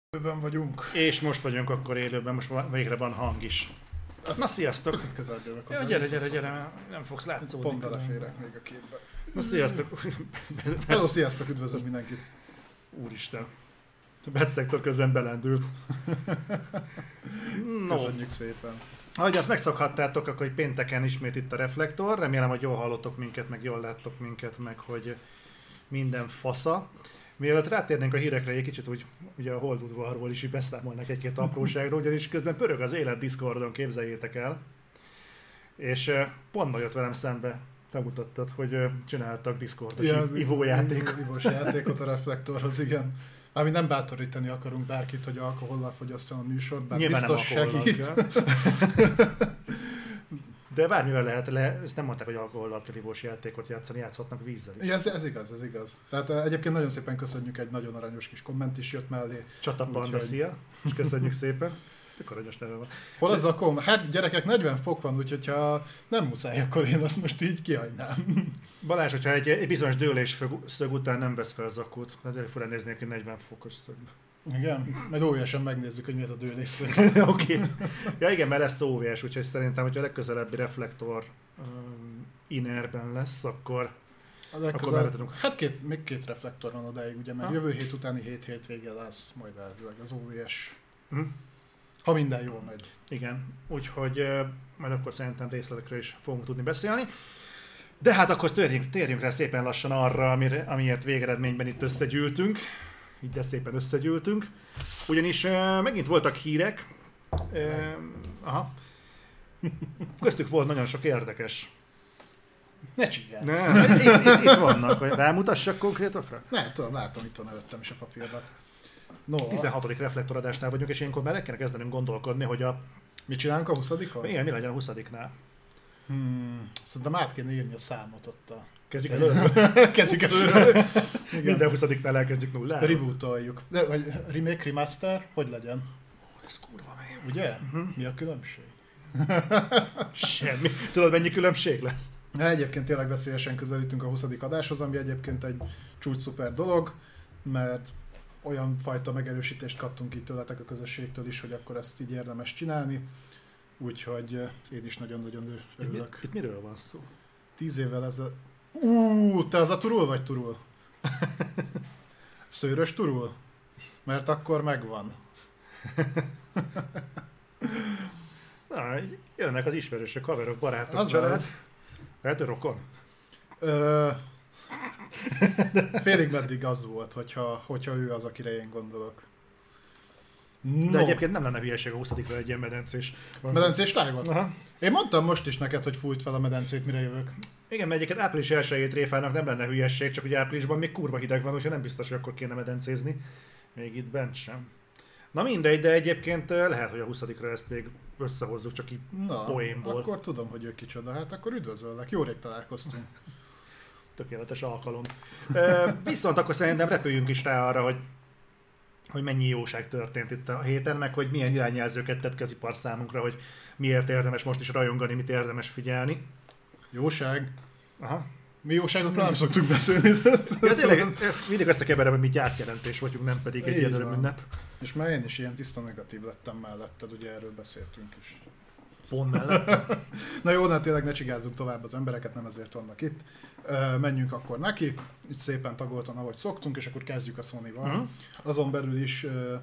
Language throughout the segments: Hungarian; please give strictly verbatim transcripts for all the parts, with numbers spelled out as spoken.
Élőben vagyunk. És most vagyunk akkor élőben, most végre van hang is. Azt Na sziasztok! Picit közelebb jövök hozzá. Ja, gyere, gyere, gyere, nem fogsz látszódni. Pont beleférek még a képbe. Na sziasztok! Hello, sziasztok, üdvözlök mindenkit. Úristen. A Betszektor közben belendült. No. Köszönjük szépen. Ahogy azt megszokhattátok, akkor hogy pénteken ismét itt a Reflektor. Remélem, hogy jól hallottok minket, meg jól láttok minket, meg hogy minden fasza. Mielőtt rátérnénk a hírekre, egy kicsit úgy ugye a Holdudvarról is így beszámolnak egy-két apróságról, ugyanis közben pörög az élet Discordon, képzeljétek el. És pont ma jött velem szembe, megmutattad, hogy csináltak Discordos ja, ivójátékot. Ivós játékot a Reflektorhoz, igen. Ami nem bátorítani akarunk bárkit, hogy alkohollal fogyasszon a műsort, bár nyilván biztos segít. De bármivel lehet, le, ezt nem mondták, hogy alkohollal kell ivós játékot játszani, játszhatnak vízzel is. Ja, ez, ez igaz, ez igaz. Tehát egyébként nagyon szépen köszönjük, egy nagyon aranyos kis komment is jött mellé. Csatapanda, úgy, szia! És köszönjük szépen. Tök aranyos neve van. Hol az a kom? Hát gyerekek, negyven fok van, úgyhogy ha nem muszáj, akkor én azt most így kihagynám. Balázs, hogyha egy, egy bizonyos dőlés szög után nem vesz fel zakót, hát elég fura nézni neki negyven fokos szögbe. Igen, majd óvjásan megnézzük, hogy mi az a dőlésszög. Oké. Okay. Ja igen, mert lesz ó vé es, úgyhogy szerintem, hogyha a legközelebbi Reflektor um, inerben lesz, akkor, akkor meglehetünk. Hát két, még két Reflektor van odáig, ugye, mert ha? Jövő hét utáni hét hétvége lesz majd elvileg az ó vé es. Hm? Ha minden jól megy. Igen, úgyhogy uh, majd akkor szerintem részletekről is fogunk tudni beszélni. De hát akkor térjünk, térjünk rá szépen lassan arra, amire, amiért végeredményben itt összegyűltünk. Így de szépen összegyűltünk. Ugyanis uh, megint voltak hírek. Uh, aha. Köztük volt nagyon sok érdekes. Ne csinálj! Ne, itt, itt, itt vannak, hogy rámutassak konkrétokra? Ne, tudom, látom, itt van előttem is a papírban. No, tizenhatodik reflektoradásnál vagyunk, és ilyenkor már el kéne kezdenünk gondolkodni, hogy a... Mit csinálunk a huszadikon? Igen, mi legyen a huszadiknál? Hmm, szerintem át kéne írni a számot ott a... Kezdjük előről. Kezdjük előről. Minden huszadiknál elkezdjük nullára. Rebootoljuk. De, vagy remake, remaster, hogy legyen? Ez kurva mély. Ugye? Uh-huh. Mi a különbség? Semmi. Tudod, mennyi különbség lesz? Na, egyébként tényleg veszélyesen közelítünk a huszadik adáshoz, ami egyébként egy csúcs szuper dolog, mert olyan fajta megerősítést kaptunk itt tőletek a közösségtől is, hogy akkor ezt így érdemes csinálni. Úgyhogy én is nagyon-nagyon örülök. Itt, itt miről van szó? Tíz évvel ezzel... Úúúú, te az a turul vagy turul? Szőrös turul? Mert akkor megvan. Na, jönnek az ismerősök, haverok, barátok, az család. Az. Lehet rokon? Ö... Félig meddig az volt, hogyha, hogyha ő az, akire én gondolok. No. De egyébként nem lenne hülyeség a huszadikra egy ilyen medencés. Medencés live-ot? Aha. Én mondtam most is neked, hogy fújt fel a medencét, mire jövök. Igen, mert egyébként április elsejét tréfának nem lenne hülyeség, csak ugye áprilisban még kurva hideg van, úgyhogy nem biztos, hogy akkor kéne medencézni. Még itt bent sem. Na mindegy, de egyébként lehet, hogy a huszadikra ezt még összehozzuk, csak így Na, poénból. Akkor tudom, hogy ő kicsoda. Hát akkor üdvözöllek, jó rég találkoztunk. Tökéletes alkalom. Viszont akkor szerintem repüljünk is rá arra, hogy hogy mennyi jóság történt itt a héten, meg hogy milyen irányjelzőket tett az ipar számunkra, hogy miért érdemes most is rajongani, mit érdemes figyelni. Jóság? Aha. Mi jóságokról nem szoktunk beszélni. Ja, tényleg, mindig összekeverem, hogy mi gyászjelentés vagyunk, nem pedig egy ilyen örömünnep. És már én is ilyen tiszta negatív lettem melletted, ugye erről beszéltünk is. Pont mellett. Na jó, na tényleg ne csigázzunk tovább az embereket, nem ezért vannak itt. Menjünk akkor neki, így szépen tagoltan, ahogy szoktunk, és akkor kezdjük a Sony-val. Uh-huh. Azon belül is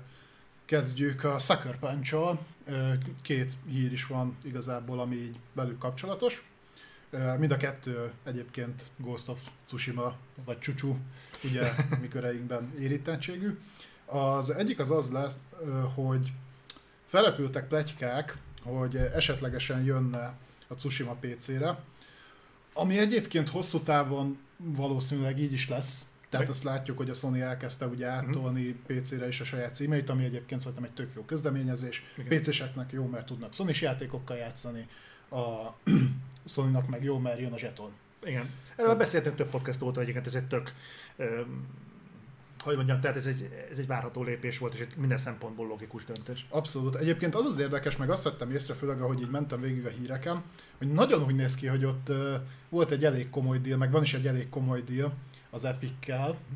kezdjük a Sucker Punch-al. Két hír is van igazából, ami így belül kapcsolatos. Mind a kettő egyébként Ghost of Tsushima, vagy Chuchu, ugye mi köreinkben érintettségű. Az egyik az az lesz, hogy felrepültek pletykák, hogy esetlegesen jönne a Tsushima pé cére, ami egyébként hosszú távon valószínűleg így is lesz. Tehát azt látjuk, hogy a Sony elkezdte ugye áttolni pé cére is a saját címeit, ami egyébként szerintem egy tök jó kezdeményezés. pé céseknek jó, mert tudnak Sony-s játékokkal játszani, a Sony-nak meg jó, mert jön a zseton. Igen. Erről Tehát... beszéltünk több podcast óta, egyébként ez egy tök, um, hogy mondjam, tehát ez egy, ez egy várható lépés volt, és egy minden szempontból logikus döntés. Abszolút. Egyébként az az érdekes, meg azt vettem észre, főleg ahogy így mentem végig a híreken, hogy nagyon úgy néz ki, hogy ott uh, volt egy elég komoly deal, meg van is egy elég komoly deal az Epic-kel,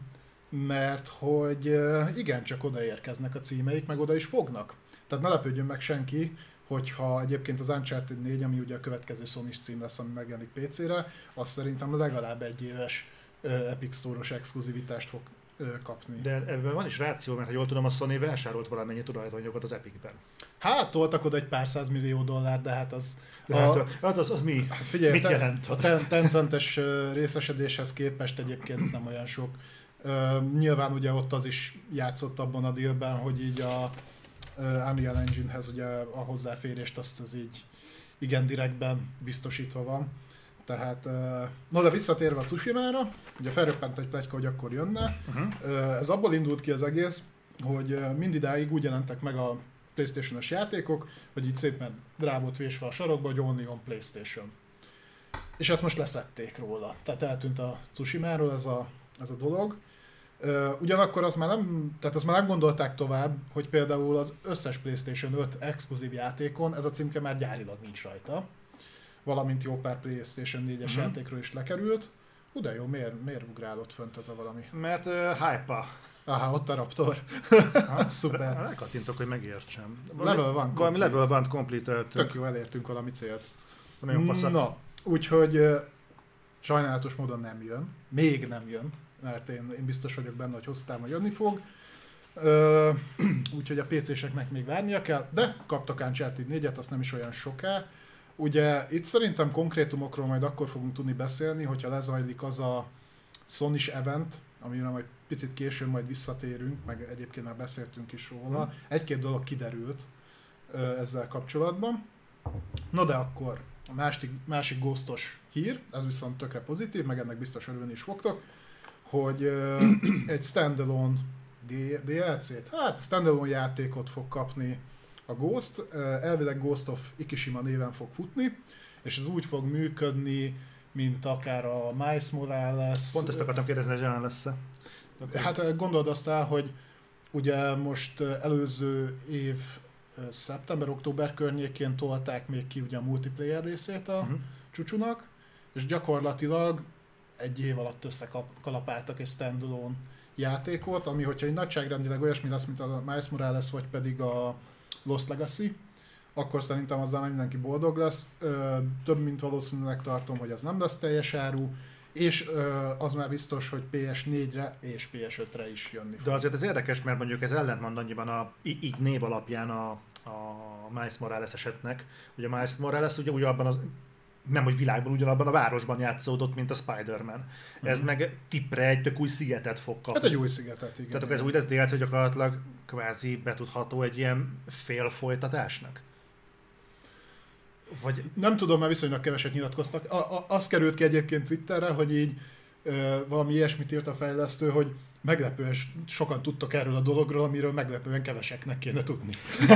mert hogy igencsak odaérkeznek a címeik, meg oda is fognak. Tehát ne lepődjön meg senki, hogyha egyébként az Uncharted négy, ami ugye a következő Sony-s cím lesz, ami megjelenik pé cére, azt szerintem legalább egy éves Epic Store-os exkluzivitást fog kapni. De ebben van is ráció, mert ha jól tudom, a Sony vásárolt valamennyi tulajdonjogot az Epicben. Hát toltak oda egy pár százmillió dollár, de hát az... De a, hát, hát az, az mi? Hát figyelj, mit te, jelent az? A Tencentes részesedéshez képest egyébként nem olyan sok. Uh, nyilván ugye ott az is játszott abban a dealben, hogy így a uh, Unreal Engine-hez ugye a hozzáférést azt az így igen direktben biztosítva van. Tehát, uh, no de visszatérve a Tsushima-ra, ugye felröppent egy pletyka, hogy akkor jönne. Uh-huh. Uh, ez abból indult ki az egész, hogy uh, mindidáig úgy jelentek meg a PlayStation-os játékok, hogy így szépen rá volt vésve a sarokba, hogy only on PlayStation. És ezt most leszették róla. Tehát eltűnt a Tsushima-ról ez a, ez a dolog. Uh, ugyanakkor az már nem, tehát azt már nem gondolták tovább, hogy például az összes PlayStation öt exkluzív játékon ez a címke már gyárilag nincs rajta. Valamint jó pár PlayStation négyes uh-huh. játékról is lekerült. Hú, de jó, miért, miért ugrálott fönt ez a valami? Mert uh, hype-a. Aha, ott a Raptor. Szuper. Rákattintok, hogy megértsem. Level van Valami level van complete. Tök jó, elértünk valami célt. Nagyon Na, úgyhogy uh, sajnálatos módon nem jön. Még nem jön. Mert én, én biztos vagyok benne, hogy hosszú távon jönni fog. Uh, úgyhogy a pé céseknek még várnia kell, de kaptak Uncharted négyet, azt nem is olyan soká. Ugye itt szerintem konkrétumokról majd akkor fogunk tudni beszélni, hogyha lezajlik az a Sony-s event, amire majd picit későn majd visszatérünk, meg egyébként már beszéltünk is róla. Hmm. Egy-két dolog kiderült uh, ezzel kapcsolatban. No de akkor a másik, másik ghostos hír, ez viszont tökre pozitív, meg ennek biztos örülni is fogtok, hogy uh, egy standalone dé el cét, hát standalone játékot fog kapni a Ghost, uh, elvileg Ghost of Ikishima néven fog futni, és ez úgy fog működni, mint akár a Miles Morales. Pont ezt akartam kérdezni, hogy olyan lesz-e. Hát gondold azt el, hogy ugye most előző év szeptember-október környékén tolták még ki ugye a multiplayer részét a uh-huh. csúcsunak, és gyakorlatilag egy év alatt összekalapáltak egy standalone játékot, ami hogyha egy nagyságrendileg olyasmi lesz, mint a Miles Morales, vagy pedig a Lost Legacy, akkor szerintem azzal mindenki boldog lesz. Több mint valószínűleg tartom, hogy ez nem lesz teljes áru, és az már biztos, hogy pé es négyre és pé es ötre is jönni fog. De azért ez érdekes, mert mondjuk ez ellentmond annyiban a, így név alapján a, a Miles Morales esetnek. Ugye a Miles Morales ugye, ugye abban az, nem hogy világban, ugyanabban a városban játszódott, mint a Spider-Man. Ez uh-huh. meg tippre egy tök új szigetet fog kapni. Hát egy új szigetet, igen. Tehát ez úgy lesz dé el cé, hogy gyakorlatilag kvázi betudható egy ilyen fél folytatásnak? Vagy... Nem tudom, mert viszonylag keveset nyilatkoztak. A, a, az került ki egyébként Twitterre, hogy így ö, valami ilyesmit írt a fejlesztő, hogy meglepően sokan tudtak erről a dologról, amiről meglepően keveseknek kéne tudni.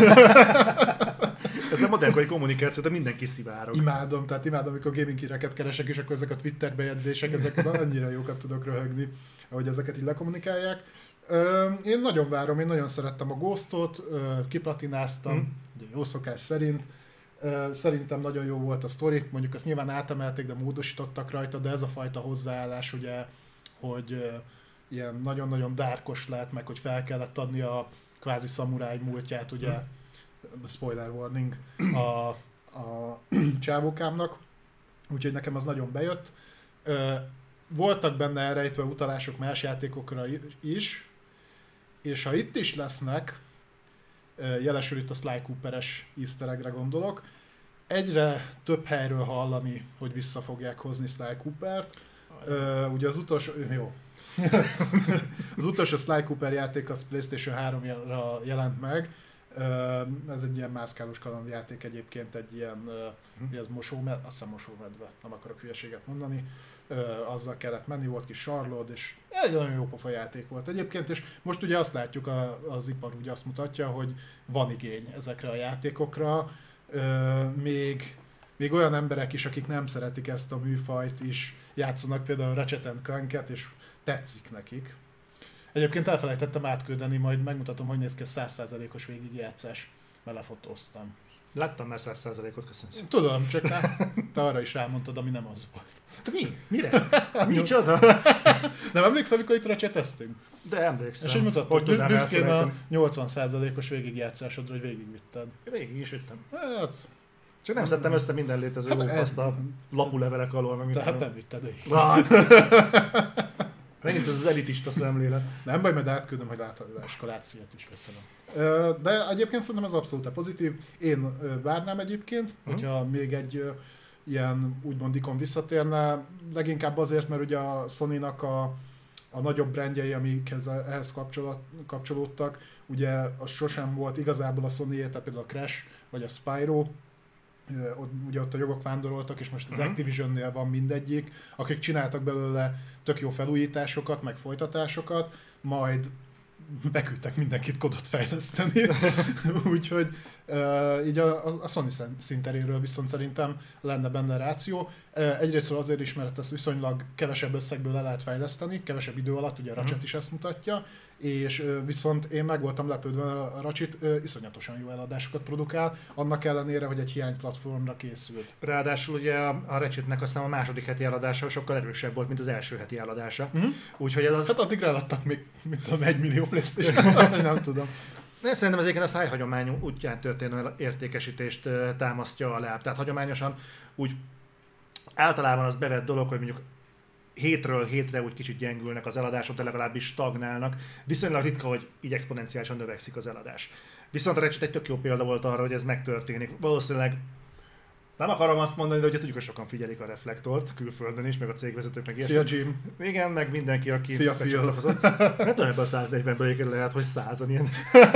Ez a modernkori kommunikáció, de mindenki szivárog. Imádom, tehát imádom, amikor gaming híreket keresek, és akkor ezek a Twitter bejegyzések, ezek annyira jókat tudok röhögni, ahogy ezeket így lekommunikálják. Ö, én nagyon várom, én nagyon szerettem a Ghostot, ö, kiplatináztam, hmm. ugye jó szokás szerint. Szerintem nagyon jó volt a sztori, mondjuk azt nyilván átemelték, de módosítottak rajta, de ez a fajta hozzáállás ugye, hogy ilyen nagyon-nagyon dárkos lett, meg hogy fel kellett adni a kvázi szamuráj múltját, ugye, spoiler warning, a, a csávókámnak, úgyhogy nekem az nagyon bejött. Voltak benne elrejtve utalások más játékokra is, és ha itt is lesznek, jelesül itt a Sly Cooper-es easter egg-re gondolok. Egyre több helyről hallani, hogy vissza fogják hozni Sly Coopert. Uh, ugye az utolsó... Jó. az utolsó Sly Cooper játék az PlayStation háromra jelent meg. Uh, ez egy ilyen mászkálós kalandjáték egyébként, egy ilyen... Uh, mi ez mosómedve? Azt hiszem mosómedve, nem akarok hülyeséget mondani. Uh, azzal kellett menni, volt kis sarlód, és egy nagyon jó pofa játék volt egyébként, és most ugye azt látjuk, a, az ipar ugye azt mutatja, hogy van igény ezekre a játékokra, uh, még, még olyan emberek is, akik nem szeretik ezt a műfajt is játszanak például a Ratchet and Clank-et, és tetszik nekik. Egyébként elfelejtettem átküldeni, majd megmutatom, hogy néz ki a száz százalékos végigjátszás, mert lefotóztam. Láttam már száz százalékot, köszönöm. Tudom, csak te arra is rámondtad, ami nem az volt. De mi? Mire? Micsoda? Nem emlékszel, amikor itt recseteztünk? De emlékszem. És hogy mutattad, Hogy tudnám büszkén a elfelejteni? nyolcvan százalékos végigjátszásodra, hogy végigvitted. Végig is vittem. Hát, Csak nem szedtem össze minden létező Hát lófaszt a ez- lapulevelek alól, meg tehát minden. nem vitted végig. Megint ez az elitista szemlélet. Nem baj, majd átküldöm, hogy látod az eskalációt is, köszönöm. Ö, De egyébként szerintem ez abszolút pozitív. Én ö, várnám egyébként, hogyha még egy ö, ilyen úgymond ikon visszatérne, leginkább azért, mert ugye a Sony-nak a, a nagyobb brandjei, amikhez ehhez kapcsolat, kapcsolódtak, ugye az sosem volt igazából a Sony-é, tehát például a Crash vagy a Spyro, Ö, ott, ugye ott a jogok vándoroltak, és most az Mhm. Activision-nél van mindegyik, akik csináltak belőle tök jó felújításokat, meg folytatásokat, majd beküldtek mindenkit kodot fejleszteni. Úgyhogy uh, így a, a- a Sony szin- szinteréről viszont szerintem lenne benne ráció. Uh, egyrésztről azért is, mert ezt viszonylag kevesebb összegből le lehet fejleszteni, kevesebb idő alatt, ugye a Ratchet is ezt mutatja, és uh, viszont én meg voltam lepődve, a Ratchet uh, iszonyatosan jó eladásokat produkál, annak ellenére, hogy egy hiány platformra készült. Ráadásul ugye a, a Ratchetnek aztán a második heti eladása sokkal erősebb volt, mint az első heti eladása. Mhm. Úgyhogy ez az... Hát addigra eladtak még, mit tudom, egy millió PlayStation, nem tudom. De szerintem ez egyébként a szájhagyomány útján történő értékesítést ö, támasztja alá. Tehát hagyományosan úgy általában az bevett dolog, hogy mondjuk hétről hétre úgy kicsit gyengülnek az eladások, de legalábbis stagnálnak. Viszonylag ritka, hogy így exponenciálisan növekszik az eladás. Viszont a Ratchet egy tök jó példa volt arra, hogy ez megtörténik. Valószínűleg nem akarom azt mondani, de ugye tudjuk, hogy sokan figyelik a Reflektort külföldön is, meg a cégvezetők, meg Szia Jim! igen, meg mindenki, aki Szia, Phil. becsatlakozott. Hát ebben a száznegyvenből egyébként lehet, hogy százan ilyen.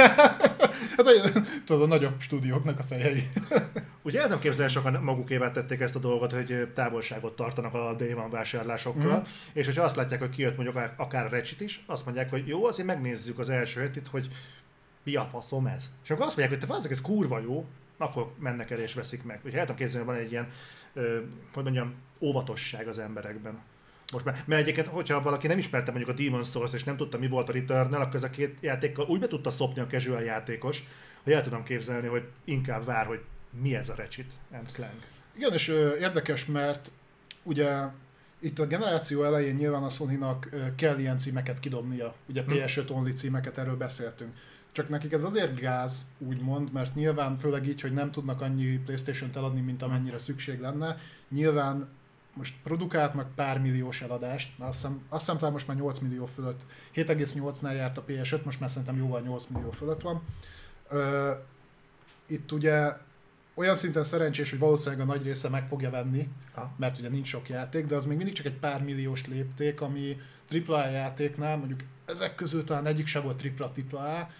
Hát olyan, tudod, a nagyobb stúdióknak a fejei. Ugye el tudom képzelni, sokan magukévá tették ezt a dolgot, hogy távolságot tartanak a Day One vásárlásokkal, mm. és hogyha azt látják, hogy kijött mondjuk akár a Ratchet is, azt mondják, hogy jó, azért megnézzük az első hetit, hogy mi a faszom ez. És akkor azt mondják, hogy te valószínűleg ez kurva jó, akkor mennek el és veszik meg. Úgyhogy el tudom képzelni, hogy van egy ilyen, ö, hogy mondjam, óvatosság az emberekben. Most már, mert egyébként, hogyha valaki nem ismerte mondjuk a Demon's Souls és nem tudta, mi volt a Returnal, akkor ez a két játékkal úgy be tudta szopni a casual játékos, hogy el tudom képzelni, hogy inkább vár, hogy mi ez a Ratchet and Clank. Igen, és ö, érdekes, mert ugye itt a generáció elején nyilván a Sony-nak ö, kell ilyen címeket kidobnia. Ugye Hm. pé es öt only címeket, erről beszéltünk. Csak nekik ez azért gáz, úgymond, mert nyilván főleg így, hogy nem tudnak annyi PlayStation-t eladni, mint amennyire szükség lenne. Nyilván most produkáltnak pár milliós eladást, mert azt hiszem, azt hiszem talán most már nyolc millió fölött, hét egész nyolcnál járt a pé es öt, most már szerintem jóval nyolc millió fölött van. Ö, itt ugye olyan szinten szerencsés, hogy valószínűleg a nagy része meg fogja venni, Ha. mert ugye nincs sok játék, de az még mindig csak egy pár milliós lépték, ami á á játéknál, mondjuk ezek közül talán egyik sem volt tripla tripla á,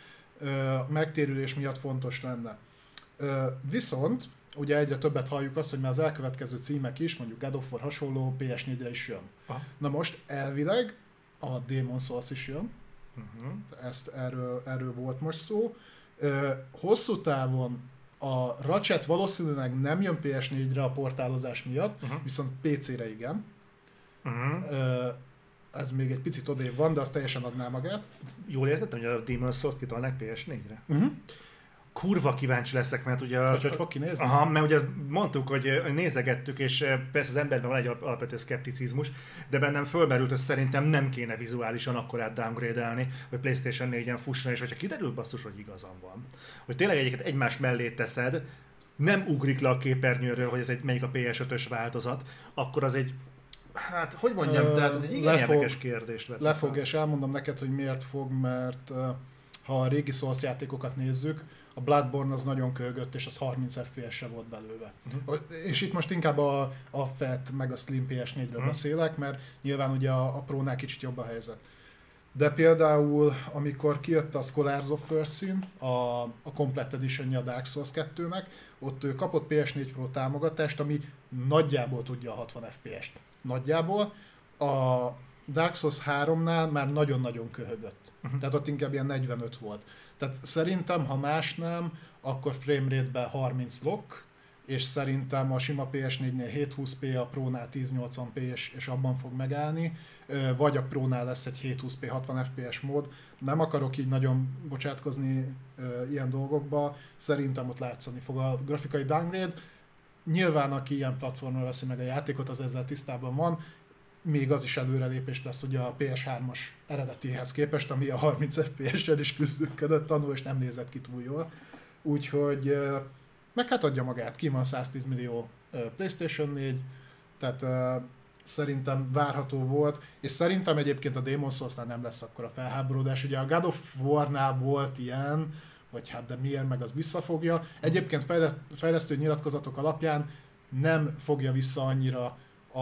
a megtérülés miatt fontos lenne. Ö, Viszont ugye egyre többet halljuk azt, hogy már az elkövetkező címek is, mondjuk God of War hasonló pé es négyre is jön. Ha. Na most elvileg a Demon's Souls is jön, Uh-huh. ezt erről, erről volt most szó. Ö, hosszú távon a Ratchet valószínűleg nem jön pé es négyre a portálozás miatt, Uh-huh. viszont pé cére igen. Uh-huh. Ö, ez még egy picit odébb van, de az teljesen adná magát. Jól értettem, hogy a Demon's Souls-t kitolnák pé es négyre? Uh-huh. Kurva kíváncsi leszek, mert ugye... a- Hogy hogy fog kinézni? Aha, mert ugye mondtuk, hogy hogy nézegettük, és persze az emberben van egy al- alapvető szkepticizmus, de bennem fölmerült, hogy szerintem nem kéne vizuálisan akkorát downgrade-elni, hogy PlayStation négyen fusson, és hogyha kiderül basszus, hogy igazam van, hogy tényleg egyiket egymás mellé teszed, nem ugrik le a képernyőről, hogy ez egy, melyik a pé es ötös változat, akkor az egy, hát hogy mondjam, Ö, tehát ez egy igen le fog- érdekes kérdést vett. Lefog, és elmondom neked, hogy miért fog, mert uh, ha a régi Souls játékokat nézzük, a Bloodborne az nagyon köhögött, és az harminc ef pé es se volt belőle. Uh-huh. És itt most inkább a, a Fat meg a Slim pé es négyről uh-huh. beszélek, mert nyilván ugye a, a Pro-nál kicsit jobb a helyzet. De például, amikor kijött a Scholars of Firsin, a, a Complete Edition-je a Dark Souls kettőnek, ott ő kapott pé es négy Pro támogatást, ami nagyjából tudja a hatvan ef pé est. Nagyjából. A Dark Souls háromnál már nagyon-nagyon köhögött. Uh-huh. Tehát ott inkább ilyen negyvenöt volt. Tehát szerintem, ha más nem, akkor framerate-ben harminc lock, és szerintem a sima pé es négynél hétszázhúsz pé, a Pro-nál ezernyolcvan pé és, és abban fog megállni, vagy a Pro-nál lesz egy hétszázhúsz pé hatvan ef pé es mód. Nem akarok így nagyon bocsátkozni ilyen dolgokba, szerintem ott látszani fog a grafikai downgrade. Nyilván aki ilyen platformon veszi meg a játékot, az ezzel tisztában van, még az is előrelépés lesz ugye a pé es hármas eredetihez képest, ami a harminc ef pé es-sel is küzdőködött annól, és nem nézett ki túl jól. Úgyhogy meg hát adja magát, ki van száztíz millió PlayStation négy, tehát uh, szerintem várható volt, és szerintem egyébként a Demon's Souls-nál nem lesz akkora felháborodás. Ugye a God of War-nál volt ilyen, vagy hát de miért, meg az visszafogja. Egyébként fejlesztő nyilatkozatok alapján nem fogja vissza annyira a,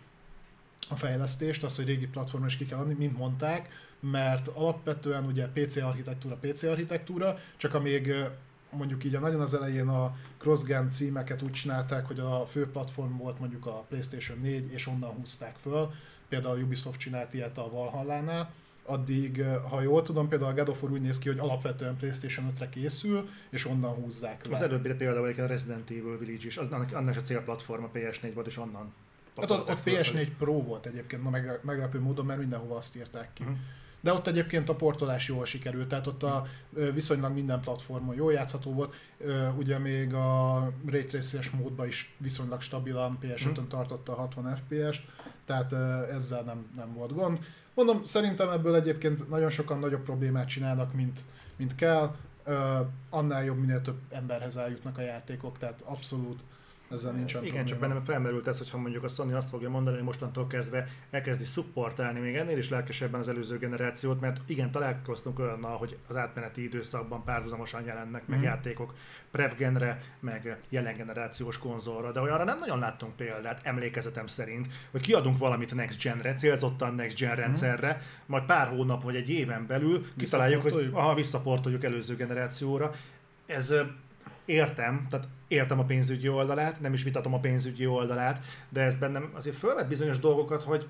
a fejlesztést, az, hogy régi platformon is ki kell adni, mint mondták, mert alapvetően ugye pé cé architektúra, pé cé architektúra, csak amíg mondjuk így a nagyon az elején a cross-gen címeket úgy csinálták, hogy a fő platform volt mondjuk a PlayStation négy, és onnan húzták föl. Például a Ubisoft csinált ilyet a Valhallánál. Addig, ha jól tudom, például a God of War úgy néz ki, hogy alapvetően PlayStation ötre készül, és onnan húzzák le. Az előbbi például a Resident Evil Village is, annak, annak a célplatforma pé es négy volt, és onnan. Hát ott, ott pé es négy Pro volt egyébként, ma meglepő módon, mert mindenhova azt írták ki. Uh-huh. De ott egyébként a portolás jól sikerült, tehát ott a viszonylag minden platformon jól játszható volt. Ugye még a Ray Tracer-es módban is viszonylag stabilan pé es ötön tartotta a hatvan ef pé est, tehát ezzel nem, nem volt gond. Mondom, szerintem ebből egyébként nagyon sokan nagyobb problémát csinálnak, mint, mint kell. Annál jobb, minél több emberhez eljutnak a játékok, tehát abszolút ezzel nincsen Igen, probléma. csak bennem felmerült ez, hogyha mondjuk a Sony azt fogja mondani, hogy mostantól kezdve elkezdi szupportálni még ennél is lelkesebben az előző generációt, mert igen, találkoztunk olyannal, hogy az átmeneti időszakban párhuzamosan jelennek meg mm. játékok Prevgenre, meg jelen generációs konzolra, de olyanra nem nagyon láttunk példát, emlékezetem szerint, hogy kiadunk valamit Next Genre, célzottan Next Gen rendszerre, mm. majd pár hónap vagy egy éven belül kitaláljuk, hogy aha, visszaportoljuk előző generációra. Ez értem, tehát értem a pénzügyi oldalát, nem is vitatom a pénzügyi oldalát, de ez bennem azért fölvet bizonyos dolgokat, hogy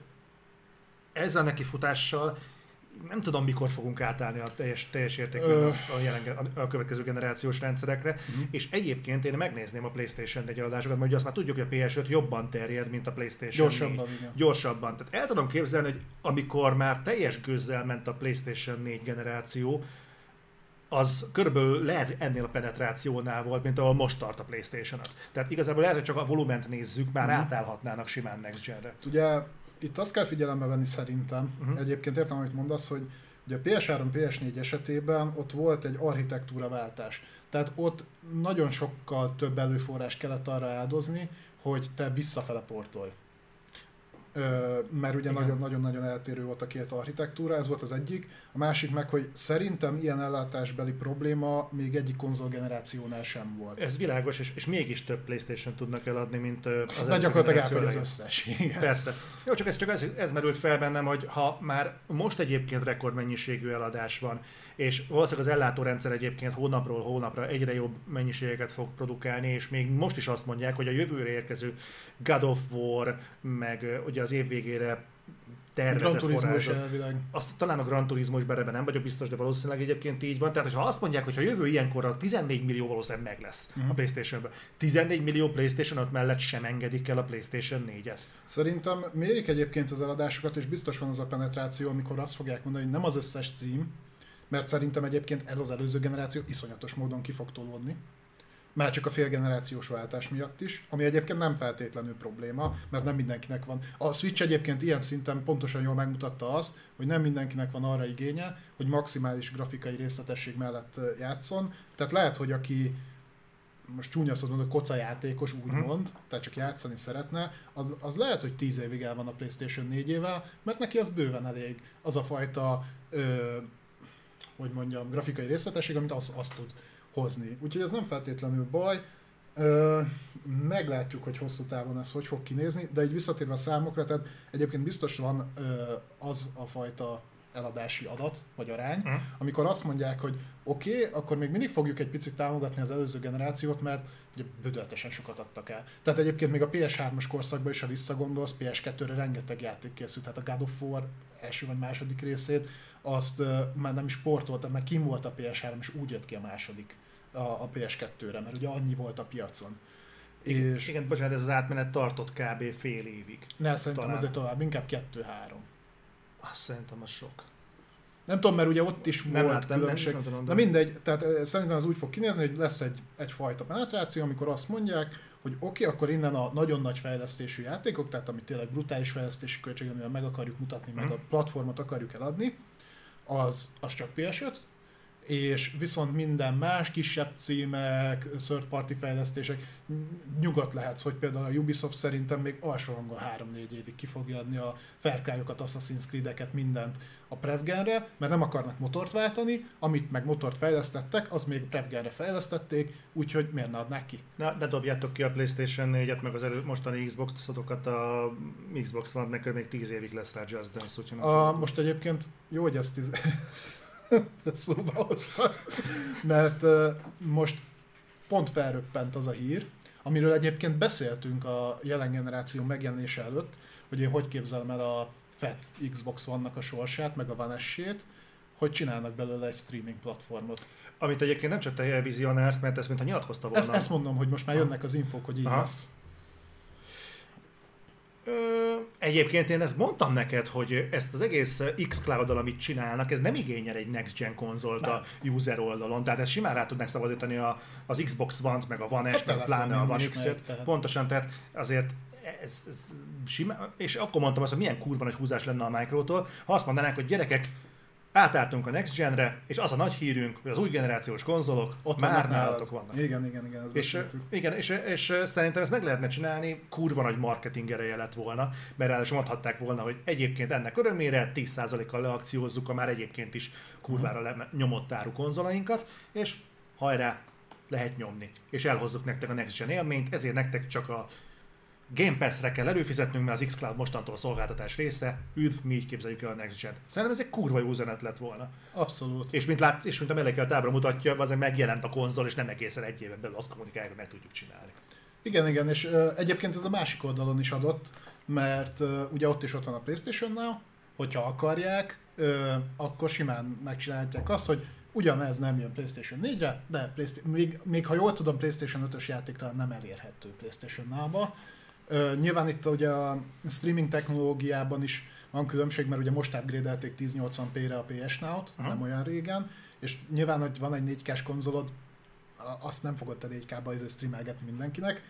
ezzel nekifutással nem tudom, mikor fogunk átállni a teljes, teljes értékben a, a, jelen, a következő generációs rendszerekre, uh-huh. és egyébként én megnézném a PlayStation négy eladásokat, mert ugye azt már tudjuk, hogy a pé es öt jobban terjed, mint a PlayStation Gyorsabban, négy. Igen. Gyorsabban. Tehát el tudom képzelni, hogy amikor már teljes gőzzel ment a PlayStation négy generáció, az körülbelül lehet ennél a penetrációnál volt, mint ahol most tart a PlayStation öt. Tehát igazából lehet, hogy csak a volument nézzük, már uh-huh. átállhatnának simán Next Genre. Ugye itt azt kell figyelembe venni szerintem, uh-huh. egyébként értem, amit mondasz, hogy ugye a pé es három, pé es négy esetében ott volt egy architektúraváltás. Tehát ott nagyon sokkal több előforrás kellett arra áldozni, hogy te visszafele portolj. Ö, mert ugye nagyon-nagyon eltérő volt a két architektúra, ez volt az egyik. A másik meg, hogy szerintem ilyen ellátásbeli probléma még egyik konzolgenerációnál sem volt. Ez világos, és, és mégis több PlayStation tudnak eladni, mint az előző gyakorlatilag elfogy az összes. Igen. Persze. Jó, csak ez, csak ez, ez merült fel bennem, hogy ha már most egyébként rekordmennyiségű eladás van, és valószínűleg az ellátórendszer egyébként hónapról hónapra egyre jobb mennyiségeket fog produkálni, és még most is azt mondják, hogy a jövőre érkező God of War, meg ugye az év végére tervezett Horizon. Azt talán a Gran Turismo is berebe nem vagyok biztos, de valószínűleg egyébként így van. Tehát, ha azt mondják, hogy ha jövő ilyenkorra tizennégy millió valószínűleg meg lesz uh-huh. a PlayStation-ben. tizennégy millió PlayStation öt mellett sem engedik el a PlayStation négyet. Szerintem mérik egyébként az eladásokat, és biztos van az a penetráció, amikor azt fogják mondani, hogy nem az összes cím, mert szerintem egyébként ez az előző generáció iszonyatos módon ki fog tolódni. Már csak a félgenerációs váltás miatt is, ami egyébként nem feltétlenül probléma, mert nem mindenkinek van. A Switch egyébként ilyen szinten pontosan jól megmutatta azt, hogy nem mindenkinek van arra igénye, hogy maximális grafikai részletesség mellett játszon. Tehát lehet, hogy aki most csúnya szót mondod, kocajátékos úgymond, hmm. tehát csak játszani szeretne, az, az lehet, hogy tíz évig el van a PlayStation négyével, mert neki az bőven elég az a fajta, ö, hogy mondjam, grafikai részletesség, amit azt, azt tud hozni. Úgyhogy ez nem feltétlenül baj. Ö, meglátjuk, hogy hosszú távon ez hogy fog kinézni, de így visszatérve a számokra, tehát egyébként biztos van ö, az a fajta eladási adat, vagy arány, mm. amikor azt mondják, hogy oké, okay, akkor még mindig fogjuk egy picit támogatni az előző generációt, mert ugye bődöltesen sokat adtak el. Tehát egyébként még a pé es hármas korszakban is, ha visszagondolsz, pé es kettőre rengeteg játék készült, tehát a God of War első vagy második részét, azt uh, már nem is portoltam, mert kim volt a pé es három, és úgy jött ki a második a, a pé es kettőre, mert ugye annyi volt a piacon. Igen, és... igen, bocsánat, ez az átmenet tartott kb. Fél évig. Ne, szerintem talán. azért tovább, inkább kettő-három. Azt szerintem az sok. Nem tudom, mert ugye ott is Nem volt láttam, különbség. nem, nem tudom, Na mindegy, tehát ö, szerintem az úgy fog kinézni, hogy lesz egy, egyfajta penetráció, amikor azt mondják, hogy oké, okay, akkor innen a nagyon nagy fejlesztésű játékok, tehát amit tényleg brutális fejlesztési költség, amivel meg akarjuk mutatni, meg Mhm. a platformot akarjuk eladni, az, az csak pé es öt, és viszont minden más, kisebb címek, third party fejlesztések, nyugodt lehetsz, hogy például a Ubisoft szerintem még alsó hangon három-négy évig ki fogja adni a Far Cry-okat, Assassin's Creed-eket, mindent a Prevgenre, mert nem akarnak motort váltani, amit meg motort fejlesztettek, az még Prevgenre fejlesztették, úgyhogy miért ne adnák ki? Na, de dobjátok ki a PlayStation négyet, meg az elő, mostani Xbox-otokat, a Xbox One, meg még tíz évig lesz rá Just Dance, úgyhogy... A, most egyébként jó, hogy ezt tiz... szóba hozta, mert uh, most pont felröppent az a hír, amiről egyébként beszéltünk a jelen generáció megjelenése előtt, hogy én hogy képzelem el a Fat Xbox One-nak a sorsát, meg a One S-ét, hogy csinálnak belőle egy streaming platformot. Amit egyébként nem csak te vizionálsz, mert ezt mintha nyilatkozta volna. Ezt, ezt mondom, hogy most már jönnek az infók, hogy így Aha. lesz. Ö, egyébként én ezt mondtam neked, hogy ezt az egész xCloud-dal, amit csinálnak, ez nem igényel egy next gen konzolt a user oldalon, tehát ezt simán rá tudnak szabadítani a, az Xbox One-t, meg a One S, meg pláne a One X-et. Pontosan, tehát azért ez, ez simán, és akkor mondtam azt, hogy milyen kurva nagy húzás lenne a Microtól, ha azt mondanánk, hogy gyerekek, átálltunk a Next Genre, és az a nagy hírünk, hogy az új generációs konzolok Ott már vannak nálatok vannak. Igen, igen, igen, ezt És, beszéltük. igen, és, és szerintem ezt meg lehetne csinálni, kurva nagy marketing ereje lett volna, mert ráadásul mondhatták volna, hogy egyébként ennek örömére tíz százalékkal leakciózzuk a már egyébként is kurvára le, nyomott áru konzolainkat, és hajrá, lehet nyomni. És elhozzuk nektek a Next Gen élményt, ezért nektek csak a Game Pass-re kell előfizetnünk, mert az xCloud mostantól a szolgáltatás része, üdv, mi így képzeljük el a Next Gen. Szerintem ez egy kurva jó üzenet lett volna. Abszolút. És mint látsz, és mint a mellékelt ábra mutatja, azért megjelent a konzol, és nem egészen egy éven belül azt kommunikálják, hogy meg tudjuk csinálni. Igen, igen, és uh, egyébként ez a másik oldalon is adott, mert uh, ugye ott is ott van a PlayStation-nál, hogyha akarják, uh, akkor simán megcsinálják azt, hogy ugyanez nem jön PlayStation négyre, de PlayStation, még, még ha jól tudom, PlayStation ötös játék talán nem elérhető PlayStation-nálba. Uh, nyilván itt ugye a streaming technológiában is van különbség, mert ugye most upgrade-elték ezernyolcvan pé-re a pé es Now-t, uh-huh. nem olyan régen, és nyilván, hogy van egy négy kás konzolod, azt nem fogod te négy ká-ba streamelgetni mindenkinek,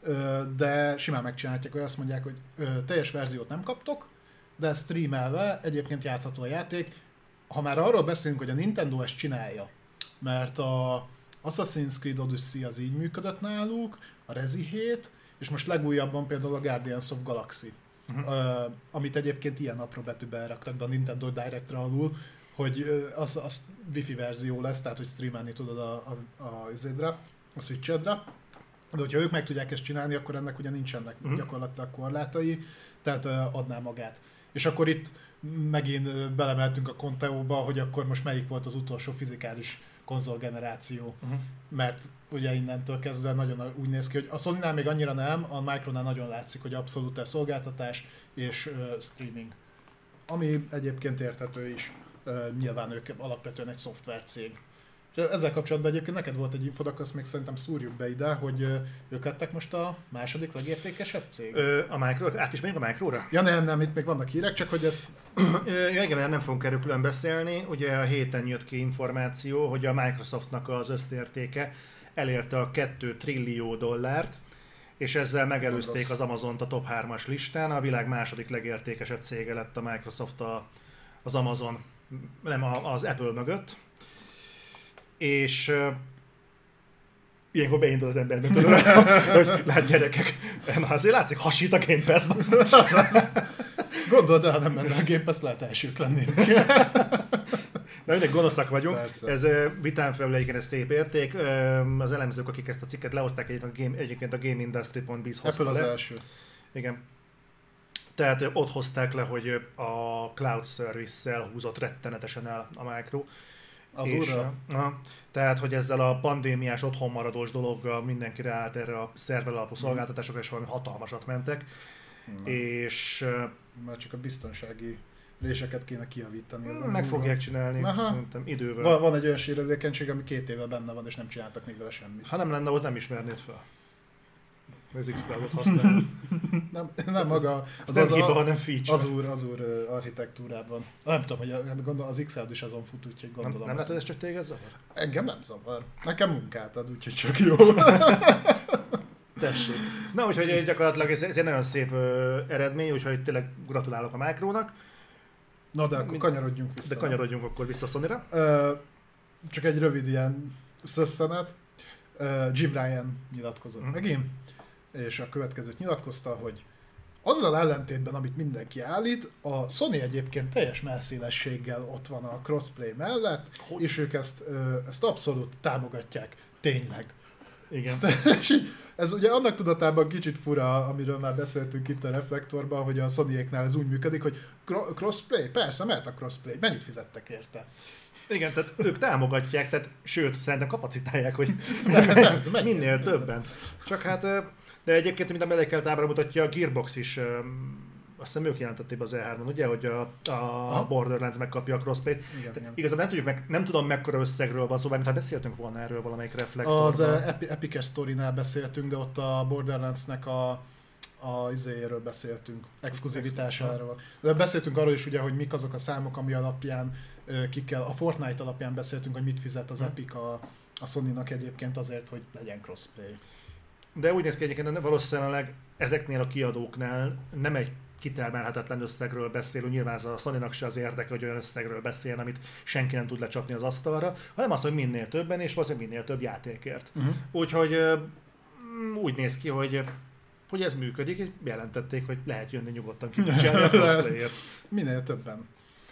de simán megcsinálják, hogy azt mondják, hogy teljes verziót nem kaptok, de streamelve egyébként játszható a játék. Ha már arról beszélünk, hogy a Nintendo ezt csinálja, mert a Assassin's Creed Odyssey az így működött náluk, a Rezi hét, és most legújabban például a Guardians of Galaxy, uh-huh. uh, amit egyébként ilyen apró betűben raktak be a Nintendo Direct-re alul, hogy az, az wifi verzió lesz, tehát hogy streamelni tudod a, a, a, a, a Switch-edre. De hogyha ők meg tudják ezt csinálni, akkor ennek ugye nincsenek uh-huh. gyakorlatilag korlátai, tehát uh, adná magát. És akkor itt megint belemeltünk a Conteóba, hogy akkor most melyik volt az utolsó fizikális konzolgeneráció, uh-huh. mert ugye innentől kezdve nagyon úgy néz ki, hogy a Sony-nál még annyira nem, a Micronál nagyon látszik, hogy abszolút szolgáltatás és uh, streaming. Ami egyébként érthető is, uh, nyilván ők alapvetően egy szoftvercég. Ezzel kapcsolatban egyébként neked volt egy infod, akkor azt még szerintem szúrjuk be ide, hogy uh, ők lettek most a második legértékesebb cég. Ö, a Micro, át is megyünk a Micro-ra? Ja nem, nem, itt még vannak hírek, csak hogy ez... Ja, igen, nem fogunk erről külön beszélni. Ugye a héten jött ki információ, hogy a Microsoftnak az összértéke elérte a két trillió dollárt, és ezzel megelőzték az Amazont a top hármas listán. A világ második legértékesebb cége lett a Microsoft a, az Amazon, nem az Apple mögött. És uh, ilyenkor beindul az ember, mint tudod, hogy lát gyerekek, na azért látszik, hasít a Game Pass. Gondold el, ha nem menne a Game Pass, lehet elsők lenni. Na mindegy, gonoszak vagyunk. Persze. Ez vitán felül egyébként ez szép érték. Az elemzők, akik ezt a cikket lehozták, egyébként a, game, egyébként a GameIndustry pont biz hozta Apple az le. első. Igen. Tehát ott hozták le, hogy a cloud service-szel húzott rettenetesen el a Micro. Az és, urra. Na, tehát, hogy ezzel a pandémiás otthonmaradós dologgal mindenki ráállt erre a szerver alapú szolgáltatásokra, és valami hatalmasat mentek. Na. És már csak a biztonsági réseket kéne kijavítani. meg fogják csinálni, Aha. szerintem idővel. Van, van egy olyan sérülékenység, ami két éve benne van, és nem csináltak még vele semmit. Ha nem lenne, ott nem ismernéd fel. az xCloud-ot használ. Nem, nem maga, az, az, nem az, hiba, a, hanem feature. az úr, az úr architektúrában. Nem tudom, hogy a, gondolom, az xCloud is azon fut, úgyhogy gondolom. Nem, nem lehet, hogy ez csak téged zavar? Engem nem zavar. Nekem munkát ad, úgyhogy csak jó. Tessék. Na, úgyhogy gyakorlatilag ez, ez egy nagyon szép ö, eredmény, úgyhogy tényleg gratulálok a Micrónak. Na, de akkor Mind, kanyarodjunk vissza. De kanyarodjunk akkor vissza Sonyra. Uh, csak egy rövid ilyen szösszenet. Uh, Jim Ryan nyilatkozott mm. megint, és a következőt nyilatkozta, hogy azzal ellentétben, amit mindenki állít, a Sony egyébként teljes mellszélességgel ott van a crossplay mellett, hogy? És ők ezt, uh, ezt abszolút támogatják. Tényleg. Igen. Ez ugye annak tudatában kicsit fura, amiről már beszéltünk itt a Reflektorban, hogy a Sonyéknál ez úgy működik, hogy crossplay, persze, mert a crossplay, mennyit fizettek érte? Igen, tehát ők támogatják, tehát sőt, szerintem kapacitálják, hogy nem, minél többen. Csak hát, de egyébként, mint a mellékelt ábra mutatja, a Gearbox is, azt hiszem ők jelentették be az E hármon, ugye, hogy a, a Borderlands megkapja a crossplay-t. Igazából nem tudjuk meg, nem tudom mekkora összegről van szó, mert mintha beszéltünk volna erről valamelyik Reflektorban. Az Epic Story-nál beszéltünk, de ott a Borderlands-nek a a izéjéről beszéltünk, exkluzivitásáról. De beszéltünk arról is ugye, hogy mik azok a számok, ami alapján ki kell, a Fortnite alapján beszéltünk, hogy mit fizet az Epic a, a Sony-nak egyébként azért, hogy legyen crossplay. De úgy néz ki egyébként, valószínűleg ezeknél a kiadóknál nem egy kitermelhetetlen összegről beszélünk, nyilván ez a Sony-nak se az érdeke, hogy olyan összegről beszéljen, amit senki nem tud lecsapni az asztalra, hanem azt, hogy minél többen, és valószínűleg minél több játékért. Uh-huh. Úgyhogy úgy néz ki, hogy hogy ez működik, és jelentették, hogy lehet jönni nyugodtan kicsinálni a crossplay-ért. Minél többen.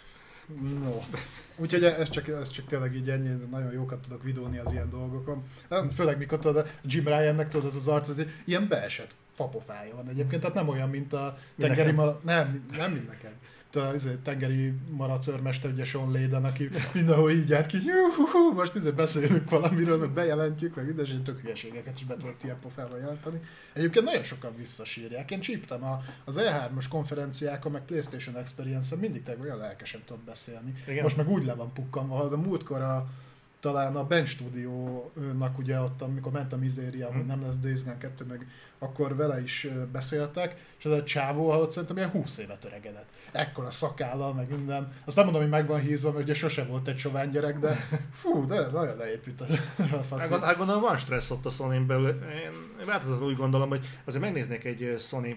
No. Úgyhogy ez csak, ez csak tényleg így ennyi, nagyon jókat tudok videóni az ilyen dolgokon. Főleg mikor tudod, Jim Ryannek tudod, az az arc, az ilyen beesett fapofája van egyébként, tehát nem olyan, mint a tengeri malac... Nem, nem mind neked. A tengeri malac őrmester, ugye Sean Layden, aki mindenhol így állt ki, hú, most izé beszélünk valamiről, meg bejelentjük, meg minden, és tök hülyeségeket is be tudott ilyen pofával jelenteni. Egyébként nagyon sokan visszasírják. Én csíptem a, az E hármas konferenciákon, meg PlayStation Experience-en mindig tényleg olyan lelkesen tudott beszélni. Igen. Most meg úgy le van pukkanva, de múltkor a talán a Bench Studio-nak ugye ott, amikor ment a mizéria, hmm. hogy nem lesz Days Gone kettő, meg akkor vele is beszéltek, és ez a csávó, ott szerintem ilyen húsz évet öregedett. Ekkora szakállal, meg minden. Azt nem mondom, hogy meg van hízva, mert ugye sose volt egy sovány gyerek, de fú, de nagyon leépült a faszit. Hát gondolom van stressz ott a Sony-n belül. Én változatban úgy gondolom, hogy azért megnéznék egy Sony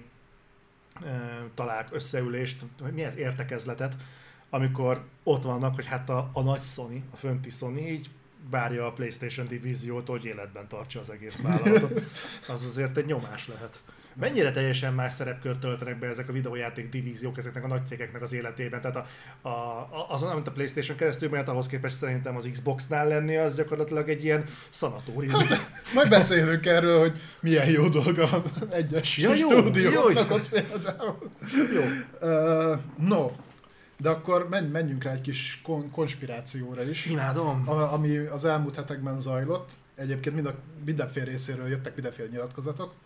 találk összeülést, hogy mi ez értekezletet, amikor ott vannak, hogy hát a, a nagy Sony, a fönti Sony így várja a PlayStation divíziót, hogy életben tartsa az egész vállalatot. Az azért egy nyomás lehet. Mennyire teljesen más szerepkört töltenek be ezek a videójáték divíziók ezeknek a nagy cégeknek az életében? Tehát a, a, azon, amit a PlayStation keresztül mehet, ahhoz képest szerintem az Xbox-nál lenni, az gyakorlatilag egy ilyen szanatórium. Hát, majd beszélünk erről, hogy milyen jó dolga van egyes ja, stúdióknak ott például. Jó. Uh, no. De akkor menjünk rá egy kis kon- konspirációra is. Imádom. Ami az elmúlt hetekben zajlott. Egyébként mind a, mindenféle részéről jöttek mindenféle nyilatkozatok.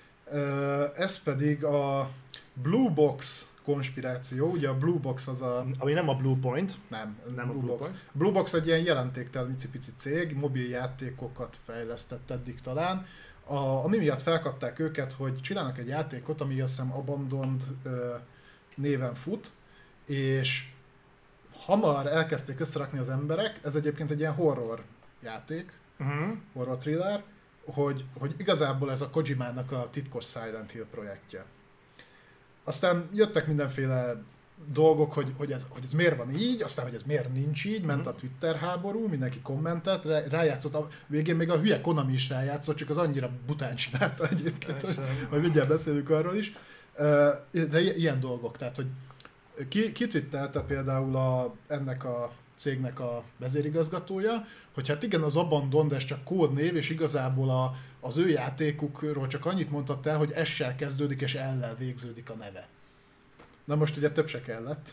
Ez pedig a Blue Box konspiráció. Ugye a Blue Box az a... Ami nem a Blue Point. Nem, nem Blue a Blue Box. Point. Blue Box egy ilyen jelentéktelen icipici cég, mobil játékokat fejlesztett eddig talán. A, ami miatt felkapták őket, hogy csinálnak egy játékot, ami azt hiszem Abandoned ö, néven fut, és hamar elkezdték összerakni az emberek, ez egyébként egy ilyen horror játék, uh-huh. horror thriller, hogy, hogy igazából ez a Kojimának a titkos Silent Hill projektje. Aztán jöttek mindenféle dolgok, hogy, hogy, ez, hogy ez miért van így, aztán, hogy ez miért nincs így, ment uh-huh. a Twitter háború, mindenki kommentett, rá, rájátszott, a végén még a hülye Konami is rájátszott, csak az annyira bután csinálta egyébként, hogy, hogy mindjárt beszélünk arról is. De ilyen dolgok, tehát, hogy Ki, kitwittelte például a, ennek a cégnek a vezérigazgatója, hogy hát igen, az Abandon, de ez csak kódnév, és igazából a, az ő játékukról csak annyit mondhatta el, hogy S-sel kezdődik, és L-lel végződik a neve. Na most ugye több se kellett.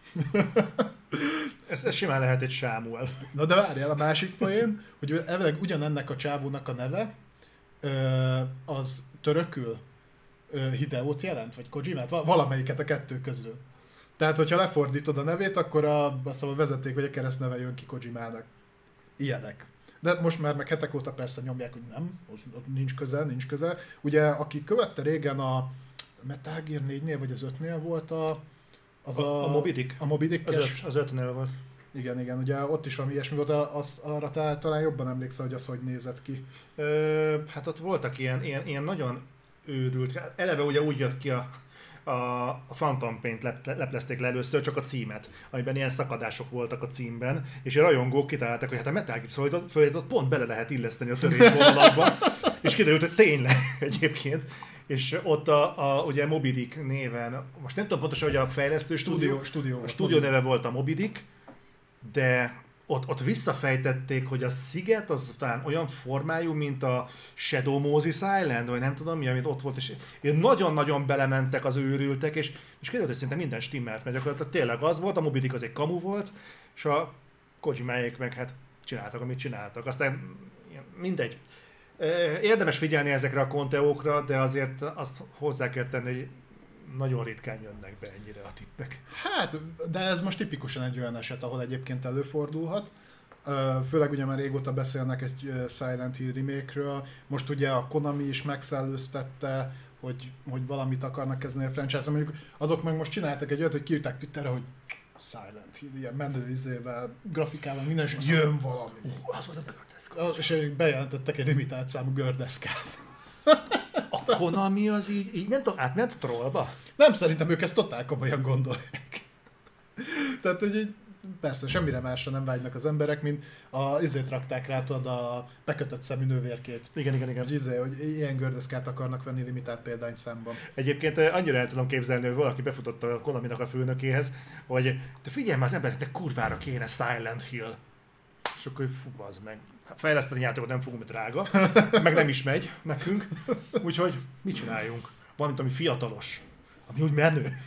ez, ez simán lehet egy Sámuel. Na de várjál, a másik poén, hogy elvileg ugyanennek a csávónak a neve, az törökül Hideót jelent, vagy Kojimát, valamelyiket a kettő közül. Tehát, hogyha lefordítod a nevét, akkor a, azt a vezeték vagy a keresztneve jön ki Kojimának. Ilyenek. De most már meg hetek óta persze nyomják, hogy nem, most nincs köze, nincs köze. Ugye, aki követte régen a Metal Gear négynél vagy az ötnél volt a... Az a, a, a Moby Dick? A Moby Dick-es. Az, az ötnél volt. Igen, igen, ugye ott is valami ilyesmi volt, az, arra talán, talán jobban emlékszel, hogy az hogy nézett ki. Ö, hát ott voltak ilyen, ilyen, ilyen nagyon őrült, eleve ugye úgy jött ki a, a, a Phantom Paint lep, leplezték le először, csak a címet, amiben ilyen szakadások voltak a címben, és a rajongók kitalálták, hogy hát a Metal Gear Solidot pont bele lehet illeszteni a törésvonalakba, és kiderült, hogy tényleg egyébként. És ott a, a ugye Moby Dick néven, most nem tudom pontosan, hogy a fejlesztő stúdió, stúdió, a stúdió neve volt a Moby Dick, de ott, ott visszafejtették, hogy a sziget az talán olyan formájú, mint a Shadow Moses Island, vagy nem tudom mi, amit ott volt, és nagyon-nagyon belementek az őrültek, és, és kiderült, hogy szinte minden stimmelt, mert gyakorlatilag tényleg az volt, a Moby Dick az egy kamu volt, és a Kojimáék meg hát csináltak, amit csináltak. Aztán mindegy. Érdemes figyelni ezekre a konteókra, de azért azt hozzá kell tenni, hogy nagyon ritkán jönnek be ennyire a tippek. Hát, de ez most tipikusan egy olyan eset, ahol egyébként előfordulhat. Főleg ugye már régóta beszélnek egy Silent Hill remake-ről. Most ugye a Konami is megszellőztette, hogy, hogy valamit akarnak kezdeni a franchise-ra. Mondjuk azok meg most csináltak egy olyat, hogy kiírták Twitterre, hogy Silent Hill, ilyen menő izével, grafikával, minden, és jön valami. Uh, az volt a gördeszka. És bejelentettek egy limitált számú gördeszkát. A Konami az így, így nem tudom, átment trollba? Nem, szerintem ők ezt totál komolyan gondolják. Tehát, hogy így, persze, semmire másra nem vágynak az emberek, mint a izét rakták rá, tudod, a bekötött szemű nővérkét. Igen, igen, igen. Hogy, izé, hogy ilyen gördeszkát akarnak venni limitált példányszámban. Egyébként annyira el tudom képzelni, hogy valaki befutott a Konaminak a főnökéhez, hogy te figyelj már, az embereknek kurvára kéne Silent Hill. És akkor fú, az meg. Hát fejleszteni játékot nem fogunk, mert drága, meg nem is megy nekünk. Úgyhogy mit csináljunk? Valamint, ami fiatalos, ami úgy menő.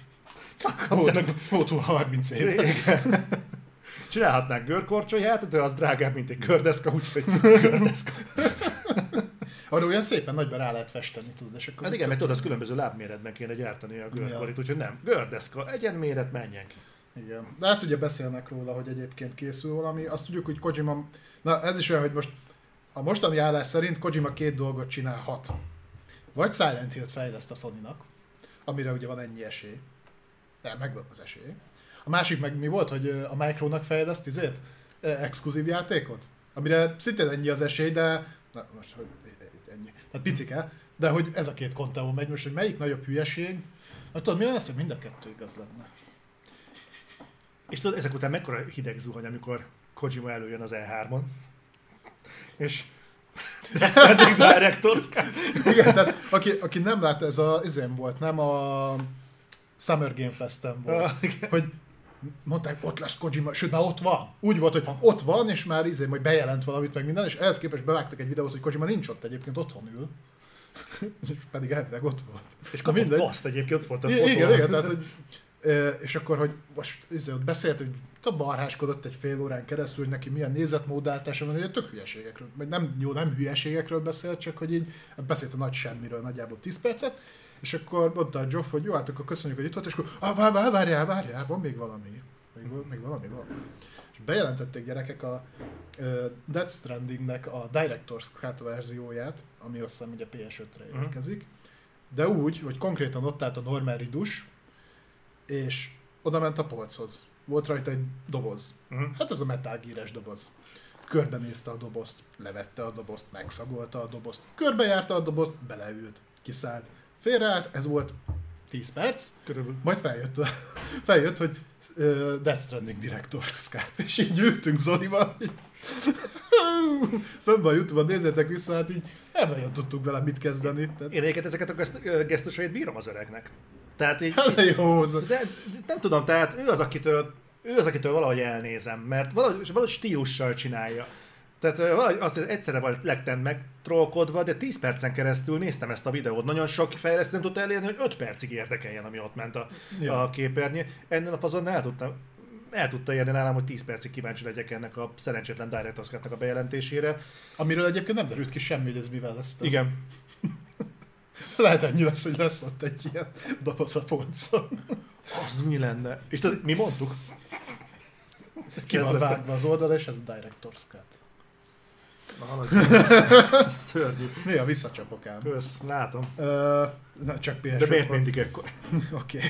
Volt harminc év. Csinálhatnánk görkorcsolyát, de az drágább, mint egy gördeszka, úgyhogy gördeszka. Arra olyan szépen nagyban rá lehet festeni, tudod. És akkor hát igen, mert tudod, az különböző lábméretben kéne gyártani a görkorit, ja. Úgyhogy nem, gördeszka, egyenméret, menjen ki. Igen. De hát ugye beszélnek róla, hogy egyébként készül valami. Azt tudjuk, hogy Kojima... Na ez is olyan, hogy most a mostani állás szerint Kojima két dolgot csinálhat. Vagy Silent Hill-t fejleszt a Sony-nak, amire ugye van ennyi esély. De megvan az esély. A másik meg mi volt, hogy a Micronak fejleszt izét? Exkluzív játékot? Amire szintén ennyi az esély, de... Na most, hogy ennyi. Tehát picike. De hogy ez a két konteó megy most, hogy melyik nagyobb hülyeség? Hát tudod, mi lesz, hogy mind a kettő igaz lenne? És tudod, ezek után mekkora hideg zuhany, amikor Kojima előjön az E hármon, és Death Stranding Director's Cut. Igen, tehát aki, aki nem látta, ez a izén volt, nem a Summer Game Festen volt, ah, hogy mondták, ott lesz Kojima, sőt már ott van. Úgy volt, hogy ott van, és már izé majd bejelent valamit, meg minden, és ehhez képest bevágtak egy videót, hogy Kojima nincs ott egyébként, otthon ül. És pedig elvileg ott volt. És kapott baszt egyébként, ott volt a fotó. Igen, igen, tehát, hogy és akkor, hogy most izé, ott beszélt, hogy barháskodott egy fél órán keresztül, hogy neki milyen nézetmódáltása van, hogy tök hülyeségekről, vagy nem, jó, nem hülyeségekről beszélt, csak hogy így beszélt a nagy semmiről nagyjából tíz percet, és akkor mondta a Geoff, hogy jó, hát akkor köszönjük, hogy itt volt, és akkor ah, várjál, várjál, várjál, van még valami, még, még valami van. És bejelentették gyerekek a uh, Death Strandingnek a Director's Cut verzióját, ami azt hiszem ugye P S ötre érkezik, uh-huh. De úgy, hogy konkrétan ott állt a Norman Reedus, és oda ment a polchoz. Volt rajta egy doboz. Uh-huh. Hát ez a Metal Gear-es doboz. Körbenézte a dobozt, levette a dobozt, megszagolta a dobozt, körbejárta a dobozt, beleült, kiszállt, félreállt, ez volt tíz perc, körülbelül. Majd feljött, a, feljött hogy uh, Death Stranding Director's Cut, és így ültünk Zolival, fönn a YouTube-on nézzétek vissza, hát így nem tudtunk vele mit kezdeni. Tehát... Én egyébként ezeket a gesztusait bírom az öregnek. Tehát így, hát jó, de, de nem tudom, tehát ő az, akitől, ő az, akitől valahogy elnézem, mert valahogy, valahogy stílussal csinálja. Tehát valahogy azt egyszerre volt legtent megtrollkodva, de tíz percen keresztül néztem ezt a videót. Nagyon sok fejlesztő nem tudta elérni, hogy öt percig érdekeljen, ami ott ment a, ja. a képernyő. Ennél a fazon el tudtam. El tudta érni nálam, hogy tíz percig kíváncsi legyek ennek a szerencsétlen Director's Cut-nak a bejelentésére. Amiről egyébként nem derült ki semmi, hogy ez mivel lesz. Igen. Lehet ennyi lesz, hogy lesz ott egy ilyen doboz a polcon. Az mi lenne? És tudod, mi mondtuk? Ki van vágva az oldal, és ez a Director's Cut. Na, haladjunk. Szörnyű. Néha visszacsapok ám. Kösz, látom. Uh, na, csak pé es De miért mindig ekkor? Oké.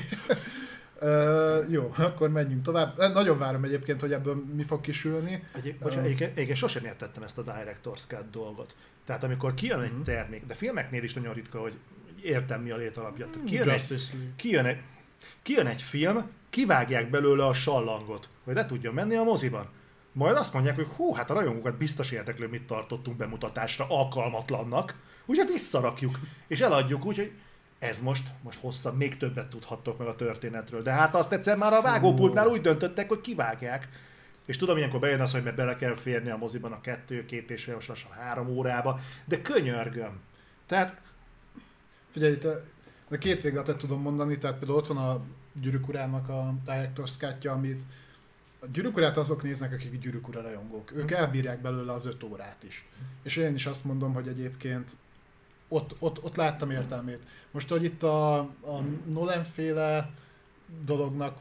Uh, jó, akkor menjünk tovább. Nagyon várom egyébként, hogy ebből mi fog kisülni. Egyéb, bocsánat, uh, egyébként, egyébként sosem értettem ezt a Director's Cut dolgot. Tehát amikor kijön egy termék, de filmeknél is nagyon ritka, hogy értem mi a létalapja. Kijön egy, kijön, egy, kijön egy film, kivágják belőle a sallangot, hogy le tudjon menni a moziban. Majd azt mondják, hogy hú, hát a rajongókat biztos érdeklő, mit tartottunk bemutatásra alkalmatlannak, úgyhogy visszarakjuk, és eladjuk úgy, hogy ez most, most hosszabb, még többet tudhattok meg a történetről. De hát azt egyszer már a vágópultnál úgy döntöttek, hogy kivágják. És tudom, ilyenkor bejön az, hogy mert bele kell férni a moziban a kettő, két és fél, most lassan három órába, de könyörgöm. Tehát... Figyelj, itt a két végletet tudom mondani, tehát például ott van a Gyűrűk Urának a Director's Cut-ja, amit a Gyűrűk Urát azok néznek, akik Gyűrűk Ura rajongók. Ők elbírják belőle az öt órát is. És én is azt mondom, hogy egyébként ott, ott, ott láttam értelmét. Most, hogy itt a, a Nolan-féle dolognak,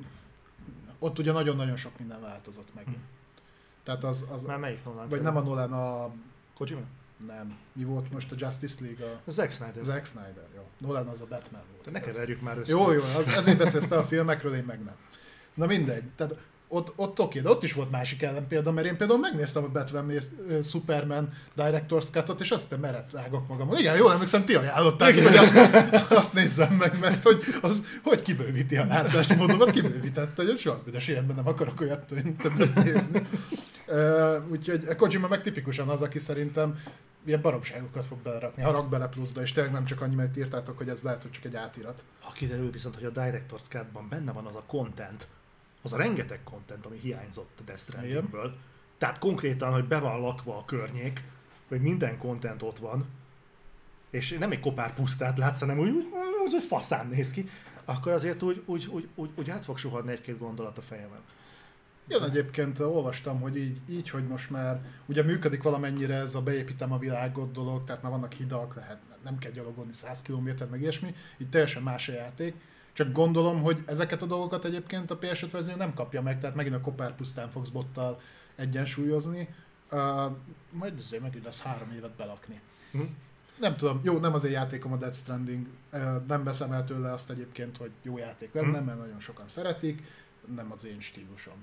ott ugye nagyon-nagyon sok minden változott meg. Tehát az... az Már melyik Nolan? Vagy nem a Nolan, a... Kojima? Nem. Mi volt most a Justice League? A... Zack Snyder. Zack Snyder, jó. Nolan az a Batman volt. Ne keverjük már össze. Jó, jó, ezért beszélsz te a filmekről, én meg nem. Na mindegy. Tehát ott, ott oké, de ott is volt másik ellenpélda, mert én például megnéztem a Batman uh, Superman Director's Cut-ot, és azt meret vágok magamon. Igen, jól emlékszem, ti ajánlották, igen, hogy azt, azt nézzem meg, mert hogy, az, hogy kibővíti a látást, mondom, hogy kibővítette, hogy soha büdös életben nem akarok olyat többet nézni. Uh, úgyhogy Kojima meg tipikusan az, aki szerintem ilyen baromságokat fog belerakni, ha rak bele pluszba, és tényleg nem csak annyi, mert írtátok, hogy ez lehet, hogy csak egy átirat. Ha kiderül viszont, hogy a Director's Cut-ban benne van az a content, az a rengeteg content, ami hiányzott a Death Strandingből. Tehát konkrétan, hogy be van lakva a környék, hogy minden content ott van, és nem egy kopár pusztát látsz, hanem úgy, úgy, úgy, úgy faszán néz ki, akkor azért úgy, úgy, úgy, úgy, úgy át fog suhadni egy-két gondolat a fejemen. Igen, egyébként olvastam, hogy így, így, hogy most már ugye működik valamennyire ez a beépítem a világot dolog, tehát már vannak hidak, lehet, nem kell gyalogolni száz kilométert, meg ilyesmi, így teljesen más a játék. Csak gondolom, hogy ezeket a dolgokat egyébként a pé es öt verzió nem kapja meg, tehát megint a kopár pusztán fogsz bottal egyensúlyozni, uh, majd azért megint lesz három évet belakni. Hm. Nem tudom, jó, nem az én játékom a Death Stranding, uh, nem veszem el tőle azt egyébként, hogy jó játék lenne, hm. mert nagyon sokan szeretik, nem az én stílusom.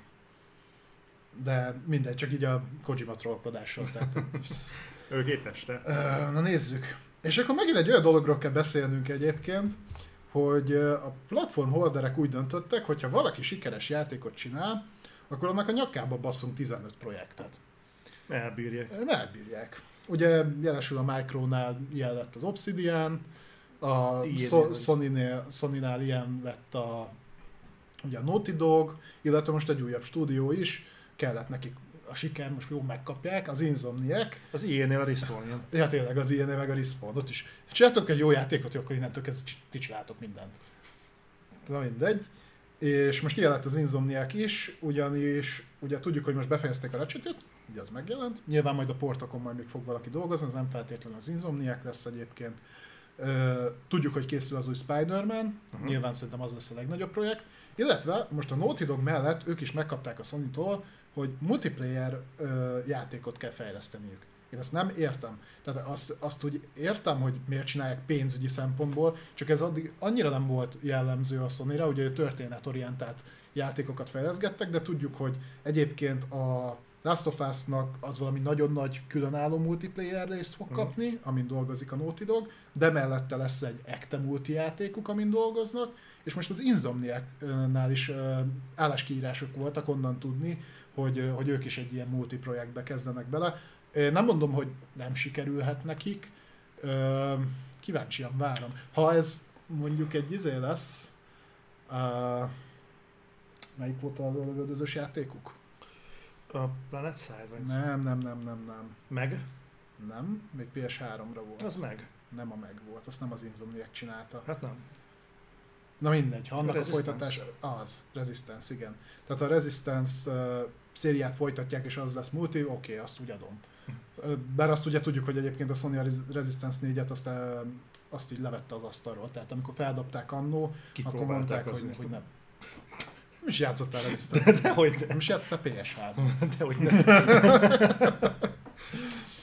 De mindegy, csak így a Kojima trollkodással, tehát... ő képes, te. Uh, na nézzük. És akkor megint egy olyan dologról kell beszélnünk egyébként, hogy a platform holderek úgy döntöttek, hogy ha valaki sikeres játékot csinál, akkor annak a nyakába basszunk tizenöt projektet. Elbírják. Elbírják. Ugye jelesül a Micronál ilyen lett az Obsidian, a so- Sony-nél, Sony-nál ilyen lett a, ugye a Naughty Dog, illetve most egy újabb stúdió is, kellett nekik a siker, most jó megkapják, az Insomniac. Az i á-nél a Respawn jön. Ja tényleg, az i á-nél meg a Respawn, ott is. Csináltok egy jó játékot, akkor innentől kezdve ti csináltok mindent. Na mindegy. És most ilyen lett az Insomniac is, ugyanis ugye tudjuk, hogy most befejezték a Ratchetet, ugye az megjelent. Nyilván majd a portokon majd még fog valaki dolgozni, az nem feltétlenül az Insomniac lesz egyébként. Tudjuk, hogy készül az új Spider-Man, uh-huh. Nyilván szerintem az lesz a legnagyobb projekt. Illetve most a Naughty Dog mellett ők is megkapták a Sony-tól, hogy multiplayer ö, játékot kell fejleszteniük. Én ezt nem értem. Tehát azt, azt úgy értem, hogy miért csinálják pénzügyi szempontból, csak ez addig annyira nem volt jellemző a Sony-ra, ugye történetorientált játékokat fejleszgettek, de tudjuk, hogy egyébként a Last of Us-nak az valami nagyon nagy különálló multiplayer részt fog kapni, mm. amin dolgozik a Naughty Dog, de mellette lesz egy ekte multi játékuk, amin dolgoznak, és most az Insomniac-nál is uh, álláskiírások voltak, onnan tudni, hogy, uh, hogy ők is egy ilyen multi projektbe kezdenek bele. Uh, nem mondom, hogy nem sikerülhet nekik, uh, kíváncsian várom. Ha ez mondjuk egy izé lesz, uh, melyik volt a lövöldözős játékuk? A Planet Side vagy? Nem, nem, nem, nem, nem. Meg? Nem, még pé es háromra volt. Az meg? Nem a meg volt, azt nem az Insomniac csinálta. Hát nem. Na mindegy, ha annak Resistance. a folytatás... Az, Resistance, igen. Tehát a Resistance uh, szériát folytatják, és az lesz multi, oké, okay, azt úgy adom. Hm. Bár azt ugye tudjuk, hogy egyébként a Sony a Resistance négyet azt, uh, azt így levette az asztalról. Tehát amikor feldobták annó, akkor mondták, hogy, hogy nem. Nem is játszottál Resistance. De, dehogy nem. Nem is játszottál pé es három. Dehogy nem.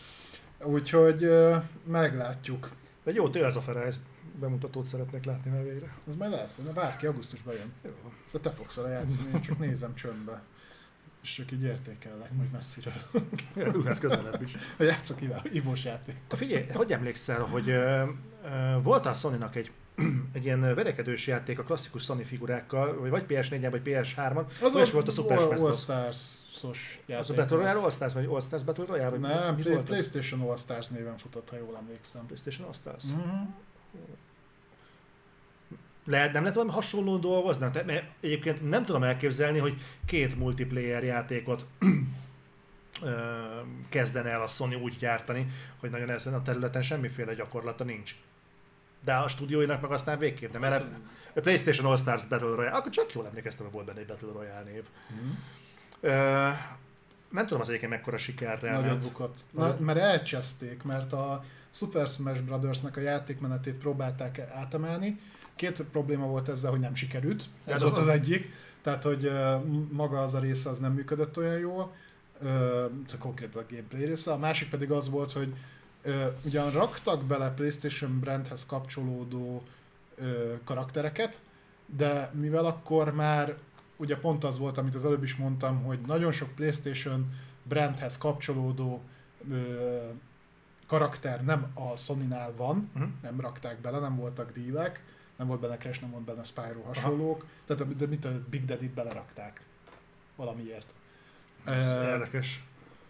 Úgyhogy ö, meglátjuk. Egy jó Tales of Arise bemutatót szeretnék látni már végre. Ez majd lesz, de várd ki, augusztusban jön. Jó. De te fogsz vele játszani, én csak nézem csöndbe. És csak így értékellek majd messziről. Ülhetsz közelebb is. Vagy játszok ivós játék. Te figyelj, hogy emlékszel, hogy ö, ö, volt a Sony-nak egy, egy ilyen verekedős játék a klasszikus Sony figurákkal, vagy, vagy P S négyen, vagy P S hárman, Az vagy volt a Super All, Smash All Bros. Stars-os játék. Az a Battle Royale All Stars, vagy All Stars Battle Royale? Vagy Nem, mi Play, volt az? PlayStation All Stars néven futott, ha jól emlékszem. PlayStation All Stars. Mm-hmm. Lehet, nem lehet valami hasonlóan dolgozni? Te- Mert egyébként nem tudom elképzelni, hogy két multiplayer játékot ö, kezdene el a Sony úgy gyártani, hogy nagyon ezen a területen semmiféle gyakorlata nincs. De a stúdióinak meg aztán végképp nem. Mert a PlayStation All Stars Battle Royale, akkor csak jól emlékeztem, hogy volt benne egy Battle Royale név. Mm. Ö, nem tudom az egyébként mekkora sikerrel. Nagyon ment. bukott. Na, mert elcseszték, mert a Super Smash Brothersnek a játékmenetét próbálták átemelni. Két probléma volt ezzel, hogy nem sikerült. Ez Ez volt az az az- egyik. Tehát, hogy uh, maga az a része az nem működött olyan jól. Uh, konkrétan a gameplay része. A másik pedig az volt, hogy uh, ugyan raktak bele PlayStation brandhez kapcsolódó uh, karaktereket, de mivel akkor már ugye pont az volt, amit az előbb is mondtam, hogy nagyon sok PlayStation brandhez kapcsolódó ö, karakter nem a Sony-nál van, Uh-huh. nem rakták bele, nem voltak dílek, nem volt benne Crash, nem volt benne Spyro hasonlók, Aha. tehát de mit a Big Daddy-t belerakták valamiért. Ez Ö, érdekes.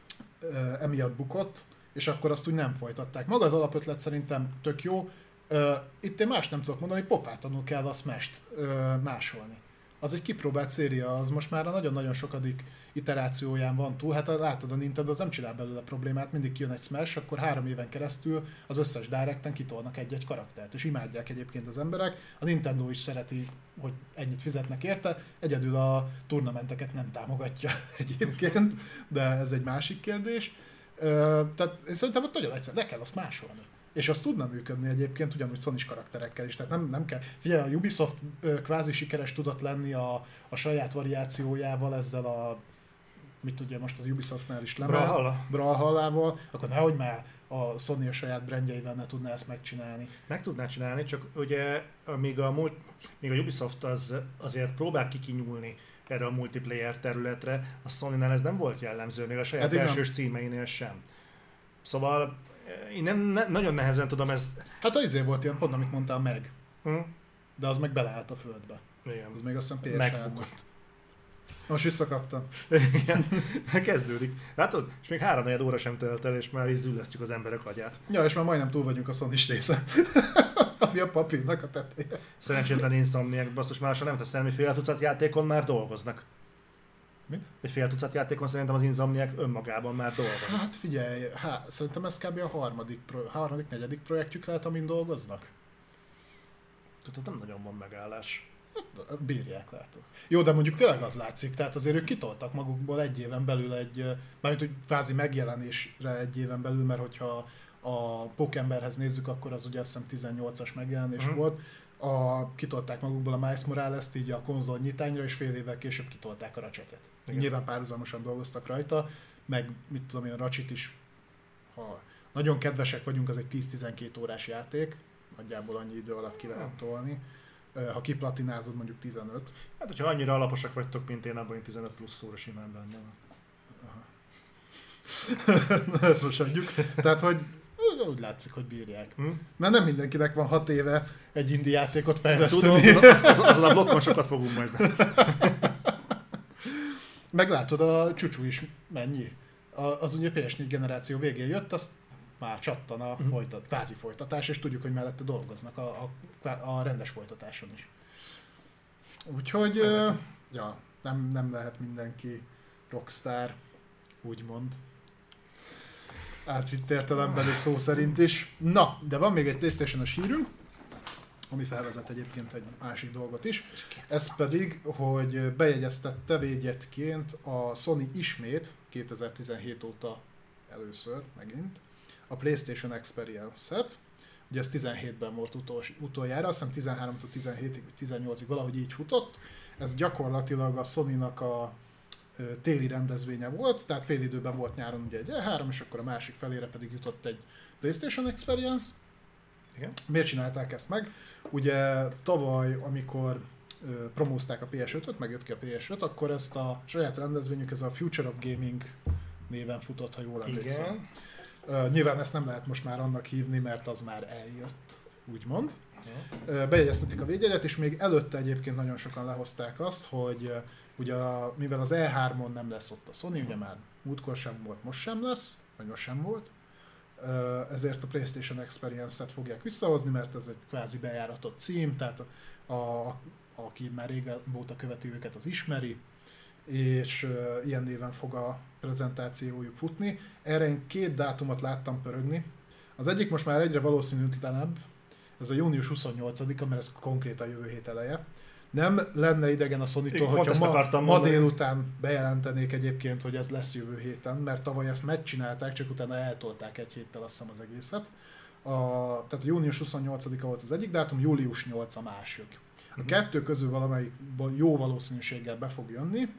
ö, emiatt bukott, és akkor azt úgy nem folytatták. Maga az alapötlet szerintem tök jó. Ö, itt én más nem tudok mondani, hogy pofátlanul kell a Smash-t ö, másolni. Az egy kipróbált széria, az most már a nagyon-nagyon sokadik iterációján van túl. Hát látod, a Nintendo az nem csinál belőle problémát, mindig kijön egy Smash, akkor három éven keresztül az összes Directen kitolnak egy-egy karaktert, és imádják egyébként az emberek. A Nintendo is szereti, hogy ennyit fizetnek érte, egyedül a turnamenteket nem támogatja egyébként, de ez egy másik kérdés. Ö, tehát én szerintem ott nagyon egyszerű, le kell azt másolni. És az tudna működni egyébként ugyanúgy Sony-s karakterekkel is, tehát nem, nem kell. Figyelj, a Ubisoft ö, kvázi sikeres tudott lenni a, a saját variációjával, ezzel a, mit tudja most az Ubisoftnál is lemel, Brawlhalla. Brawlhallával, akkor nehogy már a Sony a saját brandjeivel ne tudná ezt megcsinálni. Meg tudná csinálni, csak ugye még a, mul- még a Ubisoft az azért próbál kikinyúlni erre a multiplayer területre, a Sony-nál ez nem volt jellemző, még a saját Eddig nem. elsős címeinél sem. Szóval én nem, ne, nagyon nehezen tudom ezt... Hát az izé volt ilyen pont, amit mondtál meg, Hm? de az meg beleállt a földbe. Igen. Az még azt hiszem P S három. Megbukott. Most visszakaptam. Igen, kezdődik. Látod? És még három óra sem telt el, és már is züllesztjük az emberek agyát. Ja, és már majdnem túl vagyunk a Sony-s része. Ami a papírnak a teteje. Szerencsétlen Insomniac, basszus, már nem tesz semmi, fél tucat játékon már dolgoznak. Mit? Egy fél tucat játékon szerintem az Insomniac önmagában már dolgozik. Hát figyelj, há, szerintem ez kb. a harmadik, pro, harmadik, negyedik projektjük lehet, amin dolgoznak. Tehát nem nagyon van megállás. Bírják, látok. Jó, de mondjuk tényleg az látszik, tehát azért ők kitoltak magukból egy éven belül egy, mármint hogy kvázi megjelenésre egy éven belül, mert hogyha a Pókemberhez nézzük, akkor az ugye azt hiszem tizennyolcas megjelenés Mhm. volt. A, kitolták magukból a Miles Morales-t így a konzol nyitányra, és fél évvel később kitolták a Ratchetet. Igen. Nyilván párhuzamosan dolgoztak rajta, meg mit tudom én, a Ratchet is, ha nagyon kedvesek vagyunk, az egy tíz-tizenkét órás játék, nagyjából annyi idő alatt ki lehet tolni. Ha kiplatinázod, mondjuk tizenöt. Hát, hogyha annyira alaposak vagytok, mint én, abban én tizenöt plusz óra simán benne van. Na, ezt most adjuk. Tehát, hogy úgy látszik, hogy bírják. Hm? Mert nem mindenkinek van hat éve egy indie játékot fejleszteni. Tudom, tudom, az, az, azon a blokkon sokat fogunk majd be. Meglátod, a csúcsú is mennyi. A, az ugye P S négy generáció végén jött, azt már csattan a folytat, kvázi folytatás, és tudjuk, hogy mellette dolgoznak a, a, a rendes folytatáson is. Úgyhogy, uh, ja, nem, nem lehet mindenki rockstar, úgymond. Átvitt értelemben és szó szerint is. Na, de van még egy PlayStation-os hírünk, ami felvezet egyébként egy másik dolgot is. Ez pedig, hogy bejegyeztette védjegyként a Sony ismét kétezer-tizenhét óta először megint a PlayStation Experience-et. Ugye ez tizenhétben volt utols, utoljára, azt hiszem tizenháromtól tizenhétig, tizennyolcig valahogy így futott. Ez gyakorlatilag a Sony-nak a téli rendezvénye volt, tehát fél időben volt nyáron ugye egy E három, és akkor a másik felére pedig jutott egy PlayStation Experience. Igen. Miért csinálták ezt meg? Ugye tavaly, amikor promózták a P S ötöt, meg jött ki a P S öt, akkor ezt a saját rendezvényük, ez a Future of Gaming néven futott, ha jól emlékszem. Uh, nyilván ezt nem lehet most már annak hívni, mert az már eljött, úgymond. Uh, bejegyeztetik a védjegyet, és még előtte egyébként nagyon sokan lehozták azt, hogy uh, ugye a, mivel az E hármon nem lesz ott a Sony, ugye már múltkor sem volt, most sem lesz, vagy most sem volt, uh, ezért a PlayStation Experience-et fogják visszahozni, mert ez egy kvázi bejáratott cím, tehát a, a, aki már régóta követi őket, az ismeri, és uh, ilyen néven fog a prezentációjuk futni. Erre én két dátumot láttam pörögni. Az egyik most már egyre valószínűtlenebb, ez a június huszonnyolcadika, mert ez konkrétan jövő hét eleje. Nem lenne idegen a Sony-tól, hogyha ma, ma délután bejelentenék egyébként, hogy ez lesz jövő héten, mert tavaly ezt megcsinálták, csak utána eltolták egy héttel azt hiszem az egészet. A, tehát a június huszonnyolcadika volt az egyik dátum, július nyolcadika a másik. A kettő közül valamelyik jó valószínűséggel be fog jönni.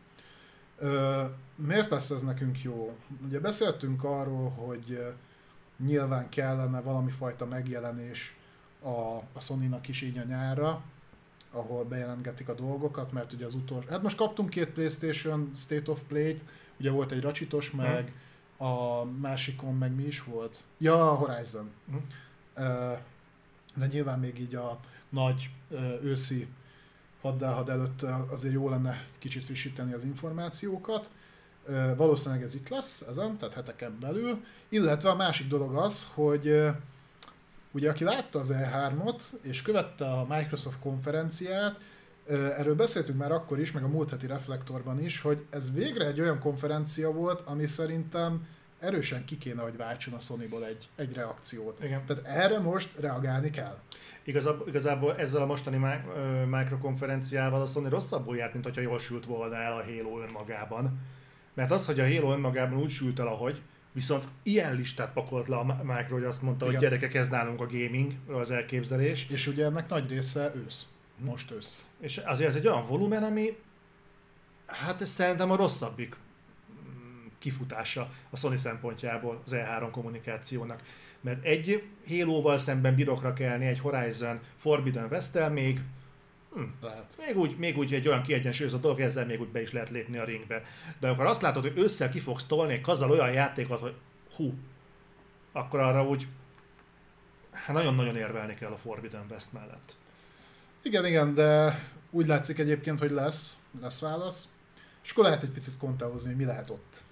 Ö, miért lesz ez nekünk jó? Ugye beszéltünk arról, hogy nyilván kellene valami fajta megjelenés a, a Sony-nak is így a nyárra, ahol bejelentgetik a dolgokat, mert ugye az utolsó... Hát most kaptunk két PlayStation State of Play-t, ugye volt egy racsitos, meg hmm. a másikon meg mi is volt? Ja, a Horizon. Hmm. Ö, de nyilván még így a nagy ö, őszi haddálhad előtt azért jó lenne kicsit frissíteni az információkat. Ö, valószínűleg ez itt lesz ezen, tehát heteken belül. Illetve a másik dolog az, hogy ö, ugye aki látta az E hármot és követte a Microsoft konferenciát, ö, erről beszéltünk már akkor is, meg a múlt heti Reflektorban is, hogy ez végre egy olyan konferencia volt, ami szerintem erősen ki kéne, hogy váltson a Sonyból egy, egy reakciót. Igen. Tehát erre most reagálni kell. Igazából, igazából ezzel a mostani Microkonferenciával a Sony rosszabbul járt, mint hogyha jól sült volna el a Halo önmagában. Mert az, hogy a Halo önmagában úgy sült el, ahogy, viszont ilyen listát pakolt le a Micro, hogy azt mondta, igen, hogy gyerekek, ez nálunk a gaming, az elképzelés. És ugye ennek nagy része ősz. Most ősz. És azért ez egy olyan volumen, ami hát ez szerintem a rosszabbik kifutása a Sony szempontjából az E három kommunikációnak. Mert egy Halo-val szemben bírokra kelni, egy Horizon Forbidden West-tel még, hm, lehet. Még, úgy, még úgy egy olyan kiegyensúlyozott dolog, ezzel még úgy be is lehet lépni a ringbe. De amikor azt látod, hogy ősszel ki fogsz tolni egy kazal olyan játékot, hogy hú, akkor arra úgy hát nagyon-nagyon érvelni kell a Forbidden West mellett. Igen, igen, de úgy látszik egyébként, hogy lesz, lesz válasz. És akkor lehet egy picit kontáhozni, hogy mi lehet ott.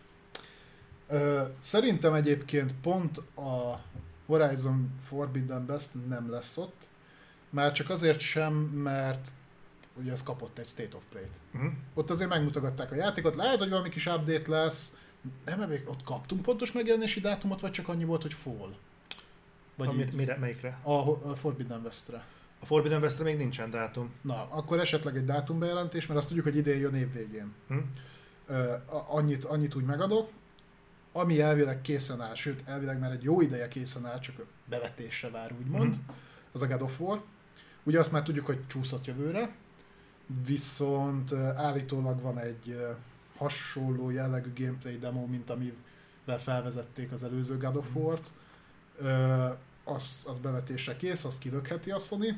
Ö, szerintem egyébként pont a Horizon Forbidden West nem lesz ott, már csak azért sem, mert ugye ez kapott egy State of Play-t. Uh-huh. Ott azért megmutogatták a játékot, lehet, hogy valami kis update lesz, nem, még ott kaptunk pontos megjelenési dátumot, vagy csak annyi volt, hogy fall? Vagy a, mire, melyikre? A, a Forbidden Westre. A Forbidden Westre még nincsen dátum. Na, akkor esetleg egy dátumbejelentés, mert azt tudjuk, hogy idén jön év végén. Hmm. Uh, annyit, annyit úgy megadok, ami elvileg készen áll, sőt, elvileg már egy jó ideje készen áll, csak bevetésre vár, úgymond, hmm. az a God of War. Ugye azt már tudjuk, hogy csúszott jövőre, viszont uh, állítólag van egy uh, hasonló jellegű gameplay demo, mint amivel felvezették az előző God of War-t. Uh, az, az bevetésre kész, azt kilökheti a Sony.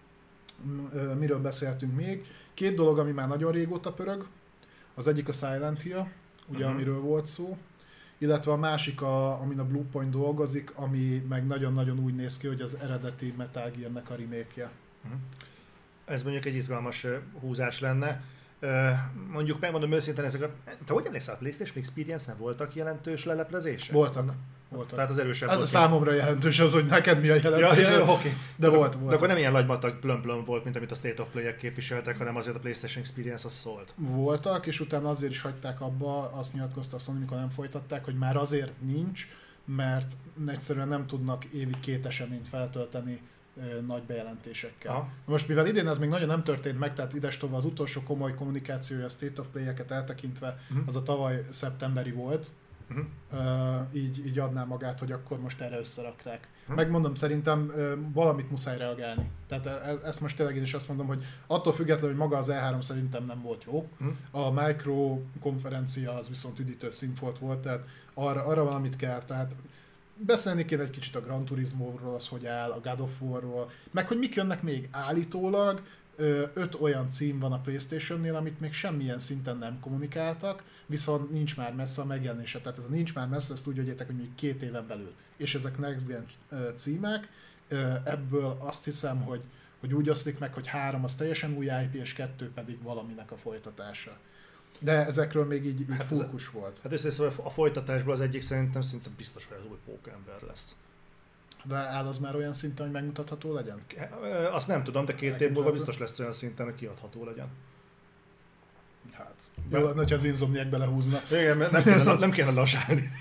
Miről beszéltünk még? Két dolog, ami már nagyon régóta pörög. Az egyik a Silent Hill, ugye, uh-huh. amiről volt szó. Illetve a másik, a, amin a Bluepoint dolgozik, ami meg nagyon-nagyon úgy néz ki, hogy az eredeti Metal Gear-nek a remake-je. Uh-huh. Ez mondjuk egy izgalmas húzás lenne. Mondjuk megmondom őszintén, ezek a... Te hogy emlékszel, a PlayStation Experience-en voltak jelentős leleplezések? Voltak. Voltak. Tehát az erősebb hát volt. Számomra jelentős az, hogy neked mi a jelentős. Ja, ja, ja, okay. De de, volt, volt. De akkor nem ilyen lagymatag plöm-plöm volt, mint amit a State of Play-ek képviseltek, hanem azért a PlayStation Experience az szólt. Voltak, és utána azért is hagyták abba, azt nyilatkozta a Sony, amikor nem folytatták, hogy már azért nincs, mert egyszerűen nem tudnak évi két eseményt feltölteni ö, nagy bejelentésekkel. Aha. Most mivel idén ez még nagyon nem történt meg, tehát idestova az utolsó komoly kommunikációja a State of Play-eket eltekintve, uh-huh. az a tavaly szeptemberi volt, uh-huh. uh, így, így adná magát, hogy akkor most erre összerakták. Uh-huh. Megmondom, szerintem uh, valamit muszáj reagálni. Tehát e- ezt most tényleg én is azt mondom, hogy attól függetlenül, hogy maga az E három szerintem nem volt jó. Uh-huh. A Micro konferencia az viszont üdítő színfolt volt, tehát arra, arra valamit kell. Tehát beszélni kéne egy kicsit a Gran Turismo-ról, az hogy áll, a God of War-ról, meg hogy mik jönnek még állítólag. Öt olyan cím van a PlayStation-nél, amit még semmilyen szinten nem kommunikáltak, viszont nincs már messze a megjelenése. Tehát ez a nincs már messze, ezt úgy vegyétek, hogy még két éven belül. És ezek Next Gen címek, ebből azt hiszem, hogy, hogy úgy oszlik meg, hogy három az teljesen új I P, és kettő pedig valaminek a folytatása. De ezekről még így, így hát fókusz ez, volt. Hát ezt a folytatásból az egyik szerintem szinte biztos, hogy az új Pókember lesz. De áll az már olyan szinten, hogy megmutatható legyen? Azt nem tudom, de két év múlva biztos lesz olyan szinten, hogy kiadható legyen. Hát, jó lenne, hogyha az Insomniac belehúzna. Igen, mert nem kéne, nem kéne lassálni.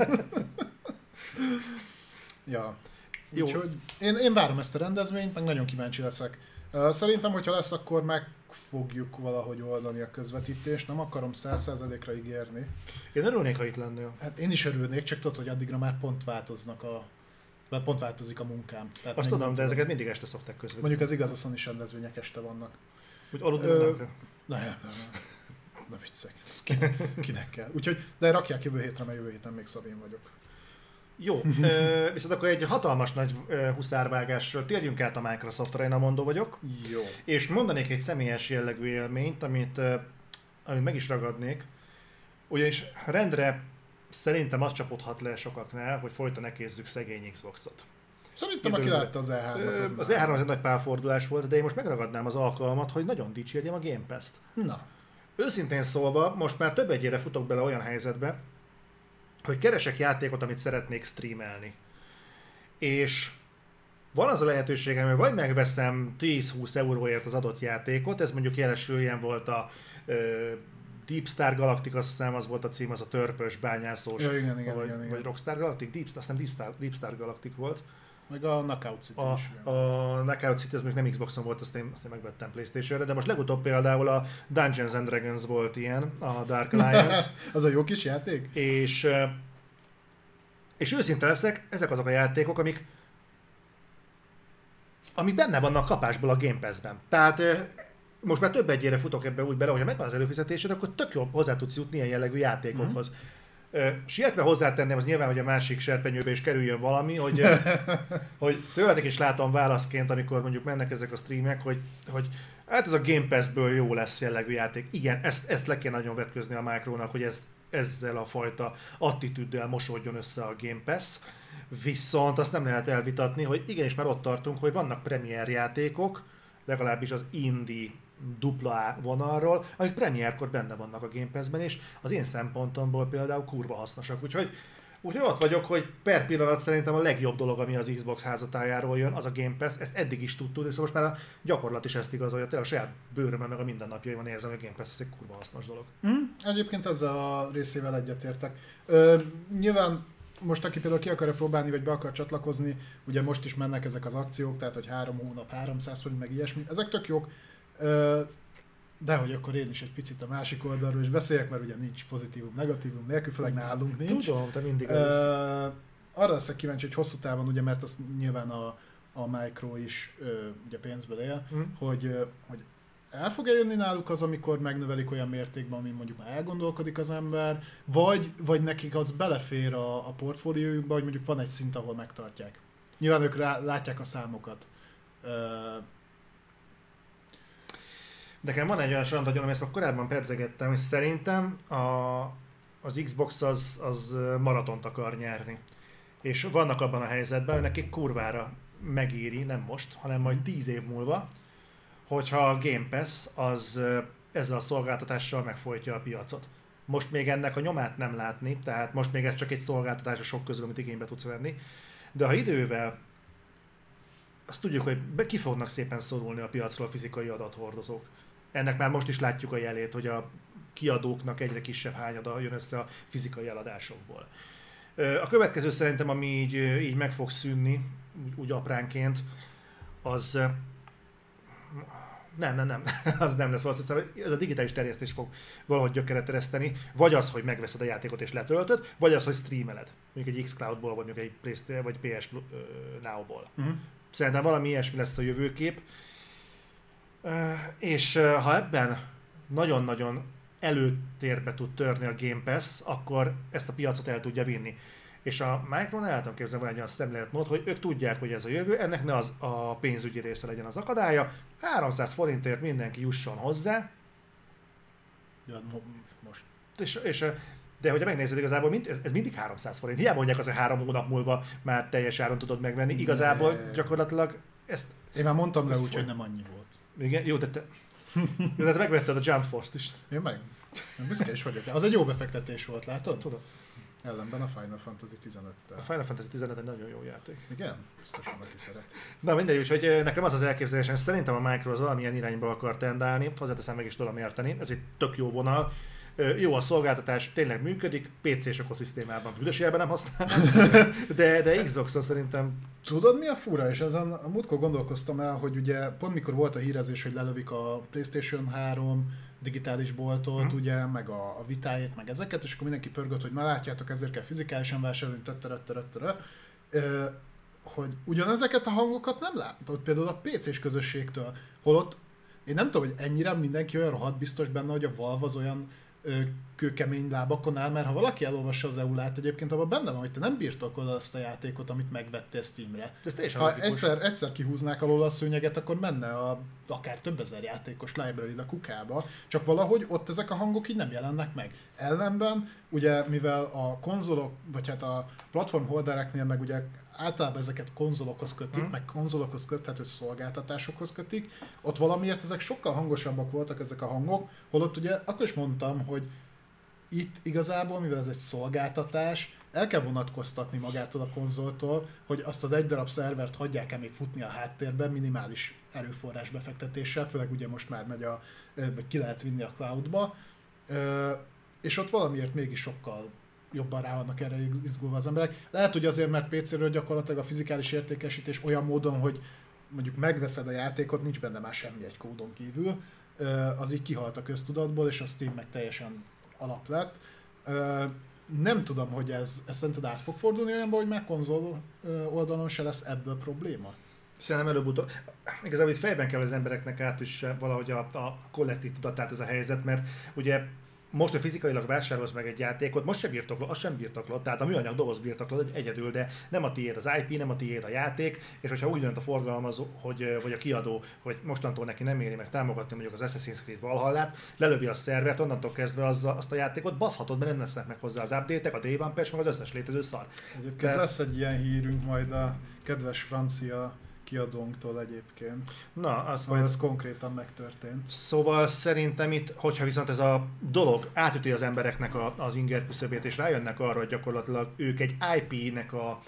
Ja, úgyhogy én, én várom ezt a rendezvényt, meg nagyon kíváncsi leszek. Szerintem, hogyha lesz, akkor meg fogjuk valahogy oldani a közvetítést. Nem akarom száz százalékra ígérni. Én örülnék, ha itt lennél. Hát én is örülnék, csak tudod, hogy addigra már pont változnak a Mert pont változik a munkám. Tehát azt tudom, de ezeket mindig este szokták közvetíteni. Mondjuk ez igaz, a Sony rendezvények este vannak. Úgy aludni nem kell. Nem, nem, nem. Na viccek. Kinek, kinek kell. Úgyhogy, de rakják jövő hétre, mert jövő héten még szabén vagyok. Jó, viszont akkor egy hatalmas nagy huszárvágással térjünk át a Microsoftra, én a mondó vagyok. Jó. És mondanék egy személyes jellegű élményt, amit, amit meg is ragadnék. Ugyanis rendre szerintem az csapodhat le sokaknál, hogy folyton ne kézzük szegény Xboxot. Szerintem, aki látta az E hármat, az Az E három az egy nagy pálfordulás volt, de én most megragadnám az alkalmat, hogy nagyon dicsérjem a Game Pass-t. Na. Őszintén szólva, most már több egyére futok bele olyan helyzetbe, hogy keresek játékot, amit szeretnék streamelni. És van az a lehetőségem, hogy vagy megveszem tíz-húsz euróért az adott játékot, ez mondjuk jelesül ilyen volt a ö, Deep Star Galactic, azt hiszem az volt a cím, az a törpös, bányászós, ja, igen, igen, vagy, igen, igen. vagy Rockstar Galactic, Deep, azt hiszem Deep Star, Deep Star Galactic volt. Meg a Knockout City a, is. Igen. A Knockout City, ez még nem Xboxon volt, azt én, azt én megvettem PlayStation-re, de most legutóbb például a Dungeons and Dragons volt ilyen, a Dark Alliance. Az a jó kis játék? És, és őszinte leszek, ezek azok a játékok, amik amik benne vannak kapásból a Game Pass-ben. Tehát most már több egyére futok ebbe úgy bele, hogyha megvan az előfizetésed, akkor tök jobb hozzá tudsz jutni ilyen jellegű játékokhoz. Mm-hmm. Sietve hozzátenném, az nyilván, hogy a másik serpenyőbe is kerüljön valami, hogy, hogy tőletek is látom válaszként, amikor mondjuk mennek ezek a streamek, hogy, hogy hát ez a Game Pass-ből jó lesz jellegű játék. Igen, ezt, ezt le kell nagyon vetközni a Micronak, hogy ez, ezzel a fajta attitűddel mosódjon össze a Game Pass. Viszont azt nem lehet elvitatni, hogy igenis már ott tartunk, hogy vannak premier játékok, legalábbis az indie dupla A vonalról, amik premierkor benne vannak a Game Pass-ben, és az én szempontomból például kurva hasznosak. Úgyhogy, úgyhogy ott vagyok, hogy per pillanat szerintem a legjobb dolog, ami az Xbox házatájáról jön, az a Game Pass. Ezt eddig is tudtuk, és most már a gyakorlat is ezt igazolja. Tényleg a saját bőrömön meg a mindennapjaimon érzem, hogy a Game Pass ez egy kurva hasznos dolog. Mm, egyébként ezzel a részével egyetértek. Ö, nyilván most aki például ki akarja próbálni, vagy be akar csatlakozni, ugye most is mennek ezek az akciók, tehát hogy három hónap, háromszáz forint, meg ilyesmi, ezek tök jók. De hogy akkor én is egy picit a másik oldalról is beszéljek, mert ugye nincs pozitívum, negatívum nélkül, főleg nálunk nincs. Tudom, te mindig uh, Arra leszek kíváncsi, hogy hosszú távon, ugye, mert azt nyilván a, a Micro is uh, ugye pénzből él, mm. hogy, uh, hogy el fog jönni náluk az, amikor megnövelik olyan mértékben, amin mondjuk már elgondolkodik az ember, vagy, vagy nekik az belefér a, a portfóliójukba, hogy mondjuk van egy szint, ahol megtartják. Nyilván ők rá, látják a számokat. Uh, Nekem van egy olyan sarantagyon, amit ezt korábban pedzegettem, és szerintem a, az Xbox az, az maratont akar nyerni. És vannak abban a helyzetben, hogy nekik kurvára megéri, nem most, hanem majd tíz év múlva, hogyha a Game Pass az ezzel a szolgáltatással megfojtja a piacot. Most még ennek a nyomát nem látni, tehát most még ez csak egy szolgáltatás a sok közül, amit igénybe tudsz venni. De ha idővel azt tudjuk, hogy ki fognak szépen szorulni a piacról a fizikai adathordozók. Ennek már most is látjuk a jelét, hogy a kiadóknak egyre kisebb hányada jön össze a fizikai eladásokból. A következő szerintem, ami így, így meg fog szűnni, úgy, úgy apránként, az Nem, nem, nem, az nem lesz valószínűleg. Ez a digitális terjesztés fog valahogy gyökeret ereszteni, vagy az, hogy megveszed a játékot és letöltöd, vagy az, hogy streameled. Mondjuk egy Xcloud-ból, vagy mondjuk egy PlayStation, vagy pé es Now-ból. Uh-huh. Szerintem valami ilyesmi lesz a jövőkép. És ha ebben nagyon-nagyon előtérbe tud törni a Game Pass, akkor ezt a piacot el tudja vinni. És a Micron el tudom képzelni, van egy olyan szemléletmód, hogy ők tudják, hogy ez a jövő, ennek ne az a pénzügyi része legyen az akadálya, háromszáz forintért mindenki jusson hozzá. Ja, most. És, és, de hogyha megnézed igazából, mind, ez, ez mindig háromszáz forint. Hiába mondják az, hogy három hónap múlva már teljes áron tudod megvenni. Igazából ne. Gyakorlatilag ezt... Én már mondtam le úgy, hogy nem annyi volt. Igen, jó, de te, jó, de te megvetted a Jump Force-t is. Én meg. Büszke is vagyok. Az egy jó befektetés volt, látod? Tudom. Ellenben a Final Fantasy tizenöttel. A Final Fantasy tizenöt egy nagyon jó játék. Igen? Biztos van, aki szeret. Na mindegy, úgyhogy nekem az az elképzelésem, hogy szerintem a Micro az valamilyen irányba akar tendálni, hozzáteszem, meg is tudom érteni, ez egy tök jó vonal. Jó a szolgáltatás, tényleg működik, pé cés ökoszisztémában büdös jelben nem használom, de, de Xboxon szerintem... Tudod mi a fura? És ezen a múltkor gondolkoztam el, hogy ugye pont mikor volt a hírezés, hogy lelövik a PlayStation három digitális boltot, hmm. ugye, meg a, a vitájét, meg ezeket, és akkor mindenki pörgött, hogy na látjátok, ezért kell fizikálisan vásárolni, tötterötterötterö, hogy ugyanezeket a hangokat nem látod, például a pé cés közösségtől, holott én nem tudom, hogy ennyire mindenki olyan rohadt biztos benne, hogy a Valve az olyan kőkemény lábakon áll, mert ha valaki elolvassa az é u-lát, egyébként abban benne van, hogy te nem birtokolod azt a játékot, amit megvettél Steamre. Ha egyszer, egyszer kihúznák alól a szőnyeget, akkor menne a, akár több ezer játékos library a kukába, csak valahogy ott ezek a hangok így nem jelennek meg. Ellenben, ugye mivel a konzolok, vagy hát a platform holdereknél meg ugye általában ezeket konzolokhoz kötik, hmm. meg konzolokhoz köthető szolgáltatásokhoz kötik, ott valamiért ezek sokkal hangosabbak voltak ezek a hangok, holott ugye akkor is mondtam, hogy itt igazából, mivel ez egy szolgáltatás, el kell vonatkoztatni magától a konzoltól, hogy azt az egy darab szervert hagyják-e még futni a háttérben minimális erőforrás befektetéssel, főleg ugye most már megy a, vagy ki lehet vinni a cloudba, és ott valamiért mégis sokkal jobban rá vannak erre izgulva az emberek. Lehet, hogy azért, mert pé céről gyakorlatilag a fizikális értékesítés olyan módon, hogy mondjuk megveszed a játékot, nincs benne már semmi egy kódon kívül, az így kihalt a köztudatból, és a Steam meg teljesen alap lett. Nem tudom, hogy ez, ez szerinted át fog fordulni olyanba, hogy már konzol oldalon se lesz ebből probléma? Szerintem előbb-utóbb. Igazából itt fejben kell az embereknek átüsse valahogy a, a kollektív tudatát ez a helyzet, mert ugye most, hogy fizikailag vásárolsz meg egy játékot, most sem birtoklod, azt sem birtoklod, tehát a műanyag doboz birtoklod egyedül, de nem a tiéd az i pé, nem a tiéd a játék, és hogyha úgy dönt a forgalmazó, hogy, vagy a kiadó, hogy mostantól neki nem éri meg támogatni mondjuk az Assassin's Creed Valhallát, lelövi a szervert, onnantól kezdve az, azt a játékot baszhatod, mert nem lesznek meg hozzá az update-ek, a Day One Patch, meg az összes létező szar. Egyébként de... lesz egy ilyen hírünk majd a kedves francia kiadónktól egyébként. Na, azt szóval majd... ez konkrétan megtörtént. Szóval szerintem itt, hogyha viszont ez a dolog átüti az embereknek a, az inger küszöbét, és rájönnek arra, hogy gyakorlatilag ők egy i pé-nek a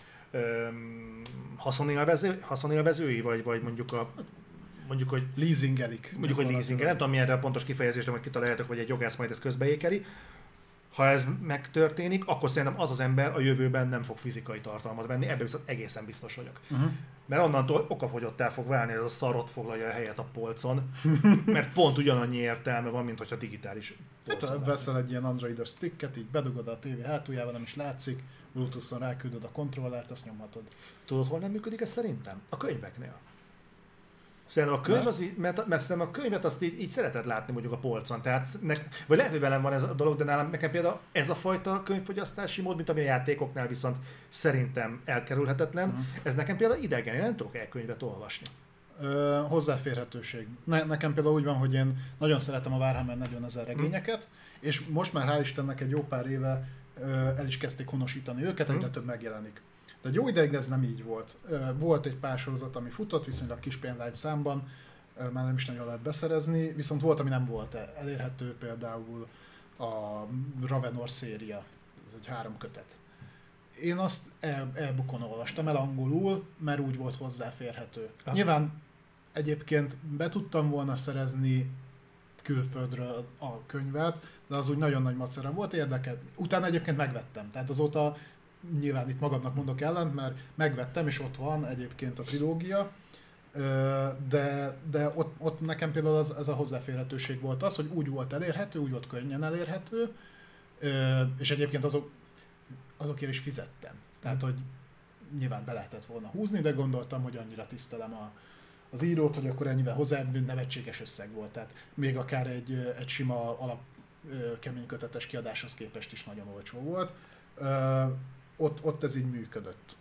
öm, haszonélvező, haszonélvezői, vagy, vagy mondjuk a mondjuk, hogy leasingelik. Mondjuk, hogy leasingel. Nem tudom, milyenre a pontos kifejezést, hogy kitaláljátok, hogy egy jogász majd ezt közbeékeli. Ha ez megtörténik, akkor szerintem az az ember a jövőben nem fog fizikai tartalmat venni, ebben viszont egészen biztos vagyok. Uh-huh. Mert onnantól okafogyottá fog válni, ez a szarot foglalja a helyet a polcon, mert pont ugyanannyi értelme van, mint hogyha digitális polcon. Hát veszel egy ilyen androidos sticket, így bedugod a tévé hátuljával, nem is látszik, Bluetooth-on ráküldöd a kontrollert, azt nyomhatod. Tudod, hol nem működik ez szerintem? A könyveknél. Szerintem a könyv az így, mert, mert szerintem a könyvet azt így, így szereted látni mondjuk a polcon, tehát ne, vagy lehet, hogy velem van ez a dolog, de nálam nekem például ez a fajta könyvfogyasztási mód, mint ami a játékoknál viszont szerintem elkerülhetetlen, uh-huh. ez nekem például idegen, én nem tudok elkönyvet olvasni. Ö, hozzáférhetőség. Ne, nekem például úgy van, hogy én nagyon szeretem a Warhammer negyvenezer regényeket, uh-huh. és most már hál' Istennek egy jó pár éve ö, el is kezdték honosítani őket, egyre uh-huh. több megjelenik. De egy jó ideig ez nem így volt. Volt egy pár sorozat, ami futott, viszonylag kis pénzlány számban, már nem is nagyon lehet beszerezni, viszont volt, ami nem volt elérhető, például a Ravenor széria, ez egy három kötet. Én azt e-bookon olvastam el angolul, mert úgy volt hozzáférhető. Aha. Nyilván egyébként be tudtam volna szerezni külföldről a könyvet, de az úgy nagyon nagy macera volt, érdekelt. Utána egyébként megvettem, tehát azóta nyilván itt magamnak mondok ellent, mert megvettem, és ott van egyébként a trilógia. de, de ott, ott nekem például az, az a hozzáférhetőség volt az, hogy úgy volt elérhető, úgy volt könnyen elérhető, és egyébként azok, azokért is fizettem. Tehát, hogy nyilván be lehetett volna húzni, de gondoltam, hogy annyira tisztelem a, az írót, hogy akkor ennyivel hozzá nevetséges összeg volt. Tehát még akár egy, egy sima alap kemény kötetes kiadáshoz képest is nagyon olcsó volt. Ott, ott ez így működött.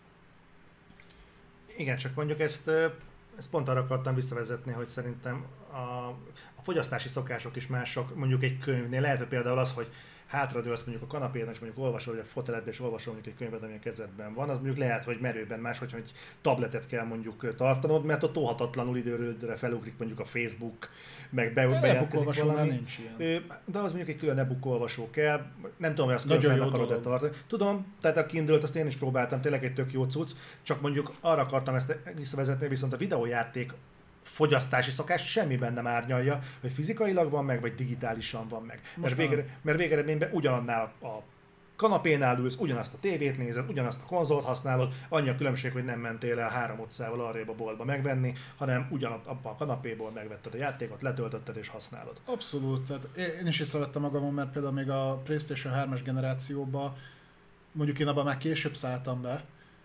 Igen, csak mondjuk ezt, ezt pont arra akartam visszavezetni, hogy szerintem a, a fogyasztási szokások is mások, mondjuk egy könyvnél. Lehet, hogy például az, hogy hátradőlsz mondjuk a kanapén, és mondjuk olvasol, vagy a foteledben, és olvasol mondjuk egy könyvet, ami a kezedben van, az mondjuk lehet, hogy merőben más, hogyha egy tabletet kell mondjuk tartanod, mert ott óhatatlanul időről időre felugrik mondjuk a Facebook, meg be, bejelentkezik valami. Nincs ilyen. De az mondjuk egy külön e-book olvasó kell, nem tudom, hogy azt külön akarod-e tartani. Tudom, tehát a Kindle-t azt én is próbáltam, tényleg egy tök jó cucc, csak mondjuk arra akartam ezt visszavezetni, viszont a videójáték fogyasztási szokás semmiben nem árnyalja, hogy fizikailag van meg, vagy digitálisan van meg. Mert, végre, mert végeredményben ugyanannál a kanapénál ülsz, ugyanazt a tévét nézed, ugyanazt a konzolt használod, annyi a különbség, hogy nem mentél el három utcával arrébb a boltba megvenni, hanem ugyanabban a kanapéból megvetted a játékot, letöltötted és használod. Abszolút, tehát én is észrevettem magamon, mert például még a PlayStation hármas generációban, mondjuk én abban már később szálltam be,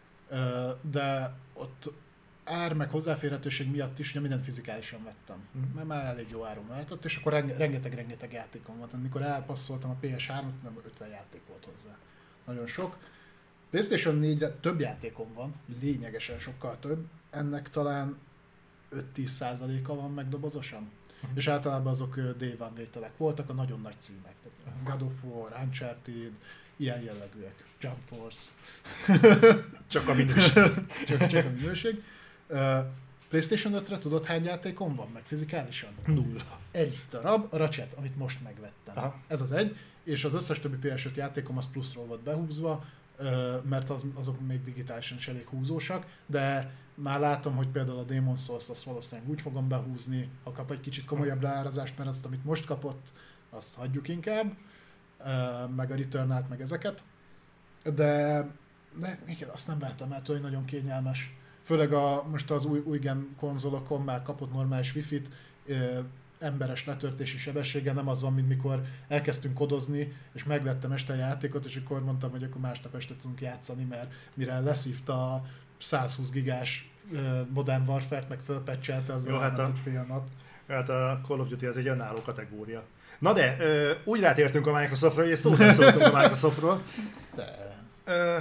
de ott ár meg hozzáférhetőség miatt is ugye mindent fizikálisan vettem, mm. mert már elég jó áron lehetett, és akkor rengeteg-rengeteg játékom volt. Amikor elpasszoltam a pé es hármat, nem ötven játék volt hozzá. Nagyon sok. PlayStation négyre több játékom van, lényegesen sokkal több, ennek talán öt-tíz százaléka van megdobozosan. Mm. És általában azok Day One vételek voltak, a nagyon nagy címek. God of War, Uncharted, ilyen jellegűek. Jump Force. Csak a minőség. csak, csak a minőség. Uh, PlayStation ötre tudod hány játékom van meg fizikálisan? Nulla. Egy darab, a Ratchet, amit most megvettem. Aha. Ez az egy, és az összes többi pé es öt játékom az pluszról volt behúzva, uh, mert az, azok még digitálisan is elég húzósak, de már látom, hogy például a Demon's Souls azt valószínűleg úgy fogom behúzni, ha kap egy kicsit komolyabb leárazást, mert azt, amit most kapott, azt hagyjuk inkább, uh, meg a Returnal-t, meg ezeket. De, de igen, azt nem vettem el, hogy nagyon kényelmes. Főleg a, most az új, új gen konzolokon már kapott normális wifi-t, ö, emberes letörtési sebessége, nem az van, mint mikor elkezdtünk kodozni, és megvettem este a játékot, és akkor mondtam, hogy akkor másnap este tudunk játszani, mert mire leszívta a százhúsz gigás ö, Modern Warfare-t, meg fölpecselte, az jó, hát a, egy fél nap. Hát a Call of Duty az egy önálló kategória. Na de, ö, úgy rátértünk a Microsoftra, hogy egy szót nem szóltunk a Microsoftról. De... Ö,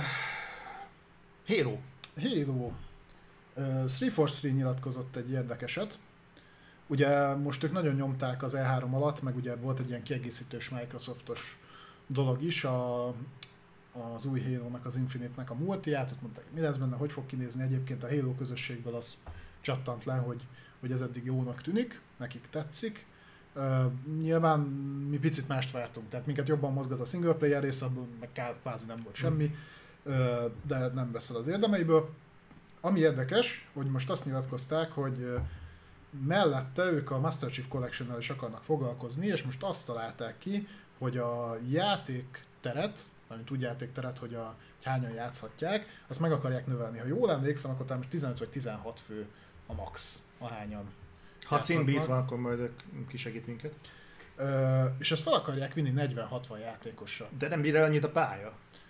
Halo. Halo. Uh, három forty three nyilatkozott egy érdekeset. Ugye most ők nagyon nyomták az E három alatt, meg ugye volt egy ilyen kiegészítős Microsoftos dolog is, a, az új Halo-nak, az Infinite-nek a multiát, ott mondták, mi lesz benne, hogy fog kinézni. Egyébként a Halo közösségből az csattant le, hogy, hogy ez eddig jónak tűnik, nekik tetszik. Uh, nyilván mi picit mást vártunk, tehát minket jobban mozgat a single player rész, abból meg kvázi nem volt semmi, uh, de nem veszel az érdemeiből. Ami érdekes, hogy most azt nyilatkozták, hogy mellette ők a Master Chief Collection-nel is akarnak foglalkozni, és most azt találták ki, hogy a játékteret, amint úgy játékteret, hogy a hányan játszhatják, azt meg akarják növelni. Ha jól emlékszem, akkor talán most tizenöt vagy tizenhat fő a max, a hányan. Ha címbít van, akkor majd kisegít minket. Ö, és ezt fel akarják vinni negyven-hatvan játékosra. De nem bír el annyit a pálya?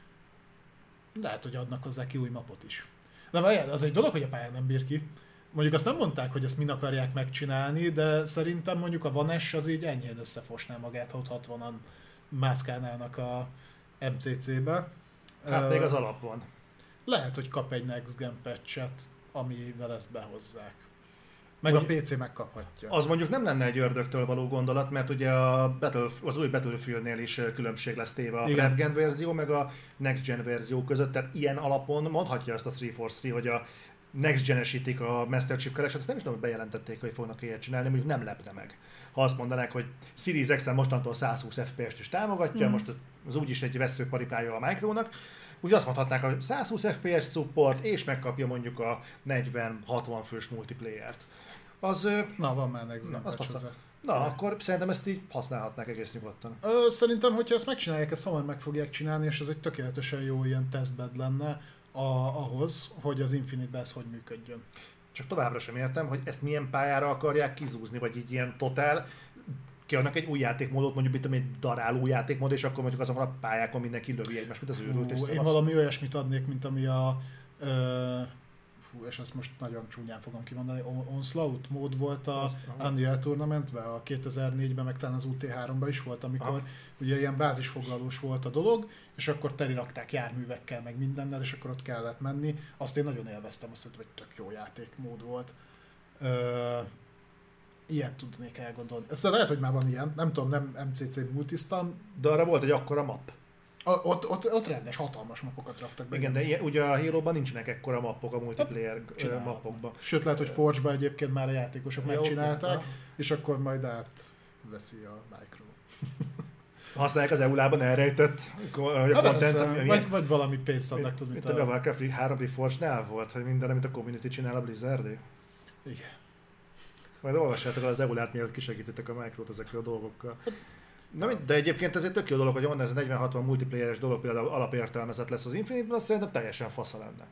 Lehet, hogy adnak hozzá ki új mapot is. De várjál, az egy dolog, hogy a pálya nem bír ki. Mondjuk azt nem mondták, hogy ezt mind akarják megcsinálni, de szerintem mondjuk a Vanes az így enyhén összefosná magát, ha ott hatvanan mászkálnának a em cé cé-be. Hát uh, még az alap van. Lehet, hogy kap egy Next Gen patchet, amivel ezt behozzák. Meg mondjuk, a pé cé megkaphatja. Az mondjuk nem lenne egy ördögtől való gondolat, mert ugye a Battle, az új Battlefield-nél is különbség lesz téve a Rev Gen verzió, meg a Next Gen verzió között, tehát ilyen alapon mondhatja ezt a három forty three, hogy a Next Gen-esítik a Master Chief Collection, ezt nem is tudom, hogy bejelentették, hogy fognak ilyet csinálni, mondjuk nem lepne meg. Ha azt mondanák, hogy Series X-en mostantól száz húsz ef pé est is támogatja, mm. most az úgyis egy veszőparipája a Micronak, úgy azt mondhatnák, hogy száz húsz ef pé es support, és megkapja mondjuk a negyven-hatvan fős multiplayer-t. Az, na, van már Next Gen patch hozzá. Na, de. Akkor szerintem ezt így használhatnák egész nyugodtan. Ö, szerintem, hogyha ezt megcsinálják, ezt hamar meg fogják csinálni, és ez egy tökéletesen jó ilyen testbed lenne a, ahhoz, hogy az Infinite-ben ez hogy működjön. Csak továbbra sem értem, hogy ezt milyen pályára akarják kizúzni, vagy így ilyen totál, kiadnak egy új játékmódot, mondjuk itt egy daráló játékmód, és akkor mondjuk azokon a pályákon mindenki lövi egymást, mint az őrült. Hú, én valami olyasmit adnék, mint ami a... Ö, fú, és ezt most nagyon csúnyán fogom kimondani, Onslaught mód volt a Unreal Tournamentben, a kétezer-négyben, meg talán az U T háromban is volt, amikor aha. ugye ilyen bázisfoglalós volt a dolog, és akkor telirakták járművekkel, meg mindennel, és akkor ott kellett menni. Azt én nagyon élveztem, azt hiszem, hogy tök jó játékmód volt. Ö, ilyet tudnék elgondolni. Ezt lehet, hogy már van ilyen, nem tudom, nem M C C Multistan. De arra volt egy akkora map. A, ott, ott, ott rendes, hatalmas mapokat raktak be. Igen, de ilyen, ugye a Halo-ban nincsenek ekkora mappok a multiplayer hát, mappokban. Sőt, lehet, hogy Forge-ban egyébként már a játékosok ja, megcsinálták, okay. és akkor majd átveszi a Micro. Használják az E U L-ban elrejtett a content, vagy, vagy valami pénzt adnak, tudod, mint a... a Warcraft három Forge-nál volt, hogy minden, amit a community csinál a Blizzardé. Igen. Majd olvassátok az E U L-t, mielőtt kisegítettek a Micro-t ezekkel a dolgokkal. Na, de egyébként ez egy tök jó dolog, hogy onnan ez a negyven-hatvan multiplayeres dolog például alapértelmezett lesz az Infinite-ben, azt szerintem teljesen fasza lenne.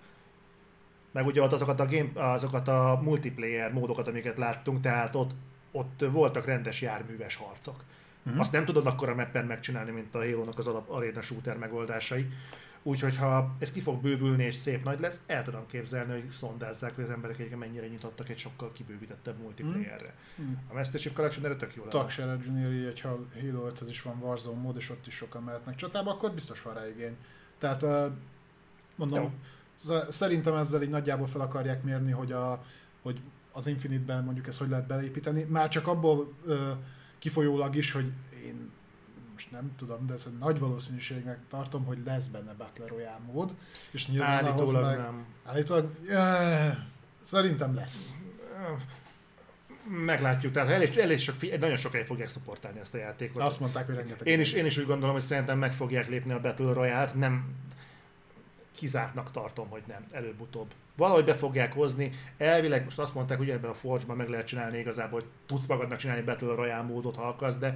Meg ugye ott azokat a, game, azokat a multiplayer módokat, amiket láttunk, tehát ott, ott voltak rendes járműves harcok. Uh-huh. Azt nem tudod akkor a mappen megcsinálni, mint a Halo-nak az alap arena shooter megoldásai. Úgyhogy ha ez ki fog bővülni és szép nagy lesz, el tudom képzelni, hogy szondázzák, hogy az emberek egyébként mennyire nyitottak egy sokkal kibővítettebb multiplayerre. Mm. A Master Chief Collection erre tök jó lenne. Tagshare Junior, hogyha Halo öthez is van Warzone mód, és ott is sokan mehetnek csatába, akkor biztos van rá igény. Tehát mondom, jó. Szerintem ezzel így nagyjából fel akarják mérni, hogy, a, hogy az Infinite-ben mondjuk ezt hogy lehet beleépíteni. Már csak abból kifolyólag is, hogy én most nem tudom, de ez egy nagy valószínűségnek tartom, hogy lesz benne Battle Royale mód, és nyilván ahhoz meg... nem. Állítólag, yeah, szerintem lesz. Meglátjuk, tehát elég, elég sok, nagyon sokáig fogják szupportálni ezt a játékot. Azt mondták, hogy rengeteg. Én is, én is úgy gondolom, hogy szerintem meg fogják lépni a Battle Royale-t, nem kizártnak tartom, hogy nem, előbb-utóbb. Valahogy be fogják hozni, elvileg most azt mondták, hogy ebben a Forge-ban meg lehet csinálni igazából, hogy tudsz magadnak csinálni Battle Royale módot, ha akarsz, de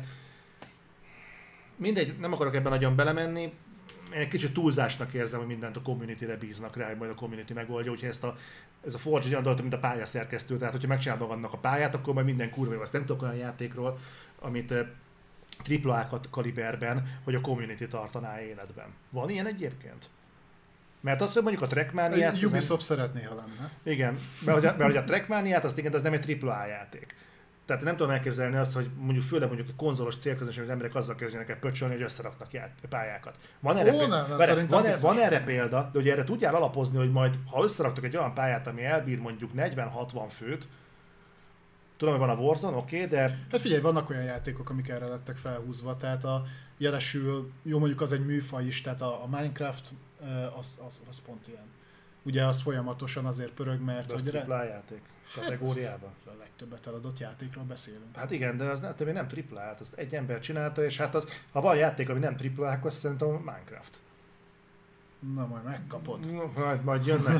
mindegy, nem akarok ebben nagyon belemenni. Én egy kicsit túlzásnak érzem, hogy mindent a community-re bíznak rá, hogy majd a community megoldja, úgyhogy ezt a, ez a Forge olyan dolog, mint a pályaszerkesztő, tehát hogyha megcsinál magadnak a pályát, akkor majd minden kurva jó. Azt nem tudok olyan játékról, amit tripla A kaliberben, hogy a community tartaná életben. Van ilyen egyébként? Mert azt, hogy mondjuk a Trackmaniát... Ubisoft szeretné, ha lenne. Igen, mert, mert, mert a Trackmaniát, azt igen, az nem egy tripla A játék. Tehát nem tudom elképzelni azt, hogy mondjuk főleg mondjuk a konzolos célközönség, hogy az emberek azzal kezdjenek el pöcsölni, hogy összeraknak ját, pályákat. Van erre, Ó, példa, ne, várj, van, e, van erre példa, de ugye erre tudjál alapozni, hogy majd ha összeraktok egy olyan pályát, ami elbír mondjuk negyven-hatvan főt, tudom, hogy van a Warzone, oké, okay, de... Hát figyelj, vannak olyan játékok, amik erre lettek felhúzva, tehát a jelesül, jó mondjuk az egy műfaj is, tehát a, a Minecraft az, az, az pont ilyen. Ugye az folyamatosan azért pörög, mert... De az tripla A játék kategóriában. Hát, a legtöbbet eladott játékról beszélünk. Hát igen, de az nem, többé nem tripla A, azt egy ember csinálta, és hát az, ha van játék, ami nem tripla A, akkor szerintem Minecraft. Na, majd megkapod. Majd, majd jönnek.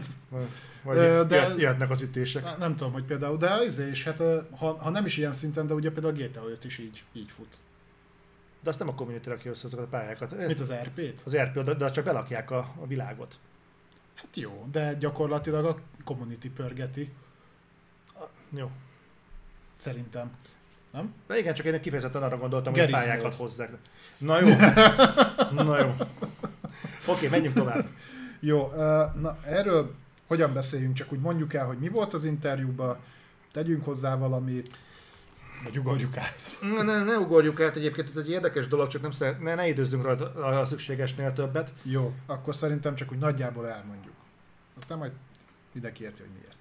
Majd de, jöhetnek az ütések. Nem, nem tudom, hogy például, de az is, hát ha, ha nem is ilyen szinten, de ugye például a G T A öt is így, így fut. De azt nem a community rakja össze azokat a pályákat. Mit, az er pét? Az er pé, de azt csak belakják a, a világot. Hát jó, de gyakorlatilag a community pörgeti. A, jó. Szerintem. Nem? De igen, csak én kifejezetten arra gondoltam, Gerizmód. hogy pályákat hozzák. Na jó. Na jó. Oké, menjünk tovább. Jó, na erről hogyan beszéljünk, csak úgy mondjuk el, hogy mi volt az interjúban, tegyünk hozzá valamit, vagy ugorjuk át. Ne, ne, ne ugorjuk át, egyébként ez egy érdekes dolog, csak nem szeret, ne, ne időzzünk rajta a szükségesnél többet. Jó, akkor szerintem csak úgy nagyjából elmondjuk. Aztán majd mindenki érti, hogy miért.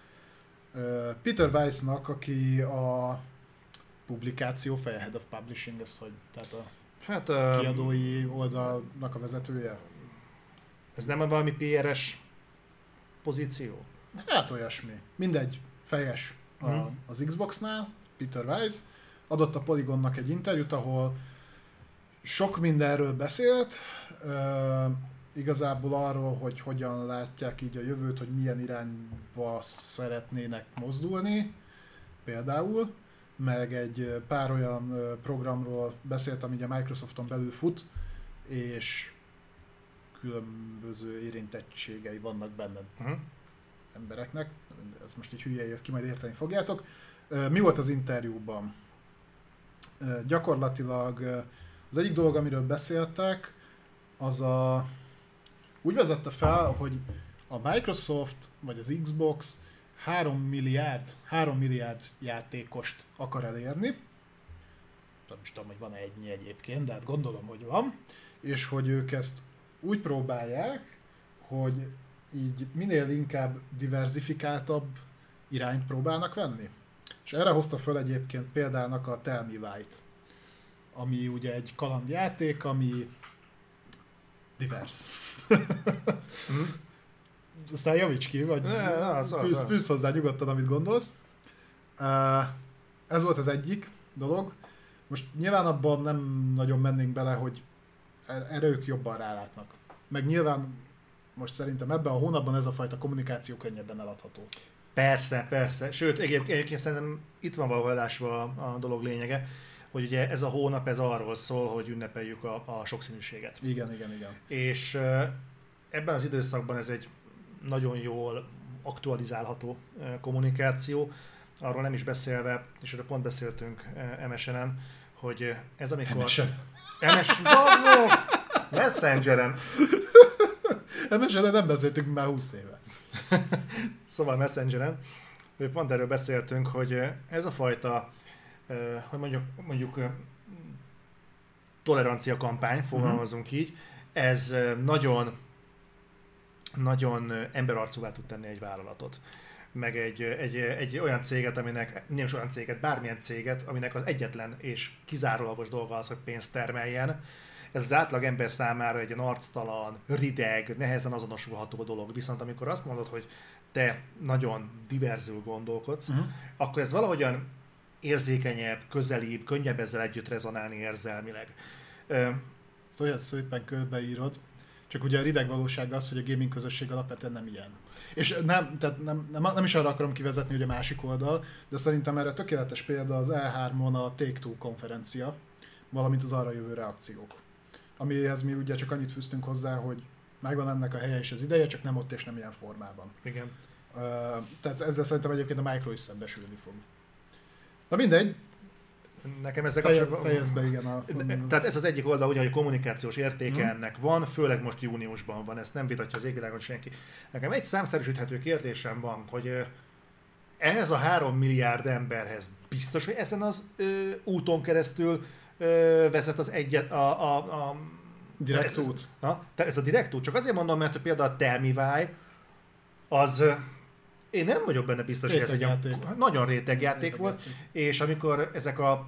Peter Weissnak, aki a publikáció feje, Head of Publishing, ez hogy? Tehát a hát, uh, kiadói oldalnak a vezetője? Ez nem valami pé er-es pozíció? Hát olyasmi. Mindegy, fejes a, hmm. az Xboxnál, Peter Weiss. Adott a Polygonnak egy interjút, ahol sok mindenről beszélt, uh, igazából arról, hogy hogyan látják így a jövőt, hogy milyen irányba szeretnének mozdulni, például, meg egy pár olyan programról beszélt, ami a Microsofton belül fut, és különböző érintettségei vannak benne. Uh-huh. embereknek, ez most így hülye jött ki, majd érteni fogjátok. Mi volt az interjúban? Gyakorlatilag az egyik dolog, amiről beszéltek, az a, úgy vezette fel, hogy a Microsoft vagy az Xbox három milliárd, három milliárd játékost akar elérni. Nem is tudom, hogy van-e ennyi egyébként, de hát gondolom, hogy van. És hogy ők ezt úgy próbálják, hogy így minél inkább diverzifikáltabb irányt próbálnak venni. És erre hozta föl egyébként példának a Tell Me Why-t, ami ugye egy kalandjáték, ami divers. Mm. Aztán javíts ki, vagy ne, na, az, az, fűz, az. fűz hozzá nyugodtan, amit gondolsz. Ez volt az egyik dolog. Most nyilván abban nem nagyon mennénk bele, hogy erre ők jobban rálátnak. Meg nyilván most szerintem ebben a hónapban ez a fajta kommunikáció könnyebben eladható. Persze, persze. Sőt, egyébként, egyébként szerintem itt van valahol elásva a, a dolog lényege, hogy ugye ez a hónap ez arról szól, hogy ünnepeljük a, a sokszínűséget. Igen, igen, igen. És ebben az időszakban ez egy nagyon jól aktualizálható kommunikáció, arról nem is beszélve, és erről pont beszéltünk em es en-en, hogy ez amikor... em es en. em es en, bazdmeg! Messengeren! em es en-en nem beszéltünk már húsz éve. Szóval Messengeren, pont erről beszéltünk, hogy ez a fajta, hogy mondjuk, mondjuk tolerancia kampány, fogalmazunk uh-huh. így, ez nagyon, nagyon emberarcúvá tud tenni egy vállalatot. Meg egy, egy, egy olyan céget, aminek, nem is olyan céget, bármilyen céget, aminek az egyetlen és kizárólagos dolga az, hogy pénzt termeljen. Ez az átlag ember számára egy ilyen arctalan, rideg, nehezen azonosulható dolog. Viszont amikor azt mondod, hogy te nagyon diverzül gondolkodsz, uh-huh. akkor ez valahogyan érzékenyebb, közelibb, könnyebb ezzel együtt rezonálni érzelmileg. Ezt olyan szépen körbeírod, csak ugye a rideg valóság az, hogy a gaming közösség alapvetően nem ilyen. És nem, tehát nem, nem, nem is arra akarom kivezetni, hogy a másik oldal, de szerintem erre tökéletes példa az E hármon a Take-Two konferencia, valamint az arra jövő reakciók. Amihez mi ugye csak annyit fűztünk hozzá, hogy megvan ennek a helye és az ideje, csak nem ott és nem ilyen formában. Igen. Uh, tehát ezzel szerintem egyébként a Micro is szembesülni fog. Na mindegy. Nekem ezzel Feje, kapcsolatban... fejezd be, igen. A... Tehát ez az egyik oldal, ugye, hogy a kommunikációs értéke hmm. ennek van, főleg most júniusban van, ezt nem vitatja az égvilágon senki. Nekem egy számszerűsíthető kérdésem van, hogy ehhez a három milliárd emberhez biztos, hogy ezen az ö, úton keresztül ö, vezet az egyet a... a, a direkt ez, út. Na, ez a direkt út. Csak azért mondom, mert például a Tell Me Why, az... Én nem vagyok benne biztos, hogy ez egy a, nagyon réteg játék réteg volt, játék. És amikor ezek a...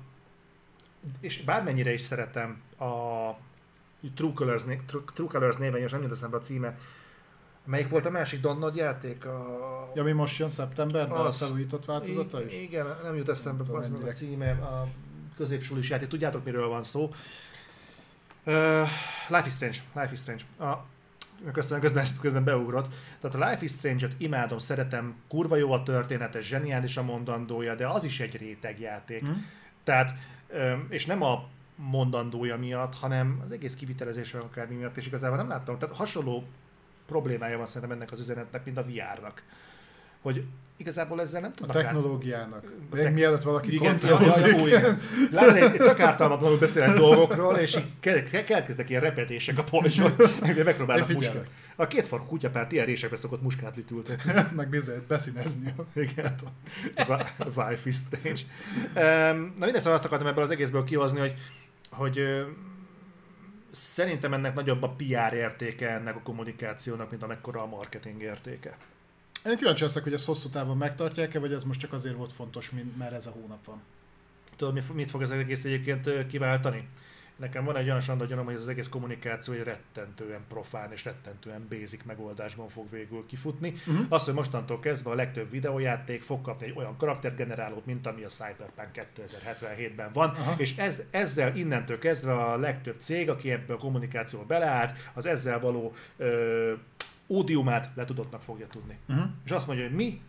És bármennyire is szeretem a True Colors, True, True Colors néven, és nem jut eszembe a címe. Melyik volt a másik Donnod játék? A... Ja, mi most jön szeptemberben, az... a felújított változata is? Igen, nem jut eszembe az a címe, a középsulis játék. Tudjátok, miről van szó? Uh, Life is Strange. Life is Strange. A... Közben, közben, közben beugrott. Tehát a Life is Strange-et imádom, szeretem, kurva jó a története, zseniális a mondandója, de az is egy rétegjáték. Mm. Tehát, és nem a mondandója miatt, hanem az egész kivitelezésre akármi miatt, és igazából nem láttam. Tehát hasonló problémája van szerintem ennek az üzenetnek, mint a vé er-nak. Hogy igazából ezzel nem tudnak... A technológiának. Át... Még te... mielőtt valaki kontrollozik. Látod, hogy tök ártalmatlanul beszélek dolgokról, és így elkezdek ilyen repetések a polcson, megpróbálnak muskát. A kétfarkú kutyapárt ilyen résekbe szokott muskátlit ültetni. Meg bizony, beszínezni. Igen. Life is Strange. Na mindegy, szóval azt akartam ebből az egészből kihozni, hogy, hogy szerintem ennek nagyobb a pé er értéke ennek a kommunikációnak, mint amekkora a marketing értéke. Én kíváncsi leszek, hogy ezt hosszú távon megtartják-e, vagy ez most csak azért volt fontos, mert ez a hónap van. Tudod, mit fog ez egész egyébként kiváltani? Nekem van egy olyan sandagyanom, hogy ez az egész kommunikáció egy rettentően profán és rettentően basic megoldásban fog végül kifutni. Uh-huh. Azt, hogy mostantól kezdve a legtöbb videójáték fog kapni egy olyan karaktergenerálót, mint ami a Cyberpunk kétezer-hetvenhétben van, uh-huh. és ez, ezzel innentől kezdve a legtöbb cég, aki ebből a kommunikációba beleállt, az ezzel való ö, ódiumát letudottnak fogja tudni. Uh-huh. És azt mondja, hogy mi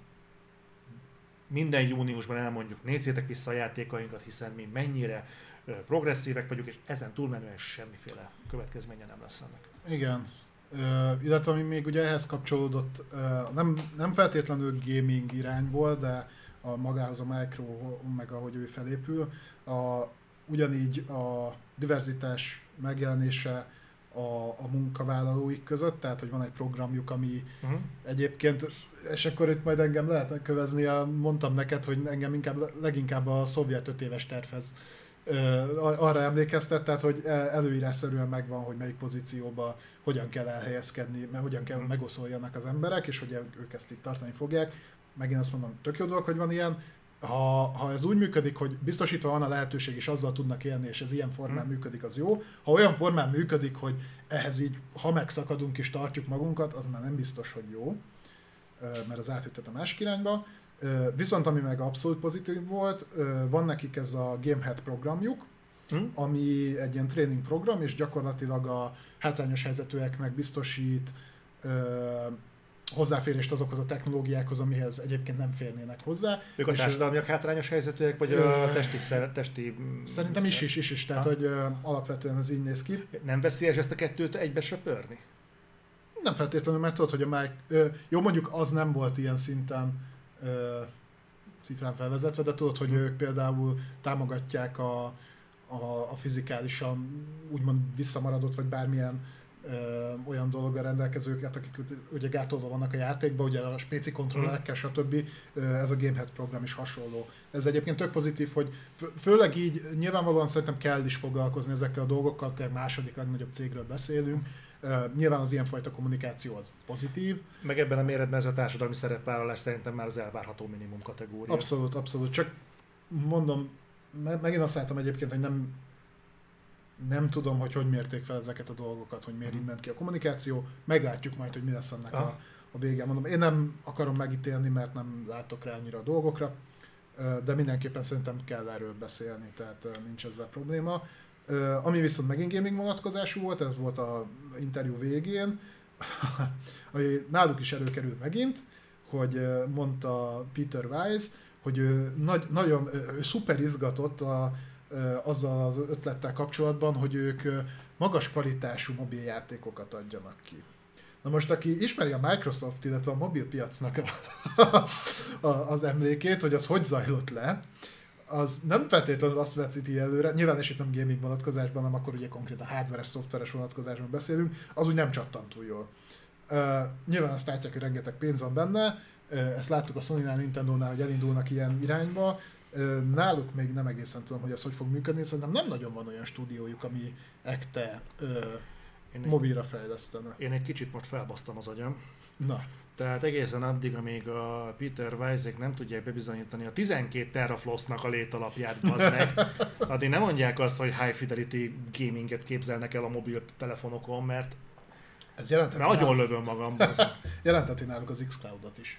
minden júniusban elmondjuk, nézzétek vissza a játékainkat, hiszen mi mennyire progresszívek vagyunk, és ezen túlmenően semmiféle következménye nem lesz ennek. Igen. illetve ami még ugye ehhez kapcsolódott, nem, nem feltétlenül gaming irányból, de a magához a Micro, meg ahogy ő felépül, a, ugyanígy a diverzitás megjelenése a, a munkavállalóik között, tehát hogy van egy programjuk, ami uh-huh. egyébként, és akkor itt majd engem lehet kövezni, mondtam neked, hogy engem inkább, leginkább a szovjet öt éves tervhez arra emlékeztet, tehát hogy előírásszerűen megvan, hogy melyik pozícióba hogyan kell elhelyezkedni, mert hogyan kell megoszoljanak az emberek, és hogy ők ezt így tartani fogják. Megint azt mondom, tök jó dolog, hogy van ilyen. Ha, ha ez úgy működik, hogy biztosítva van a lehetőség, és azzal tudnak élni, és ez ilyen formán működik, az jó. Ha olyan formán működik, hogy ehhez így, ha megszakadunk és tartjuk magunkat, az már nem biztos, hogy jó, mert az átüttet a másik irányba. Viszont ami meg abszolút pozitív volt, van nekik ez a GameHead programjuk, hmm. ami egy ilyen tréning program, és gyakorlatilag a hátrányos helyzetűeknek biztosít hozzáférést azokhoz a technológiákhoz, amihez egyébként nem férnének hozzá. Ők a társadalmiak hátrányos helyzetűek, vagy ö, a testi, testi... Szerintem is is, is, is tehát ha? hogy ö, alapvetően ez így néz ki. Nem veszélyes ezt a kettőt egybe söpörni? Nem feltétlenül, mert tudod, hogy a Mike... Ö, jó, mondjuk az nem volt ilyen szinten ö, cifrán felvezetve, de tudod, hogy hmm. ők például támogatják a, a, a fizikálisan úgymond visszamaradott, vagy bármilyen Ö, olyan dologgal rendelkezőket, akik ugye gátolva vannak a játékban, ugye a spéci kontrollerekkel, stb. Ez a GameHead program is hasonló. Ez egyébként tök pozitív, hogy főleg így nyilvánvalóan szerintem kell is foglalkozni ezekkel a dolgokkal, tehát második legnagyobb cégről beszélünk. Nyilván az ilyenfajta kommunikáció az pozitív. Meg ebben a méretben ez a társadalmi szerepvállalás szerintem már az elvárható minimum kategória. Abszolút, abszolút. Csak mondom, megint azt látom egyébként, hogy nem Nem tudom, hogy hogy mérték fel ezeket a dolgokat, hogy miért így ment ki a kommunikáció. Meglátjuk majd, hogy mi lesz ennek a, a vége. Mondom, én nem akarom megítélni, mert nem látok rá annyira a dolgokra, de mindenképpen szerintem kell erről beszélni, tehát nincs ezzel probléma. Ami viszont megint gaming vonatkozású volt, ez volt az interjú végén, ami náluk is előkerült megint, hogy mondta Peter Weiss, hogy ő nagy, nagyon ő szuper izgatott a azzal az ötlettel kapcsolatban, hogy ők magas kvalitású mobiljátékokat adjanak ki. Na most, aki ismeri a Microsoft, illetve a mobilpiacnak a, a, az emlékét, hogy az hogy zajlott le, az nem feltétlenül azt veszíti előre, nyilván és itt nem gaming vonatkozásban, hanem akkor ugye konkrétan hardveres, szoftveres vonatkozásban beszélünk, az úgy nem csattan túl jól. Uh, nyilván azt látják, hogy rengeteg pénz van benne, uh, ezt láttuk a Sony-nál, Nintendo-nál, hogy elindulnak ilyen irányba. Náluk még nem egészen tudom, hogy ez hogy fog működni, szerintem nem nagyon van olyan stúdiójuk, ami ekte ö, mobilra fejlesztene. Én egy kicsit most felbasztam az agyam. Na. Tehát egészen addig, amíg a Peter Weiss-ék nem tudják bebizonyítani a tizenkét teraflopsnak a létalapját, bazd meg, addig nem mondják azt, hogy high fidelity gaminget képzelnek el a mobiltelefonokon, mert ez mert nagyon lövöm magam. Jelenteti náluk az xCloud-ot is.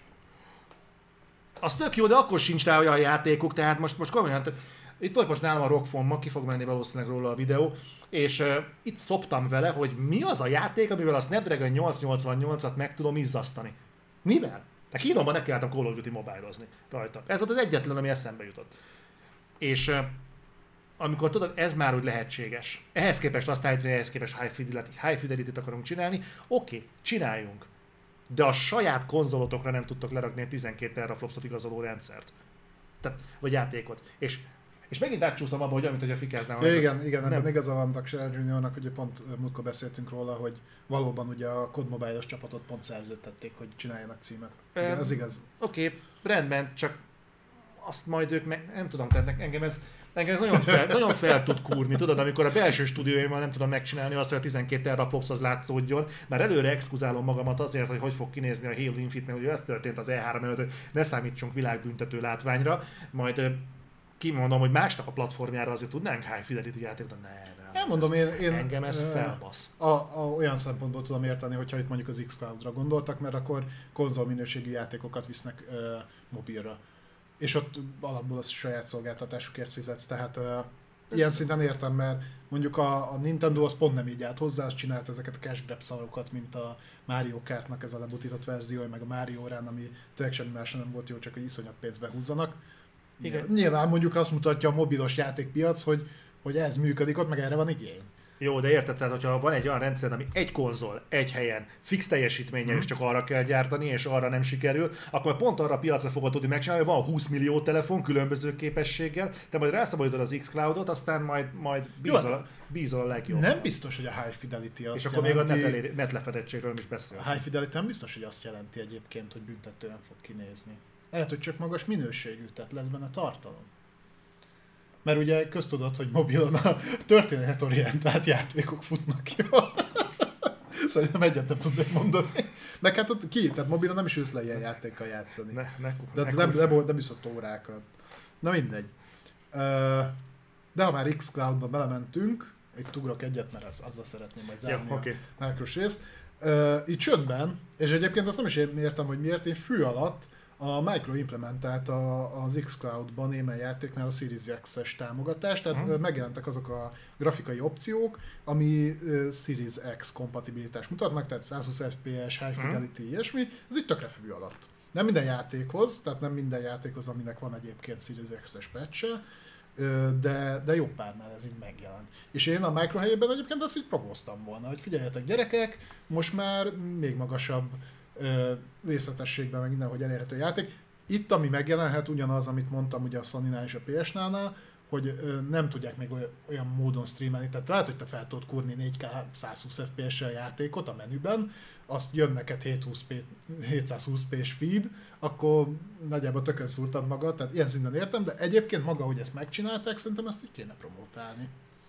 Az tök jó, de akkor sincs rá olyan játékuk, tehát most, most komolyan, tehát itt volt most nálam a Rockfon, ma ki fog menni valószínűleg róla a videó, és uh, itt szoptam vele, hogy mi az a játék, amivel a Snapdragon nyolcszáznyolcvannyolcat meg tudom izzasztani. Mivel? De kínomban nekiálltam Call of Duty mobilozni rajta. Ez volt az egyetlen, ami eszembe jutott. És uh, amikor tudod, ez már úgy lehetséges. Ehhez képest azt állítani, hogy ehhez képest high fidelity, high fidelity-t akarunk csinálni, oké, okay, csináljunk. De a saját konzolotokra nem tudtok lerakni egy tizenkét teraflopsot igazoló rendszert. Tehát, vagy játékot. És, és megint átcsúszom abba, hogy olyan, mint hogy a fikáznám. Ja, igen, igen, ebben igaza van Taksher Juniornak, hogy pont múltkor beszéltünk róla, hogy valóban ugye a Code Mobile-os csapatot pont szerződtették, hogy csináljanak címet. Igen, um, ez igaz. Oké, okay, rendben, csak azt majd ők meg, nem tudom, tehát engem ez, engem ez nagyon, fel, nagyon fel tud kúrni, tudod, amikor a belső stúdióimmal nem tudom megcsinálni azt, hogy a tizenkét teraflops az látszódjon, már előre exkuzálom magamat azért, hogy hogy fog kinézni a Halo Infinite, mert ugye ez történt az E három előtt, hogy ne számítsunk világbüntető látványra, majd kimondom, hogy másnak a platformjára azért tudnánk high fidelity játékot, ne, ne. Elmondom, én, én engem ez felbasz. A, a, olyan szempontból tudom érteni, hogyha itt mondjuk az xCloud-ra gondoltak, mert akkor konzolminőségű játékokat visznek uh, mobilra. És ott alapból az saját szolgáltatásukért fizetsz, tehát uh, ilyen szinten értem, mert mondjuk a, a Nintendo az pont nem így állt hozzá, az csinált ezeket a cash grab szarokat, mint a Mario Kartnak ez a lebutított verziója, meg a Mario Run, ami tényleg semmi más nem volt jó, csak hogy iszonyat pénzbe húzzanak. Igen. Nyilván mondjuk azt mutatja a mobilos játékpiac, hogy, hogy ez működik ott, meg erre van igény. Jó, de érted, tehát hogyha van egy olyan rendszer, ami egy konzol, egy helyen, fix teljesítménnyel, mm. és csak arra kell gyártani, és arra nem sikerül, akkor pont arra a piacra fogod tudni megcsinálni, hogy van húsz millió telefon különböző képességgel, te majd rászabadítod az xCloudot, aztán majd, majd bízol, Jó, bízol a legjobb. Nem biztos, hogy a High Fidelity azt És akkor jelenti... még a net, elér, net lefedettségről is beszél. A High Fidelity nem biztos, hogy azt jelenti egyébként, hogy büntetően fog kinézni. Lehet, hogy csak magas minőségű, tehát lesz benne tartalom. Mert ugye köztudod, hogy mobilon a történetorientált játékok futnak jól. Szerintem egyet nem tudnék mondani. Meg hát ott ki, tehát mobilon nem is ülsz le ilyen játékkal játszani. Ne, ne, de ne, nem, nem, nem, nem is ott órákat. Na mindegy. De ha már xCloud-ba belementünk, itt ugrok egyet, mert az, azzal szeretném majd zárni ja, okay. a Micros részt. Itt csöndben, és egyébként azt nem is értem, hogy miért, én fű alatt a Micro implementálta az xCloud-ban némely játéknál a Series X-es támogatást, tehát uh-huh. megjelentek azok a grafikai opciók, ami uh, Series X kompatibilitást mutatnak, tehát száz húsz ef pé es, High Fidelity, uh-huh. ilyesmi, ez itt tökre fű alatt. Nem minden játékhoz, tehát nem minden játékhoz, aminek van egyébként Series X-es patch-e, de, de jó párnál ez így megjelen. És én a Micro helyében egyébként azt így propóztam volna, hogy figyeljetek gyerekek, most már még magasabb részletességben, meg mindenhogy elérhető játék. Itt, ami megjelenhet, ugyanaz, amit mondtam ugye a Sony-nál és a pé es nál, hogy nem tudják még olyan módon streamelni, tehát lehet, hogy te fel tudod kurni négy ká száz húsz ef pé es-sel játékot a menüben, azt jön neked hétszázhúsz pé-s feed, akkor nagyjából tökön szúrtad magad, tehát ilyen szinten értem, de egyébként maga, hogy ezt megcsinálták, szerintem ezt így kéne promotálni.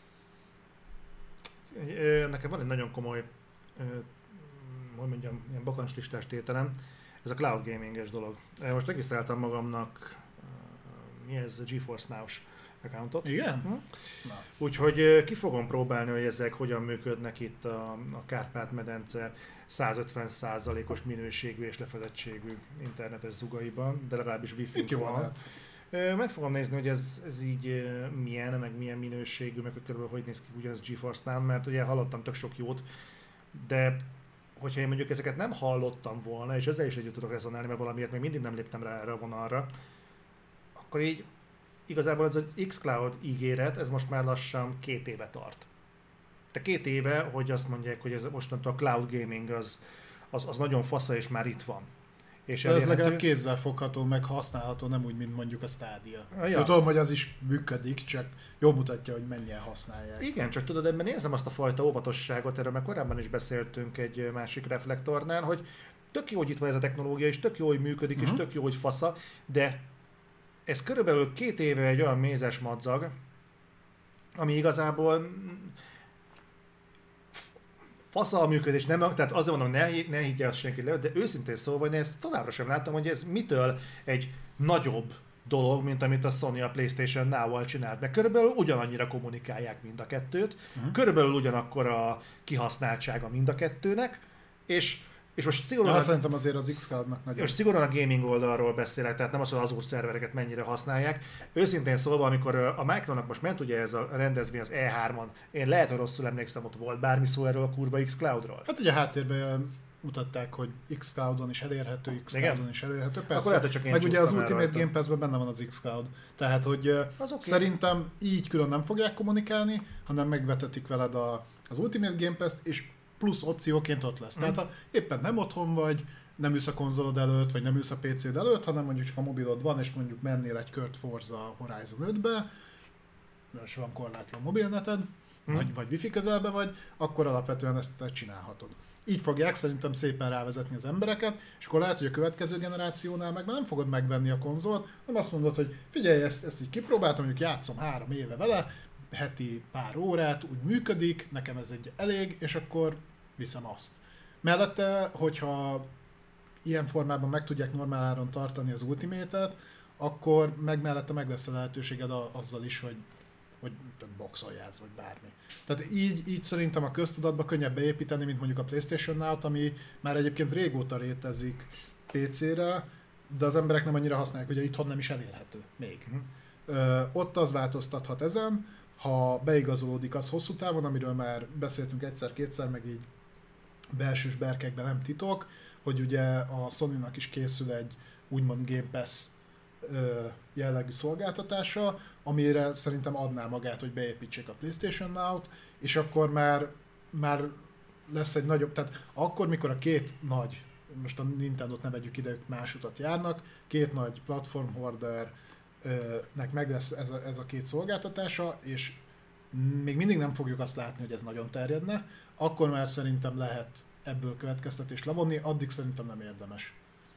Nekem van egy nagyon komoly hogy mondjam, ilyen bakancslistás tételem, ez a cloud gaming-es dolog. Most regisztráltam magamnak, mi ez, GeForce Now-s accountot. Igen? Hm? Úgyhogy ki fogom próbálni, hogy ezek hogyan működnek itt a, a Kárpát-medence százötven százalékos minőségű és lefedettségű internetes zugaiban, de legalábbis Wi-Fi van. Meg fogom nézni, hogy ez, ez így milyen, meg milyen minőségű, meg hogy körülbelül hogy néz ki ugye ez GeForce-nál, mert ugye hallottam tök sok jót, de hogyha én mondjuk ezeket nem hallottam volna, és ezzel is együtt tudok rezonálni, mert valamiért még mindig nem léptem rá erre a vonalra, akkor így igazából ez az xCloud ígéret, ez most már lassan két éve tart. De két éve, hogy azt mondják, hogy ez mostantól a cloud gaming az, az, az nagyon fasza, és már itt van. És ez legalább kézzel fogható, meg használható, nem úgy, mint mondjuk a Stadia. Ja. Én tudom, hogy az is működik, csak jól mutatja, hogy mennyien használják. Igen, csak tudod, ebben érzem azt a fajta óvatosságot, erről már korábban is beszéltünk egy másik reflektornál, hogy tök jó, hogy itt van ez a technológia, és tök jó, hogy működik, uh-huh. és tök jó, hogy fasza, de ez körülbelül két éve egy olyan mézes madzag, ami igazából fasza a működés, nem, tehát azért mondom, ne, ne higgye azt senki le, de őszintén szólva, én ezt továbbra sem láttam, hogy ez mitől egy nagyobb dolog, mint amit a Sony a PlayStation Now-val csinált, mert körülbelül ugyanannyira kommunikálják mind a kettőt, uh-huh. körülbelül ugyanakkor a kihasználtsága mind a kettőnek, és És most szigorúan, ja, szerintem azért az xCloud-nak nagyon. És szigorúan a gaming oldalról beszélek, tehát nem az, hogy az Azure szervereket mennyire használják. Őszintén szólva, amikor a Micronak most ment ugye ez a rendezvény az E hármon, én lehet, hogy rosszul emlékszem, ott volt bármi szó erről a kurva xCloud-ról. Hát ugye háttérben mutatták, hogy xCloud-on is elérhető, xCloud-on is elérhető. Persze, lehet, csak én meg ugye az Ultimate Game Pass-ben benne van az xCloud. Tehát, hogy okay. Szerintem így külön nem fogják kommunikálni, hanem megvetetik veled a, az Ultimate Game Pass-t, és plusz opcióként ott lesz. Mm. Tehát ha éppen nem otthon vagy, nem ülsz a konzolod előtt, vagy nem ülsz a pé céd előtt, hanem mondjuk csak a mobilod van, és mondjuk mennél egy kört Forza Horizon ötbe, és van korlátlan mobilneted, mm. vagy, vagy wifi közelbe vagy, akkor alapvetően ezt csinálhatod. Így fogják szerintem szépen rávezetni az embereket, és akkor lehet, hogy a következő generációnál meg nem fogod megvenni a konzolt, hanem azt mondod, hogy figyelj, ezt, ezt így kipróbáltam, mondjuk játszom három éve vele, heti pár órát, úgy működik, nekem ez egy elég, és akkor viszem azt. Mellette, hogyha ilyen formában meg tudják normál áron tartani az Ultimate-et, akkor meg mellette meg lesz a lehetőséged a, azzal is, hogy, hogy boxoljázz, vagy bármi. Tehát így, így szerintem a köztudatba könnyebb beépíteni, mint mondjuk a PlayStation-nál, ami már egyébként régóta létezik pé cére, de az emberek nem annyira használják, ugye itthon nem is elérhető még. Uh-huh. Ö, ott az változtathat ezen, ha beigazolódik az hosszú távon, amiről már beszéltünk egyszer-kétszer, meg így belsős berkekben nem titok, hogy ugye a Sony-nak is készül egy úgymond Game Pass jellegű szolgáltatása, amire szerintem adná magát, hogy beépítsék a PlayStation Now-t, és akkor már, már lesz egy nagyobb, tehát akkor, mikor a két nagy, most a Nintendo-t ne vegyük ide, ők más utat járnak, két nagy platform hordernek meg lesz ez a, ez a két szolgáltatása, és még mindig nem fogjuk azt látni, hogy ez nagyon terjedne, akkor már szerintem lehet ebből következtetést levonni, addig szerintem nem érdemes.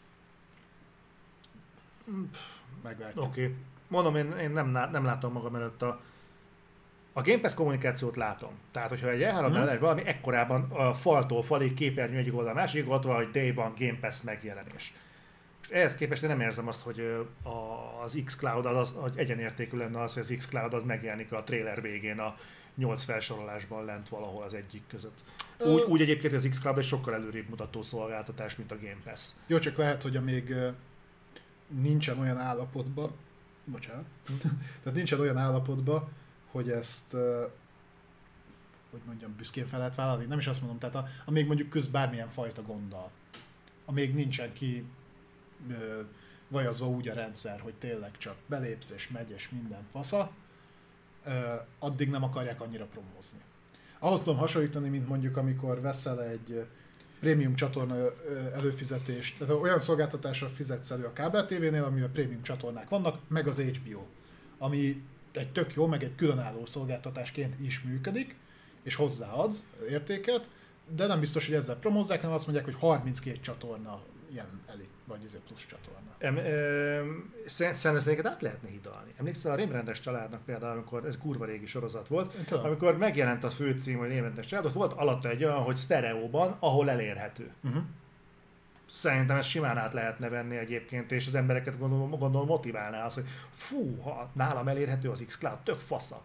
Meglátjuk. Oké. Okay. Mondom, én, én nem, nem látom magam előtt a... A Game Pass kommunikációt látom. Tehát, hogyha egy E három hmm. lehet valami ekkorában a faltól falig képernyő egyik oldal, másik ott van, hogy Day-ban Game Pass megjelenés. Most ehhez képest én nem érzem azt, hogy az xCloud az, az hogy egyenértékű lenne az, hogy az xCloud az megjelenik a trailer végén a nyolc felsorolásban lent valahol az egyik között. Úgy, úgy egyébként az xCloud egy sokkal előrébb mutató szolgáltatás, mint a Game Pass. Jó, csak lehet, hogy amíg nincsen olyan állapotban, bocsánat, tehát nincsen olyan állapotban, hogy ezt, hogy mondjam, büszkén fel lehet vállalni, nem is azt mondom, tehát a, amíg mondjuk köz bármilyen fajta gonddal, amíg nincsen ki ö, vajazva úgy a rendszer, hogy tényleg csak belépsz és megy és minden fasza, ö, addig nem akarják annyira promózni. Ahhoz tudom hasonlítani, mint mondjuk amikor veszel egy prémium csatorna előfizetést, tehát olyan szolgáltatásra fizetsz elő a kábel tévénél, amivel prémium csatornák vannak, meg az há bé o, ami egy tök jó, meg egy különálló szolgáltatásként is működik, és hozzáad értéket, de nem biztos, hogy ezzel promózzák, hanem azt mondják, hogy harminckét csatorna ilyen elit, vagy ezért plusz csatorna. Em, em, Szerintem át lehetne hidalni. Emlékszel a Rémrendes családnak például, amikor ez kurva régi sorozat volt, amikor megjelent a főcím, hogy Rémrendes család, volt alatta egy olyan, hogy sztereóban, ahol elérhető. Uh-huh. Szerintem ezt simán át lehetne venni egyébként, és az embereket gondolom, gondolom motiválná az, hogy fú, ha nálam elérhető az xCloud, tök fasza.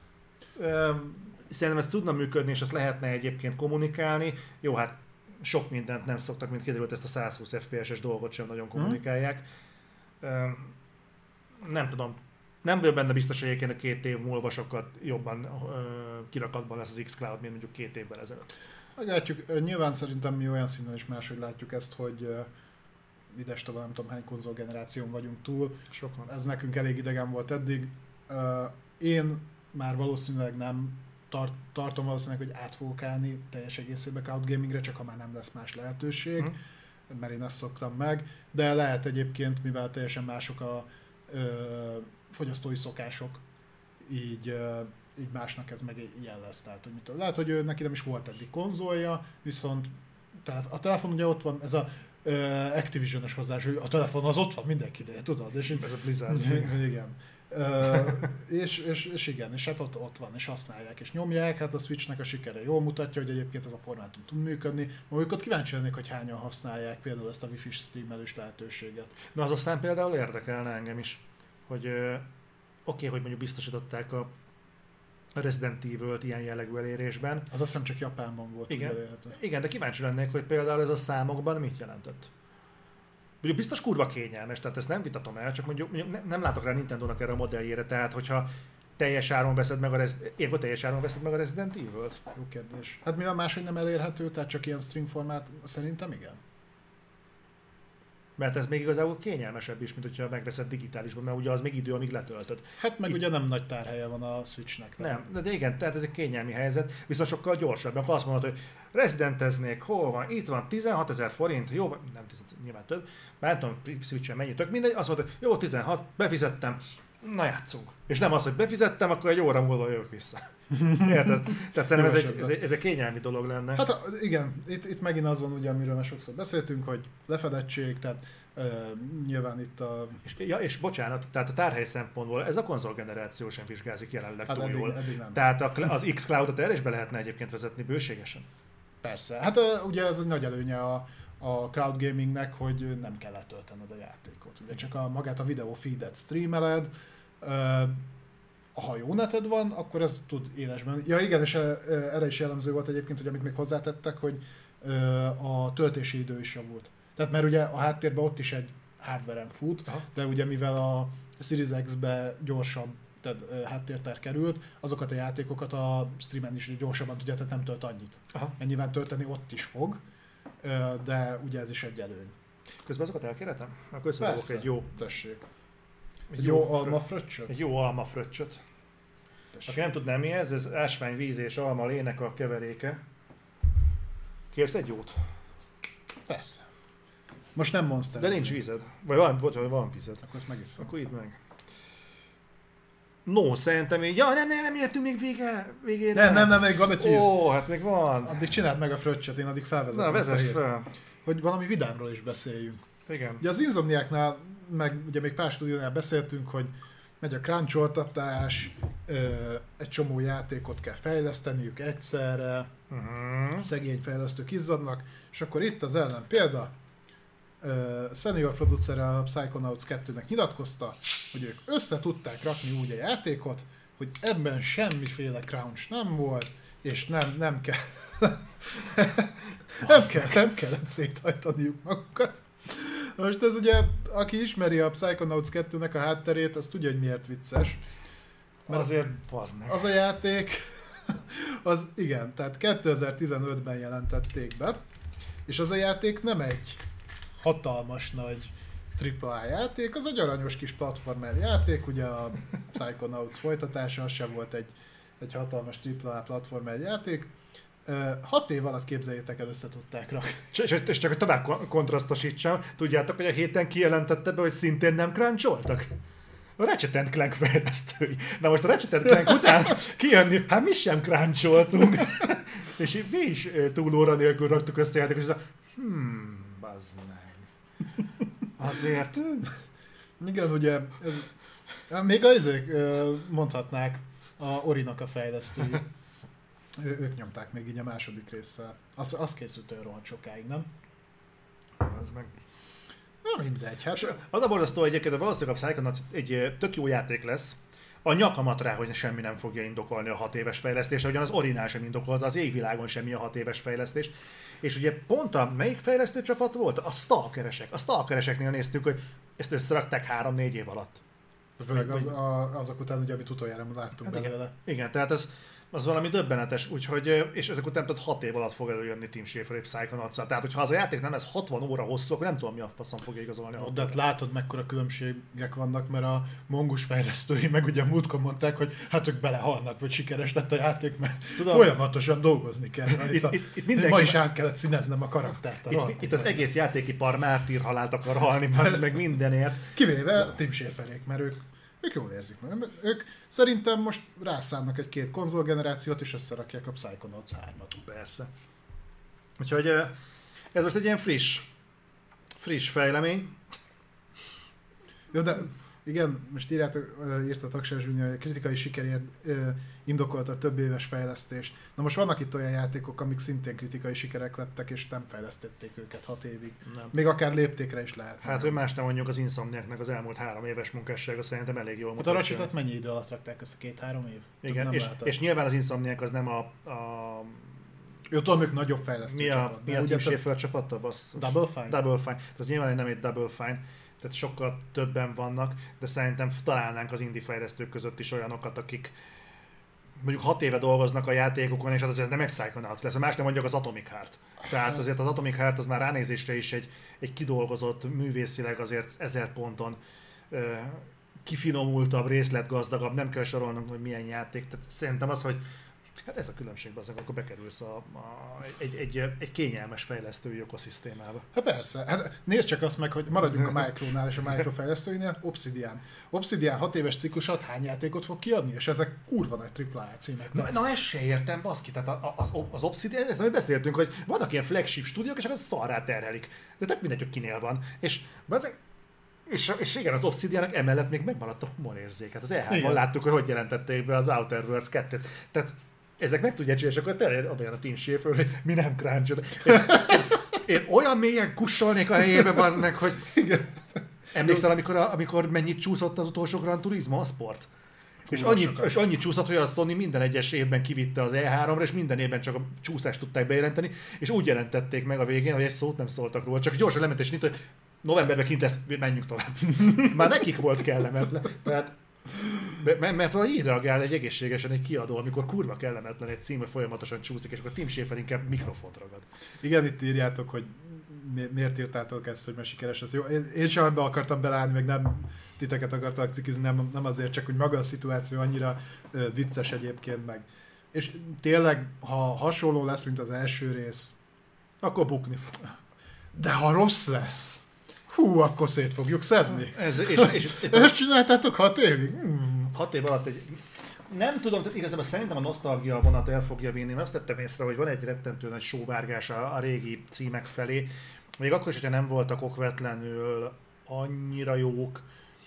Szerintem ez tudna működni, és ezt lehetne egyébként kommunikálni. Jó, hát sok mindent nem szoktak, mint kiderült, ezt a száz húsz ef pé es-es dolgot sem nagyon kommunikálják. Hmm. Nem tudom, nem vagyok benne biztos, hogy egyébként a két év múlva sokkal jobban uh, kirakatban lesz az xCloud, mint mondjuk két évvel ezelőtt. Látjuk, nyilván szerintem mi olyan szinten is máshogy látjuk ezt, hogy uh, idestova nem tudom hány konzolgeneráción vagyunk túl. Sokan. Ez nekünk elég idegen volt eddig. Uh, én már valószínűleg nem tart, tartom valószínűleg, hogy át fogok állni teljes egészében cloud gamingre, csak ha már nem lesz más lehetőség, hmm. mert én ezt szoktam meg. De lehet egyébként, mivel teljesen mások a uh, fogyasztói szokások, így uh, így másnak ez meg ilyen lesz. Tehát, hogy mitől. Lehet, hogy ő, neki nem is volt eddig konzolja, viszont tehát a telefon ugye ott van, ez a uh, Activision-es hozzás, hogy a telefon az ott van mindenkinél, tudod? És ez a Blizzard. Igen. uh, és, és, és igen, és hát ott, ott van, és használják, és nyomják, hát a Switchnek a sikere jól mutatja, hogy egyébként ez a formátum tud működni. Majd ott kíváncsi lennék, hogy hányan használják például ezt a Wi-Fi streamelős lehetőséget. Na az aztán például érdekelne engem is, hogy uh, oké, okay, hogy mondjuk biztosították a Resident Evil-t ilyen jellegű elérésben. Az azt hiszem csak Japánban volt. Igen, igen, de kíváncsi lennék, hogy például ez a számokban mit jelentett. Mondjuk biztos kurva kényelmes, tehát ezt nem vitatom el, csak mondjuk, mondjuk nem látok rá Nintendo-nak erre a modelljére, tehát hogyha teljes áron veszed meg a, Rez... Épp teljes áron veszed meg a Resident Evil-t? Jó kérdés. Hát mivel máshogy nem elérhető, tehát csak ilyen string formát, szerintem igen. Mert ez még igazából kényelmesebb is, mint hogyha megveszed digitálisban, mert ugye az még idő, amíg letöltöd. Hát meg Itt... ugye nem nagy tárhelye van a Switchnek. Tehát. Nem, de igen, tehát ez egy kényelmi helyzet, viszont sokkal gyorsabb. Akkor azt mondod, hogy residenteznék, hol van, itt van tizenhatezer forint, jó, nem tizenhat, nyilván több, már nem tudom, Switchen mennyi, tök mindegy, azt mondod, hogy jó, tizenhat, befizettem, na játszunk. És nem az, hogy befizettem, akkor egy óra múlva jövök vissza. Érted? Tehát szerintem ez egy, ez, egy, ez egy kényelmi dolog lenne. Hát igen, itt, itt megint az van, ugye, amiről már sokszor beszéltünk, hogy lefedettség, tehát uh, nyilván itt a... És, ja, és bocsánat, tehát a tárhely szempontból ez a konzolgeneráció sem vizsgázik jelenleg hát túl eddig, jól. eddig nem. Tehát a, az xCloud-ot erre is be lehetne egyébként vezetni bőségesen. Persze. Hát uh, ugye ez egy nagy előnye a, a cloud gamingnek, hogy nem kell letöltened a játékot. Ugye csak a, magát a videó feedet streameled, uh, ha jó neted van, akkor ez tud élesben. Ja igen, és erre is jellemző volt egyébként, hogy amit még hozzátettek, hogy a töltési idő is javult. Tehát mert ugye a háttérben ott is egy hardware-en fut, aha. De ugye mivel a Series X-be gyorsabb tehát háttérter került, azokat a játékokat a streamen is gyorsabban tudja, tehát nem tölt annyit. Aha. Mert nyilván tölteni ott is fog, de ugye ez is egy előny. Közben azokat elkérhetem? Akkor összedobok egy jó. Tessék. Egy jó alma fröccsöt? Egy jó alma fröccsöt. Aki nem tudná mi ez, ez ásványvíz és alma lének a keveréke. Kérsz egy jót? Persze. Most nem Monster. De nincs vízed. Vagy van, vagy van vízed. Akkor ezt megiszom. Akkor idd meg. No, szerintem így, ja nem, nem, nem értünk még vége, végére. Nem, nem, nem, még van egy hír. Ó, hát még van. Addig csináld meg a fröccsöt, én addig felvezetem. Na, vezess fel. Hogy valami vidámról is beszéljünk. Igen. Ugye az Insomniáknál, meg ugye még pár stúdiónál beszéltünk, hogy megy a crunch-oltatás, egy csomó játékot kell fejleszteniük egyszerre, uh-huh. Szegény fejlesztők izzadnak, és akkor itt az ellen példa, senior producere a Psychonauts kettőnek nyilatkozta, hogy ők össze tudták rakni úgy a játékot, hogy ebben semmiféle crunch nem volt, és nem, nem kell nem, kell, nem kellett széthajtaniuk magukat. Most ez ugye, aki ismeri a Psychonauts kettőnek a hátterét, az tudja, hogy miért vicces. Mert azért bazd meg. Az a játék, az igen, tehát kétezer-tizenötben jelentették be, és az a játék nem egy hatalmas nagy tripla á játék, az egy aranyos kis platformer játék, ugye a Psychonauts folytatása, az sem volt egy, egy hatalmas tripla á platformer játék. Hat év alatt képzeljétek el, össze tudták rakni. És, és csak hogy tovább kontrasztosítsam, tudjátok, hogy a héten kijelentette be, hogy szintén nem cruncholtak? A Ratchet and Clank fejlesztői. Na most a Ratchet and Clank után kijönni, hát mi sem cruncholtunk. És mi is túl óra nélkül raktuk össze játékot, és hmm, bazd meg. Azért. Igen, ugye, ez, még azért mondhatnák a Orinak a fejlesztői. Ő, ők nyomták még így a második résszel. Az, az készült olyan rohadt sokáig, nem? Az meg... Na mindegy, hát... Az a borzasztó egyébként, hogy valószínűleg a Psychonauts egy tök jó játék lesz. A nyakamat rá, hogy semmi nem fogja indokolni a hat éves fejlesztést, ahogyan az Orinál sem indokolta, az égvilágon semmi a hat éves fejlesztés. És ugye pont a melyik fejlesztő csapat volt? A Stalkeresek. A Stalkereseknél néztük, hogy ezt összerakták három-négy év alatt. Főleg az, a, azok után, ugye, amit utoljára láttunk hát belőle. Igen, igen, tehát ez az valami döbbenetes, úgyhogy, és ezek után tehát hat év alatt fog előjönni Tim Schafer egy Psychonauts-al. Tehát, hogyha az a játék nem lesz hatvan óra hosszú, akkor nem tudom, mi a faszom fogja igazolni. Oh, de hát látod, mekkora különbségek vannak, mert a mongus fejlesztői meg ugye múltkor mondták, hogy hát ők belehalnak, vagy sikeres lett a játék, mert tudom, folyamatosan dolgozni kell. Itt, itt, itt, itt mindenki ma is át kellett színeznem a karaktert. A itt, itt az egész játékipar mártír halált akar halni, meg mindenért. Kivéve Tim Schaferék, mert ők Ők jól érzik meg. Ők szerintem most rászánnak egy-két konzolgenerációt, és összerakják a Psychonauts hármat. Persze. Úgyhogy ez most egy ilyen friss, friss fejlemény. Jó, de igen, most írjátok, írt a Taksás Zsúnya, hogy a kritikai sikerért indokolta a több éves fejlesztést. Na most vannak itt olyan játékok, amik szintén kritikai sikerek lettek, és nem fejlesztették őket hat évig. Nem. Még akár léptékre is lehet. Hát, hogy más nem mondjuk, az Insomniaknak az elmúlt három éves munkássága szerintem elég jól mutatja. Hát a Ratchetet mennyi idő alatt rakták össze? Két-három év? Igen, és, és nyilván az Insomniak az nem a... a... Jó, tudom, ők nagyobb fejlesztő mi a, csapat. Mi a Tim Schafer csapata? Double Fine? Double Fine. Ez nyilván nem egy Double Fine. Tehát sokkal többen vannak, de szerintem találnánk az indie fejlesztők között is olyanokat, akik mondjuk hat éve dolgoznak a játékokon, és az azért nem egy Psychonauts lesz, más nem mondjuk az Atomic Heart. Tehát azért az Atomic Heart az már ránézésre is egy, egy kidolgozott, művészileg azért ezer ponton ö, kifinomultabb, részletgazdagabb, nem kell sorolnunk, hogy milyen játék. Tehát szerintem az, hogy hát ez a különbség, az, akkor bekerülsz a, a, egy, egy, egy kényelmes fejlesztői ökoszisztémába. Hát persze. Hát nézd csak azt meg, hogy maradjunk a Micronál és a Micro fejlesztőinél. Obsidian. Obsidian hat éves ciklusat hány játékot fog kiadni? És ezek kurva nagy tripla á címek. Na, na ezt se értem, baszki. Tehát az, az Obsidian, ezt amit beszéltünk, hogy vannak ilyen flagship stúdiók, és akkor szarrá terhelik. De tök mindegy, hogy kinél van. És ezek, És, és igen, az Obsidiannak emellett még megmaradt a humorérzék. Hát az E háromban láttuk, hogy hogy jelentették be az Outer Worlds kettőt. Tehát ezek meg tudják csinálni, és akkor tényleg ad olyan a Tim Schafer, hogy mi nem crunchod. Én, én, én olyan mélyen kussolnék a helyébe, bazd meg, hogy emlékszel, amikor, a, amikor mennyit csúszott az utolsó Gran Turismo, a sport? És annyit, és annyit csúszott, hogy a Sony minden egyes évben kivitte az E háromra, és minden évben csak a csúszást tudták bejelenteni, és úgy jelentették meg a végén, hogy egy szót nem szóltak róla, csak gyorsan lement és nyit, hogy novemberben kint lesz, menjünk tovább. Már nekik volt kellemetlen. Tehát, mert valahogy így reagál egy egészségesen egy kiadó, amikor kurva kellemetlen egy cím, folyamatosan csúszik, és akkor Tim Schafer inkább mikrofont ragad. Igen, itt írjátok, hogy mi, miért írtátok ezt, hogy már sikeres ez. Jó, én, én sem ebbe akartam beleállni, meg nem titeket akartak cikizni, nem, nem azért, csak hogy maga a szituáció annyira ö, vicces egyébként meg. És tényleg, ha hasonló lesz, mint az első rész, akkor bukni fog. De ha rossz lesz, hú, akkor szét fogjuk szedni. Ez, és, és, és, Ezt csináltátok hat évig? Hmm. Hat év alatt egy... Nem tudom, tehát igazából szerintem a nosztalgia vonat el fogja vinni. Én azt tettem észre, hogy van egy rettentő nagy sóvárgás a, a régi címek felé. Még akkor is, hogyha nem voltak okvetlenül annyira jók.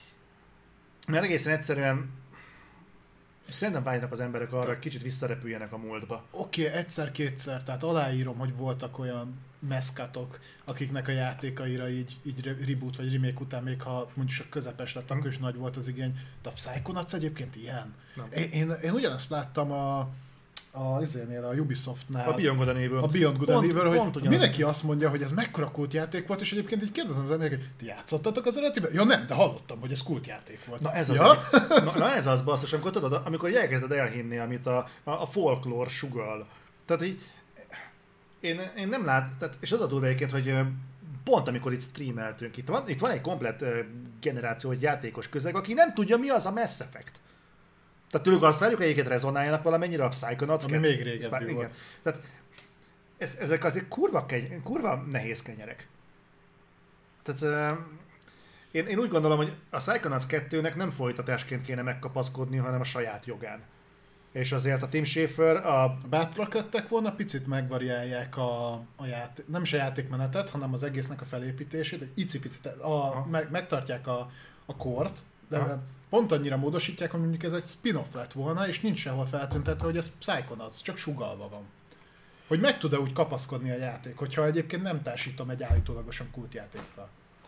Mert egészen egyszerűen szerintem vágynak az emberek arra, hogy kicsit visszarepüljenek a múltba. Oké, okay, egyszer-kétszer, tehát aláírom, hogy voltak olyan meszkatok, akiknek a játékaira így, így reboot vagy remake után, még ha mondjuk csak közepes lett, akkor is nagy volt az igény. De a Psychonauts egyébként ilyen. Én, én, én ugyanezt láttam a a izénél, a Ubisoftnál. A Beyond Good and Evil. A Beyond Good and Evil, hogy pont mindenki azt mondja, hogy ez mekkora kultjáték volt, és egyébként így kérdezem az embereket, ti játszottatok az eredetiben? Ja nem, de hallottam, hogy ez kultjáték volt. Na ez az, ja? na, na ez az basszus, amikor tudod, amikor elkezded elhinni, amit a, a, a folklór sugall. Tehát így, én, én nem lát, tehát, és az a durva egyébként, hogy pont amikor itt streameltünk, itt van, itt van egy komplett generáció, egy játékos közeg, aki nem tudja, mi az a Mass Effect. Tehát tőlük azt várjuk, hogy egyiket rezonáljanak valamennyire a Psychonauts. Ami még régebbi volt. Tehát ez, ezek azért kurva, keny, kurva nehéz kenyerek. Tehát uh, én, én úgy gondolom, hogy a Psychonauts kettőnek nem folytatásként kéne megkapaszkodni, hanem a saját jogán. És azért a Tim Schafer a... Bátraködtek volna, picit megvariálják a, a játék, nem is a játékmenetet, hanem az egésznek a felépítését, egy icipicit, a, meg, megtartják a, a kort, de Aha. pont annyira módosítják, hogy mondjuk ez egy spin-off lett volna, és nincs sehol feltüntetve, hogy ez Psychonauts, csak sugallva van. Hogy meg tud-e úgy kapaszkodni a játék, hogyha egyébként nem társítom egy állítólagosan kultjátékkal.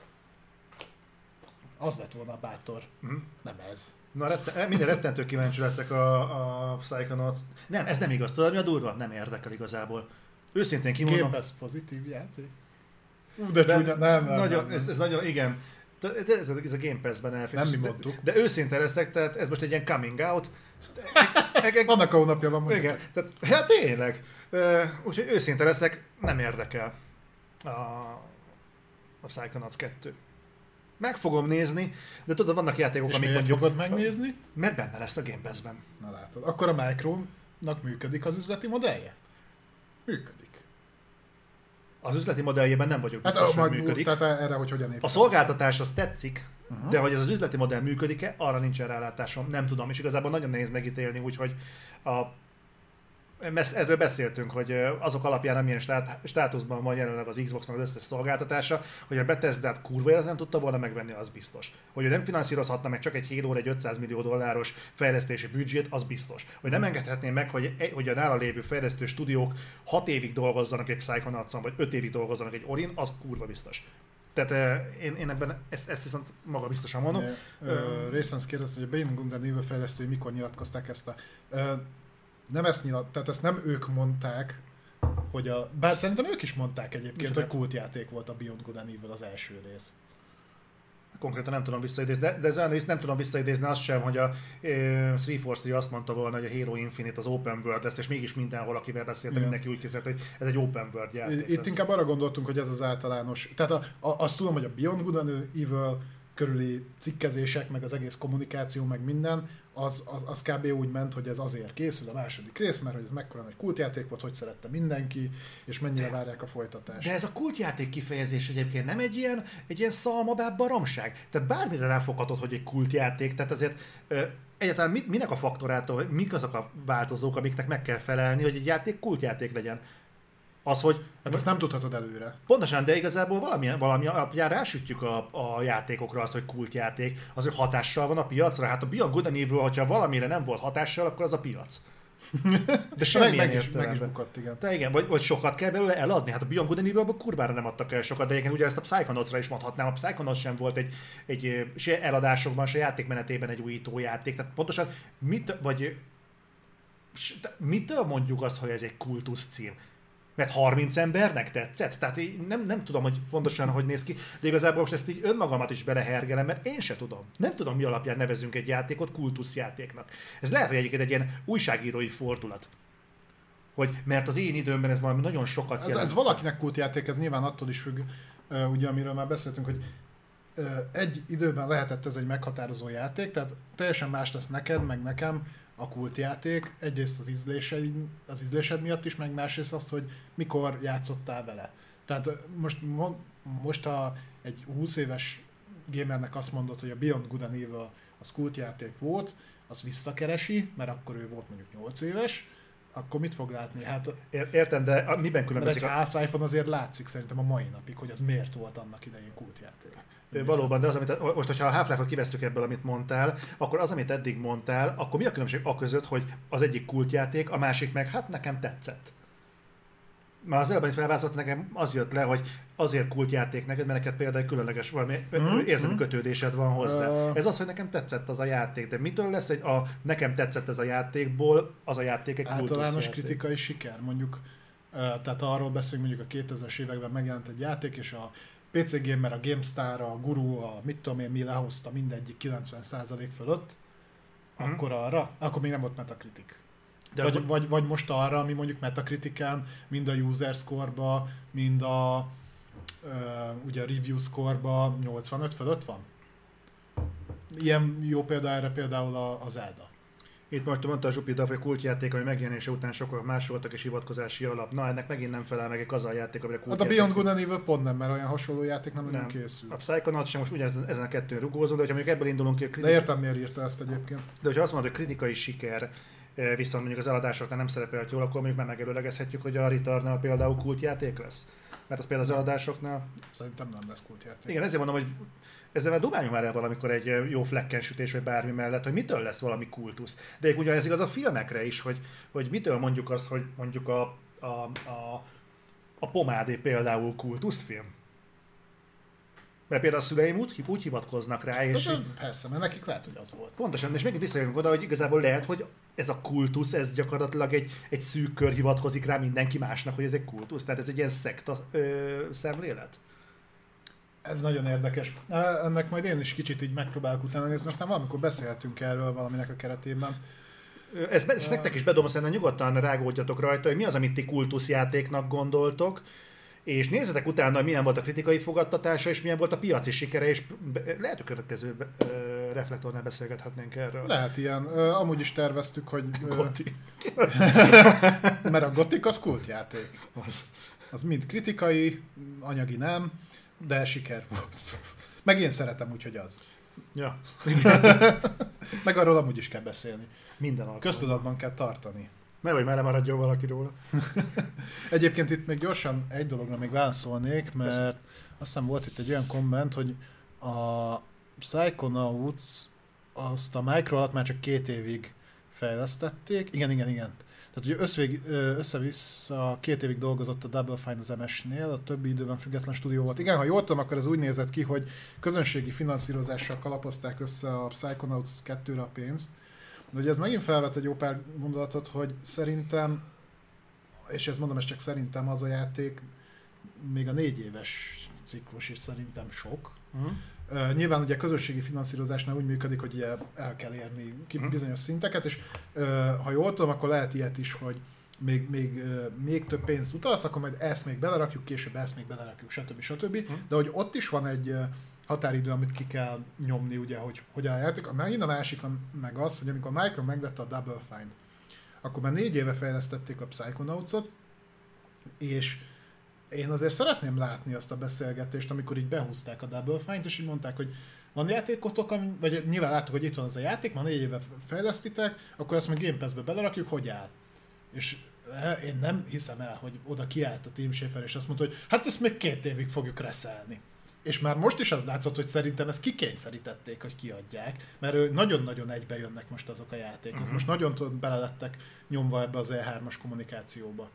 Az lett volna a bátor, mm. nem ez. Na, retten, minden rettentő kíváncsi leszek a, a Psychonauts. Nem, ez nem igaz. Tudod, mi a durva? Nem érdekel igazából. Őszintén kimondom. Game Pass pozitív játék? Ú, de, de csúnya, nem, nem, nagyon, nem, nem. Ez, ez nagyon, igen. Ez, ez a Game Pass-ben elfér. Nem mi mondtuk. De, de őszinte leszek, tehát ez most egy ilyen coming out. Annak a hónapja van mondjuk. Igen, tehát, hát tényleg. Úgyhogy őszinte leszek, nem érdekel a, a Psychonauts kettő. Meg fogom nézni, de tudod, vannak játékok, és amik miért mondjuk... fogod megnézni? Mert benne lesz a Game Pass-ben. Na látod. Akkor a Micronak működik az üzleti modellje? Működik. Az üzleti modelljében nem vagyok biztos, hát, hogy majd, működik. Tehát erre, hogy hogyan épít. A szolgáltatás az tetszik, uh-huh. de hogy ez az üzleti modell működik-e, arra nincsen rálátásom, nem tudom. És igazából nagyon nehéz megítélni, úgyhogy a erről beszéltünk, hogy azok alapján, amilyen státuszban van jelenleg az Xbox-nak az összes szolgáltatása, hogy a Bethesda-t kurva élet nem tudta volna megvenni, az biztos. Hogy ő nem finanszírozhatna meg csak egy Halo-ra egy ötszáz millió dolláros fejlesztési büdzsét, az biztos. Hogy nem engedhetné meg, hogy, hogy a nála lévő fejlesztő stúdiók hat évig dolgozzanak egy Psychonauts-on, vagy öt évig dolgozzanak egy Orin, az kurva biztos. Tehát uh, én, én ebben ezt, ezt viszont maga biztosan mondom. Részensz kérdezte, hogy a Beyond Good and Evil fejlesztői mikor nyilatkozták ezt a... Uh, Nem ezt nyilat, tehát ezt nem ők mondták, hogy a... Bár szerintem ők is mondták egyébként, Micsoda? hogy kultjáték volt a Beyond Good and Evil az első rész. Konkrétan nem tudom visszaidézni, de, de ezen részt nem tudom visszaidézni azt sem, hogy a e, három azt mondta volna, hogy a Halo Infinite az open world lesz, és mégis mindenhol, akivel beszéltem, mindenki úgy készült, hogy ez egy open world játék. Itt lesz. Inkább arra gondoltunk, hogy ez az általános... Tehát a, a, azt tudom, hogy a Beyond Good and Evil körüli cikkezések, meg az egész kommunikáció, meg minden, az, az, az kb. Úgy ment, hogy ez azért készül a második rész, mert hogy ez mekkora nagy kultjáték volt, hogy szerette mindenki, és mennyire de, várják a folytatást. De ez a kultjáték kifejezés egyébként nem egy ilyen, egy ilyen szalmabáb baromság. Tehát bármire ráfoghatod, hogy egy kultjáték, tehát azért ö, egyáltalán mit, minek a faktorától, mik azok a változók, amiknek meg kell felelni, hogy egy játék kultjáték legyen. Az, hogy... Hát ezt nem tudhatod előre. Pontosan, de igazából valami, valami alapján rásütjük a, a játékokra azt, hogy kultjáték, az, hogy hatással van a piacra. Hát a Beyond Good and Evil, hogyha valamire nem volt hatással, akkor az a piac. De semmilyen meg, meg, is, meg is bukott, igen. De igen, vagy, vagy sokat kell belőle eladni. Hát a Beyond Good and Evilből kurvára nem adtak el sokat, de igen, ugye ezt a Psychonauts-ra is mondhatnám. A Psychonauts sem volt egy, egy se eladásokban, se játékmenetében egy újító játék. Tehát pontosan mit, vagy mitől mondjuk azt, hogy ez egy kultusz cím? Mert harminc embernek tetszett? Tehát nem, nem tudom, hogy pontosan hogy néz ki, de igazából most ezt így önmagamat is belehergelem, mert én se tudom. Nem tudom, mi alapján nevezünk egy játékot kultuszjátéknak. Ez lehet, hogy egyébként egy ilyen újságírói fordulat. Hogy, mert az én időmben ez valami nagyon sokat ez, jelent. ez valakinek kultjáték, ez nyilván attól is függ, uh, ugye amiről már beszéltünk, hogy uh, egy időben lehetett ez egy meghatározó játék, tehát teljesen más lesz neked, meg nekem a kultjáték, egyrészt az, ízléseid, az ízlésed miatt is, meg másrészt azt, hogy mikor játszottál vele. Tehát most, most ha egy húsz éves gamernek azt mondod, hogy a Beyond Good and Evil az kultjáték volt, az visszakeresi, mert akkor ő volt mondjuk nyolc éves, akkor mit fog látni? Hát, értem, de a, miben különbözik? Mert egy Half-Life-on azért látszik szerintem a mai napig, hogy az miért volt annak idején kultjáték. Valóban, de az, amit, most, hogyha a Half-Life-ot kivesztük ebből, amit mondtál, akkor az, amit eddig mondtál, akkor mi a különbség a között, hogy az egyik kultjáték, a másik meg, hát nekem tetszett. Már az előbb, amit felvázolt, nekem az jött le, hogy azért kultjáték neked, mert neked például különleges valami mm-hmm. érzelmi kötődésed van hozzá. Uh... Ez az, hogy nekem tetszett az a játék, de mitől lesz egy a nekem tetszett ez a játékból, az a játék egy kultusz általános játék. kritikai siker, mondjuk, tehát arról beszélünk, mondjuk a kétezres években megjelent egy játék, és a pé cé Gamer, a GameStar, a Guru, a mit tudom én, mi lehozta mindegyik kilencven százalék fölött, mm. akkor arra, akkor még nem volt Metacritic. De vagy, akkor... vagy, vagy most arra, ami mondjuk Metacriticán, mind a user score-ba, mind a, uh, ugye a review score-ba nyolcvanöt fölött van? Ilyen jó példa erre például a, a Zelda. Itt most mondta a Zsupida, hogy a kultjáték, ami megjelenése után sokkal másoltak és hivatkozási alap. Na, ennek megint nem felel meg az a játék, amire kultjáték. Hát a Beyond Good and Evil pont nem, mert olyan hasonló játék nem, nem. készül. A Psychonauts sem most ugyanezen ezen a kettőn rugózunk, de hogyha mondjuk ebből indulunk ki... Kritik... De értem, miért írta ezt egyébként. De hogyha azt mondod, hogy kritikai siker, viszont mondjuk az eladásoknál nem szerepelt jól, akkor mondjuk már megelőlegezhetjük, hogy a Returnal például kultjáték lesz. Mert az például az eladásoknál... Szerintem nem lesz kultjáték. Igen, ezért mondom, hogy ezzel már dobáljunk már el valamikor egy jó flekkensütés, vagy bármi mellett, hogy mitől lesz valami kultusz. De ugyanez igaz a filmekre is, hogy, hogy mitől mondjuk azt, hogy mondjuk a, a, a, a Pomádé például kultuszfilm. Mert például a szüleim úgy, úgy hivatkoznak rá, és... De persze, mert nekik lehet, hogy az volt. Pontosan, és még visszajövünk oda, hogy igazából lehet, hogy ez a kultusz, ez gyakorlatilag egy, egy szűk kör hivatkozik rá mindenki másnak, hogy ez egy kultusz. Tehát ez egy ilyen szekta ö, szemlélet. Ez nagyon érdekes. Ennek majd én is kicsit így megpróbálok utána nézni, aztán valamikor beszélhetünk erről valaminek a keretében. Ezt, ezt nektek is bedobom, szerintem nyugodtan rágódjatok rajta, hogy mi az, amit ti kultuszjátéknak gondoltok, és nézzetek utána, hogy milyen volt a kritikai fogadtatása, és milyen volt a piaci sikere, és lehet, hogy következő reflektornál beszélgethetnénk erről. Lehet ilyen. Amúgy is terveztük, hogy... Gothic. Mert a Gothic az kultjáték. Az. Az mind kritikai, anyagi nem, de siker volt. Meg én szeretem, úgyhogy az. Ja. Meg arról amúgy is kell beszélni. Minden alkalommal. Köztudatban kell tartani. Mert hogy már maradjon valaki róla. Egyébként itt még gyorsan egy dologra még válaszolnék, mert Persze. azt hiszem volt itt egy olyan komment, hogy a Psychonauts azt a Micro alatt már csak két évig fejlesztették. Igen, igen, igen. Tehát ugye összvég, össze-vissza két évig dolgozott a Double Fine az em es-nél, a többi időben független stúdió volt. Igen, ha jól tudom, akkor ez úgy nézett ki, hogy közönségi finanszírozással kalapozták össze a Psychonauts kettőre a pénzt. De ugye ez megint felvet egy jó pár gondolatot, hogy szerintem, és ezt mondom, ez csak szerintem az a játék, még a négy éves ciklus is szerintem sok. Uh-huh. Uh, nyilván ugye a közösségi finanszírozásnál úgy működik, hogy ugye el kell érni uh-huh. bizonyos szinteket, és uh, ha jól tudom, akkor lehet ilyet is, hogy még, még, uh, még több pénzt utalsz, akkor majd ezt még belerakjuk, később ezt még belerakjuk, stb. stb. Uh-huh. De hogy ott is van egy uh, határidő, amit ki kell nyomni, ugye, hogy hogy a játék. Megint a másik meg az, hogy amikor Micro megvette a Double Fine, akkor már négy éve fejlesztették a Psychonauts-ot, és én azért szeretném látni azt a beszélgetést, amikor így behúzták a Double Fine-t, és így mondták, hogy van játékotok, ami, vagy nyilván láttuk, hogy itt van az a játék, már négy éve fejlesztitek, akkor ezt meg Game Pass-be belerakjuk, hogy áll. És én nem hiszem el, hogy oda kiállt a Tim Schafer, és azt mondta, hogy hát ezt még két évig fogjuk reszelni. És már most is az látszott, hogy szerintem ezt kikényszerítették, hogy kiadják, mert nagyon-nagyon egybe jönnek most azok a játékok. Uh-huh. Most nagyon bele lettek nyomva ebbe az E hármas kommunikációba.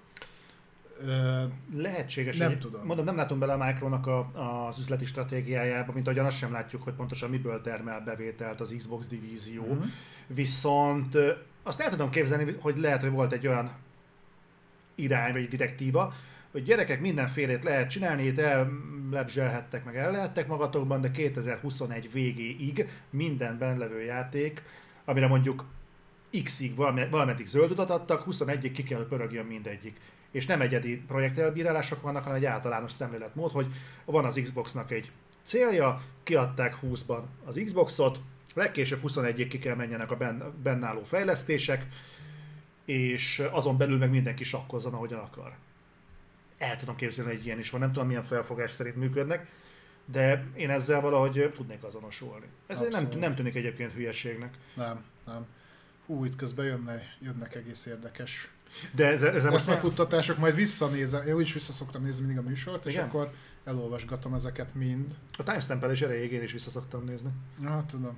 Ö, Lehetséges, nem hogy, tudom. Mondom, nem látunk bele a Micronak a, az üzleti stratégiájába, mint ahogyan azt sem látjuk, hogy pontosan miből termel bevételt az Xbox divízió. Uh-huh. Viszont azt el tudom képzelni, hogy lehet, hogy volt egy olyan irány, vagy direktíva, hogy gyerekek, mindenfélét lehet csinálni, itt ellebzselhettek, meg el lehettek magatokban, de kétezer-huszonegy végéig minden benn levő játék, amire mondjuk X-ig valami, valameddig zöld utat adtak, huszonegyig ki kell, hogy pörögjön mindegyik. És nem egyedi projektelbírálások vannak, hanem egy általános szemléletmód, hogy van az Xboxnak egy célja, kiadták húszban az Xboxot, legkésőbb huszonegyig ki kell menjenek a benne álló fejlesztések, és azon belül meg mindenki sakkozzon, ahogyan akar. El tudom képzelni, hogy ilyen is van, nem tudom milyen felfogás szerint működnek, de én ezzel valahogy tudnék azonosulni. Ez nem, nem tűnik egyébként hülyeségnek. Nem, nem. Hú, itt közben jönne, jönnek egész érdekes de ez, ez eszmefuttatások, majd visszanézem, én úgyis vissza szoktam nézni mindig a műsort, igen? És akkor elolvasgatom ezeket mind. A timestamp-elés erejéig én is vissza szoktam nézni. Ja, tudom.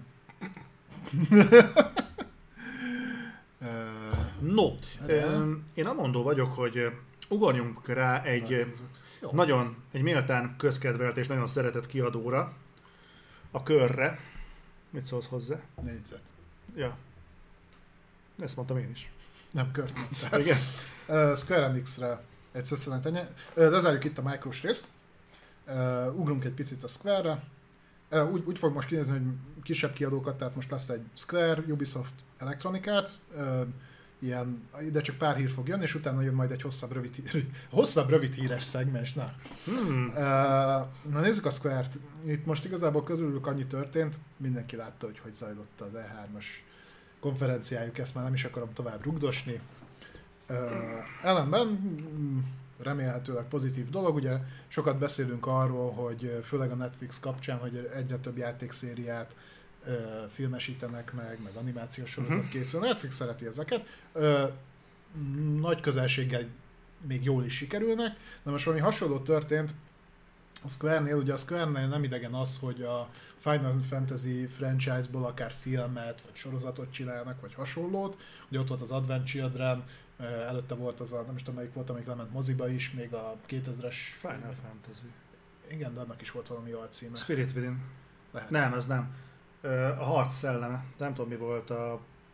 No, én amondó vagyok, hogy ugorjunk rá egy nagyon, egy méltán közkedvelt és nagyon szeretett kiadóra, a Körre. Mit szólsz hozzá? Négyzet. Ja. Ezt mondtam én is. Nem Kört mondtál. Igen. Uh, Square Enix-re egy szösszenet ennyi. Uh, lezárjuk itt a Micros részt. Uh, ugrunk egy picit a Square-re. Uh, úgy, úgy fog most kinézni, hogy kisebb kiadókat, tehát most lesz egy Square, Ubisoft, Electronic Arts, uh, ilyen, ide csak pár hír fog jönni, és utána jön majd egy hosszabb, rövid, hír, hosszabb, rövid híres szegmens. Na. Hmm. Uh, na nézzük a Square-t. Itt most igazából közülük annyi történt, mindenki látta, hogy hogy zajlott az E hármas konferenciájuk, ezt már nem is akarom tovább rugdosni. Uh, ellenben remélhetőleg pozitív dolog, ugye sokat beszélünk arról, hogy főleg a Netflix kapcsán, hogy egyre több játékszériát uh, filmesítenek meg, meg animációs sorozat uh-huh. készül. Netflix szereti ezeket. Uh, nagy közelséggel még jól is sikerülnek, de most valami hasonló történt a Square-nél. Ugye a Square-nél nem idegen az, hogy a Final Fantasy franchise-ból akár filmet, vagy sorozatot csinálnak, vagy hasonlót. Ugye ott volt az Advent Children, előtte volt az a, nem is tudom melyik volt, amelyik lement moziba is, még a kétezres... Final Fantasy. Igen, de annak is volt valami alcíme. Spirit Within. Lehet. Nem, ez nem. A Harc szelleme. Nem tudom mi volt a...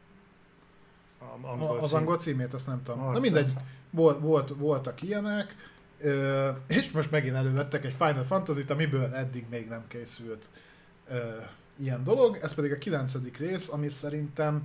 a angol az cím. Angol címét, azt nem tudom. Na mindegy, volt, volt, voltak ilyenek, és most megint elővettek egy Final Fantasy-t, amiből eddig még nem készült ilyen dolog. Ez pedig a kilencedik rész, ami szerintem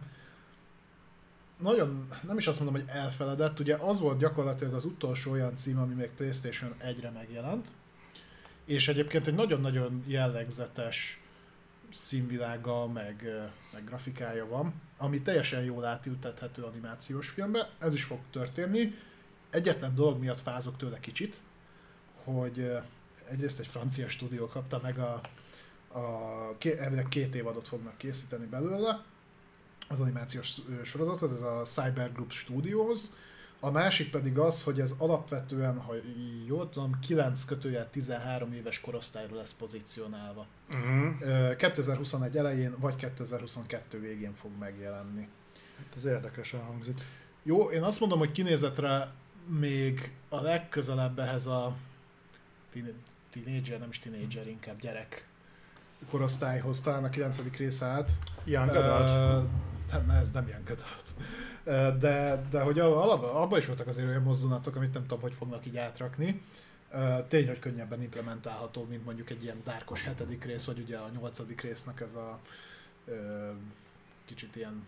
nagyon, nem is azt mondom, hogy elfeledett, ugye az volt gyakorlatilag az utolsó olyan cím, ami még PlayStation egyre megjelent, és egyébként egy nagyon-nagyon jellegzetes színvilága, meg, meg grafikája van, ami teljesen jól átültethető animációs filmbe, ez is fog történni. Egyetlen dolog miatt fázok tőle kicsit, hogy egyrészt egy francia stúdió kapta meg a, a elvileg két évadot fognak készíteni belőle, az animációs sorozatot, ez a Cyber Group Studios. A másik pedig az, hogy ez alapvetően, ha jól tudom, kilenc kötőjel tizenhárom éves korosztályra lesz pozícionálva. Uh-huh. kétezer-huszonegy elején vagy kétezer-huszonkettő végén fog megjelenni. Hát ez érdekesen hangzik. Jó, én azt mondom, hogy kinézetre még a legközelebb ehhez a tínédzser, nem is tínédzser, inkább gyerek korosztályhoz, talán a kilencedik rész állt. Young Adult. Uh, nem, ez nem Young Adult. Uh, de, de hogy abban is voltak azért olyan mozdulatok, amit nem tudom, hogy fognak így átrakni. Uh, tény, hogy könnyebben implementálható, mint mondjuk egy ilyen dárkos hetedik rész, vagy ugye a nyolcadik résznek ez a uh, kicsit ilyen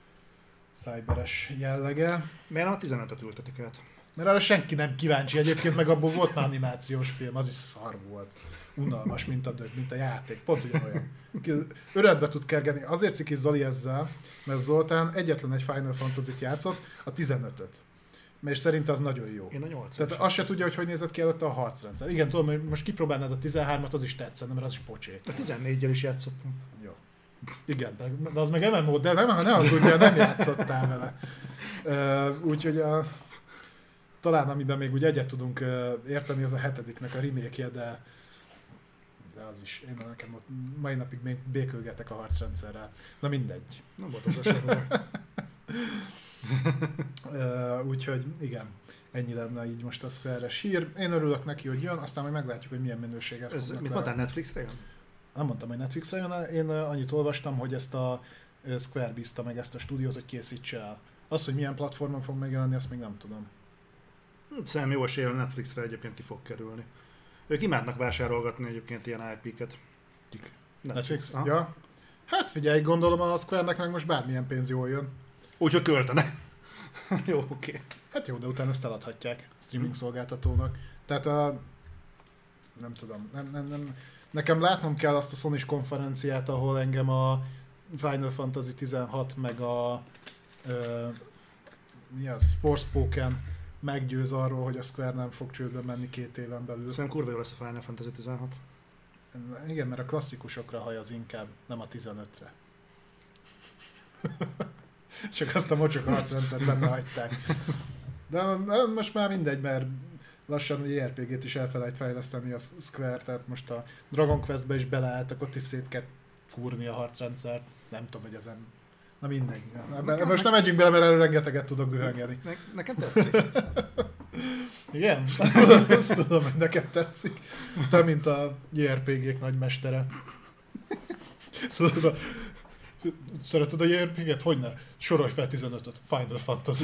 cyberes jellege. Miért nem a tizenötöt ültetik át? Mert arra senki nem kíváncsi, egyébként meg abból volt már animációs film, az is szar volt. Unalmas, mint a dög, mint a játék, pont ugyanolyan. Öretbe tud kergetni. Azért cikis Zoli ezzel, mert Zoltán egyetlen egy Final Fantasy-t játszott, a tizenötöt. És szerint az nagyon jó. Én a nyolcat. Tehát azt se tudja, hogy hogy nézett ki előtte a harcrendszer. Igen, tudom, hogy most kipróbálnád a tizenhármat, az is tetszene, mert az is pocsék. A tizennégyel is játszottam. Jó. Igen, de az meg em em o, de nem, ne az ugye, nem játszottál vele. Uh, Úgyhogy a... talán amiben még úgy egyet tudunk uh, érteni, az a hetediknek a remake-je, de de az is, én nekem ott mai napig még békölgetek a harcrendszerrel. Na mindegy. Nem volt az a sem. uh, Úgyhogy igen, ennyi lenne így most a Square-es hír. Én örülök neki, hogy jön, aztán majd meglátjuk, hogy milyen minőséget ez fognak mit le. mondtál, Netflixre jön? Nem mondtam, hogy Netflixre jön, én annyit olvastam, hogy ezt a Square bízta meg ezt a stúdiót, hogy készítse el. Az, hogy milyen platformon fog megjelenni, azt még nem tudom. Szerintem jó eséllyel Netflixre egyébként ki fog kerülni. Ők imádnak vásárolgatni egyébként ilyen i pé-ket. Netflix? Netflix? Ja. Hát figyelj, gondolom a Square-nek meg most bármilyen pénz jól jön. Úgyhogy költenek. Jó, oké. Okay. Hát jó, de utána ezt eladhatják streaming szolgáltatónak. Tehát a... Nem tudom, nem, nem, nem. Nekem látnom kell azt a Sony-s konferenciát, ahol engem a Final Fantasy tizenhat meg a... Ö, mi az? Forspoken meggyőz arról, hogy a Square nem fog csődbe menni két éven belül. Szerintem kurva jó lesz a Final Fantasy tizenhat. Igen, mert a klasszikusokra hajaz inkább, nem a tizenötre. Csak azt a mocsok harcrendszert benne hagyták. De most már mindegy, mert lassan a jé er pé gét is elfelejt fejleszteni a Square, tehát most a Dragon Quest-be is beleálltak, ott is szét kell fúrni a harcrendszert. Nem tudom, hogy ezen... Na mindegy. Nekem most nem megyünk bele, mert erről rengeteget tudok dühöngeni. Ne, nekem tetszik. Igen? Azt tudom, azt tudom, hogy neked tetszik. Te, mint a jé er pé gék nagymestere. Szóval ez a... Szereted a jé er pé gét? Hogyne? Sorolj fel tizenötöt. Final Fantasy.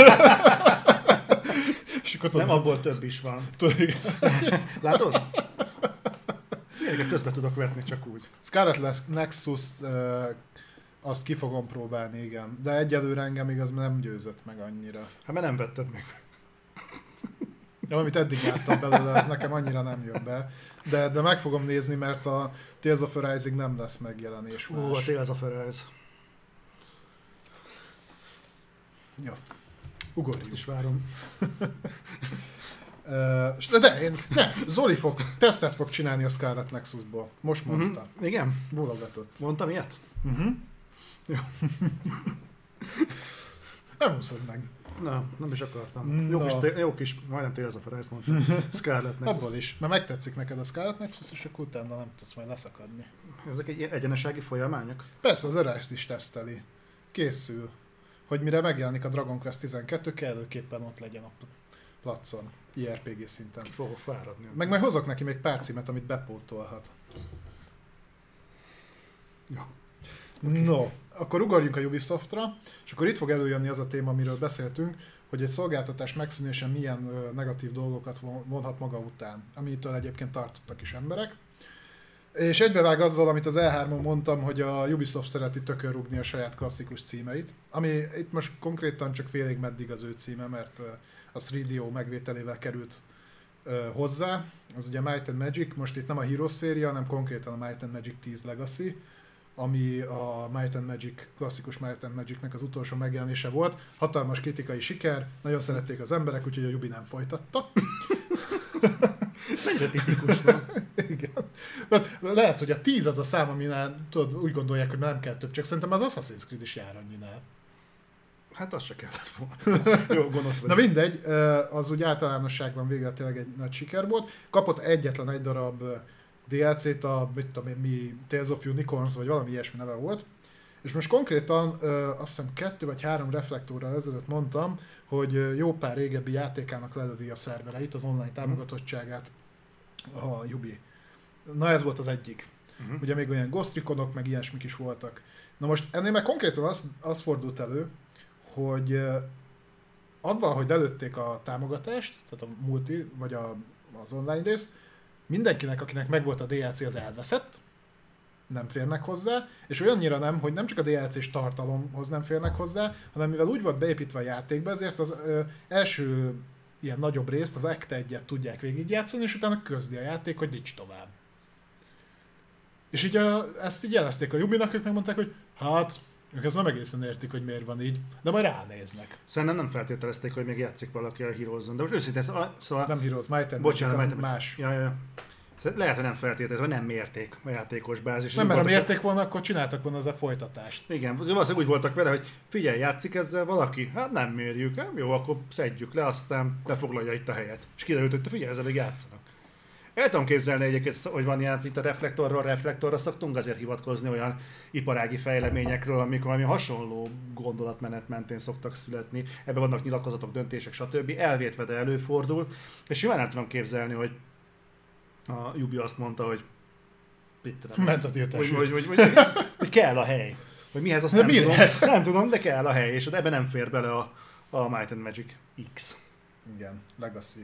Nem, abból több is van. Látod? Ilyeneket közben tudok vetni, csak úgy. Scarlet Nexus-t uh, azt ki fogom próbálni, igen. De egyelőre engem igaz nem győzött meg annyira. Hát mert nem vetted meg. Ja, amit eddig láttam belőle, ez nekem annyira nem jön be. De, de meg fogom nézni, mert a Tales of Arise-ig nem lesz megjelenés más. Ó, a Tales of Arise. Jó. Ugorjunk. Ezt is várom. De, de én, ne, Zoli fog, tesztet fog csinálni a Scarlet Nexusból. Most mondta. Uh-huh. Igen? Bólogatott. Mondtam ilyet? Uh-huh. Jó. Nem úszod meg. Na, nem is akartam. Jó, no. kis, jó kis, majdnem Tales of Arise mondtam. Scarlet Nexus. Abból is. Mert megtetszik neked a Scarlet Nexus, és akkor utána nem tudsz majd leszakadni. Ezek egy egyenesági folyamányok? Persze, az Arise-t is teszteli. Készül. Hogy mire megjelenik a Dragon Quest tizenkettő, kellőképpen ott legyen a placon. jé er pé gé szinten. Ki fogok fáradni. Meg majd hozok neki még pár címet, amit bepótolhat. Ja. Okay. No, akkor ugorjunk a Ubisoftra, és akkor itt fog előjönni az a téma, amiről beszéltünk, hogy egy szolgáltatás megszűnése milyen ö, negatív dolgokat vonhat maga után, amitől egyébként tartottak is emberek. És egybevág azzal, amit az E hármon mondtam, hogy a Ubisoft szereti tökörrugni a saját klasszikus címeit, ami itt most konkrétan csak félig meddig az ő címe, mert a három dé o megvételével került ö, hozzá. Az ugye Might and Magic, most itt nem a Heroes széria, hanem konkrétan a Might and Magic tíz Legacy, ami a Might and Magic, klasszikus Might and Magicnek az utolsó megjelenése volt. Hatalmas kritikai siker, nagyon szerették az emberek, úgyhogy a Ubi nem folytatta. Ez egyre tipikus, nem? Igen. Lehet, hogy a tíz az a szám, aminál tudod, úgy gondolják, hogy nem kell több, csak szerintem az Assassin's Creed is jár annyinál. Hát az se kellett volna. Jó, gonosz vagy. Na mindegy, az úgy általánosságban végül tényleg egy nagy siker volt. Kapott egyetlen egy darab dé el cét, a mit tudom én, mi Tales of Unicorns, vagy valami ilyesmi neve volt. És most konkrétan azt hiszem kettő vagy három reflektorral ezelőtt mondtam, hogy jó pár régebbi játékának lelövi a szervereit, az online támogatottságát a Ubi. Na ez volt az egyik. Uh-huh. Ugye még olyan Ghost Reconok, meg ilyesmik is voltak. Na most ennél meg konkrétan az, az fordult elő, hogy adva, hogy lelőtték a támogatást, tehát a multi, vagy a, az online részt, mindenkinek, akinek megvolt a dé el cé, az elveszett, nem férnek hozzá, és olyannyira nem, hogy nem csak a dé el cés tartalomhoz nem férnek hozzá, hanem mivel úgy volt beépítve a játékba, ezért az ö, első ilyen nagyobb részt, az Act egyet tudják végigjátszani, és utána közli a játék, hogy nincs tovább. És így a, ezt így jelezték a Ubinak, ők megmondták, hogy hát, ők ezt nem egészen értik, hogy miért van így, de majd ránéznek. Szerintem nem feltételezték, hogy még játszik valaki a Heroes-on, de most őszintén, szóval... Nem Heroes, Might and Magic, az Might más. Ja, ja. Lehet, hogy nem feltételező, hogy nem mérték a játékos bázis. Nem, mert ha mérték volna, akkor csináltak volna az a folytatást. Igen, valószínűleg úgy voltak vele, hogy figyelj, játszik ezzel valaki? Hát nem mérjük, nem jó, akkor szedjük le, aztán lefoglalja itt a helyet. És kiderült, hogy te figyelj, ezzel még játszanak. El tudom képzelni egyébként, hogy van ilyen itt a reflektorról, reflektorra szoktunk azért hivatkozni olyan iparági fejleményekről, amik valami hasonló gondolatmenet mentén szoktak születni. Ebben vannak nyilatkozatok, döntések, stb. Elvétve, de előfordul. És jól el tudom képzelni, hogy a Ubi azt mondta, hogy ment a tiltás. Hogy, hogy, hogy, hogy, hogy kell a hely. Hogy mihez azt nem tudom, nem tudom, de kell a hely, és ebben nem fér bele a, a Might and Magic X. Igen, Legacy.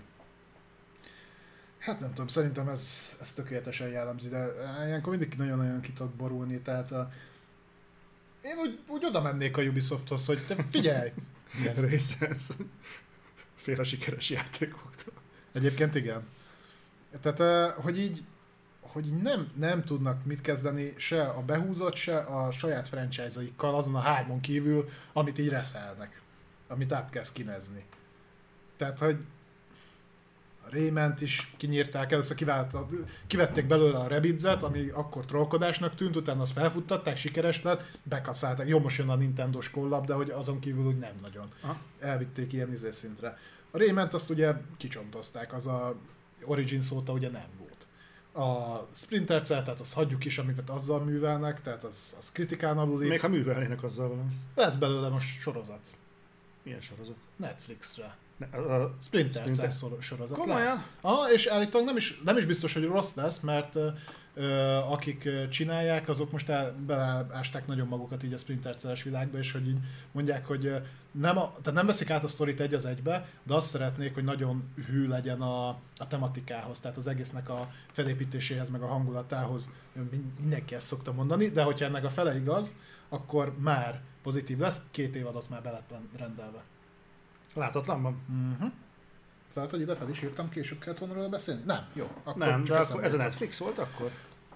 Hát nem tudom, szerintem ez, ez tökéletesen jellemzi, de ilyenkor mindig nagyon-nagyon ki tud borulni, tehát a, Én úgy, úgy oda mennék a Ubisofthoz, hogy te figyelj! Részensz. Fél sikeres játékoktól. Egyébként igen. Tehát, hogy így, hogy így nem, nem tudnak mit kezdeni se a behúzott, se a saját franchise-aikkal azon a hármon kívül, amit így reszelnek. Amit át kell skinezni. Tehát, hogy a Rayment is kinyírták, először kivált, kivették belőle a Rabbids-et, ami akkor trollkodásnak tűnt, utána azt felfuttatták, sikeres lett, bekaszálták. Jó, most jön a Nintendo-s collab, de hogy azon kívül úgy nem nagyon. Aha. Elvitték ilyen izé szintre. A Rayment azt ugye kicsontozták, az a Origins óta ugye nem volt. A Splinter Cell, tehát azt hagyjuk is, amiket azzal művelnek, tehát az, az kritikán aluli. Még ha művelnének azzal valami. Lesz belőle most sorozat. Milyen sorozat? Netflixre. Ne, a, a Splinter Cell sorozat komolyan? lesz. Aha, és állítólag nem is, nem is biztos, hogy rossz lesz, mert ö, akik csinálják, azok most el, beleásták nagyon magukat így a Splinter Cell-es világba, és hogy így mondják, hogy nem, a, tehát nem veszik át a sztorit egy az egybe, de azt szeretnék, hogy nagyon hű legyen a, a tematikához, tehát az egésznek a felépítéséhez, meg a hangulatához, mindenki ezt szokta mondani, de hogyha ennek a fele igaz, akkor már pozitív lesz, két évadot már be lett rendelve. Látatlanban? Uh-huh. Tehát, hogy ide fel is írtam, később kellett volna róla beszélni? Nem, jó. Akkor nem, de akkor ez a Netflix volt akkor?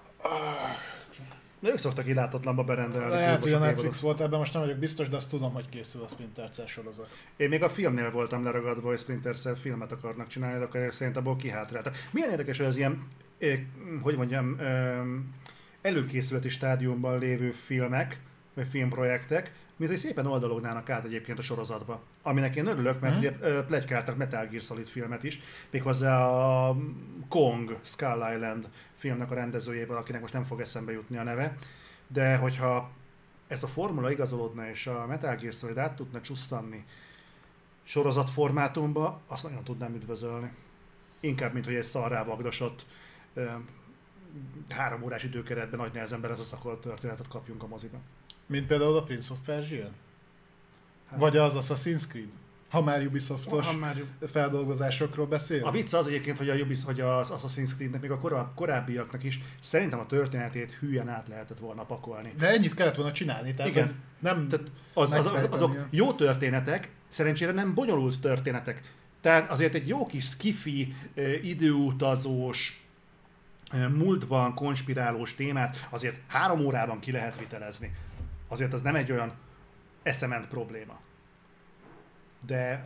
De ők szoktak így látatlanba berendelni. Lehet, hogy a Netflix évadot. Volt, ebben most nem vagyok biztos, de azt tudom, hogy készül a Splinter Cell sorozat. Én még a filmnél voltam leragadva, hogy Splinter Cell filmet akarnak csinálni, de akkor szerint abból kihátráltak. Milyen érdekes, hogy az ilyen, hogy mondjam, előkészületi stádiumban lévő filmek, vagy filmprojektek, mint hogy szépen oldalognának át egyébként a sorozatba. Aminek én örülök, mert mm. ugye pletykáltak Metal Gear Solid filmet is, méghozzá a Kong Skull Island filmnek a rendezőjével, akinek most nem fog eszembe jutni a neve, de hogyha ez a formula igazolódna és a Metal Gear Solid át tudna csusszanni sorozatformátumba, azt nagyon tudnám üdvözölni. Inkább, mint hogy egy szarrá vagdosott három órás időkeretben nagy nehezen ez a szakolt történetet kapjunk a moziban. Mint például a Prince of Persia? Hát. Vagy az Assassin's Creed? Ha már Ubisoftos ha már... feldolgozásokról beszél. A vicc az egyébként, hogy, a Ubis, hogy az Assassin's Creednek, még a koráb, korábbiaknak is szerintem a történetét hülyen át lehetett volna pakolni. De ennyit kellett volna csinálni, tehát igen. nem tehát az, az, az, azok jó történetek, szerencsére nem bonyolult történetek. Tehát azért egy jó kis skifi, időutazós, múltban konspirálós témát azért három órában ki lehet vitelezni. Azért az nem egy olyan eszement probléma. De,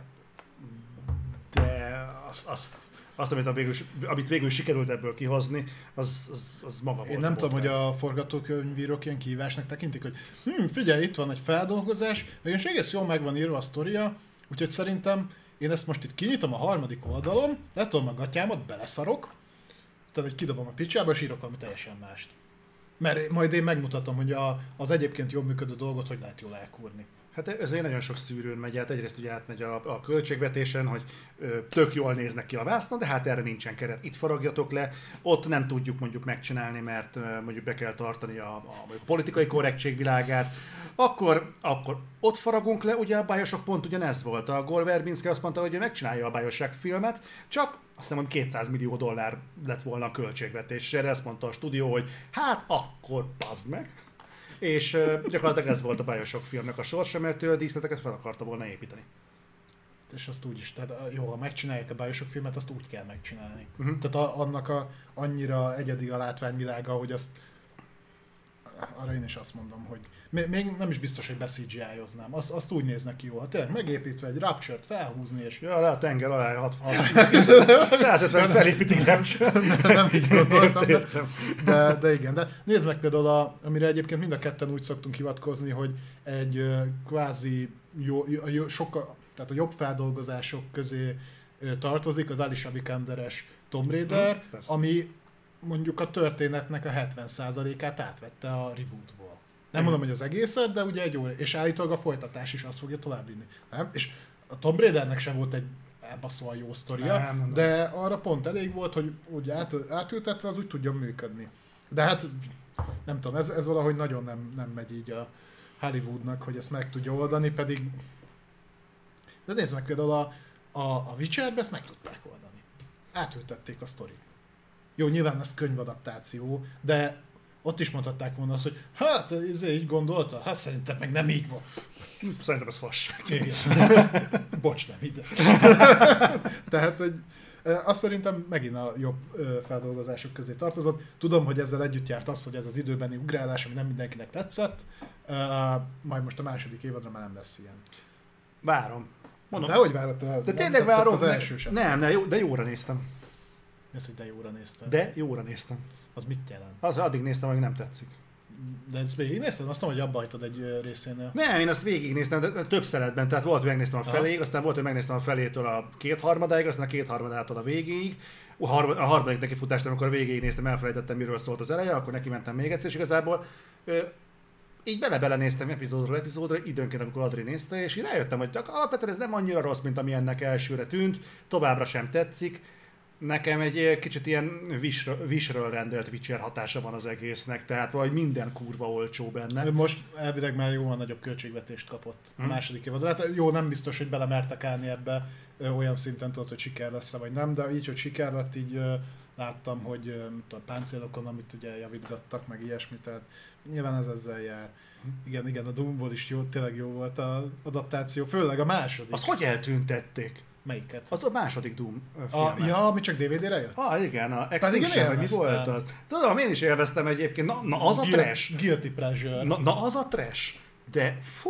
de azt, azt, azt amit, a végül, amit végül sikerült ebből kihozni, az, az, az maga volt. Én nem tudom, hogy a forgatókönyvírók ilyen kihívásnak tekintik, hogy hm, figyelj, itt van egy feldolgozás, végül egész jól meg van írva a sztoria, úgyhogy szerintem én ezt most itt kinyitom a harmadik oldalon, letolom a gatyámat, beleszarok, tehát hogy kidobom a picsába, és írok valami teljesen mást. Mert majd én megmutatom, hogy a, az egyébként jól működő dolgot hogy lehet jól elkúrni. Hát ez nagyon sok szűrőn megy át, egyrészt ugye átmegy a, a költségvetésen, hogy ö, tök jól néznek ki a vásznon, de hát erre nincsen keret. Itt faragjatok le, ott nem tudjuk mondjuk megcsinálni, mert ö, mondjuk be kell tartani a, a politikai korrektség világát. Akkor, akkor ott faragunk le, ugye a Bioshock pont ugyanez volt. A Gore Verbinski azt mondta, hogy ő megcsinálja a Bioshock filmet, csak azt hiszem, hogy kétszáz millió dollár lett volna a költségvetés. És erre azt mondta a stúdió, hogy hát akkor pazd meg. És uh, gyakorlatilag ez volt a Bioshock filmnek a sorsa, mert ő a díszleteket fel akarta volna építeni. És azt úgy is, tehát jó, ha megcsinálják a Bioshock filmet, azt úgy kell megcsinálni. Uh-huh. Tehát a, annak a, annyira egyedi a látványvilága, hogy azt arra én is azt mondom, hogy még, még nem is biztos, hogy be-cé gé í-oznám. Azt, azt úgy néznek ki jól. Ha tényleg megépítve egy Rapture-t felhúzni és... Ja, le a tenger alá hatvan. száz ötven felépítik Rapture. Nem így gondoltam, de, de, de igen. De nézd meg például, a, amire egyébként mind a ketten úgy szoktunk hivatkozni, hogy egy uh, kvázi jó, jó, sokkal, tehát a jobb feldolgozások közé uh, tartozik az Alicia Vikander-es Tomb Raider, hmm, ami mondjuk a történetnek a hetven százalékát átvette a rebootból. Nem mm. mondom, hogy az egészet, de ugye egy jó, és állítólag a folytatás is azt fogja továbbvinni. Nem? És a Tomb Raidernek sem volt egy elbaszóan jó sztoria, nem, de arra pont elég volt, hogy úgy át, átültetve az úgy tudjon működni. De hát nem tudom, ez, ez valahogy nagyon nem, nem megy így a Hollywoodnak, hogy ezt meg tudja oldani, pedig... De nézd meg például a, a, a Witcherbe ezt meg tudták oldani. Átültették a sztorit. Jó, nyilván ez könyvadaptáció, de ott is mondhatták volna azt, hogy hát, izé így gondolta, hát szerintem meg nem így van. Szerintem ez fas. Igen. Bocs, nem ide. Tehát, hogy azt szerintem megint a jobb feldolgozások közé tartozott. Tudom, hogy ezzel együtt járt az, hogy ez az időbeni ugrálás, ami nem mindenkinek tetszett, majd most a második évadra már nem lesz ilyen. Várom. Mondom, de hogy várod el? De tényleg várom. Az első sem. Nem, nem, jó, de jóra néztem. Ez, hogy de jóra néztem. De jóra néztem. Az mit jelent? Az, addig néztem, hogy nem tetszik. De ezt végignézted? Azt mondom, hogy abba hagytad egy részénél. Nem, én azt végignéztem, de több szeretben, tehát volt, hogy megnéztem a feléig, aztán volt, hogy megnéztem a felétől a kétharmadáig, aztán a kétharmadától a végéig. A harmadik neki futást, amikor végig néztem, elfelejtettem, miről szólt az eleje, akkor neki mentem még egyszer, és igazából ö, így bele-bele néztem epizódról epizódra, időnként, amikor Adri nézte, és így rájöttem, hogy alapvetően ez nem annyira rossz, mint ami ennek elsőre tűnt, továbbra sem tetszik. Nekem egy kicsit ilyen Wish-ről rendelt Witcher hatása van az egésznek, tehát valahogy minden kurva olcsó benne. Most elvileg már jóval nagyobb költségvetést kapott hmm. a második évadra. Hát jó, nem biztos, hogy belemertek állni ebbe olyan szinten, tudod, hogy siker lesz-e vagy nem, de így, hogy siker lett, így láttam, hogy a páncélokon, amit ugye javítgattak, meg ilyesmit, tehát nyilván ez ezzel jár. Igen, igen, a Doomból is jó, tényleg jó volt az adaptáció, főleg a második. Azt hogy eltüntették? Melyiket? Az a második Doom filmet. Ja, ami csak dé vé dé-re jött? Ah, igen, a Extinction, vagy mi volt az? Tudom, én is élveztem egyébként, na, na az a Guil- trash. Guilty pleasure. Na, na az a trash. De fú,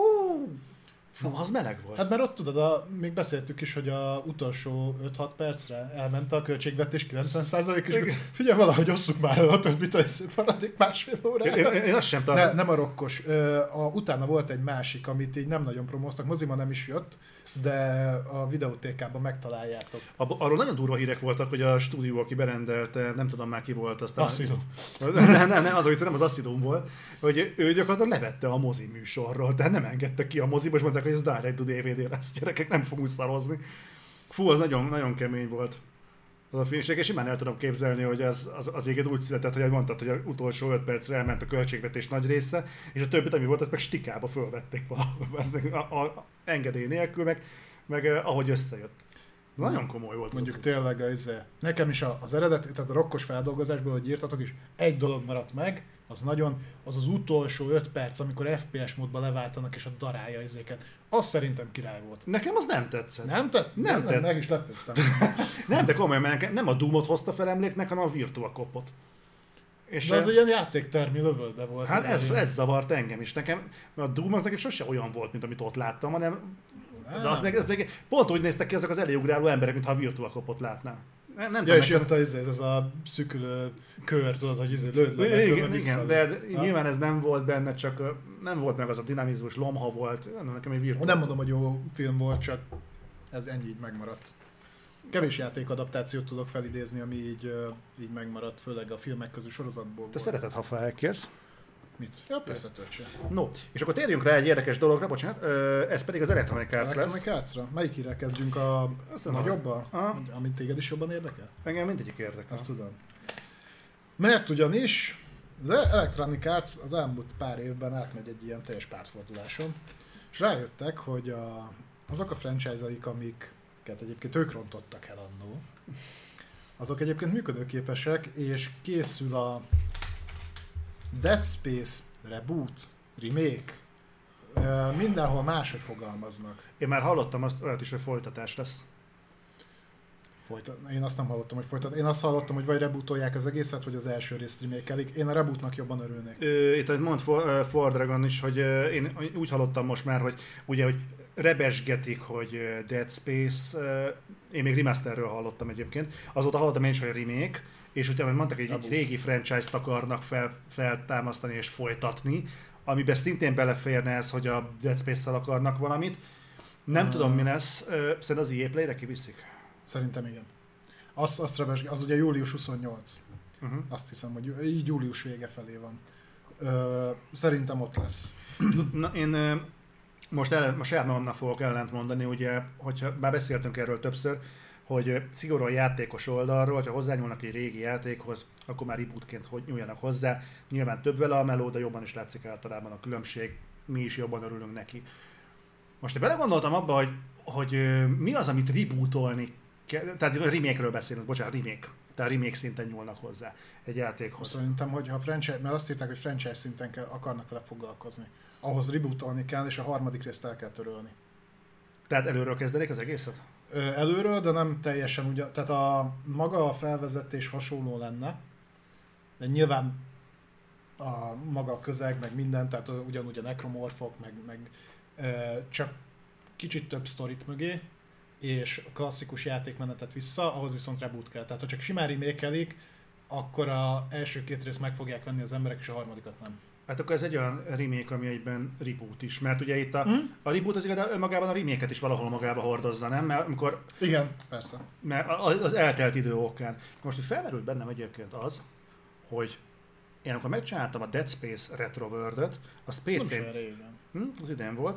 fú, az meleg volt. Hát mert ott tudod, a, még beszéltük is, hogy a utolsó öt-hat percre elment a költségvetés kilencven százalék, és figyelj, valahogy osszuk már el ott, hogy mit az maradék másfél órára. Én, én, én azt sem talán. Ne, nem a rokkos. A, utána volt egy másik, amit így nem nagyon promóztak, mozima nem is jött, de a videótékában megtaláljátok. Abba, arról nagyon durva hírek voltak, hogy a stúdió, aki berendelte, nem tudom már ki volt, aztán... Assidum. nem, nem, nem, az, hogy nem az Assidum volt, hogy ő gyakorlatilag levette a mozi műsorról, tehát nem engedte ki a moziba, és mondták, hogy ez direct to dé vé dé lesz, gyerekek, nem fogunk szarozni. Fú, az nagyon, nagyon kemény volt az a filmség, és imán el tudom képzelni, hogy az, az, az éget úgy született, hogy mondtad, hogy az utolsó öt percre elment a költségvetés nagy része, és a többit, ami volt, azt meg stikába fölvették valahol, ezt meg a, a, a engedély nélkül, meg, meg eh, ahogy összejött. Nagyon komoly volt. Mondjuk tényleg az, nekem is az eredet, tehát a rokkos feldolgozásból, hogy írtatok is, egy dolog maradt meg, az nagyon, az az utolsó öt perc, amikor ef pé es módba leváltanak és a darálja izéket. Az szerintem király volt. Nekem az nem tetszett. Nem tett? Nem, nem tetszett. Meg is lepődtem. Nem, de komolyan, mert nem a Doomot hozta fel emléknek, hanem a Virtua Copot. És de az egy ilyen játéktermi lövölde volt. Hát ez, ez zavart engem is. Nekem, mert a Doom az nekem sose olyan volt, mint amit ott láttam, hanem de az meg, ez meg, pont úgy néztek ki azok az eléugráló emberek, mintha a Virtua Copot látnál. Nem, nem ja, és jött a, ez, ez a szükülő kör, tudod, hogy izé lőd le. Igen, igen, de, de nyilván ez nem volt benne, csak nem volt meg az a dinamizmus, lomha volt. Nekem egy Virtua. Nem mondom, hogy jó film volt, csak ez ennyi így megmaradt. Kevés játékadaptációt tudok felidézni, ami így, így megmaradt, főleg a filmek közül sorozatból. Te volt. szereted, ha felkérsz? Mit? Ja, persze, törtse. No, és akkor térjünk rá egy érdekes dologra, bocsánat, ez pedig az Electronic Arts lesz. Electronic Arts-ra? Melyik hírrel kezdjünk, a nagyobbal? Amit téged is jobban érdekel? Engem mindegyik érdekel. Azt tudom. Mert ugyanis az Electronic Arts az elmúlt pár évben átmegy egy ilyen teljes pártforduláson, és rájöttek, hogy a, azok a franchise-aik, amiket egyébként ők rontottak el annó, azok egyébként működőképesek, és készül a Dead Space reboot, remake, mindenhol máshogy fogalmaznak. Én már hallottam azt, olyat is, hogy folytatás lesz. Folytat... Én azt nem hallottam, hogy folytat. Én azt hallottam, hogy vagy rebootolják az egészet, vagy az első részt remake-elik. Én a rebootnak jobban örülnék. Ö, itt mond For, For Dragon is, hogy én úgy hallottam most már, hogy ugye, hogy rebesgetik, hogy Dead Space, én még remasterről hallottam egyébként. Azóta hallottam én is, hogy remake, és ugye mondták, hogy egy régi franchise-t akarnak fel, feltámasztani és folytatni, amiben szintén beleférne ez, hogy a Dead Space-szel akarnak valamit. Nem uh, tudom, mi lesz. Szerintem az i á Play-re kiviszik? Szerintem igen. Az, azt rebesg, az ugye július huszonnyolc. Uh-huh. Azt hiszem, hogy így július vége felé van. Ö, szerintem ott lesz. Na, én most, ellen, most saját magamnak fogok ellent mondani, ugye, hogyha már beszéltünk erről többször, hogy szigorúan játékos oldalról, ha hozzányúlnak egy régi játékhoz, akkor már rebootként hogy nyúljanak hozzá. Nyilván több vele a meló, de jobban is látszik általában a különbség. Mi is jobban örülünk neki. Most én belegondoltam abba, hogy, hogy mi az, amit rebootolni kell, tehát remake-ről beszélünk, bocsánat, remake. Tehát remake szinten nyúlnak hozzá egy játékhoz. Szerintem, hogy ha franchise, mert azt írták, hogy franchise szinten kell, akarnak vele foglalkozni. Ahhoz rebootolni kell, és a harmadik részt el kell törölni. Tehát előről kezdenék az egészet? Ö, előről, de nem teljesen ugyan. Tehát a maga a felvezetés hasonló lenne, de nyilván a maga a közeg, meg minden, tehát ugyanúgy a nekromorfok, meg, meg ö, csak kicsit több sztorit mögé, és a klasszikus játékmenetet vissza, ahhoz viszont reboot kell. Tehát ha csak simán remake-elik, akkor az első két részt meg fogják venni az emberek, és a harmadikat nem. Hát akkor ez egy olyan remake, ami egyben reboot is, mert ugye itt a, mm. a reboot az igazán önmagában a remake-et is valahol magába hordozza, nem? Mert amikor... Igen, persze. Mert az eltelt idő okán. Most hogy felmerült bennem egyébként az, hogy én amikor megcsináltam a Dead Space Retro World-öt, azt pé cén... Hm, az idén volt.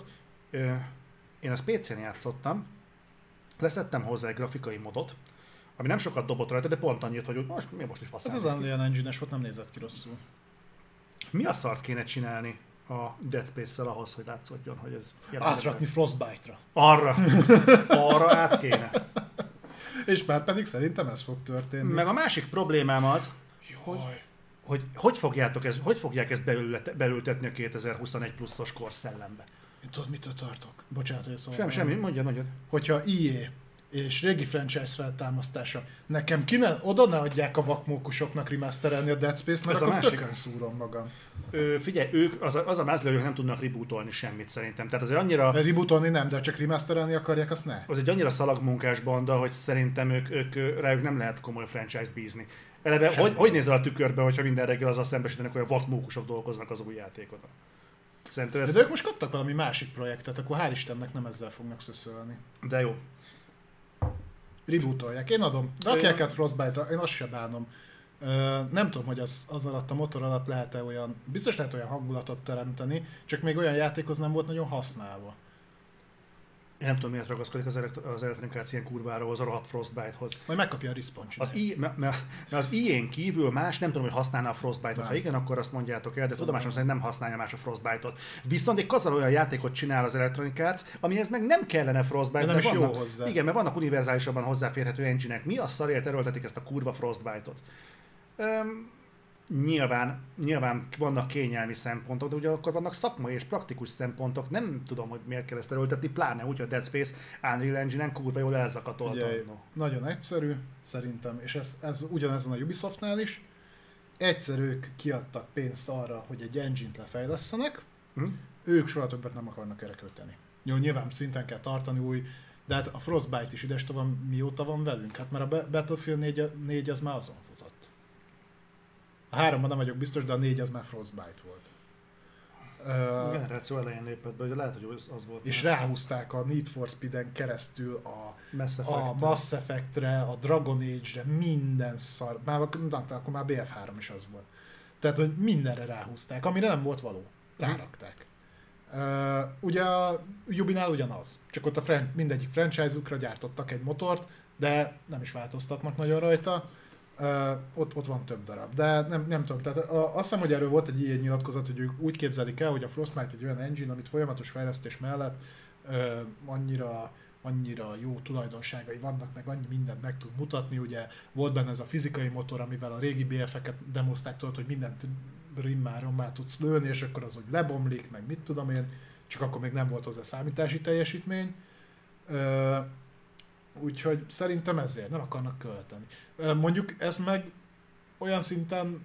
Én azt pé cén játszottam, leszettem hozzá egy grafikai modot, ami nem sokat dobott rajta, de pont annyit, hogy most, mi most is faszán. Ez az Unreal Engine-es volt, nem nézett ki rosszul. Mi a szart kéne csinálni a Dead Space-szel ahhoz, hogy látszódjon, hogy ez... Átrakni Frostbite-ra. Arra! Arra át kéne. És már pedig szerintem ez fog történni. Meg a másik problémám az, hogy hogy, hogy, fogjátok ez, hogy fogják ezt belültetni a kétezer-huszonegy pluszos korszellembe. Én tudod, mitől tartok? Bocsánat, hogy szóval. Sem, semmi, mondja, mondja. Hogyha í á és régi franchise feltámasztása, nekem ki ne, oda ne adják a vakmókusoknak remasterelni a Dead Space-t, mert ez akkor a másik. tökön szúrom magam. Ö, figyelj, ők, az a, az a mázlő, hogy nem tudnak rebootolni semmit szerintem. Tehát azért annyira... De rebootolni nem, de csak remasterelni akarják, azt ne. Az egy annyira szalagmunkás banda, hogy szerintem ők, ők, rájuk nem lehet komoly franchise bízni. Eleve, hogy, hogy nézel a tükörbe, hogyha minden reggel azzal szembesítenek, hogy a vakmókusok dolgoznak az új játékon? Szerintem ez... De ők most kaptak valami másik projektet, akkor hál' Istennek nem ezzel fognak szöszölni. De jó. Rebootolják, én adom. Rakják át Frostbite-ra, én azt se bánom. Ö, nem tudom, hogy az, az alatt a motor alatt lehet-e olyan, biztos lehet olyan hangulatot teremteni, csak még olyan játékhoz nem volt nagyon használva. Én nem tudom, miért ragaszkodik az, elekt- az Electronic Arts ilyen kurvára az a rohadt Frostbite-hoz. Majd megkapja a Respawn az i- mert, mert az í á-n kívül más, nem tudom, hogy használna a Frostbite-ot. Nem. Ha igen, akkor azt mondjátok el, de szóval tudomásom szerint nem használja más a Frostbite-ot. Viszont egy kazal olyan játékot csinál az Electronic Arts, amihez meg nem kellene Frostbite, de nem is vannak, jó hozzá. Igen, mert vannak univerzálisabban hozzáférhető engine-ek. Mi a szarért erőltetik ezt a kurva Frostbite-ot? Öm, Nyilván, nyilván vannak kényelmi szempontok, de ugye akkor vannak szakmai és praktikus szempontok. Nem tudom, hogy miért kell ezt erőltetni, pláne úgy, hogy a Dead Space Unreal Engine-en kurva jól elzakatolta. Nagyon egyszerű, szerintem, és ez, ez ugyanez van a Ubisoftnál is. Egyszer ők kiadtak pénzt arra, hogy egy engine-t lefejlesztenek, hm? Ők soha többet nem akarnak erre költeni. Jó, nyilván szinten kell tartani új, de hát a Frostbite is ides tovább mióta van velünk? Hát mert a Battlefield négy, négy az már azon futott. A háromban nem vagyok biztos, de a négy az már Frostbite volt. A generáció elején lépett be, ugye lehet, hogy az, az volt. És ráhúzták a Need for Speed-en keresztül a Mass, a Mass Effect-re, a Dragon Age-re, minden szar. Már, na, akkor már bé ef három is az volt. Tehát, hogy mindenre ráhúzták, amire nem volt való. Rárakták. Uh, ugye a Ubinál ugyanaz. Csak ott a fran- mindegyik franchise-ukra gyártottak egy motort, de nem is változtatnak nagyon rajta. Uh, ott, ott van több darab, de nem, nem tudom, tehát a, azt hiszem, hogy erről volt egy ilyen nyilatkozat, hogy ők úgy képzelik el, hogy a Frostbite egy olyan engine, amit folyamatos fejlesztés mellett uh, annyira, annyira jó tulajdonságai vannak, meg annyi mindent meg tud mutatni, ugye volt benne ez a fizikai motor, amivel a régi bé ef-eket demozták, tudod, hogy mindent rimmáron tudsz lőni, és akkor az, hogy lebomlik, meg mit tudom én, csak akkor még nem volt hozzá számítási teljesítmény. Uh, Úgyhogy szerintem ezért nem akarnak költeni. Mondjuk ez meg olyan szinten,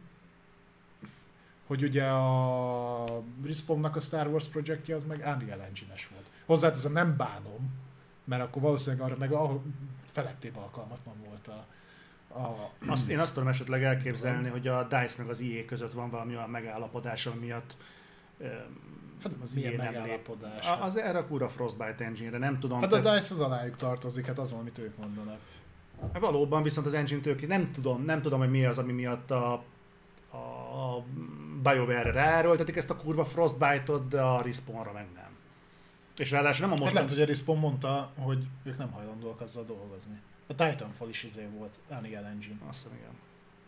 hogy ugye a Respawnnak a Star Wars projektje az meg Unreal Engine-es volt. Hozzáteszem, nem bánom, mert akkor valószínűleg arra meg a felettébb alkalmatlan volt a... a azt, én azt tudom esetleg elképzelni, hogy a DICE meg az í á között van valami olyan megállapodás, ami miatt hát az milyen megállapodás? A, az erre a kura Frostbite engine-re, nem tudom. Hát a te... DICE az alájuk tartozik, hát az van, amit ők mondanak. Valóban, viszont az engine-t ők, nem tudom, nem tudom, hogy mi az, ami miatt a, a BioWare-re ráerőltetik ezt a kurva Frostbite-ot, de a Respawnra meg nem. És ráadásul nem a most... Hát lehet, hogy a Respawn mondta, hogy ők nem hajlandóak azzal dolgozni. A Titanfall is izé volt, Unreal Engine. Azt hiszem, igen.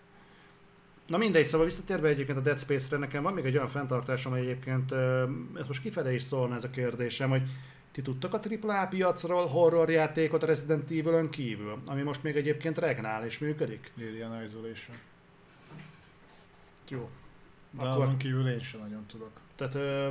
Na mindegy, szóval visszatérve egyébként a Dead Space-re, nekem van még egy olyan fenntartásom, hogy egyébként, ez most kifele is szólna ez a kérdésem, hogy Ti tudtak a á á á piacról horrorjátékot a Resident Evil-ön kívül, ami most még egyébként regnál és működik? Alien Isolation. Jó. De akkor... azon kívül én sem nagyon tudok. Tehát... Ö...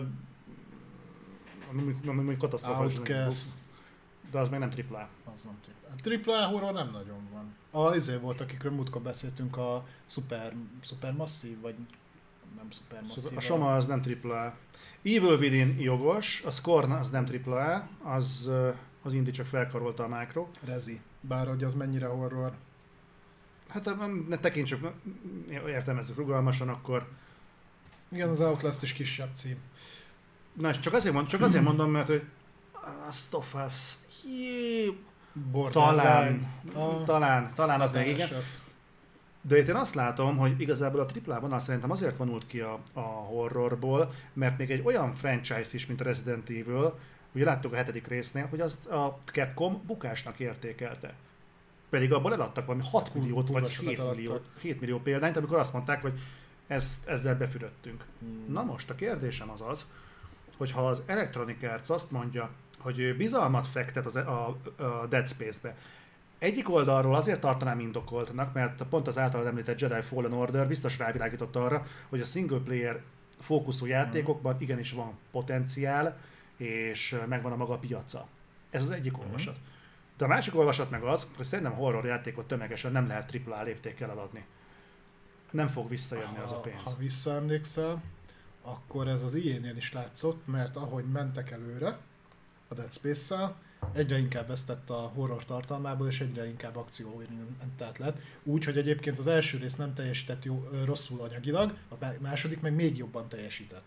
ami mondjuk katasztrofális. Outcast. De az még nem á á á. Az nem tripla á. A tripla á horror nem nagyon van. A izé volt, akikről múltkor beszéltünk, a Super, super Massive, vagy nem Super Massive. A Soma az nem tripla á. Evil Within jogos, a Scorn az nem tripla á, az, az indi csak felkarolta a Micro. Rezi. Bár hogy az mennyire horror. Hát ne tekintsük, értelmezzük rugalmasan, akkor... Igen, az Outlast is kisebb cím. Na és csak azért, mond, csak azért mondom, mert hogy Last of Us, jé, talán, a... talán, talán az meg igen. De itt én azt látom, hogy igazából a á á á vonal szerintem azért vonult ki a, a horrorból, mert még egy olyan franchise is, mint a Resident Evil, ugye láttuk a hetedik résznél, hogy azt a Capcom bukásnak értékelte. Pedig abból eladtak valami hat milliót vagy hét millió, hét millió példányt, amikor azt mondták, hogy ezt, ezzel befürödtünk. Hmm. Na most a kérdésem az az, hogy ha az Electronic Arts azt mondja, hogy ő bizalmat fektet az, a, a Dead Space-be, egyik oldalról azért tartanám indokoltnak, mert pont az általad említett Jedi Fallen Order biztos rávilágított arra, hogy a single player fókuszú játékokban igenis van potenciál, és megvan a maga piaca. Ez az egyik mm. olvasat. De a másik olvasat meg az, hogy szerintem horror játékot tömegesen nem lehet á á á léptékkel eladni. Nem fog visszajönni ha, az a pénz. Ha visszaemlékszel, akkor ez az í á-nél is látszott, mert ahogy mentek előre a Dead Space-szel, egyre inkább vesztett a horror tartalmából, és egyre inkább akcióorientált lett. Úgy, hogy egyébként az első rész nem teljesített jó, rosszul anyagilag, a második meg még jobban teljesített.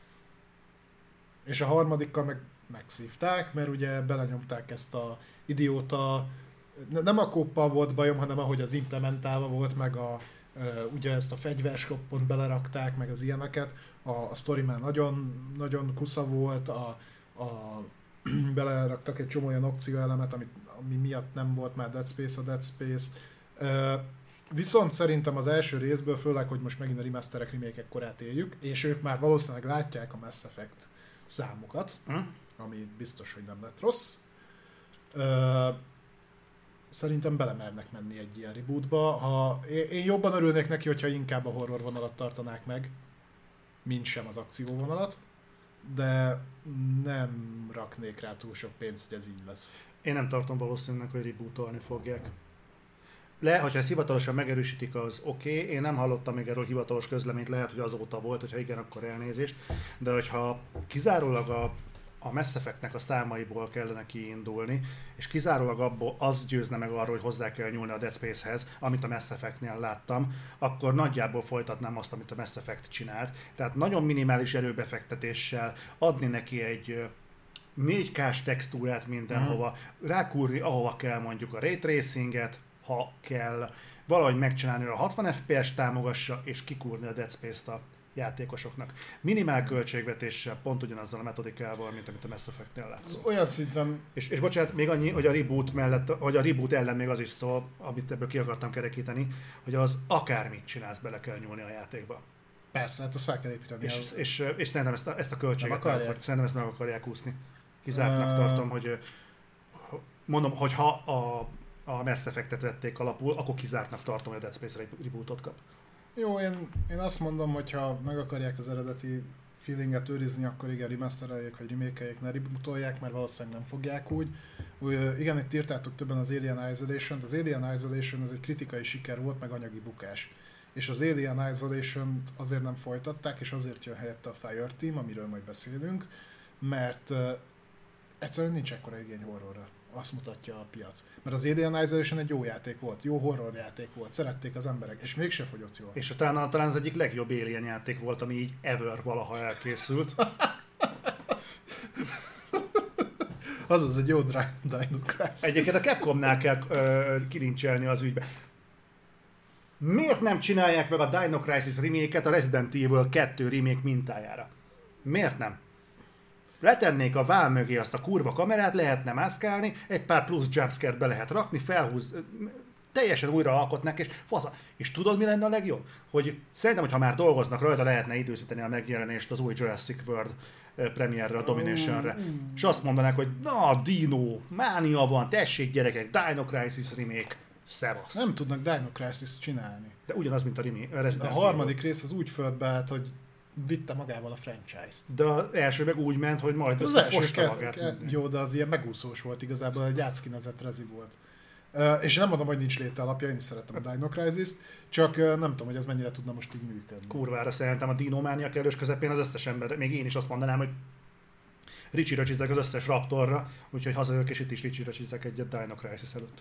És a harmadikkal meg megszívták, mert ugye belenyomták ezt a idióta, nem a kóppal volt bajom, hanem ahogy az implementálva volt, meg a, ugye ezt a fegyverskoppot belerakták, meg az ilyeneket. A, a sztori már nagyon, nagyon kusza volt, a, a beleraktak egy csomó olyan opcióelemet, ami, ami miatt nem volt már Dead Space a Dead Space. Uh, viszont szerintem az első részből, főleg, hogy most megint a remasterek, remake-ek korát éljük, és ők már valószínűleg látják a Mass Effect számokat, hm? ami biztos, hogy nem lett rossz. Uh, szerintem belemernek menni egy ilyen rebootba. Ha, én jobban örülnék neki, hogyha inkább a horror vonalat tartanák meg, mint sem az akcióvonalat. De nem raknék rá túl sok pénzt, hogy ez így lesz. Én nem tartom valószínűleg, hogy rebootolni fogják. Le, hogyha ezt hivatalosan megerősítik, az oké. Okay. Én nem hallottam még erről hivatalos közleményt, lehet, hogy azóta volt, hogyha igen, akkor elnézést. De hogyha kizárólag a, a Mass Effectnek a számaiból kellene kiindulni, és kizárólag abból az győzne meg arról, hogy hozzá kell nyúlni a Dead Space-hez, amit a Mass Effectnél láttam, akkor nagyjából folytatnám azt, amit a Mass Effect csinált. Tehát nagyon minimális erőbefektetéssel adni neki egy négy kás textúrát mindenhova, rákúrni ahova kell mondjuk a ray tracinget, ha kell, valahogy megcsinálni, hogy a hatvan ef pé es támogassa, és kikúrni a Dead Space-t a játékosoknak. Minimál költségvetéssel, pont ugyanazzal a metodikával, mint amit a Mass Effect-nél látszott. Olyan szinten... És, és bocsánat, még annyi, hogy a reboot mellett, hogy a reboot ellen még az is szól, amit ebből ki akartam kerekíteni, hogy az akármit csinálsz, bele kell nyúlni a játékba. Persze, hát azt fel kell építeni. És, és, és, és szerintem ezt a, ezt a költséget, meg szerintem ezt meg akarják úszni. Kizártnak uh... tartom, hogy mondom, hogy ha a, a Mass Effect-et vették alapul, akkor kizártnak tartom, hogy a Dead Space rebootot kap. Jó, én, én azt mondom, hogy ha meg akarják az eredeti feelinget őrizni, akkor igen, remastereljék, vagy remake-eljék, ne rebootolják, mert valószínűleg nem fogják úgy. úgy igen, itt írtátok többen az Alien Isolation-t. Az Alien Isolation az egy kritikai siker volt, meg anyagi bukás. És az Alien Isolation-t azért nem folytatták, és azért jön helyette a Fireteam, amiről majd beszélünk, mert uh, egyszerűen nincs ekkora igény horrorra. Azt mutatja a piac. Mert az Alien Isolation egy jó játék volt, jó horror játék volt, szerették az emberek, és mégse fogyott jól. És talán, talán az egyik legjobb Alien játék volt, ami így ever valaha elkészült. az az egy jó Dino Crisis. Egyébként a Capcomnál kell ö, kilincselni az ügybe. Miért nem csinálják meg a Dino Crisis remake-et a Resident Evil kettő remake mintájára? Miért nem? Letennék a vál mögé azt a kurva kamerát, lehetne mászkálni, egy pár plusz jumpscare-t be lehet rakni, felhúz, teljesen újra alkotnak, és fasza. És tudod, mi lenne a legjobb? Hogy szerintem, hogy ha már dolgoznak rajta, lehetne időzíteni a megjelenést az új Jurassic World premierre, a Dominationre. És azt mondanák, hogy na, Dino, mánia van, tessék gyerekek, Dino Crisis remake, szevasz. Nem tudnak Dino Crisis csinálni. De ugyanaz, mint a remake. A harmadik rész az úgy földbe állt, hogy vitte magával a franchise-t. De az első meg úgy ment, hogy majd az első fosta ke- magát. ke- jó, de az ilyen megúszós volt igazából, egy átszkinezett rezi volt. Uh, és nem mondom, hogy nincs léte alapja, én is szeretem a Dino Crisis-t, csak uh, nem tudom, hogy ez mennyire tudna most így működni. Kurvára szerintem a Dino-mánia kellős közepén az összes ember, még én is azt mondanám, hogy ricsi csizek az összes Raptorra, úgyhogy hazajövök és itt is ricsi csizek egyet Dino Crisis előtt.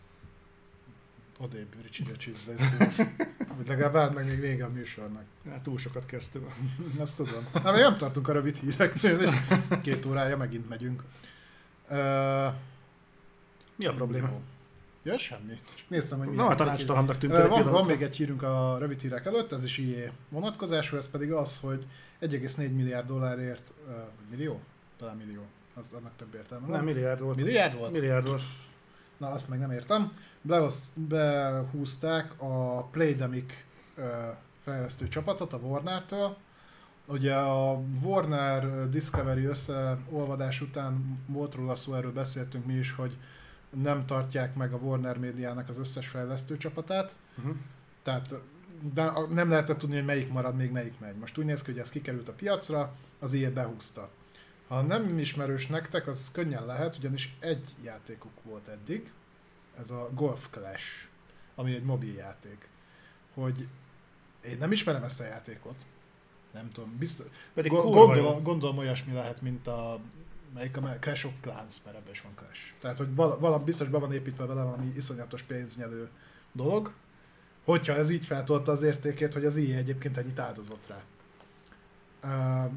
Odébb ricsi csizek. Vagy legalább várd meg még vége a műsornak. Hát túl sokat kezdtünk. Ezt tudom. Hát még nem tartunk a rövid híreknél, és két órája megint megyünk. Uh, Mi a probléma? Jó. Ja, semmi. Néztem, hogy Na, a tanácstalannak tűnt. Uh, van, van még egy hírünk a rövid hírek előtt, ez is i á vonatkozású, ez pedig az, hogy egy egész négy milliárd dollárért, uh, millió? Talán millió. Az annak több értelme. Nem, milliárd volt. Milliárd volt? Milliárd volt. Na, azt meg nem értem. Beoszt, behúzták a Playdemic uh, fejlesztő csapatot a Warner-től. Ugye a Warner Discovery összeolvadás után volt róla szó, erről beszéltünk mi is, hogy nem tartják meg a Warner médiának az összes fejlesztő csapatát. Uh-huh. Tehát de nem lehetett tudni, hogy melyik marad, még melyik megy. Most úgy néz ki, hogy ez kikerült a piacra, az i á behúzta. Ha nem ismerős nektek, az könnyen lehet, ugyanis egy játékuk volt eddig, ez a Golf Clash, ami egy mobil játék. Hogy én nem ismerem ezt a játékot, nem tudom, biztos, Pedig go- gondol, gondolom olyasmi lehet, mint a, melyik a Clash of Clans, mert ebben is van Clash. Tehát, hogy val- valami biztos be van építve vele valami iszonyatos pénznyelő dolog, hogyha ez így feltolta az értékét, hogy az i á egyébként ennyit áldozott rá. Uh,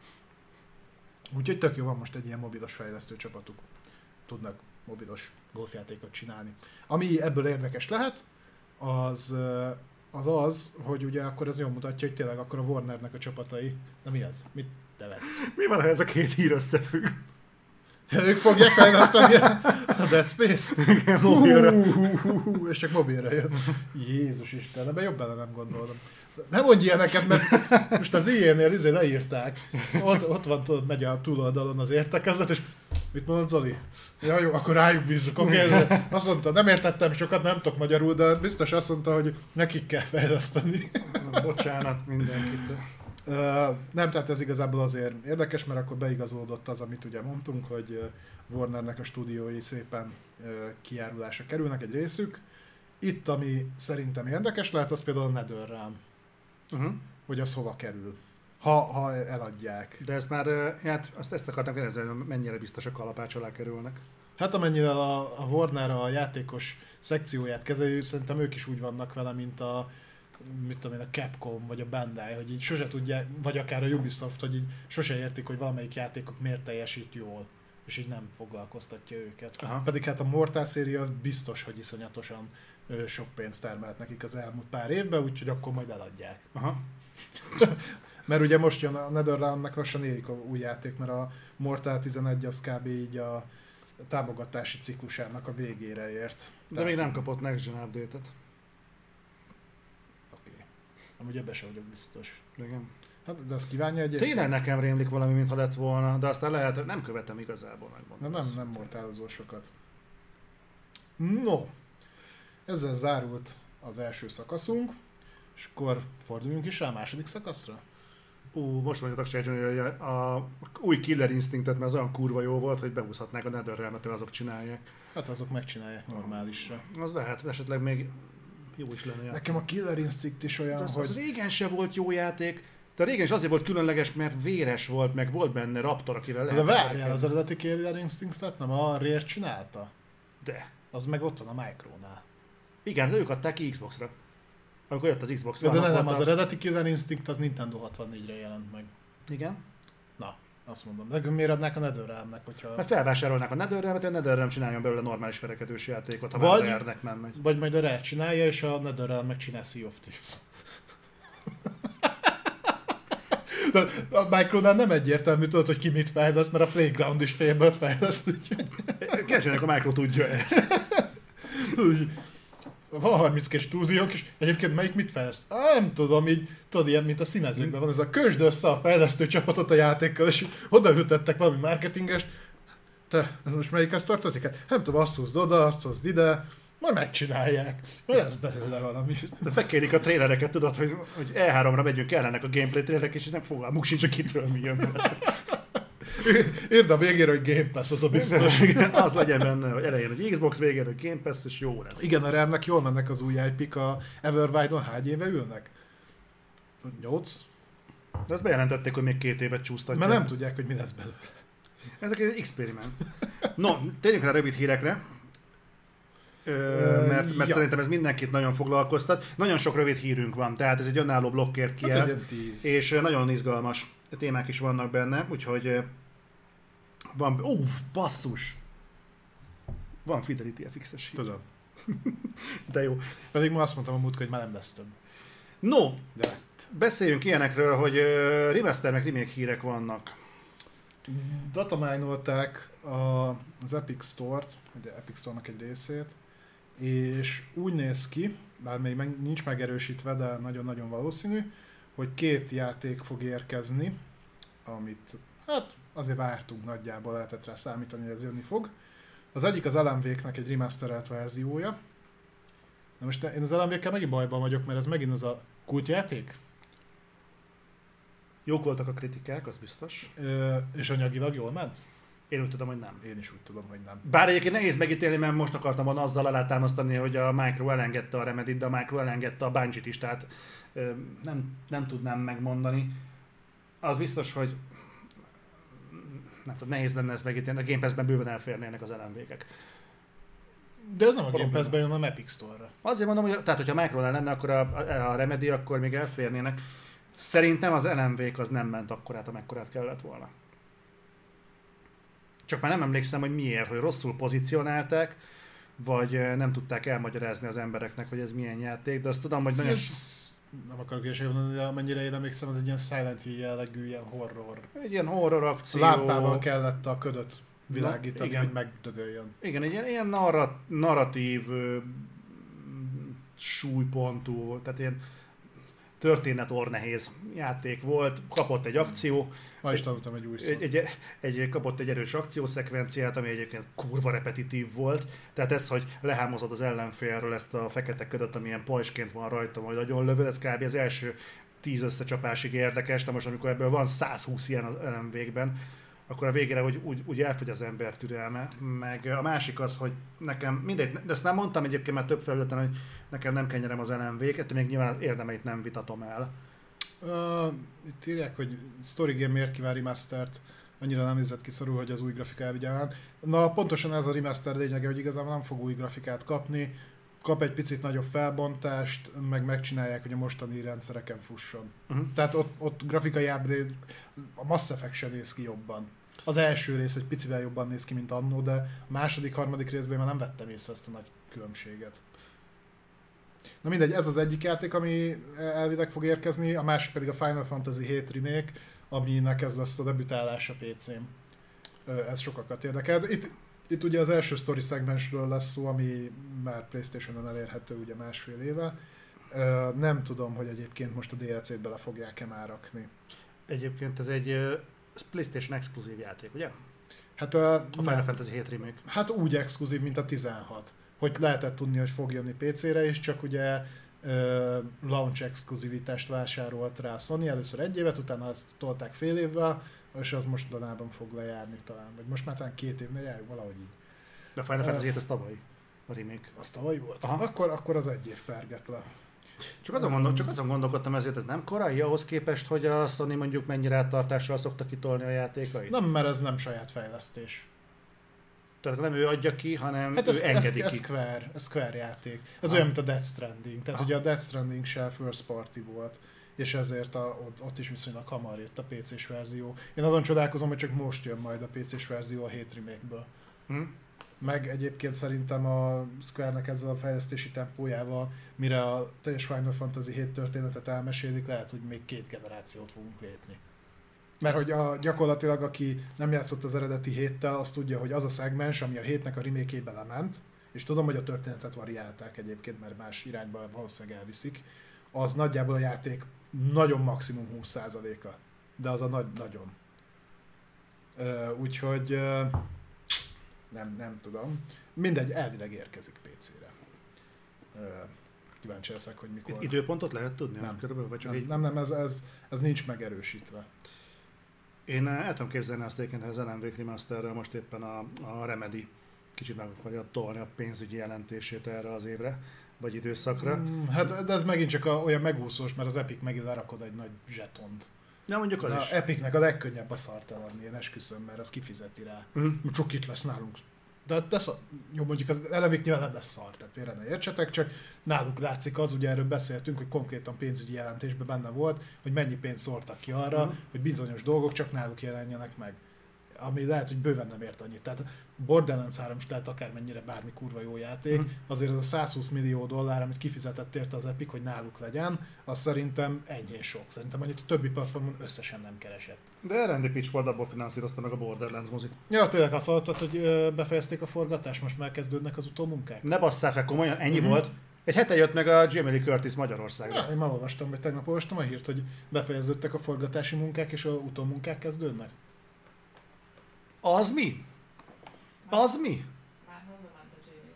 úgyhogy tök jó, van most egy ilyen mobilos fejlesztő csapatuk. Tudnak mobilos golfjátékot csinálni. Ami ebből érdekes lehet, az az, az hogy ugye akkor ez jól mutatja, hogy tényleg akkor a Warnernek a csapatai, de mi az? Mit tevetsz? Mi van, ha ez a két hír összefügg? Ők fogják fejleszteni a Dead Space? Igen, mobilra. És csak mobilra jön. Jézus Isten, ebben jobb bele nem gondolom. Nem mondj ilyeneket, mert most az i á-nél izé leírták. Ott, ott van, tudod, megy a túloldalon az értekezlet, és mit mondod, Zoli? Ja jó, akkor rájuk bízzuk, oké? Okay? Azt mondta, nem értettem sokat, nem tudok magyarul, de biztos azt mondta, hogy nekik kell fejleszteni. Bocsánat mindenkit. Uh, nem, tehát ez igazából azért érdekes, mert akkor beigazolódott az, amit ugye mondtunk, hogy Warnernek a stúdiói szépen uh, kijárulásra kerülnek egy részük. Itt, ami szerintem érdekes lehet, az például a NetherRealm. Uh-huh. Hogy az hova kerül. Ha, ha eladják. De ezt már, hát azt ezt akartam kérdezni, hogy mennyire biztos a kalapács alá kerülnek. Hát amennyire a, a Warner a játékos szekcióját kezeli, szerintem ők is úgy vannak vele, mint a mit tudom én, a Capcom vagy a Bandai, hogy így sose tudják, vagy akár a Ubisoft, hogy így sose értik, hogy valamelyik játékok miért teljesít jól, és így nem foglalkoztatja őket. Aha. Pedig hát a Mortal széria az biztos, hogy iszonyatosan ö, sok pénzt termelt nekik az elmúlt pár évben, úgyhogy akkor majd eladják. Aha. Mert ugye most jön a NetherRealmnek lassan érik a új játék, mert a Mortal tizenegy az kb. Így a támogatási ciklusának a végére ért. De Tehát... még nem kapott Next Gen update-et. Amúgy ebben sem vagyok biztos. Igen. Hát, de azt kívánja egyébként? Tényleg nekem rémlik valami, mintha lett volna, de aztán lehet, nem követem igazából, megmondom. Na nem, nem mortálozol sokat. No, ezzel zárult az első szakaszunk, és akkor forduljunk is rá a második szakaszra. Ú, most mondjatok Sergio, hogy a, a új Killer Instinctet, mert az olyan kurva jó volt, hogy behúzhatnák a NetherRealm-et, azok csinálják. Hát azok megcsinálják normálisra. Az lehet, esetleg még jó is lenne játék. Nekem a Killer Instinct is olyan, az, hogy... Az régen se volt jó játék, de régen is azért volt különleges, mert véres volt, meg volt benne Raptor, akivel lehet... De várjál, az eredeti Killer Instinct-et nem a Rare csinálta? De. Az meg ott van a Micronál. Igen, de ők adták ki Xbox-ra. Amikor jött az Xbox. De, de nem, nem, az eredeti Killer Instinct az Nintendo hatvannégyre jelent meg. Igen? Na, azt mondom. De miért adnák a NetherRealm-nek, hogyha... Mert felvásárolnák a NetherRealm-et, a NetherRealm csináljon belőle normális verekedős játékot, ha vagy, már Rare-nek nem megy. Vagy majd a Rare csinálja, és a NetherRealm meg csinál Sea of Thieves. A Micronál nem egyértelmű, tudod, hogy ki mit fejleszt, mert a Playground is félből fejleszt. Keresőnek a Micro tudja ezt. van harminckét stúdiók, és egyébként melyik mit fejleszt? Á, nem tudom, így, tudod, ilyen, mint a színezőkben van, ez a kösd össze a fejlesztő csapatot a játékkal, és odaültettek valami marketingest, te, ez most melyikhez tartozik? Hát, nem tudom, azt húzd oda, azt húzd ide, majd megcsinálják, majd lesz belőle valami. De felkérik a trélereket, tudod, hogy, hogy E háromra megyünk el ennek a gameplay trélerek, és nem fogalmuk sincs, hogy kitől mi jön. Írd a végére, hogy Game Pass, az a biztos. Igen, az legyen benne, hogy elején, hogy Xbox, végén, hogy Game Pass, és jó lesz. Igen, a Rare-nek jól mennek az új i pé-k, a Everwild-on hány éve ülnek? nyolc? De azt bejelentették, hogy még két évet csúsztatják. Mert nem tudják, hogy mi lesz belőle. Ezek egy experiment. No, térjünk rá rövid hírekre. Ö, mert mert ja. szerintem ez mindenkit nagyon foglalkoztat. Nagyon sok rövid hírünk van, tehát ez egy önálló blokkért ki Hát el, egy tíz. és nagyon izgalmas témák is vannak benne, úgyhogy van... Uff, basszus! Van Fidelity ef iksz-es hír. Tudom. De jó. Pedig ma azt mondtam a múltkor, hogy már nem lesz több. No, De lett. beszéljünk ilyenekről, hogy uh, remaster meg remake hírek vannak. Dataminolták a, az Epic Store-t, ugye Epic Store-nak egy részét, és úgy néz ki, bár még meg, nincs megerősítve, de nagyon-nagyon valószínű, hogy két játék fog érkezni, amit hát azért vártunk nagyjából, lehetett rá számítani, hogy ez jönni fog. Az egyik az Alan Wake-nek egy remasterelt verziója. Na most én az Alan Wake-kel megint bajban vagyok, mert ez megint az a kultjáték. Jók voltak a kritikák, az biztos. Ö, és anyagilag jól ment? Én úgy tudom, hogy nem. Én is úgy tudom, hogy nem. Bár egyébként nehéz megítélni, mert most akartam volna azzal alátámasztani, hogy a Micro elengedte a Remedit, de a Micro elengedte a Bungie-t is, tehát ö, nem, nem tudnám megmondani. Az biztos, hogy nem tudom, nehéz lenne ezt megítélni, a Game Pass-ben bőven elférnének az elemvékek. De ez nem a Game Probléma. Pass-ben jön, a Epic Store-ra. Azért mondom, hogy tehát, hogyha Micro lenne, akkor a, a Remedy, akkor még elférnének. Szerintem az elemvék az nem ment akkorát, amekkorát kellett volna. Csak már nem emlékszem, hogy miért, hogy rosszul pozícionálták, vagy nem tudták elmagyarázni az embereknek, hogy ez milyen játék, de azt tudom, hogy nagyon... Ez, nem akarok ilyesmit mondani, de amennyire én emlékszem, az egy ilyen Silent Hill jellegű, ilyen horror. Egy ilyen horror akció... Lámpával kellett a ködöt világítani, igen. hogy megdögöljön. Igen, egy ilyen, ilyen narrat, narratív ö, súlypontú, tehát ilyen történetornehéz játék volt, kapott egy akció, Ma is tanultam egy új szót. egy, egy, egy, kapott egy erős akciószekvenciát, ami egyébként kurva repetitív volt, tehát ez, hogy lehámozod az ellenfélről ezt a fekete ködöt, ami ilyen pajsként van rajta, majd nagyon lövöd, ez kb. Az első tíz összecsapásig érdekes, de most amikor ebből van száz húsz ilyen az elemvégben, akkor a végére hogy úgy, úgy elfogy az ember türelme. Meg a másik az, hogy nekem mindegy, de ezt már mondtam egyébként már több felületen, hogy nekem nem kenyerem az elemvég, ettől még nyilván az érdemeit nem vitatom el. Uh, itt írják, hogy Story Game miért kíván remastert, annyira nem nézett ki szarul, hogy az új grafika elvigyelán. Na pontosan ez a remaster lényege, hogy igazából nem fog új grafikát kapni, kap egy picit nagyobb felbontást, meg megcsinálják, hogy a mostani rendszereken fusson. Uh-huh. Tehát ott, ott grafikai upgrade, a Mass Effect se néz ki jobban. Az első rész egy picivel jobban néz ki, mint annó, de a második, harmadik részben már nem vettem észre ezt a nagy különbséget. Na mindegy, ez az egyik játék, ami elvileg fog érkezni, a másik pedig a Final Fantasy hét Remake, aminek ez lesz a debütálása pé cén. Ez sokakat érdekel. Itt, itt ugye az első story szegmensről lesz szó, ami már PlayStation-on elérhető ugye másfél éve. Nem tudom, hogy egyébként most a dé el cét bele fogják-e már rakni. Egyébként ez egy PlayStation exkluzív játék, ugye? Hát a, a Final ne, Fantasy hét Remake. Hát úgy exkluzív, mint a tizenhat. Hogy lehetett tudni, hogy fog jönni pé cére is, csak ugye uh, launch exkluzivitást vásárolt rá a Sony, először egy évet, utána ezt tolták fél évvel, és az mostanában fog lejárni talán, vagy most már talán két évnél járjuk, valahogy így. De a Final uh, Fantasy hét ez tavaly, a remake. Az tavaly volt? Akkor, akkor az egy év perget le. Csak azon, gondol, csak azon gondolkodtam, ezért ez nem korai ahhoz képest, hogy a Sony mondjuk mennyire áttartással szokta kitolni a játékait? Nem, mert ez nem saját fejlesztés. Tehát nem ő adja ki, hanem hát ő ez, engedi ez, ki. Ez Square, ez Square játék. Ez ha. olyan, mint a Death Stranding. Tehát ha. ugye a Death Stranding se first party volt, és ezért a, ott, ott is viszonylag hamar jött a pé cés verzió. Én azon csodálkozom, hogy csak most jön majd a pé cés verzió a hét Remake-ből. Hm? Meg egyébként szerintem a Square-nek ezzel a fejlesztési tempójával, mire a teljes Final Fantasy hét történetet elmesélik, lehet, hogy még két generációt fogunk lépni. Mert hogy a, gyakorlatilag aki nem játszott az eredeti héttel, az tudja, hogy az a szegmens, ami a hétnek a remake-ébe lement, és tudom, hogy a történetet variálták egyébként, mert más irányba valószínűleg elviszik, az nagyjából a játék nagyon maximum húsz százaléka. De az a nagy, nagyon. Uh, úgyhogy uh, nem, nem tudom. Mindegy, elvileg érkezik pé cére. Uh, kíváncsi leszek, hogy mikor. Itt időpontot lehet tudni? Nem, körülbelül, vagy csak nem, így... nem, nem ez, ez, ez nincs megerősítve. Én el tudom képzelni azt egyébként, hogy az Alan Wake Remasterrel most éppen a, a Remedy kicsit meg akarja tolni a pénzügyi jelentését erre az évre, vagy időszakra. Mm, hát de ez megint csak a, olyan megúszós, mert az Epic megint lerakod egy nagy zsetont. Ja, mondjuk az az is. Epicnek a legkönnyebb a szart eladni, én esküszöm, mert az kifizeti rá. Mm. Csak itt lesz nálunk. De, de szar, jó, mondjuk az Epic nyilván nem lesz szar, tehát félre ne értsetek, csak náluk látszik az, ugye erről beszéltünk, hogy konkrétan pénzügyi jelentésben benne volt, hogy mennyi pénzt szórtak ki arra, mm. hogy bizonyos dolgok csak náluk jelenjenek meg. Ami lehet, hogy bőven nem ért annyit. Tehát Borderlands három is lehet akármennyire bármi kurva jó játék, mm. azért az a százhúsz millió dollár, amit kifizetett érte az Epic, hogy náluk legyen, az szerintem enyhén sok. Szerintem annyit a többi platformon összesen nem keresett. De Randy Pitchford abból finanszírozta meg a Borderlands mozit. Ja, tényleg azt hallottad, hogy befejezték a forgatást, most már kezdődnek az utómunkák? Ne basszál fel, komolyan, ennyi Mm-hmm. volt. Egy hete jött meg a Jamie Lee Curtis Magyarországra. Ja, én már olvastam, vagy tegnap olvastam a hírt, hogy befejeződtek a forgatási munkák és a utómunkák kezdődnek. Az mi? Az mi? Már hazament a Jamie.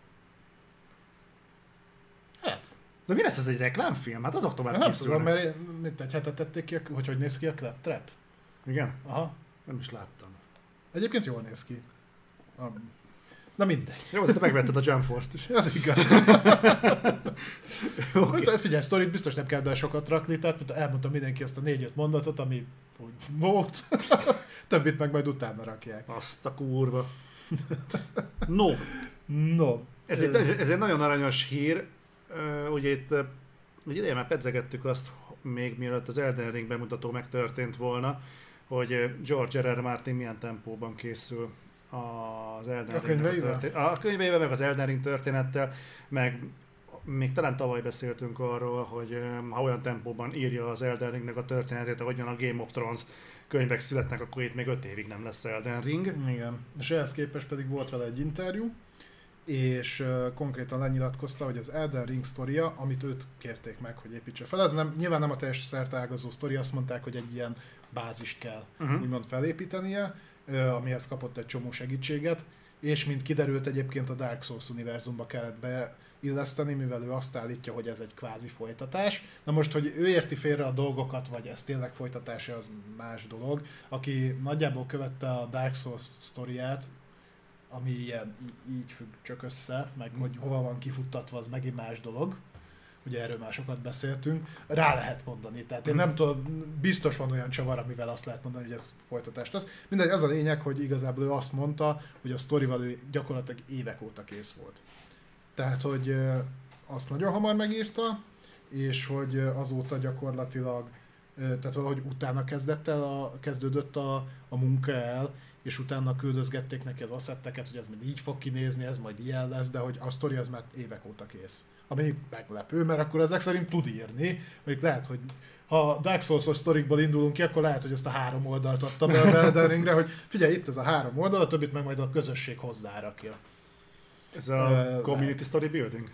Hát, De mi lesz ez, egy reklámfilm? Hát azok tovább nem tudom, készülnek. mert én- mit egy hetet tették ki, hogy hogy néz ki a Claptrap. Igen? Aha. Nem is láttam. Egyébként jól néz ki. A- Na mindegy. Jó, de te megvetted a Jump Force-t is. Ez igaz. Okay. Hát, figyelj, sztorit biztos nem kell bele sokat rakni, tehát elmondtam mindenki ezt a négy-öt mondatot, ami úgy volt. Többit meg majd utána rakják. Azt a kurva. No, No. ez egy, ez egy nagyon aranyos hír. Ö, Ugye itt ö, egy ideje már pedzegettük azt, még mielőtt az Elden Ring bemutató megtörtént volna, hogy ö, George R. R. Martin milyen tempóban készül az Elden A Ring könyveivel? történet- a könyveivel, meg az Elden Ring történettel, meg még talán tavaly beszéltünk arról, hogy ö, ha olyan tempóban írja az Elden Ringnek a történetét, ahogyan a Game of Thrones könyvek születnek, akkor itt még öt évig nem lesz Elden Ring. Igen. És ehhez képest pedig volt vele egy interjú, és uh, konkrétan lenyilatkozta, hogy az Elden Ring sztoria, amit őt kérték meg, hogy építse fel, ez nem, nyilván nem a teljes szerteágazó sztori, azt mondták, hogy egy ilyen bázist kell Uh-huh. úgymond felépítenie, uh, amihez kapott egy csomó segítséget, és mint kiderült egyébként a Dark Souls univerzumba kellett beilleszteni, mivel ő azt állítja, hogy ez egy kvázi folytatás. Na most, hogy ő érti félre a dolgokat, vagy ez tényleg folytatása, az más dolog. Aki nagyjából követte a Dark Souls sztoriát, ami ilyen, í- így függ csak össze, meg hogy hova van kifuttatva, az megint más dolog. Ugye erről már sokat beszéltünk. Rá lehet mondani, tehát én nem tudom, biztos van olyan csavar, amivel azt lehet mondani, hogy ez folytatást lesz. Mindegy, az a lényeg, hogy igazából ő azt mondta, hogy a sztorival ő gyakorlatilag évek óta kész volt. Tehát, hogy ö, azt nagyon hamar megírta, és hogy ö, azóta gyakorlatilag, ö, tehát valahogy utána kezdett el a, kezdődött a, a munka el, és utána küldözgették neki az asszetteket, hogy ez majd így fog kinézni, ez majd ilyen lesz, de hogy a sztori az már évek óta kész. Ami meglepő, mert akkor ezek szerint tud írni, mondjuk lehet, hogy ha Dark Souls-os sztorikból indulunk ki, akkor lehet, hogy ezt a három oldalt adta be az Elden Ringre, hogy figyelj, itt ez a három oldal, a többit meg majd a közösség hozzárakja. Ez a Ö, community lehet. story building?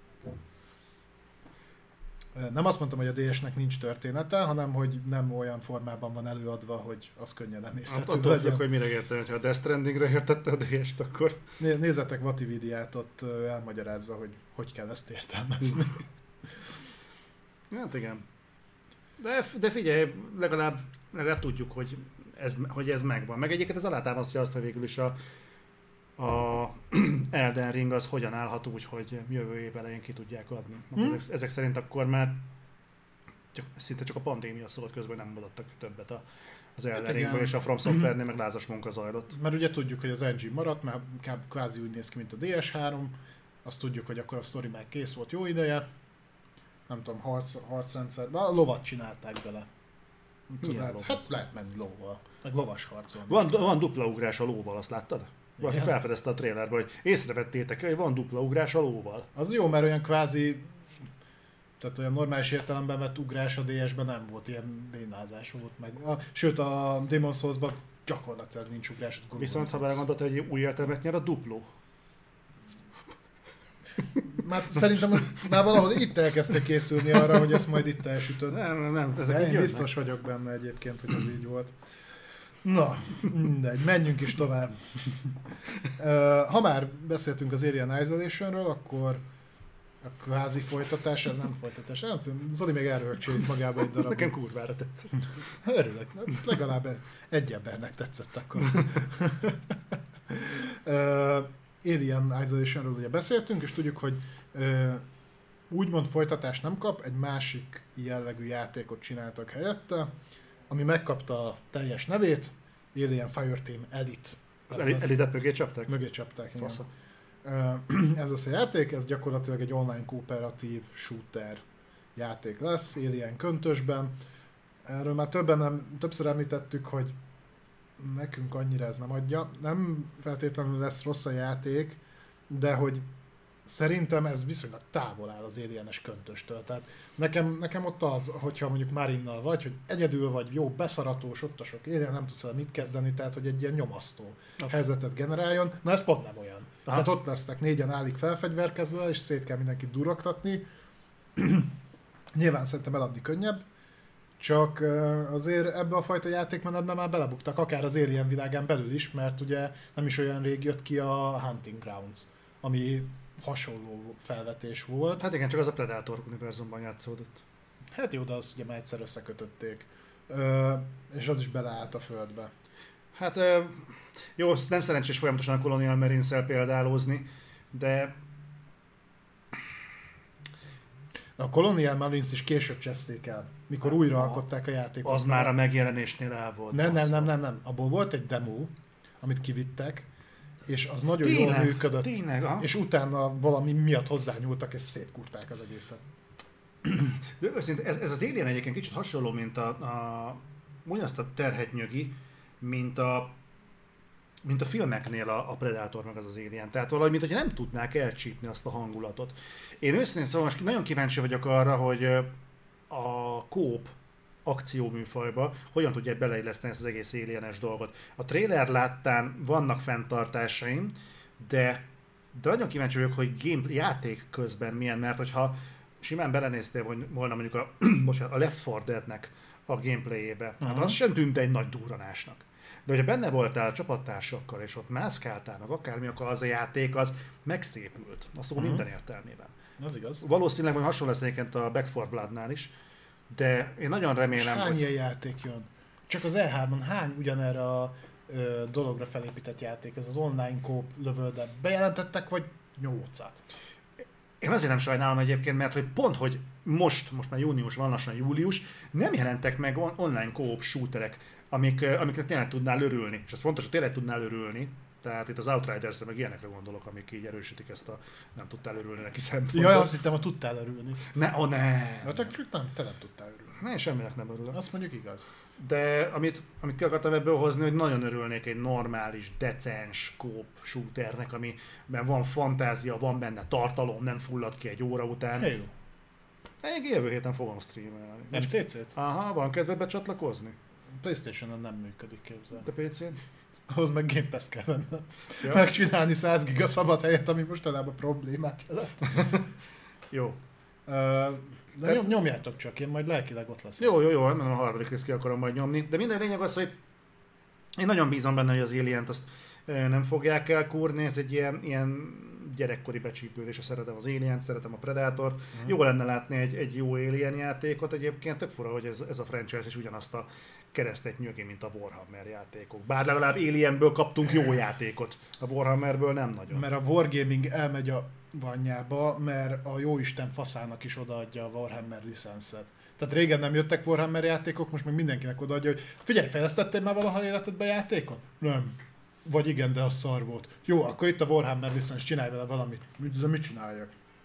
Nem azt mondtam, hogy a dé es-nek nincs története, hanem hogy nem olyan formában van előadva, hogy az könnyen Hát emészhető attól függ, legyen. hogy mire érte, ha a Death Strandingre értette a dé es-t, akkor... Né- Nézzetek Vati videóját, ott ö, elmagyarázza, hogy hogy kell ezt értelmezni. Hát igen. De, de figyelj, legalább, legalább tudjuk, hogy ez, hogy ez megvan. Meg egyébként ez alátámasztja azt, hogy végül is a, a Elden Ring az hogyan állhat úgy, hogy jövő év elején ki tudják adni. Hmm. Ezek, ezek szerint akkor már csak, szinte csak a pandémia szólt közben, nem mutattak többet a, az Elden Hát Ringből, igen. és a From Software-nél meg lázas munka zajlott. Mert ugye tudjuk, hogy az engine maradt, mert kb- kvázi úgy néz ki, mint a dé es három, azt tudjuk, hogy akkor a sztori már kész volt jó ideje, nem tudom, harc, harcrendszer, a lovat csinálták bele. Nem tudom, Milyen lehet, lovat? hát lehet menni lóval, meg lovas harcolni. Van, van dupla ugrás a lóval, azt láttad? Valaki Igen. felfedezte a trailerbe, hogy észrevettétek, hogy van dupla ugrás a lóval. Az jó, mert olyan kvázi, tehát olyan normális értelemben vett ugrás a dé es-ben nem volt, ilyen bénázás volt meg. A, sőt, a Demon's Souls-ban gyakorlatilag nincs ugrás. Viszont ha belegondolod, hogy új értelmet nyer a dupló. már szerintem már valahol itt elkezdtek készülni arra, hogy ezt majd itt elsütöd. Nem, nem, nem, ezek így Én jönnek. biztos vagyok benne egyébként, hogy ez így volt. Na, mindegy, menjünk is tovább. Ha már beszéltünk az Alien Isolationről, akkor a kvázi folytatás, nem folytatás, nem tudom, Zoli még elröhögcsélt magába egy darabot. Nekem kurvára tetszett. Örülök, legalább egy embernek tetszett akkor. uh, Alien Isolationről ugye beszéltünk, és tudjuk, hogy uh, úgymond folytatást nem kap, egy másik jellegű játékot csináltak helyette, ami megkapta a teljes nevét, Alien Fireteam Elite. Az Elite-et mögé csapták? Mögé csapták, igen. Fasza. Ez az a játék, ez gyakorlatilag egy online kooperatív shooter játék lesz, Alien köntösben. Erről már többen nem, többször említettük, hogy nekünk annyira ez nem adja. Nem feltétlenül lesz rossz a játék, de hogy szerintem ez viszonylag távol áll az Alien-es köntöstől. Tehát nekem, nekem ott az, hogyha mondjuk Marinnal vagy, hogy egyedül vagy, jó, beszaratós, ott a sok Alien, nem tudsz vele mit kezdeni, tehát hogy egy ilyen nyomasztó okay. helyzetet generáljon. Na ez pont nem olyan. Aha. Tehát ott lesznek négyen állig felfegyverkezve, és szét kell mindenkit durogtatni. Nyilván szerintem eladni könnyebb, csak azért ebbe a fajta játékmenetben már belebuktak, akár az Alien világán belül is, mert ugye nem is olyan rég jött ki a Hunting Grounds, ami hasonló felvetés volt. Hát igen, csak az a Predator univerzumban játszódott. Hát jó, de azt ugye már egyszer összekötötték. Ö, és az is beleállt a földbe. Hát jó, nem szerencsés folyamatosan a Colonial Marines-el példálózni, de... A Colonial Marines is később cseszték el, mikor újra a, alkották a játékot. Az már a megjelenésnél el volt. Nem, nem, nem, nem, nem. Abból volt egy demo, amit kivittek, és az nagyon tényleg, jól működött. Tényleg, ah. És utána valami miatt hozzányúltak, és szétkurták az egészet. De őszintén, ez, ez az Alien egyébként kicsit hasonló, mint a, a mondja azt a terhet nyögi, mint a, mint a filmeknél a, a Predator meg az az Alien. Tehát valahogy, mint hogy nem tudnák elcsípni azt a hangulatot. Én őszintén szóval most nagyon kíváncsi vagyok arra, hogy a kóp akcióműfajba hogyan tudják beleilleszteni ezt az egész Alien-es dolgot. A trailer láttán vannak fenntartásaim, de, de nagyon kíváncsi vagyok, hogy game, játék közben milyen, mert hogyha simán belenéztél volna mondjuk a, bocsánat, a Left four Dead-nek a gameplayébe, hát az sem tűnt egy nagy durranásnak. De hogyha benne voltál csapattársakkal, és ott mászkáltál, meg akármi, akkor az a játék az megszépült, a szó uh-huh. minden értelmében. Az igaz. Valószínűleg vagy hasonló lesz egyébként a Back four Bloodnál is, de én nagyon remélem, hány hogy... ilyen játék jön? Csak az E hármon hány ugyanerre a ö, dologra felépített játék? Ez az online coop lövöldet. Bejelentettek, vagy nyolcat? Én azért nem sajnálom egyébként, mert hogy pont, hogy most, most már június van, lassan július, nem jelentek meg on- online co-op shooterek, amik, amiket tényleg tudnál örülni. És ez fontos, hogy tényleg tudnál örülni. Tehát itt az Outriders-re meg ilyenekre gondolok, amik így erősítik ezt a nem tudtál örülni neki szempontot. Jaj, azt hittem, hogy tudtál örülni. Ne, oh, ne. Hát csak nem, te nem tudtál örülni. Ne, semminek nem örülök. Azt mondjuk igaz. De amit, amit ki akartam ebből hozni, hogy nagyon örülnék egy normális, decens kóp shooternek, amiben van fantázia, van benne tartalom, nem fullad ki egy óra után. Halo. Egy jövő héten fogom streamelni. em cé cét? Aha, van kedved becsatlakozni? PlayStation-on nem működik, képzel. De pé cén? Ahhoz meg Game Pass kell vennem. Ja. Megcsinálni száz giga szabad helyet, ami mostanában problémát jelent. Jó. Uh, de hát, nyom, nyomjátok csak, én majd lelkileg ott leszek. Jó, jó, jó, nem a harmadik részt ki akarom majd nyomni. De minden lényeg az, hogy én nagyon bízom benne, hogy az Alien-t azt nem fogják elkúrni, ez egy ilyen, ilyen gyerekkori becsípődés, szeretem az Alien-t, szeretem a Predatort. Mm. Jó lenne látni egy, egy jó Alien játékot egyébként, tök fura, hogy ez, ez a franchise is ugyanazt a keresztet nyögi, mint a Warhammer játékok. Bár legalább Alienből kaptunk jó játékot, a Warhammerből nem nagyon. Mert a Wargaming elmegy a vanyjába, mert a jóisten faszának is odaadja a Warhammer licenszet. Tehát régen nem jöttek Warhammer játékok, most meg mindenkinek odaadja, hogy figyelj, fejlesztettél már valaha életedben játékot? Nem. Vagy igen, de az szar volt. Jó, akkor itt a Warhammer licensz, csinálj vele valamit. Mit, mit csináljak?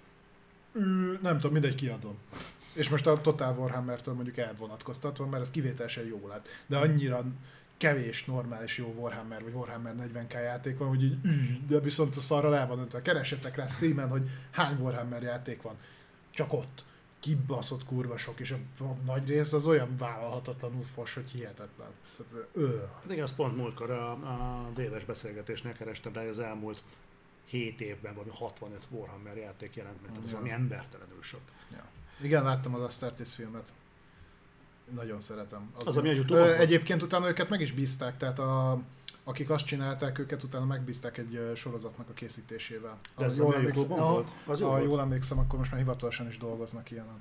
Ü, nem tudom, mindegy, kiadom. És most a Total Warhammertől mondjuk elvonatkoztatva, mert ez kivételesen jó lett. De annyira kevés normális jó Warhammer vagy Warhammer negyven ká játék van, hogy így, de viszont a szarral el van öntve. Keressetek rá Steamen, hogy hány Warhammer játék van. Csak ott. Kibaszott kurva sok, és a, a nagy rész az olyan vállalhatatlanul fos, hogy hihetetlen. Tehát, ö. Hát igen, azt pont múltkor a, a déles beszélgetésnél kerestem rá, az elmúlt hét évben valami hatvanöt Warhammer játék jelent meg, tehát ez Ja. valami embertelenül sok. Ja. Igen, láttam az Astartes filmet. Nagyon szeretem. Az, jó. ami a YouTube-on Ö, volt? Egyébként utána őket meg is bízták, tehát a, akik azt csinálták, őket utána megbízták egy ö, sorozatnak a készítésével. De ez jól ami a emlékszem, YouTube-on aha, volt? Az jó ha volt? jól emlékszem, akkor most már hivatalosan is dolgoznak ilyenen.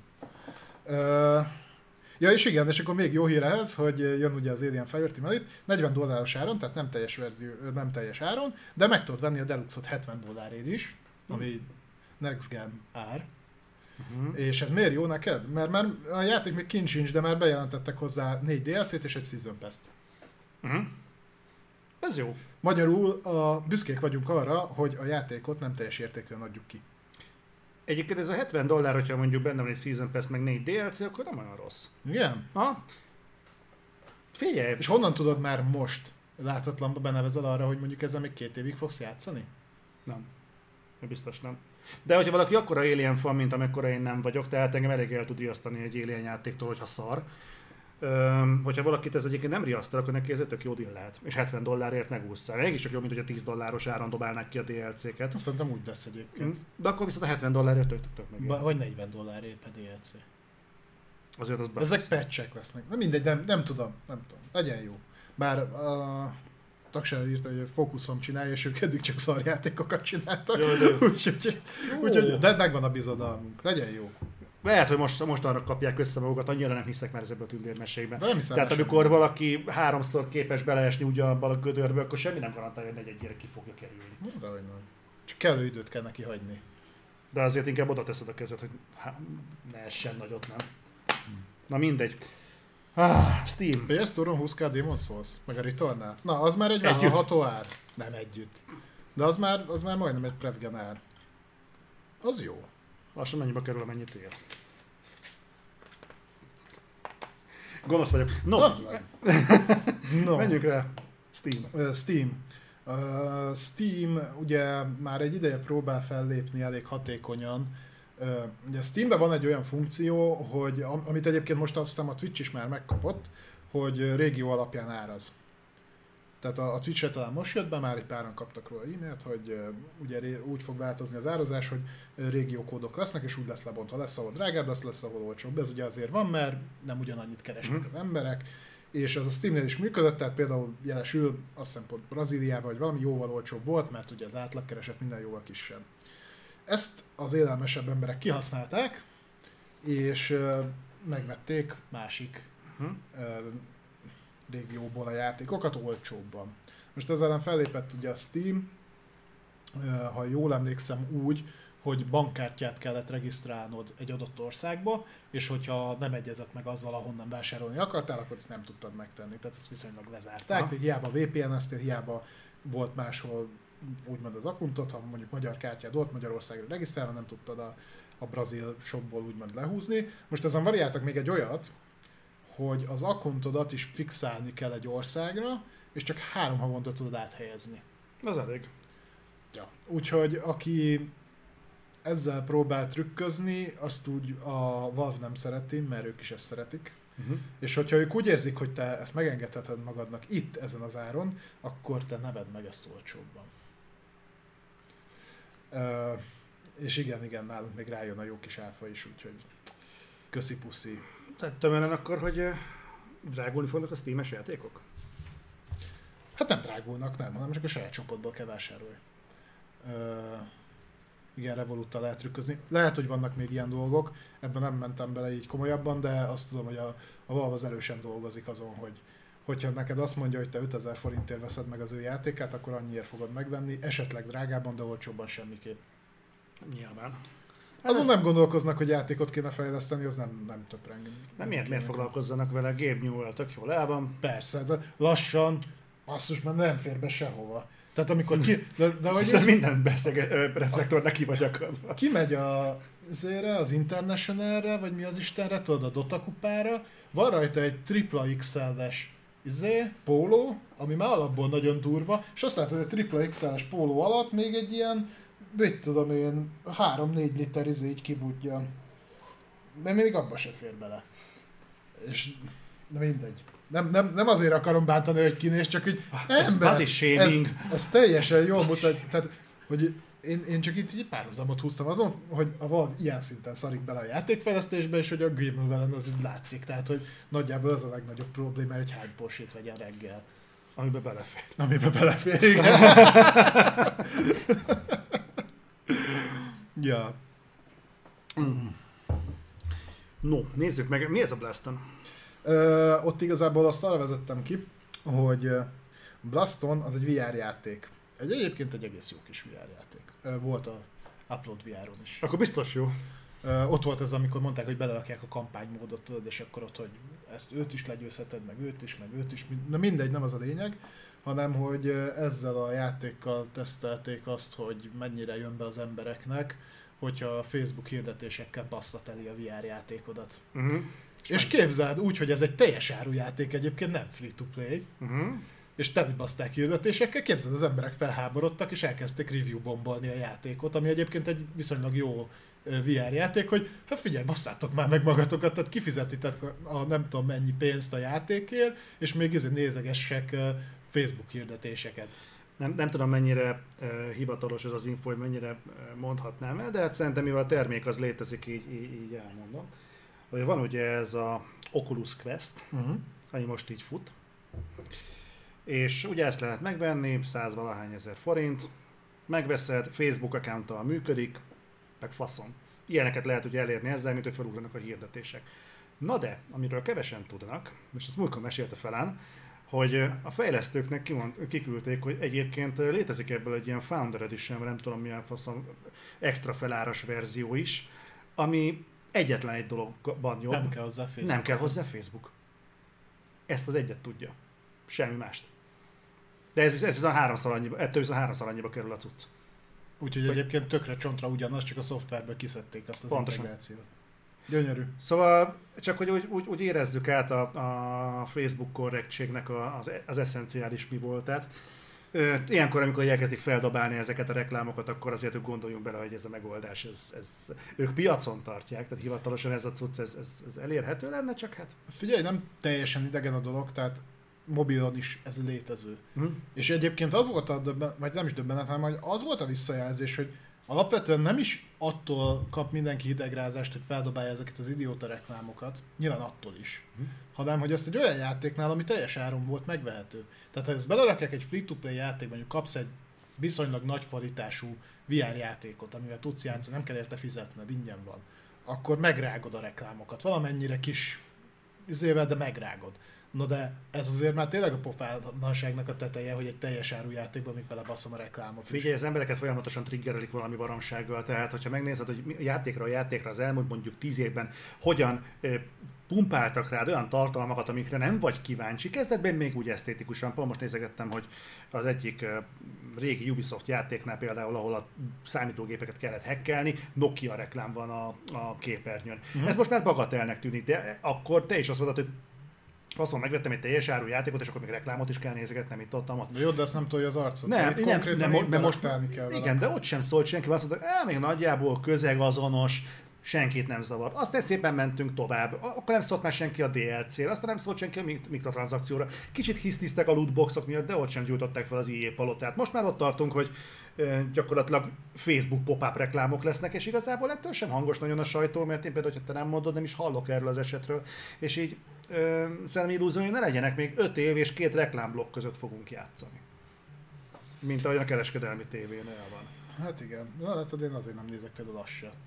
Ö, ja és igen, és akkor még jó hír ehhez, hogy jön ugye az Alien Fire Team Elite, negyven dolláros áron, tehát nem teljes verzió, nem teljes áron, de meg tudod venni a Deluxe-ot hetven dollárért is, ami Next Gen ár. Uh-huh. És ez miért jó neked? Mert már a játék még kint sincs, de már bejelentettek hozzá négy dé el cét és egy Season Pass-t. Uh-huh. Ez jó. Magyarul a, büszkék vagyunk arra, hogy a játékot nem teljes értékűen adjuk ki. Egyébként ez a hetven dollár, hogyha mondjuk benne van egy Season Pass meg négy dé el cé, akkor nem olyan rossz. Igen? Ha? Figyelj! És honnan tudod már most láthatlanba benevezel arra, hogy mondjuk ezzel még két évig fogsz játszani? Nem. Biztos nem. De hogyha valaki akkora Alien fan, mint amekkora én nem vagyok, tehát engem elég el tud riasztani egy Alien játéktól, hogyha szar. Öm, hogyha valakit ez egyébként nem riasztal, akkor neki ez egy tök jó deal lehet. És hetven dollárért megúszszál. Mégis csak jobb, mint hogy a tíz dolláros áron dobálnák ki a dé el cé-ket. Azt szerintem úgy lesz egyébként. De akkor viszont a hetven dollárért tök, tök meg. Ba, vagy negyven dollárért a dé el cé. Azért az Ezek patchek lesznek. Na mindegy, nem, nem tudom, nem tudom. Legyen jó. Bár a Tagsára írta, hogy Focus-Home csinálja, és ők eddig csak szarjátékokat csináltak. Jó, de jó. Úgyhogy, úgyhogy, de megvan a bizodalmunk. Legyen jó. Lehet, hogy most, most arra kapják össze magukat, annyira nem hiszek már ezekben a tündérmesékben. De nem hiszem Tehát el amikor semmi. valaki háromszor képes beleesni ugyanabban a gödörbe, akkor semmi nem garantálja, hogy negyedjére ki fogja kerülni. Mondta, hogy nem. Csak kellő időt kell neki hagyni. De azért inkább oda teszed a kezed, hogy há, ne essen nagyot, nem? Na mindegy. Ah, Steam. pé es Store-on húsz ká Demon's Souls, meg a Returnal. Na, az már egy Együtt. vállalható ár. Nem együtt. De az már, az már majdnem egy Prevgen ár. Az jó. Lassan mennyibe kerül, amennyit ér. Gonosz vagyok. No, Az van. No. menjünk rá. Steam. Ö, Steam. Uh, Steam ugye már egy ideje próbál fellépni elég hatékonyan. Uh, ugye Steamben van egy olyan funkció, hogy am- amit egyébként most azt hiszem a Twitch is már megkapott, hogy régió alapján áraz. Tehát a, a Twitch-re talán most jött be, már egy páran kaptak róla e-mailt, hogy uh, ugye ré- úgy fog változni az árazás, hogy uh, régiókódok lesznek, és úgy lesz lebontva. Lesz, ahol drágább lesz, lesz, ahol olcsóbb. Ez ugye azért van, mert nem ugyanannyit keresnek Mhm. az emberek, és ez a Steamnél is működött, tehát például jelesül, azt hiszem pont Brazíliában, vagy valami jóval olcsóbb volt, mert ugye az átlagkereset minden jóval kisebb. Ezt az élelmesebb emberek kihasználták, és ö, megvették másik Hm? ö, régióból a játékokat olcsóbban. Most ezzel ellen fellépett ugye a Steam, ö, ha jól emlékszem úgy, hogy bankkártyát kellett regisztrálnod egy adott országba, és hogyha nem egyezett meg azzal, ahonnan vásárolni akartál, akkor ezt nem tudtad megtenni. Tehát ezt viszonylag lezárták. Ha. Tehát hiába vé pé en-eztél, hiába volt máshol úgymond az akuntot, ha mondjuk magyar kártyád volt, Magyarországra regisztrálva, nem tudtad a, a brazil shopból úgymond lehúzni. Most ezen variáltak még egy olyat, hogy az akuntodat is fixálni kell egy országra, és csak három havonta tudod áthelyezni. Az elég. Ja. Úgyhogy aki ezzel próbál trükközni, azt úgy a Valve nem szereti, mert ők is ezt szeretik. Uh-huh. És hogyha ők úgy érzik, hogy te ezt megengedheted magadnak itt ezen az áron, akkor te ne vedd meg ezt olcsóbban. Uh, és igen, igen, nálunk még rájön a jó kis áfa is, úgyhogy köszi puszi. Tehát tömelen akkor, hogy eh, drágulni fognak a Steam-es játékok? Hát nem drágulnak, nem, hanem csak a saját csoportból kell vásárolni. Uh, igen, Revoluttal lehet trükközni. Lehet, hogy vannak még ilyen dolgok, ebben nem mentem bele így komolyabban, de azt tudom, hogy a, a Valve az erősen dolgozik azon, hogy hogyha neked azt mondja, hogy te ötezer forintért veszed meg az ő játékát, akkor annyiért fogod megvenni, esetleg drágábban, de olcsóbban semmiképp. Nyilván. Azon ez- nem gondolkoznak, hogy játékot kéne fejleszteni, az nem, nem töpreng. Nem miért, miért foglalkozzanak vele? Gabe Newell tök jól el van. Persze, de lassan, basszus, már nem fér be sehova. Tehát amikor ki... De, de hogy Hiszen minden beszege, ö, reflektor neki vagy akadva. kimegy a, azért az Internationalre, vagy mi az Istenre, tudod, a Dota kupára, van rajta egy tripla iksz el-es izé, póló, ami már alapból nagyon durva, és azt látod, hogy a tripla iksz el-es póló alatt még egy ilyen, mit tudom én, három-négy liter izé így kibudjan. De még abba se fér bele. És de mindegy. Nem, nem, nem azért akarom bántani, hogy kinéz, csak hogy ez ember, body shaming. Ez, ez teljesen jól mutat, tehát, hogy én, én csak itt így párhuzamot húztam azon, hogy a Valve ilyen szinten szarik bele a játékfejlesztésbe, és hogy a Game Over-en az így látszik. Tehát, hogy nagyjából az a legnagyobb probléma, hogy hány Porsche-t vegyen reggel. Amiben belefér. Amiben belefér, igen. Ja. Mm. No, nézzük meg, mi ez a Blaston? Ö, ott igazából azt arra vezettem ki, hogy Blaston az egy vé er játék. Egy, egyébként egy egész jó kis vé er játék. Ö, volt a Upload vé er-on is. Akkor biztos jó. Ö, ott volt ez, amikor mondták, hogy belerakják a kampánymódot, tudod, és akkor ott, hogy ezt őt is legyőzheted, meg őt is, meg őt is. Na mindegy, nem az a lényeg, hanem hogy ezzel a játékkal tesztelték azt, hogy mennyire jön be az embereknek, hogyha a Facebook hirdetésekkel passzateli a vé er játékodat. Uh-huh. És képzeld úgy, hogy ez egy teljes árujáték egyébként, nem free-to-play, Uh-huh. és telibaszták hirdetésekkel, képzeld, az emberek felháborodtak, és elkezdték review bombolni a játékot, ami egyébként egy viszonylag jó vé er játék, hogy hát figyelj, basszátok már meg magatokat, tehát kifizetitek a, a nem tudom mennyi pénzt a játékért, és még ezért nézegessek Facebook hirdetéseket. Nem, nem tudom mennyire uh, hivatalos ez az info, hogy mennyire uh, mondhatnám el, de hát szerintem mivel a termék az létezik, így, így, így elmondom. Hogy van ugye ez a Oculus Quest, Uh-huh. ami most így fut, és ugye ezt lehet megvenni, százvalahány ezer forint, megveszed, Facebook accounttal működik, meg faszom. Ilyeneket lehet ugye elérni ezzel, mint hogy felugranak a hirdetések. Na de, amiről kevesen tudnak, és ezt múltkor mesélte Felán, hogy a fejlesztőknek kimond, kiküldték, hogy egyébként létezik ebből egy ilyen Founder Edition, nem tudom milyen faszom, extra feláras verzió is, ami egyetlen egy dologban jobb. Nem kell hozzá Facebook. Nem kell hozzá Facebook. Ezt az egyet tudja. Semmi mást. De ez, ez viszont háromszor annyiba, ettől viszont háromszor annyiba kerül a cucc. Úgyhogy egyébként tökre csontra ugyanaz, csak a szoftverből kiszedték azt az Pontosan. integrációt. Gyönyörű. Szóval csak hogy úgy, úgy, úgy érezzük át a, a Facebook korrektségnek a, az, az eszenciális mi voltát. Ilyenkor, amikor elkezdik feldobálni ezeket a reklámokat, akkor azért gondoljunk bele, hogy ez a megoldás, ez, ez, ők piacon tartják, tehát hivatalosan ez a cucc, ez, ez, ez elérhető lenne, csak hát... Figyelj, nem teljesen idegen a dolog, tehát mobilon is ez létező. Hm? És egyébként az volt a döbben, vagy nem is döbbenet, hanem hogy az volt a visszajelzés, hogy alapvetően nem is attól kap mindenki hidegrázást, hogy feldobálja ezeket az idióta reklámokat, nyilván attól is, Hm? hanem hogy ezt egy olyan játéknál, ami teljes áron volt megvehető. Tehát ha ezt belerakják egy free-to-play játékba, mondjuk kapsz egy viszonylag nagy kvalitású vé er játékot, amivel tudsz játszani, nem kell érte fizetned, ingyen van, akkor megrágod a reklámokat. Valamennyire kis izével, de megrágod. Na de ez azért már tényleg a pofátlanságnak a teteje, hogy egy teljes áru játékban még belebaszom a reklámot. Figyelj, az embereket folyamatosan triggerelik valami baromsággal, tehát hogyha megnézed, hogy játékra a játékra az elmúlt mondjuk tíz évben hogyan eh, pumpáltak rád olyan tartalmakat, amikre nem vagy kíváncsi. Kezdetben még úgy esztétikusan, pont most nézegettem, hogy az egyik eh, régi Ubisoft játéknál például, ahol a számítógépeket kellett hackelni, Nokia reklám van a, a képernyőn. Mm. Ez most már bagatelnek tűnik, de akkor te is azt mondod, hogy azt mondom, megvettem egy teljes áru játékot, és akkor még reklámot is kell nézegetnem itt ott, ott. De jó, de ezt nem tolja az arcot. Nem, itt nem, konkrétan nem, de most kell igen, vele. de ott sem szólt senki, azt mondta, hogy még nagyjából közegazonos, senkit nem zavar. Aztán szépen mentünk tovább, akkor nem szólt már senki a dé el cére, aztán nem szólt senki a mikrotranszakcióra. Kicsit hisztisztek a lootboxok miatt, de ott sem gyújtották fel az i á palotát. Most már ott tartunk, hogy e, gyakorlatilag Facebook pop-up reklámok lesznek, és igazából ettől sem hangos nagyon a sajtó, mert én például, hogyha te nem mondod, nem is hallok erről az esetről, és így szerintem illúziói ne legyenek, még öt év és két reklámblokk között fogunk játszani. Mint ahogyan a kereskedelmi tévénél van. Hát igen, na, hát én azért nem nézek például azt se.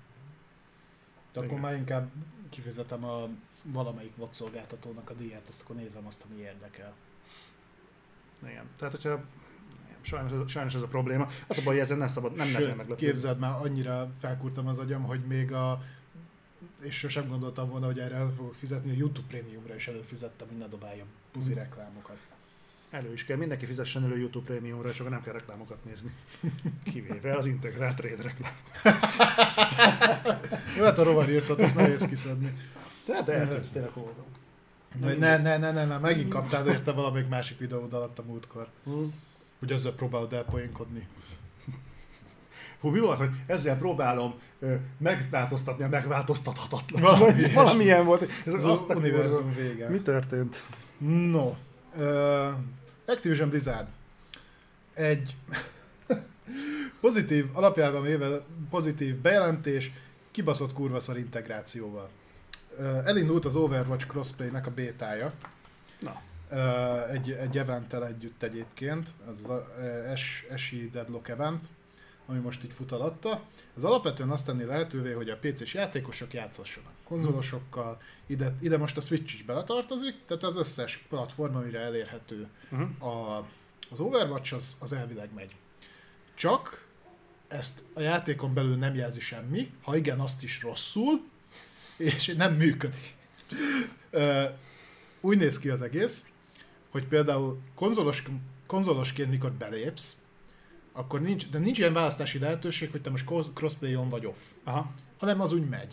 De akkor Igen. már inkább kifizetem a valamelyik vé o dé szolgáltatónak a díját, azt akkor nézem azt, ami érdekel. Igen. Tehát, hogyha sajnos, sajnos ez a probléma. Az a baj, hogy ezen nem szabad, nem legyen Sőt, meglepődni. képzeld már, annyira felkurtam az agyam, hogy még a és sosem gondoltam volna, hogy erre el fogok fizetni, a YouTube Premiumra is előfizettem, hogy ne dobálja buzi reklámokat. Elő is kell, mindenki fizessen elő YouTube Premiumra, és akkor nem kell reklámokat nézni. Kivéve az integrált trade reklám. Jó, hát a rovarírtot, azt nehéz kiszedni. Tehát eltűnt, tényleg hol van. Ne, ne, ne, ne, ne, megint kaptál érte valamelyik másik videód alatt a múltkor. Hmm. Hogy ezzel próbálod elpoénkodni. Hú, mi volt, hogy ezzel próbálom ö, megváltoztatni a megváltoztathatatlan. Valami Valamilyen volt. Ez Ez az az univerzum vége. Mi történt? No. Uh, Activision Blizzard. Egy Pozitív, alapjában véve pozitív bejelentés, kibaszott kurvaszar integrációval. Elindult az Overwatch Crossplay-nek a bétája. Na. Egy, egy eventtel együtt egyébként, ez az es i Deadlock event, ami most így fut alatta. Ez alapvetően azt tenni lehetővé, hogy a pé cés játékosok játszhassanak konzolosokkal, ide, ide most a Switch is beletartozik, tehát az összes platform, amire elérhető uh-huh. a, az Overwatch, az, az elvileg megy. Csak ezt a játékon belül nem jelzi semmi, ha igen, azt is rosszul, és nem működik. Úgy néz ki az egész, hogy például konzolos, konzolosként mikor belépsz, akkor nincs, de nincs ilyen választási lehetőség, hogy te most crossplay-on vagy off, Aha. hanem az úgy megy.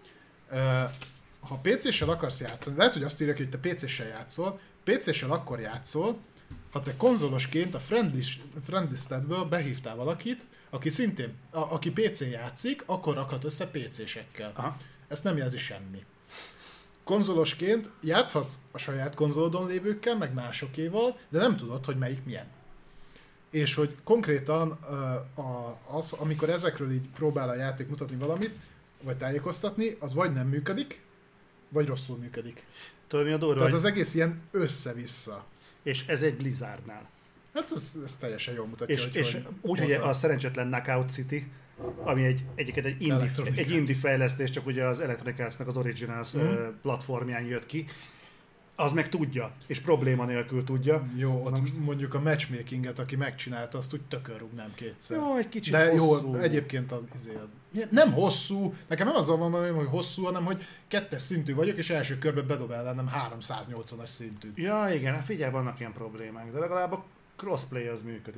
Ha pé céssel akarsz játszani, lehet, hogy azt írják, hogy te pé céssel játszol, pé céssel akkor játszol, ha te konzolosként a friendlistetből behívtál valakit, aki szintén, a, aki pé cén játszik, akkor rakhat össze pé césekkel. Aha. Ezt nem jelzi semmi. Konzolosként játszhatsz a saját konzolodon lévőkkel, meg másokéval, de nem tudod, hogy melyik milyen. És hogy konkrétan az, amikor ezekről így próbál a játék mutatni valamit, vagy tájékoztatni, az vagy nem működik, vagy rosszul működik. Tudod, mi a durva? Tehát az egész ilyen össze-vissza. És ez egy Blizzardnál. Hát ez, ez teljesen jól mutatja, És, hogy és hogy úgy, hogy a szerencsétlen Knockout City, ami egy, egyébként egy indie, egy indie fejlesztés, csak ugye az Electronic Arts-nak az Originals mm. platformján jött ki, az meg tudja, és probléma nélkül tudja. Jó, ott most mondjuk a matchmakinget, aki megcsinálta, azt úgy tökörrúgnám kétszer. Jó, egy kicsit de hosszú. Jó, egyébként az, az... Nem hosszú, nekem nem azzal van, hogy hosszú, hanem hogy kettes szintű vagyok, és első körben bedob ellenem háromszáznyolcvanas szintű. Ja, igen, figyelj, vannak ilyen problémák, de legalább a crossplay az működik.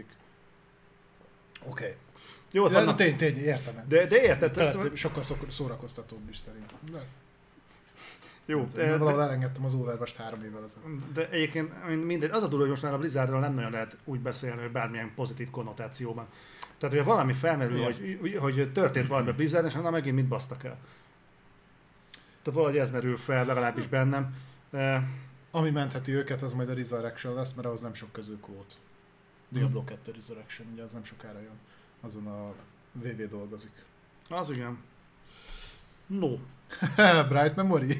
Oké. Okay. Jó, de, vannak... tény, tény, értem. De, de érted? Felett, szóval... sokkal szórakoztatóbb is szerintem. De... Jó. De, de, valahol elengedtem az Overwatch három évvel ezelőtt. De egyébként mindegy, az a durva, hogy most már a Blizzardról nem nagyon lehet úgy beszélni, hogy bármilyen pozitív konnotációban. Tehát, hogyha valami felmerül, hogy, hogy történt valami a Blizzard, és annál megint mit basztak el. Tehát valahogy ez merül fel, legalábbis bennem. Ami mentheti őket, az majd a Resurrection lesz, mert ahhoz nem sok közük volt. Diablo kettő Resurrection, ugye az nem sokára jön. Azon a vé vé dolgozik. Az igen. No. Bright Memory.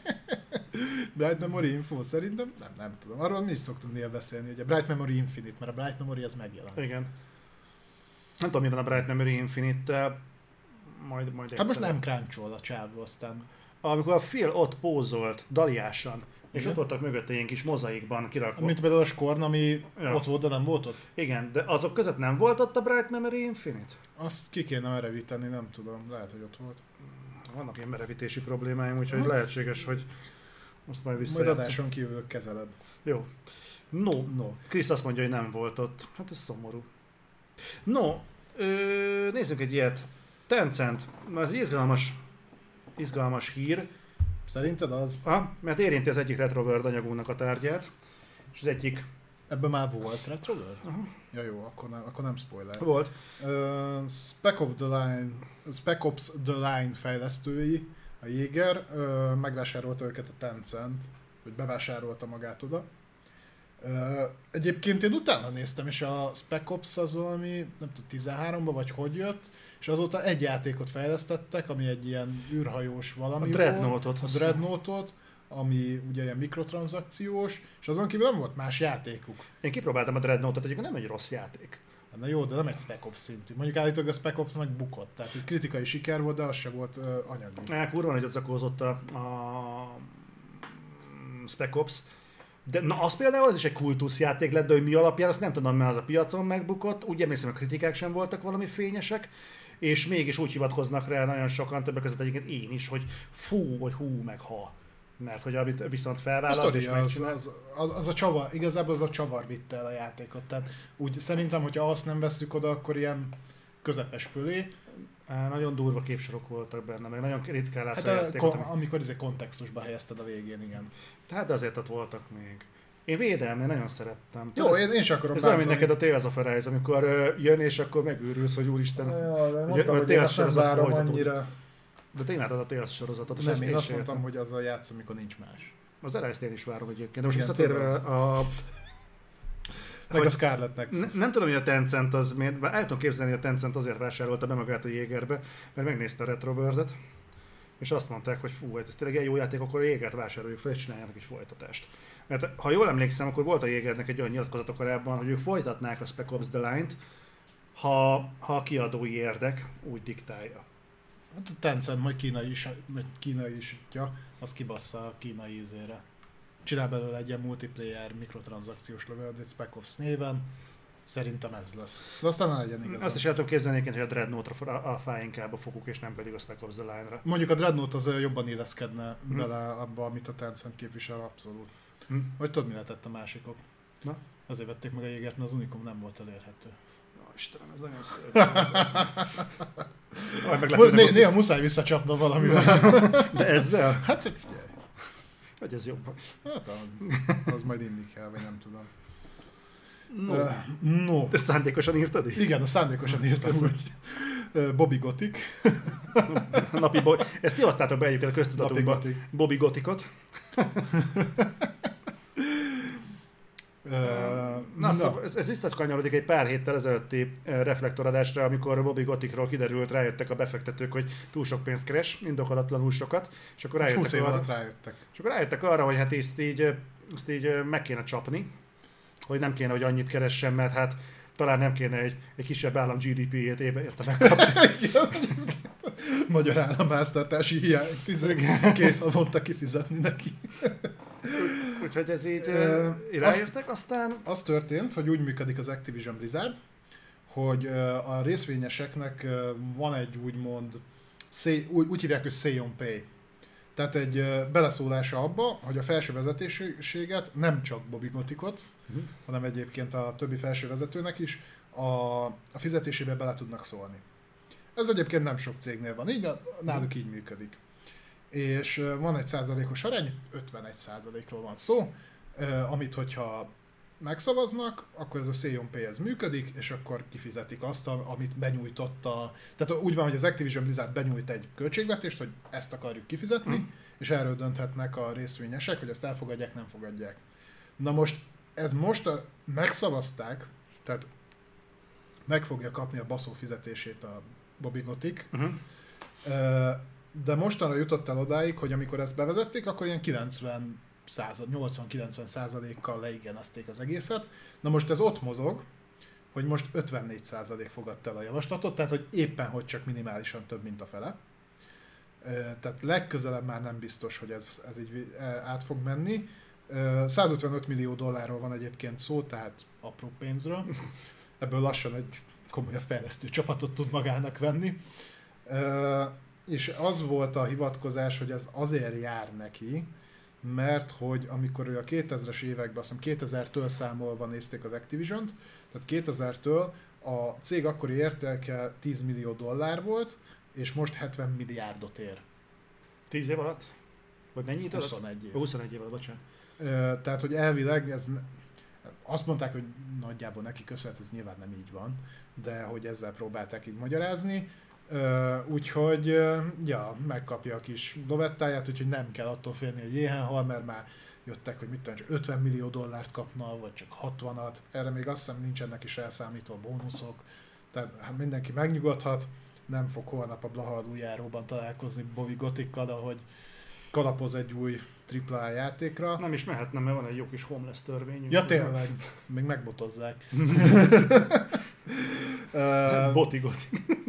Bright Memory Info szerintem? Nem, nem tudom. Arról mi is szoktunk néha beszélni, hogy a Bright Memory Infinite, mert a Bright Memory az megjelent. Igen. Nem tudom, mi van a Bright Memory Infinite, majd, majd hát most nem crunchol a csávó, aztán... Amikor a Phil ott pózolt, daliásan, és igen? Ott voltak mögötte ilyen kis mozaikban kirakva. Mint például a Skorn, ami ja. ott volt, de nem volt ott? Igen, de azok között nem volt ott a Bright Memory Infinite? Azt ki kéne merevíteni, nem tudom. Lehet, hogy ott volt. Vannak ilyen merevítési problémáim, úgyhogy hát, lehetséges, hogy azt majd visszajátszom. Majd adáson kívül kezeled. Jó. No, no. Krisz azt mondja, hogy nem volt ott. Hát ez szomorú. No, ö, nézzünk egy ilyet. Tencent. Ez egy izgalmas, izgalmas hír. Szerinted az? Ha, mert érinti az egyik RetroWorld anyagunknak a tárgyát. És az egyik... Ebben már volt RetroWorld? Uh-huh. Ja jó, akkor nem, akkor nem spoiler. Volt. Uh, Spec Ops The Line, Spec Ops The Line fejlesztői, a Jaeger, uh, megvásárolta őket a Tencent, vagy bevásárolta magát oda. Uh, egyébként én utána néztem, és a Spec Ops az valami, nem tudom, tizenháromba vagy hogy jött, és azóta egy játékot fejlesztettek, ami egy ilyen űrhajós valami. A Dreadnoughtot. A Dreadnoughtot, ami ugye ilyen mikrotranszakciós, és azon kívül nem volt más játékuk. Én kipróbáltam a Dreadnoughtot, egyébként nem egy rossz játék. Na jó, de nem egy Spec Ops szintű. Mondjuk állítólag a Spec Ops meg bukott, tehát egy kritikai siker volt, de az se volt uh, anyagi. Ja, kurva nagyot zakózott a, a Spec Ops. De na az például az is egy kultuszjáték lett, de hogy mi alapján, azt nem tudom, mert az a piacon megbukott. Úgy emlékszem, a kritikák sem voltak valami fényesek, és mégis úgy hivatkoznak rá nagyon sokan, többek között egyébként én is, hogy fú, vagy hú, meg ha. Mert hogy amit viszont felvállalt és megcsinál. Az, az, az a csavar, igazából az a csavar vitte el a játékot. Tehát úgy szerintem, hogyha azt nem vesszük oda, akkor ilyen közepes fölé. Á, nagyon durva képsorok voltak benne, meg nagyon ritkán látsz hát a játékot. Kon- amikor ezért kontextusba helyezted a végén, igen. Tehát azért ott voltak még. Én védelmén nagyon szerettem. Jó, ez, én, én sem akarom ez olyan, mint neked a Tales of Arise, amikor uh, jön és akkor megőrülsz, hogy úristen. Ja, de mondtam, hogy én ezt nem várom annyira. De te imádod a Tales sorozatot. És nem, én azt értem. mondtam, hogy azzal játsz, amikor nincs más. Az Arise-t én is várom egyébként. De most visszatérve a... Meg a Scarlet Nexus. Ne, nem tudom, hogy a Tencent az miért, bár el tudom képzelni, hogy a Tencent azért vásárolta be magát a Jaegerbe, mert megnézte a Retro World-et, és azt mondták, hogy fú, hát ez tényleg egy jó játék, akkor a Jaegert vásároljuk fel, és csináljanak egy folytatást. Mert ha jól emlékszem, akkor volt a Jaegernek egy olyan nyilatkozata korábban, hogy ők folytatnák a Spec Ops The Line-t, ha, ha a kiadói érdek úgy diktálja. Hát a Tencent majd kínai is, kínai is ja, az kibassza a kínai ízére. Csinál belőle egy ilyen multiplayer mikrotranszakciós lövöldét Spec Ops néven. Szerintem ez lesz. De aztán ne legyen igazán. Azt is el tudom képzelni, hogy a Dreadnought-ra a fáj inkább a fokuk, és nem pedig a Spec Ops The Line-ra. Mondjuk a Dreadnought az jobban illeszkedne hmm. bele abba, amit a Tencent képvisel, abszolút. Hmm. Vagy tudod, mi lehetett a másikok? Na? Azért vették meg a Jaegert, mert az Unicum nem volt elérhető. Ó, Istenem, ez nagyon szép. Né- néha muszáj visszacsapnom valamivel. De ezzel? Hát figyelj. Vagy ez jobban. Hát az, az majd inni kell, vagy nem tudom. No. Uh, no. De szándékosan írtad így? Igen, a szándékosan írtam úgy. Uh, Bobby Gothic. Napi bo- Ezt ti hoztátok be egyébként a köztudatunkba. Bobby Gothicot. Uh, Na, na. Szóval ez, ez visszakanyarodik egy pár héttel ezelőtti reflektoradásra, amikor Bobby Gothicról kiderült, rájöttek a befektetők, hogy túl sok pénzt keres, indokolatlanul sokat, és akkor rájöttek, húsz év arra, alatt rájöttek. És akkor rájöttek arra, hogy hát ezt így, ezt így meg kéne csapni, hogy nem kéne, hogy annyit keressen, mert hát talán nem kéne egy, egy kisebb állam gé dé pé-jét éve érte megkapni. Magyar államháztartási hiányt két havonta kifizetni neki. Úgyhogy ez így uh, ráértek, aztán... Az történt, hogy úgy működik az Activision Blizzard, hogy uh, a részvényeseknek uh, van egy úgymond, say, úgy, úgy hívják, hogy say on pay. Tehát egy uh, beleszólása abba, hogy a felső vezetőséget, nem csak Bobby Gothicot, uh-huh. hanem egyébként a többi felső vezetőnek is a, a fizetésébe bele tudnak szólni. Ez egyébként nem sok cégnél van így, de náluk uh-huh. így működik. És van egy százalékos arány, ötvenegy százalékról van szó, amit hogyha megszavaznak, akkor ez a say on pay ez működik, és akkor kifizetik azt, amit benyújtott a... Tehát úgy van, hogy az Activision Blizzard benyújt egy költségvetést, hogy ezt akarjuk kifizetni, mm. és erről dönthetnek a részvényesek, hogy ezt elfogadják, nem fogadják. Na most, ez most a, megszavazták, tehát meg fogja kapni a baszó fizetését a Bobby Gothic, uh-huh. de mostanra jutott el odáig, hogy amikor ezt bevezették, akkor ilyen kilencven nyolcvan-kilencven százalékkal leigenezték az egészet. Na most ez ott mozog, hogy most ötvennégy százalék fogadta el a javaslatot, tehát hogy éppen hogy csak minimálisan több, mint a fele. Tehát legközelebb már nem biztos, hogy ez, ez így át fog menni. százötvenöt millió dollárról van egyébként szó, tehát apró pénzről. Ebből lassan egy komolyabb fejlesztő csapatot tud magának venni. És az volt a hivatkozás, hogy ez azért jár neki, mert hogy amikor ő a kétezres években, azt hiszem kétezertől számolva nézték az Activisiont, tehát kétezertől a cég akkori értéke tíz millió dollár volt, és most hetven milliárdot ér. tíz év alatt? Vagy mennyi idő alatt? huszonegy év. huszonegy év alatt, bocsánat. Tehát, hogy elvileg ez... Azt mondták, hogy nagyjából neki köszönhet, ez nyilván nem így van, de hogy ezzel próbálták így magyarázni. Úgyhogy, ja, megkapja a kis lovettáját, úgyhogy nem kell attól félni, hogy éhen hal, mert már jöttek, hogy mit tudom, csak ötven millió dollárt kapna, vagy csak hatvanat. Erre még azt hiszem nincsenek is elszámítva bónuszok. Tehát hát mindenki megnyugodhat, nem fog holnap a Blaha aluljáróban találkozni Bobby Gothical, ahogy kalapoz egy új tripla á játékra. Nem is mehetne, mert van egy jó kis homeless törvényünk. Ja tényleg, még megbotozzák. Boti Goti.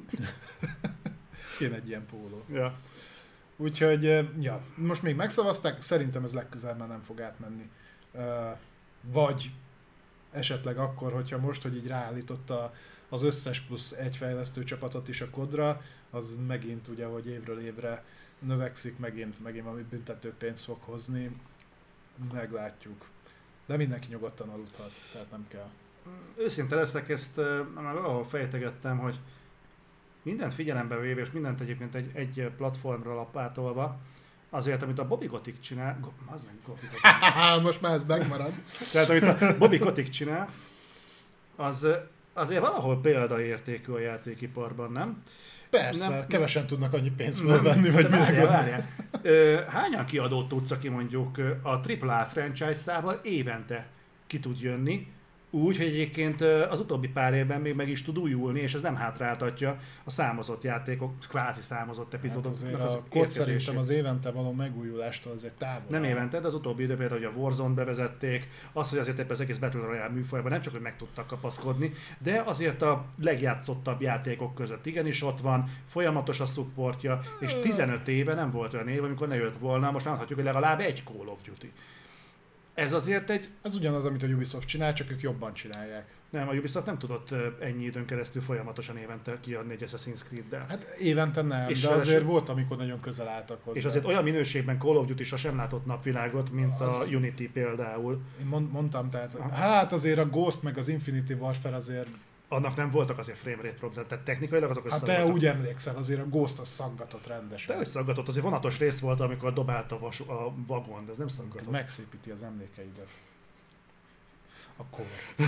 Kéne egy ilyen póló. Ja. Úgyhogy, ja, most még megszavazták, szerintem ez legközelebb már nem fog átmenni. Vagy esetleg akkor, hogyha most, hogy így ráállította az összes plusz egy fejlesztő csapatot is a kodra, az megint ugye, hogy évről évre növekszik, megint, megint valami büntető pénzt fog hozni, meglátjuk. De mindenki nyugodtan aludhat, tehát nem kell. Őszinte leszek, ezt már valahol fejtegettem, hogy mindent figyelembe véve, és mindent egyébként egy, egy platformra lapátolva, azért, amit a Bobby Gothic csinál, go, az meg Gothic csinál. Most már ez megmarad. Tehát, amit a Bobby Gothic csinál, az azért valahol példaértékű a játékiparban, nem? Persze, nem, kevesen tudnak annyi pénzt fölvenni, vagy várjál, várjál. Hányan kiadót tudsz, aki mondjuk a tripla á franchise-szával évente ki tud jönni, úgy, hogy egyébként az utóbbi pár évben még meg is tud újulni, és ez nem hátráltatja a számozott játékok, kvázi számozott epizódoknak Hát az azért a kod érkezését. szerintem az évente való megújulástól azért távol. Nem évente, de az utóbbi időben például, hogy a Warzone bevezették, az, hogy azért az egész Battle Royale műfajban nem csak, hogy meg tudtak kapaszkodni, de azért a legjátszottabb játékok között igenis ott van, folyamatos a supportja, és tizenöt éve nem volt olyan év, amikor ne jött volna, most mondhatjuk, hogy legalább egy Call of Duty. Ez azért egy... Ez ugyanaz, amit a Ubisoft csinál, csak ők jobban csinálják. Nem, a Ubisoft nem tudott ö, ennyi időn keresztül folyamatosan évente kiadni egy Assassin's Creed-del. Hát évente nem, És de ráadásul- azért volt, amikor nagyon közel álltak hozzá. És azért olyan minőségben Call of Duty sem látott napvilágot, mint Az- a Unity például. Én mond, mondtam, tehát Aha. hát azért a Ghost meg az Infinity Warfare azért, Annak nem voltak azért framerate problémák, tehát technikailag azok hát összevoltak. te úgy emlékszel, azért a Ghost az szaggatott De rendesen. összeaggatott, azért vonatos rész volt, amikor dobált a, vas, a vagon, de ez nem szaggatott. Megszépíti az emlékeidet. Akkor.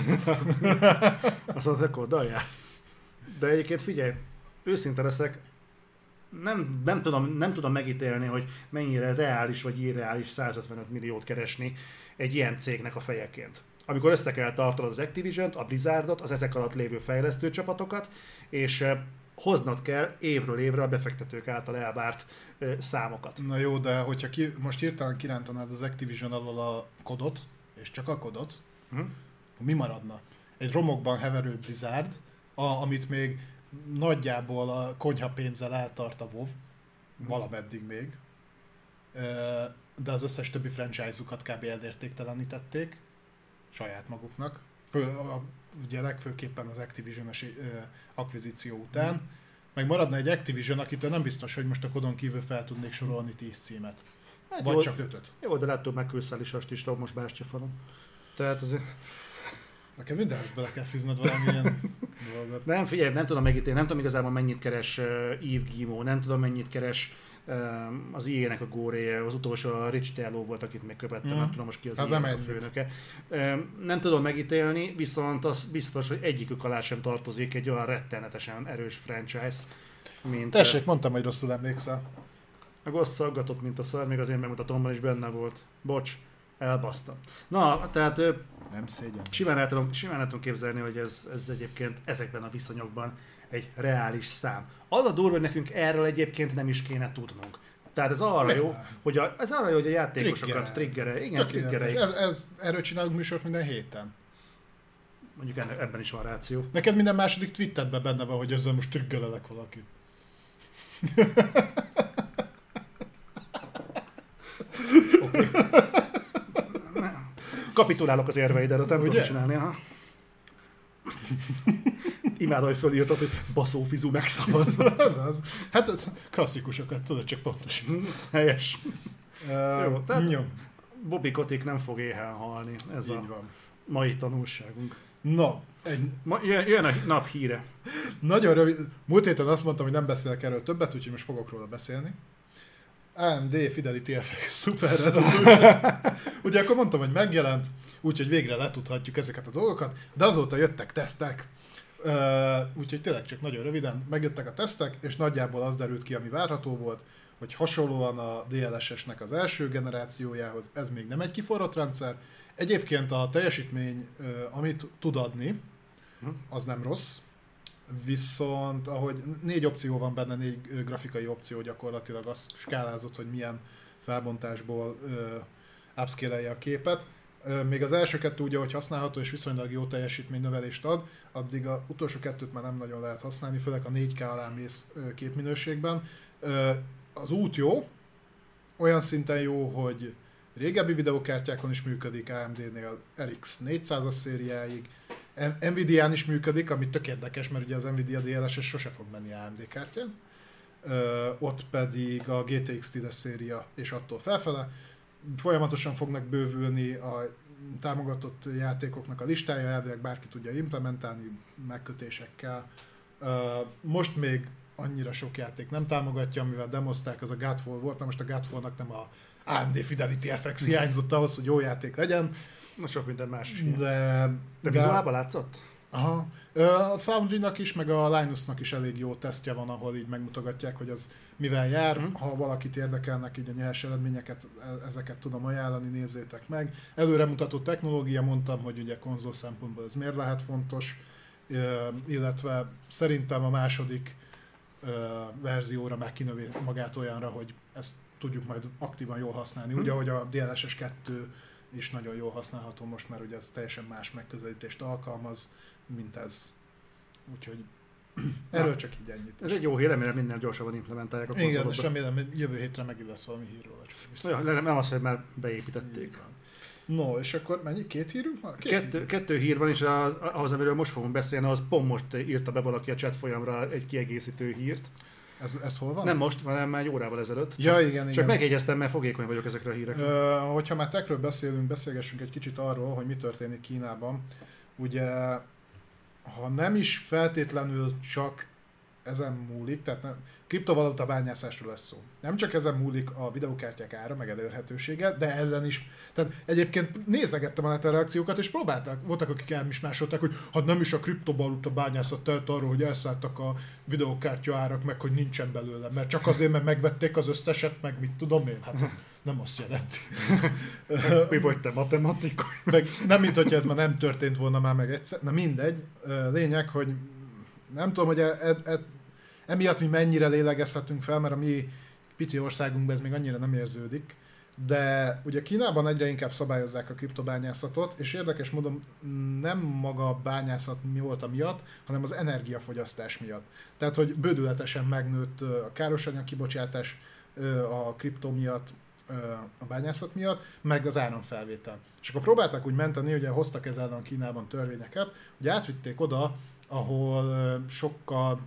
Azt mondta, akkor daljál. De egyébként figyelj, őszinte leszek, nem, nem, tudom, nem tudom megítélni, hogy mennyire reális vagy irreális százötvenöt milliót keresni egy ilyen cégnek a fejeként. Amikor össze kell tartanod az Activision-t, a Blizzardot, az ezek alatt lévő fejlesztő csapatokat, és eh, hoznod kell évről évre a befektetők által elvárt eh, számokat. Na jó, de hogyha ki, most hirtelen kirántanád az Activision alól a kodot, és csak a kodot, Hm? mi maradna? Egy romokban heverő Blizzard, a, amit még nagyjából a konyha pénzzel eltart a WoW, valameddig még, Ö, de az összes többi franchise-ukat kb. Elértéktelenítették saját maguknak, Fő, a, ugye legfőképpen az Activision-es ö, akvizíció után, meg maradna egy Activision, akitől nem biztos, hogy most a kodon kívül fel tudnék sorolni tíz címet. Hát Vagy jó, csak ötöt. Jó, de látod, megkülszel is azt is, most bástyafalon. Tehát azért... Neked mindenhez bele kell fűznöd valamilyen dolgot. Nem, figyelj, nem tudom megítélni, nem tudom igazából mennyit keres uh, Yves Guillemot, nem tudom mennyit keres uh, az i á-nek a góréje, az utolsó a Rich Tello volt, akit még követtem, Mm. nem tudom most ki az, Az i á-nek nem a ennyit. főnöke. Uh, nem tudom megítélni, viszont az biztos, hogy egyikük alá sem tartozik egy olyan rettenetesen erős franchise, mint... Tessék, mondtam, hogy rosszul emlékszel. A Ghost szaggatott, mint a szar, még az én bemutatómban is benne volt. Bocs, elbasztam. Na, tehát uh, Nem szégyen. Simán el tudom, simán el tudom képzelni, hogy ez, ez egyébként ezekben a viszonyokban egy reális szám. Az a durva, hogy nekünk erről egyébként nem is kéne tudnunk. Tehát ez arra Miért jó, nem? hogy a, ez arra jó, hogy a játékosokat Triggerel. triggere, igen, Tökéletes. triggerei. Ez, ez, erről csinálunk műsort minden héten. Mondjuk enne, ebben is van ráció. Neked minden második tweetedben benne van, hogy ezzel most triggerelek valakit. Okay. Kapitulálok az érveidre, nem tudom Ugye? csinálni. Aha. Imádom, hogy fölírtad, hogy baszófizú megszavaz. Azaz. Hát ez klasszikusokat tudod, csak pontosan. Helyes. Uh, Jó, tehát- jó, Bobby Kotick nem fog éhen halni. Ez így a van. mai tanulságunk. Na, egy Ma, jön, jön a nap híre. nagyon rövid... Múlt héten azt mondtam, hogy nem beszélek erről többet, úgyhogy most fogok róla beszélni. á em dé Fidelity ef iksz Super Resolution. Ugye akkor mondtam, hogy megjelent, úgyhogy végre letudhatjuk ezeket a dolgokat, de azóta jöttek tesztek, uh, úgyhogy tényleg csak nagyon röviden megjöttek a tesztek, és nagyjából az derült ki, ami várható volt, hogy hasonlóan a dé el es es-nek az első generációjához ez még nem egy kiforrott rendszer. Egyébként a teljesítmény, uh, amit tud adni, az nem rossz, viszont ahogy négy opció van benne, négy ö, grafikai opció, gyakorlatilag azt skálázott, hogy milyen felbontásból uh, upscale-elje a képet. Ö, még az első kettő ugye, hogy használható és viszonylag jó teljesítménynövelést ad, addig az utolsó kettőt már nem nagyon lehet használni, főleg a négy ká alá mész ö, képminőségben. Ö, az út jó, olyan szinten jó, hogy régebbi videókártyákon is működik, á em dé-nél er iksz négyszázas szériáig, Nvidia-n is működik, ami tök érdekes, mert ugye az Nvidia dé el es es sose fog menni á em dé kártyán. Ö, ott pedig a gé té iksz tízes széria és attól felfele. Folyamatosan fognak bővülni a támogatott játékoknak a listája, elvileg bárki tudja implementálni megkötésekkel. Ö, most még annyira sok játék nem támogatja, amivel demozták, az a Godfall volt, na most a Godfallnak nem a á em dé Fidelity ef iksz hiányzott ahhoz, hogy jó játék legyen, Na sok minden más is ilyen. de... De vizuálban látszott? Aha. A Foundry-nak is, meg a Linusnak is elég jó tesztje van, ahol így megmutogatják, hogy az mivel jár. Mm. Ha valakit érdekelnek így a nyers eredményeket, ezeket tudom ajánlani, nézzétek meg. Előremutató technológia, mondtam, hogy ugye konzol szempontból ez miért lehet fontos, illetve szerintem a második verzióra már kinövi magát olyanra, hogy ezt tudjuk majd aktívan jól használni. Mm. Ugye, hogy a dé el es es kettő is nagyon jól használható most, mert ugye ez teljesen más megközelítést alkalmaz, mint ez. Úgyhogy erről Na, csak így ennyit. Ez egy jó hír, remélem minden gyorsabban implementálják a konzolokba. Igen, és remélem, hogy jövő hétre megint lesz valami hírról. Ja, nem az, hogy már beépítették. No, és akkor mennyi? Két hírünk van? Két kettő, hír? kettő hír van, és az, ahhoz, amiről most fogunk beszélni, az pont most írta be valaki a chat folyamra egy kiegészítő hírt. Ez, ez hol van? Nem most, hanem már egy órával ezelőtt. Csak, ja, igen, csak igen. megjegyeztem, mert fogékony vagyok ezekre a hírekre. Ö, hogyha már techről beszélünk, beszélgessünk egy kicsit arról, hogy mi történik Kínában. Ugye, ha nem is feltétlenül csak ezen múlik, tehát nem, kriptovaluta bányászásról lesz szó. Nem csak ezen múlik a videókártyák ára, meg elérhetősége, de ezen is. Tehát egyébként nézegettem a neten reakciókat, és próbálták, voltak, akik elmismásolták, hogy hát nem is a kriptovaluta bányászat telt arról, hogy elszálltak a videókártya árak, meg hogy nincsen belőle, mert csak azért, mert megvették az összeset, meg mit tudom én, hát nem azt jelenti. Mi vagy te matematikai? Meg nem, mint hogyha ez már nem történt volna már meg egyszer. Na mindegy, lényeg, hogy nem tudom, hogy e, e, e, emiatt mi mennyire lélegezhetünk fel, mert a mi pici országunkban ez még annyira nem érződik, de ugye Kínában egyre inkább szabályozzák a kriptobányászatot, és érdekes módon nem maga a bányászat mi volt a miatt, hanem az energiafogyasztás miatt. Tehát, hogy bődületesen megnőtt a károsanyag kibocsátás a kriptó miatt, a bányászat miatt, meg az áramfelvétel. És akkor próbálták úgy menteni, ugye hoztak ez ellen Kínában törvényeket, hogy átvitték oda, ahol sokkal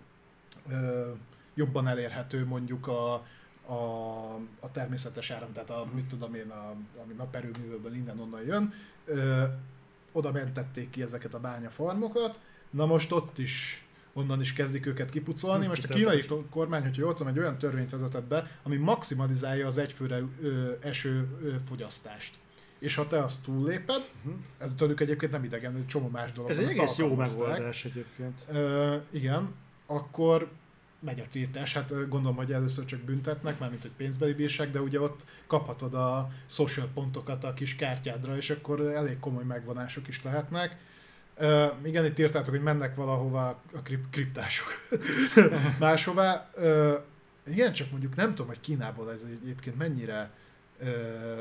jobban elérhető mondjuk a, a, a természetes áram, tehát a, mit tudom én, a, ami naperőművőből innen-onnan jön, ö, oda mentették ki ezeket a bányafarmokat, na most ott is, onnan is kezdik őket kipucolni. Most a kínai kormány, hogyha jól tudom, egy olyan törvényt vezetett be, ami maximalizálja az egyfőre ö, eső ö, fogyasztást. És ha te azt túlléped, uh-huh. ez tőlük egyébként nem idegen, egy csomó más dolog. Ez egy egész jó megoldás egyébként. Ö, igen, akkor megy a tiltás, hát gondolom, hogy először csak büntetnek, mármint hogy pénzbeli bírság, de ugye ott kaphatod a social pontokat a kis kártyádra, és akkor elég komoly megvonások is lehetnek. Uh, igen, itt írtátok, hogy mennek valahova a krip- kriptások máshová. Uh, igen, csak mondjuk nem tudom, hogy Kínából ez egyébként mennyire uh,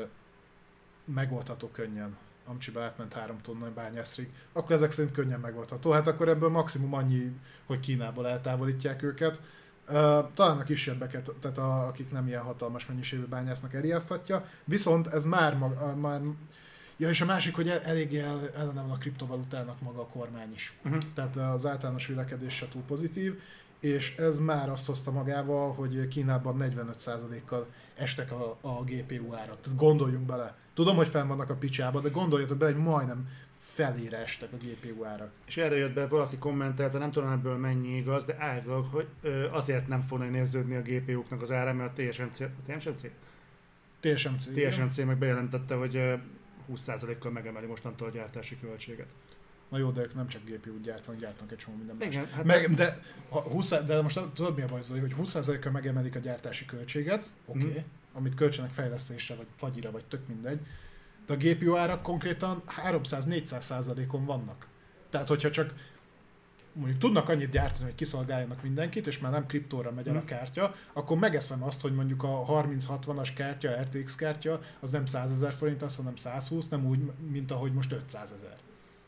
megoldható könnyen. Amcsiba átment három tonna bányászrig, akkor ezek szerint könnyen megoldható. Hát akkor ebből maximum annyi, hogy Kínából eltávolítják őket. Uh, talán a kisebbeket, tehát a, akik nem ilyen hatalmas mennyiségű bányásznak elriaszthatja. Viszont ez már, maga, már ja, és a másik, hogy eléggé el, ellene van a kriptovalutának maga a kormány is. Uh-huh. Tehát az általános vélekedés se túl pozitív, és ez már azt hozta magával, hogy Kínában negyvenöt százalékkal estek a, a gé pé u árak. Tehát gondoljunk bele. Tudom, hogy fenn vannak a picsába, de gondoljatok bele, hogy majdnem felére estek a gé pé u árak. És erre jött be, valaki kommentelte, nem tudom ebből mennyi igaz, de általában, hogy ö, azért nem fognak néződni a gé pé u-knak az ára, mert a té es em cé, té es em cé? té es em cé, té es em cé meg bejelentette, hogy húsz százalékkal megemeli mostantól a gyártási költséget. Na jó, de ők nem csak gé pé u-t gyártanak, gyártanak egy csomó minden más. Igen, hát meg, de, ha húsz, de most tudod mi a baj, Zoli, hogy húsz százalékkal megemelik a gyártási költséget, oké, okay, mm. amit költsenek fejlesztésre, vagy fagyira, vagy tök mindegy, de a gé pé u árak konkrétan háromszáz-négyszáz százalékon vannak. Tehát, hogyha csak mondjuk tudnak annyit gyártani, hogy kiszolgáljanak mindenkit, és már nem kriptóra megy el a kártya, akkor megeszem azt, hogy mondjuk a harminc hatvanas kártya, er té iksz kártya, az nem százezer forint lesz, hanem százhúsz, nem úgy, mint ahogy most ötszázezer.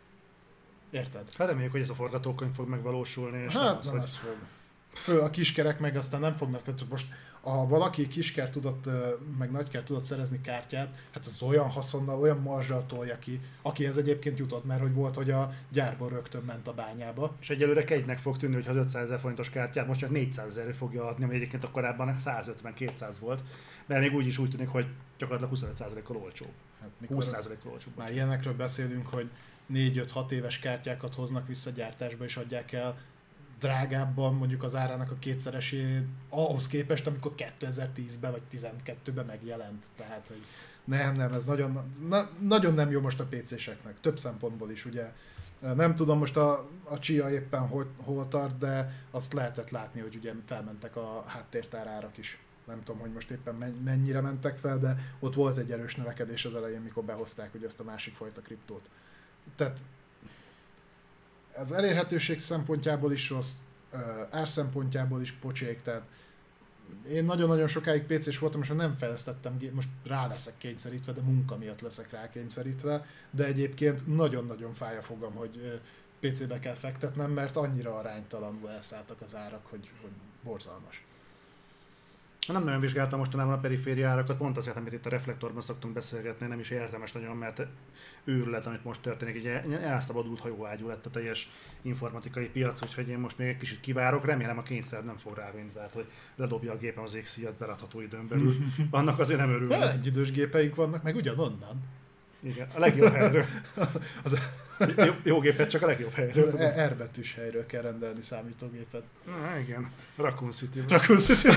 Érted? Hát reméljük, hogy ez a forgatókönyv fog megvalósulni. És hát nem nem az, hogy... az fog. Föl a kiskerek meg aztán nem fognak, most ha valaki kisker tudott, meg nagyker tudott szerezni kártyát, hát az olyan haszonnal, olyan marzsal tolja ki, akihez egyébként jutott, mert hogy volt, hogy a gyárból rögtön ment a bányába. És egyelőre kegynek fog tűnni, hogy ha az ötszázezer forintos kártyát most csak négyszázezerre fogja adni, ami egyébként a korábban százötven-kétszáz volt, mert még úgy is úgy tűnik, hogy gyakorlatilag huszonöt százalékkal olcsóbb. Hát húsz százalékkal olcsóbb. Már ilyenekről beszélünk, hogy négy-öt-hat éves kártyákat hoznak vissza gyártásba és adják el drágábban, mondjuk az árának a kétszeresé ahhoz képest, amikor kétezer-tízben vagy tizenkettőben megjelent. Tehát, hogy nem, nem, ez nagyon, na, nagyon nem jó most a pé céseknek, több szempontból is, ugye. Nem tudom most a, a Chia éppen hol, hol tart, de azt lehetett látni, hogy ugye felmentek a háttértárárak is. Nem tudom, hogy most éppen mennyire mentek fel, de ott volt egy erős növekedés az elején, mikor behozták ugye ezt a másik fajta kriptót. Tehát az elérhetőség szempontjából is rossz, ár szempontjából is pocsék, tehát én nagyon-nagyon sokáig pé cés voltam, és nem fejlesztettem, most rá leszek kényszerítve, de munka miatt leszek rá kényszerítve, de egyébként nagyon-nagyon fáj a fogam, hogy pé cébe kell fektetnem, mert annyira aránytalanul elszálltak az árak, hogy, hogy borzalmas. Nem nagyon vizsgáltam mostanában a periféria árakat, pont azért, amit itt a reflektorban szoktunk beszélgetni, nem is érdemes nagyon, mert őrület, amit most történik, ugye elszabadult hajóágyú lett a teljes informatikai piac, úgyhogy én most még egy kicsit kivárok, remélem a kényszer nem fog rávinni, tehát hogy ledobja a gépem az égszíjat belátható időn belül. Annak azért nem örülnek. Egy idős gépeink vannak, meg ugyanonnan. Igen, a legjobb helyről. Az jó, jó gépet, csak a legjobb helyről. R betűs helyről kell rendelni számítógépet. Na igen, Raccoon City. Raccoon City.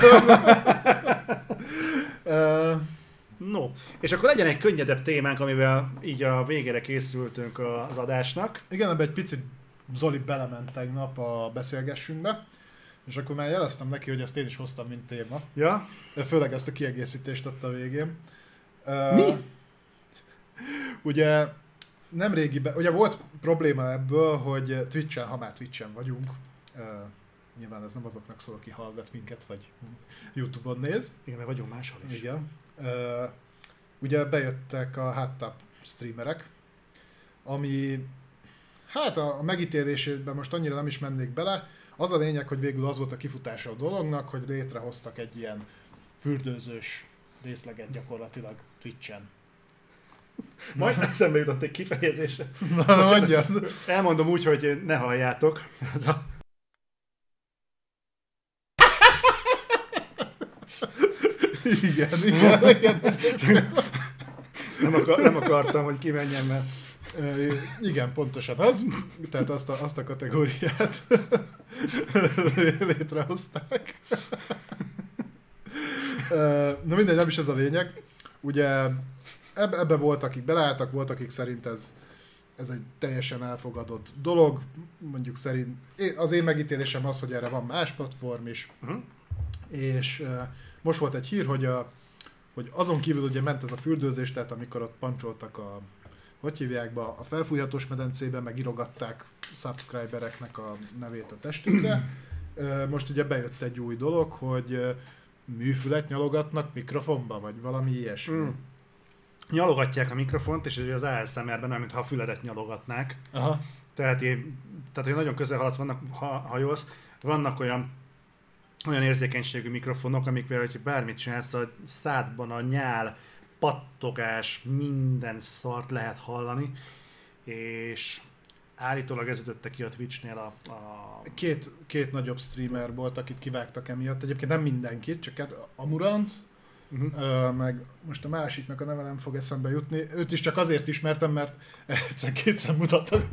uh, no, és akkor legyen egy könnyedebb témánk, amivel így a végére készültünk az adásnak. Igen, ebbe egy picit Zoli belement tegnap a beszélgessünkbe, és akkor már jeleztem neki, hogy ezt én is hoztam, mint téma. Ja? Főleg ezt a kiegészítést adta a végén. Uh, Mi? Ugye nem régiben, ugye volt probléma ebből, hogy Twitchen, ha már Twitchen vagyunk, uh, nyilván ez nem azoknak szól, aki hallgat minket, vagy YouTube-on néz. Igen, mert vagyunk máshol is. Igen. Uh, ugye bejöttek a hot-tub streamerek, ami hát a, a megítélésében most annyira nem is mennék bele. Az a lényeg, hogy végül az volt a kifutása a dolognak, hogy létrehoztak egy ilyen fürdőzős részleget gyakorlatilag Twitchen. Majd eszembe jutott egy kifejezésre. Na, mondjad. Elmondom úgy, hogy ne halljátok. Az a... igen, igen, igen. nem, akar, nem akartam, hogy kimenjen, mert... Igen, pontosan az. Tehát azt a, azt a kategóriát létrehozták. Na mindegy, nem is ez a lényeg. Ugye ebbe, ebbe volt, akik beleálltak, volt, akik szerint ez, ez egy teljesen elfogadott dolog. Mondjuk szerint, az én megítélésem az, hogy erre van más platform is. Uh-huh. És uh, most volt egy hír, hogy, a, hogy azon kívül ugye ment ez a fürdőzés, tehát amikor ott pancsoltak a, hogy hívják be, a felfújhatós medencében, meg írogatták subscribereknek a nevét a testükre. Uh, most ugye bejött egy új dolog, hogy uh, műfület nyalogatnak mikrofonba, vagy valami ilyesmi. Mm. Nyalogatják a mikrofont, és az á es em er-ben olyan, mintha a füledet nyalogatnák. Aha. Tehát, tehát, hogy nagyon közel haladsz, vannak, ha hajolsz, vannak olyan, olyan érzékenységű mikrofonok, amikben, hogy bármit csinálsz, a szádban a nyál, pattogás, minden szart lehet hallani, és állítólag ez ütötte ki a Twitchnél a... a... Két, két nagyobb streamer volt, akit kivágtak emiatt. Egyébként nem mindenkit, csak hát Amurant, uh-huh. meg most a másiknak a neve nem fog eszembe jutni. Őt is csak azért ismertem, mert egyszer-kétszer mutattak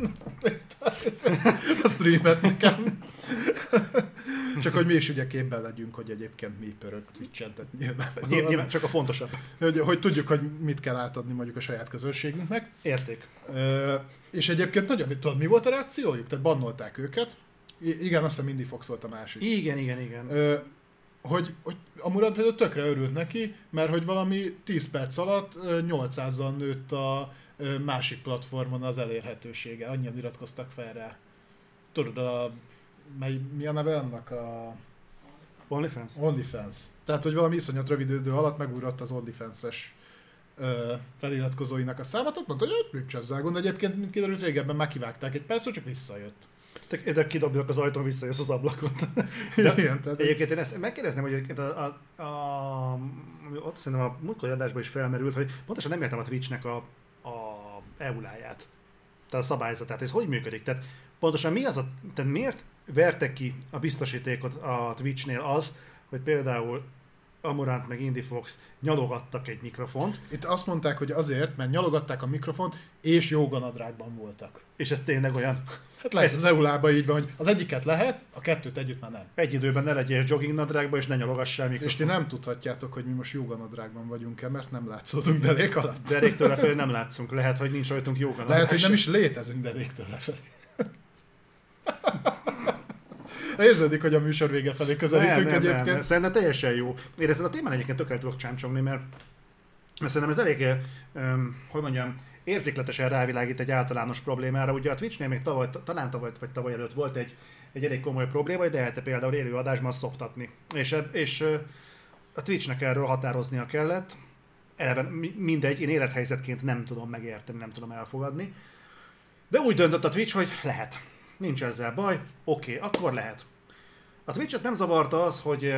a streamet nekem. Csak hogy mi is ugye képben legyünk, hogy egyébként mi pörög Twitch-en, tehát nyilván, nyilván csak a fontosabb. Hogy, hogy tudjuk, hogy mit kell átadni mondjuk a saját közönségünknek. Érték. Ö, és egyébként nagyon, tudod, mi volt a reakciójuk? Tehát bannolták őket. I- igen, azt hiszem Indie Fox volt a másik. Igen, igen, igen. Ö, hogy, hogy a Murad például tökre örült neki, mert hogy valami tíz perc alatt nyolcszázzal nőtt a másik platformon az elérhetősége. Annyian iratkoztak fel rá. Tudod, a, mely, mi a neve annak? A... OnlyFans? OnlyFans. Tehát, hogy valami iszonyat rövid idő alatt megugrott az OnlyFans-es ö, feliratkozóinak a számát, ott mondta, hogy nincs ezzel gond. Egyébként, mint kiderült, régebben megkivágták egy percet, csak visszajött. Te, te kidobjuk az ajtón, visszajössz az ablakot. De igen, tehát... Egyébként én ezt megkérdezném, hogy egyébként a, a, a, ott szerintem a múltkori adásban is felmerült, hogy pontosan nem értem a Twitchnek a, a é u láját, tehát a szabályzatát. Ez hogy működik? Tehát pontosan mi az a, tehát miért vertek ki a biztosítékot a Twitchnél az, hogy például Amurant meg Indie Fox nyalogattak egy mikrofont. Itt azt mondták, hogy azért, mert nyalogatták a mikrofont, és joganadrágban voltak. És ez tényleg olyan... Hát lehet, az é u lában így van, hogy az egyiket lehet, a kettőt együtt már nem. Egy időben ne legyél joggingnadrágban, és ne nyalogassál mikrofont. És ti nem tudhatjátok, hogy mi most joganadrágban vagyunk-e, mert nem látszódunk derék alatt. Deréktől lefelé nem látszunk. Lehet, hogy nincs rajtunk joganadrág. Lehet, hogy nem is létezünk deréktől lefelé. Érződik, hogy a műsor vége felé közelítünk nem, nem, egyébként. Nem, nem. Szerintem teljesen jó. Én ezen a témán egyébként tökéletesen tudok csámcsogni, mert, mert szerintem ez elég, um, hogy mondjam, érzékletesen rávilágít egy általános problémára. Ugye a Twitchnél még tavaly, talán tavaly vagy tavaly előtt volt egy, egy elég komoly probléma, hogy lehet például élő adásban szoptatni. És, és a Twitchnek erről határoznia kellett. Eleve mindegy, én élethelyzetként nem tudom megérteni, nem tudom elfogadni. De úgy döntött a Twitch, hogy lehet. Nincs ezzel baj, oké, okay, akkor lehet. A Twitch-et nem zavarta az, hogy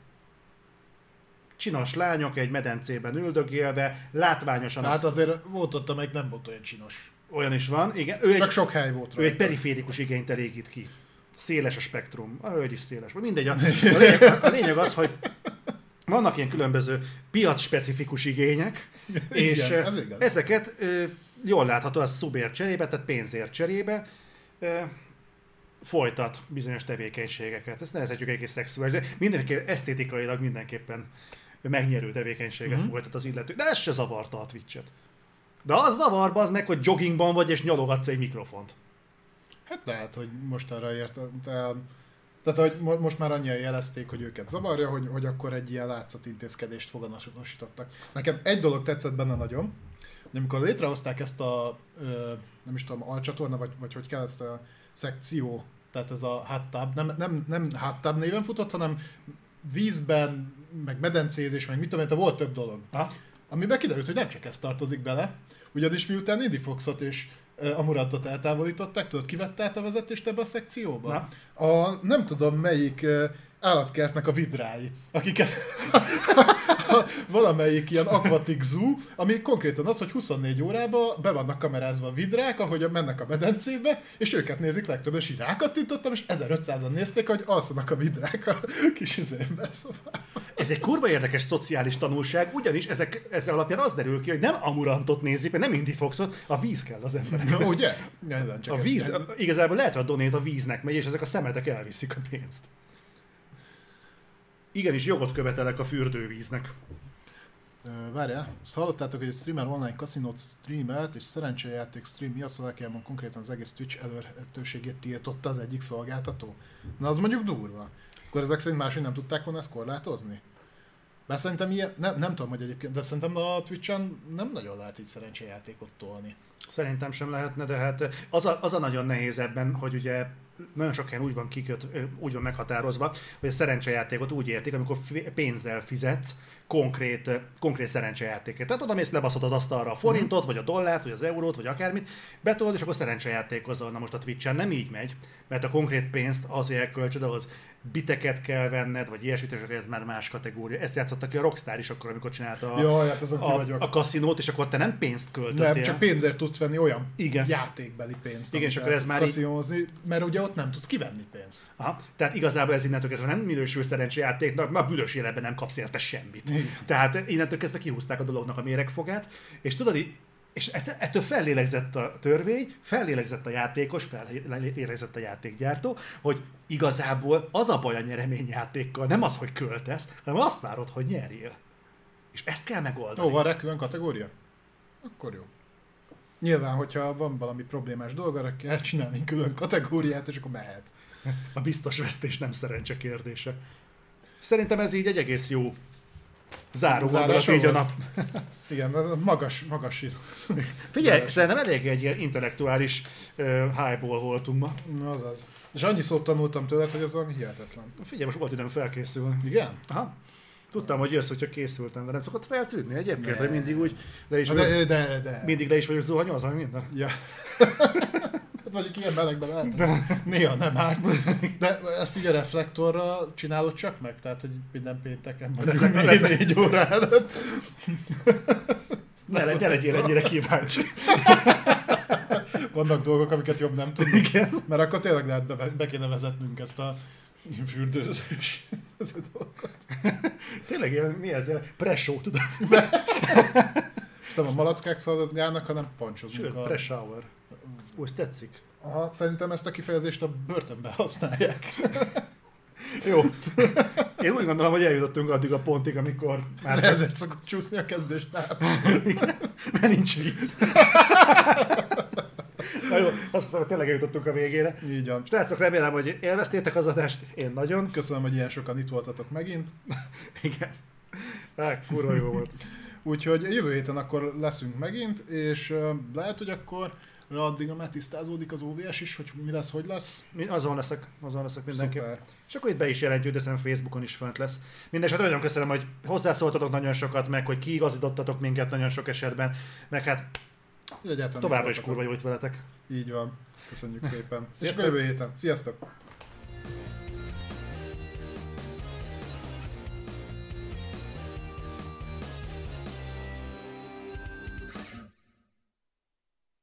csinos lányok egy medencében üldögélve, látványosan... Hát azért volt ott, amelyik nem volt olyan csinos. Olyan is van, igen. Ő Csak egy, sok hely volt ő rajta. egy periférikus igényt elégít ki. Széles a spektrum. A hölgy is széles. Mindegy, a, a, lényeg, a lényeg az, hogy vannak ilyen különböző piac-specifikus igények, és Igen, ez igaz. ezeket ö, jól látható, az szubért cserébe, tehát pénzért cserébe ö, folytat bizonyos tevékenységeket. Ezt nevezhetjük egy szexuális, de mindenki esztétikailag mindenképpen megnyerő tevékenységet mm-hmm. folytat az illető. De ez se zavarta a Twitch-et. De az zavarba az meg, hogy joggingban vagy és nyalogatsz egy mikrofont. Hát lehet, hogy most arra ért. Tehát, hogy mo- most már annyian jelezték, hogy őket zavarja, hogy, hogy akkor egy ilyen látszatintézkedést foganatosítottak. Nekem egy dolog tetszett benne nagyon, hogy amikor létrehozták ezt a, ö, nem is tudom, alcsatorna, vagy, vagy hogy kell ezt a szekció, tehát ez a hot tub, nem, nem, nem hot tub néven futott, hanem vízben, meg medencézés, meg mit tudom én, volt több dolog. Ha? Amiben kiderült, hogy nem csak ez tartozik bele, ugyanis miután Indie Foxot és uh, Amurantot eltávolították, tudod, ki vette át a vezetést ebbe a szekcióba? Na. A nem tudom melyik uh, állatkertnek a vidrái, akiket valamelyik ilyen aquatic zoo, ami konkrétan az, hogy huszonnégy órában be vannak kamerázva a vidrák, ahogy mennek a medencébe, és őket nézik legtöbben, és így rákattintottam, és ezerötszázan nézték, hogy alszanak a vidrák a kis üzémben, szóval. Ez egy kurva érdekes szociális tanulság, ugyanis ezek, ezzel alapján az derül ki, hogy nem Amurantot nézik, mert nem Indie Foxot, a víz kell az embereknek. No, ugye? Ja, csak a víz, a, igazából lehet, hogy a donét a víznek megy, és ezek a szemetek elviszik a pénzt. Igenis, jogot követelek a fürdővíznek. Várjál, azt hallottátok, hogy egy streamer online kaszinót streamelt, és szerencsejáték stream miatt Szlovákiában konkrétan az egész Twitch elérhetőségét tiltotta az egyik szolgáltató? Na az mondjuk durva. Akkor ezek szerint máshogy nem tudták volna ezt korlátozni? Bár szerintem ilyen, nem, nem tudom, hogy egyébként, de szerintem a Twitch-en nem nagyon lehet így szerencsejátékot tolni. Szerintem sem lehetne, de hát az a, az a nagyon nehéz ebben, hogy ugye nagyon sok helyen úgy van kiköt, úgy van meghatározva, hogy a szerencsejátékot úgy értik, amikor pénzzel fizetsz konkrét, konkrét szerencsejátékot. Tehát oda mész, lebaszod az asztalra a forintot, vagy a dollárt, vagy az eurót, vagy akármit, betolod, és akkor szerencsejátékozol. Na most a Twitch-en nem így megy, mert a konkrét pénzt azért elköltsed, ahhoz biteket kell venned, vagy ilyesmit, és ez már más kategória. Ezt játszotta ki a Rockstar is akkor, amikor csinálta a, Jaj, hát a, a kaszinót, és akkor te nem pénzt költöttél. Nem, csak pénzért tudsz venni olyan Igen. játékbeli pénzt, Igen, és akkor ez már kaszinózni, mert ugye ott nem tudsz kivenni pénzt. Aha, tehát igazából ez innentől kezdve nem minősül szerencsejátéknak, már büdös életben nem kapsz érte semmit. Igen. Tehát innentől kezdve kihúzták a dolognak a méregfogát, és tudod, és ettől fellélegzett a törvény, fellélegzett a játékos, fellélegzett a játékgyártó, hogy igazából az a baj a nyereményjátékkal, nem az, hogy költesz, hanem azt várod, hogy nyerjél. És ezt kell megoldani. Ó, van rá külön kategória? Akkor jó. Nyilván, hogyha van valami problémás dolog, arra kell csinálni külön kategóriát, és akkor mehet. A biztos vesztés nem szerencse kérdése. Szerintem ez így egy egész jó záró gondolat így a nap. Igen, magas, magas is. Figyelj, magas. Szerintem elég egy ilyen intellektuális uh, highball voltunk ma. Azaz. És annyi szót tanultam tőled, hogy ez valami hihetetlen. Figyelj, most volt időm felkészülni. Igen? Aha. Tudtam, hogy jössz, hogyha készültem, de nem szokott feltűnni egyébként, hogy mindig úgy le is de, vagyok, de, de. mindig le is vagyok zuhanyozva, vagy minden. Ja. Hát vagyok ilyen melegben lehet. Néha nem árt. De ezt ugye reflektorra csinálod csak meg? Tehát, hogy minden pénteken vagyunk négy óra előtt. Ne, ne legyél ennyire kíváncsi. Vannak dolgok, amiket jobb nem tudni. Igen. Mert akkor tényleg lehet be, be kéne vezetnünk ezt a fürdőzős dolgot. Tényleg ilyen, mi ez? Pre-show, tudod? Nem a malackák szaladgálnak, hanem pancsozunk. Sőt, a... pre-shower. Úgy tetszik? Aha, szerintem ezt a kifejezést a börtönben használják. Jó. Én úgy gondolom, hogy eljutottunk addig a pontig, amikor már... Ezért szokott csúszni a kezdésnál. Mert nincs víz. Na jó, azt hiszem, hogy tényleg eljutottunk a végére. Így van. Srácok, remélem, hogy élveztétek az adást, én nagyon. Köszönöm, hogy ilyen sokan itt voltatok megint. Igen. Hát, kurva jó volt. Úgyhogy jövő héten akkor leszünk megint, és uh, lehet, hogy akkor addigra már tisztázódik az o vé es is, hogy mi lesz, hogy lesz. Mi- Azon leszek, azon leszek mindenképp. Szuper. És akkor itt be is jelentjük, de szerintem Facebookon is fönt lesz. Mindenesetre nagyon köszönöm, hogy hozzászóltatok nagyon sokat, meg hogy kiigazítottatok minket nagyon sok esetben, meg hát Egyáltalán továbbra itt is voltatok. kurva jó itt veletek. Így van. Köszönjük szépen. És Sziasztok. jövő héten. Sziasztok!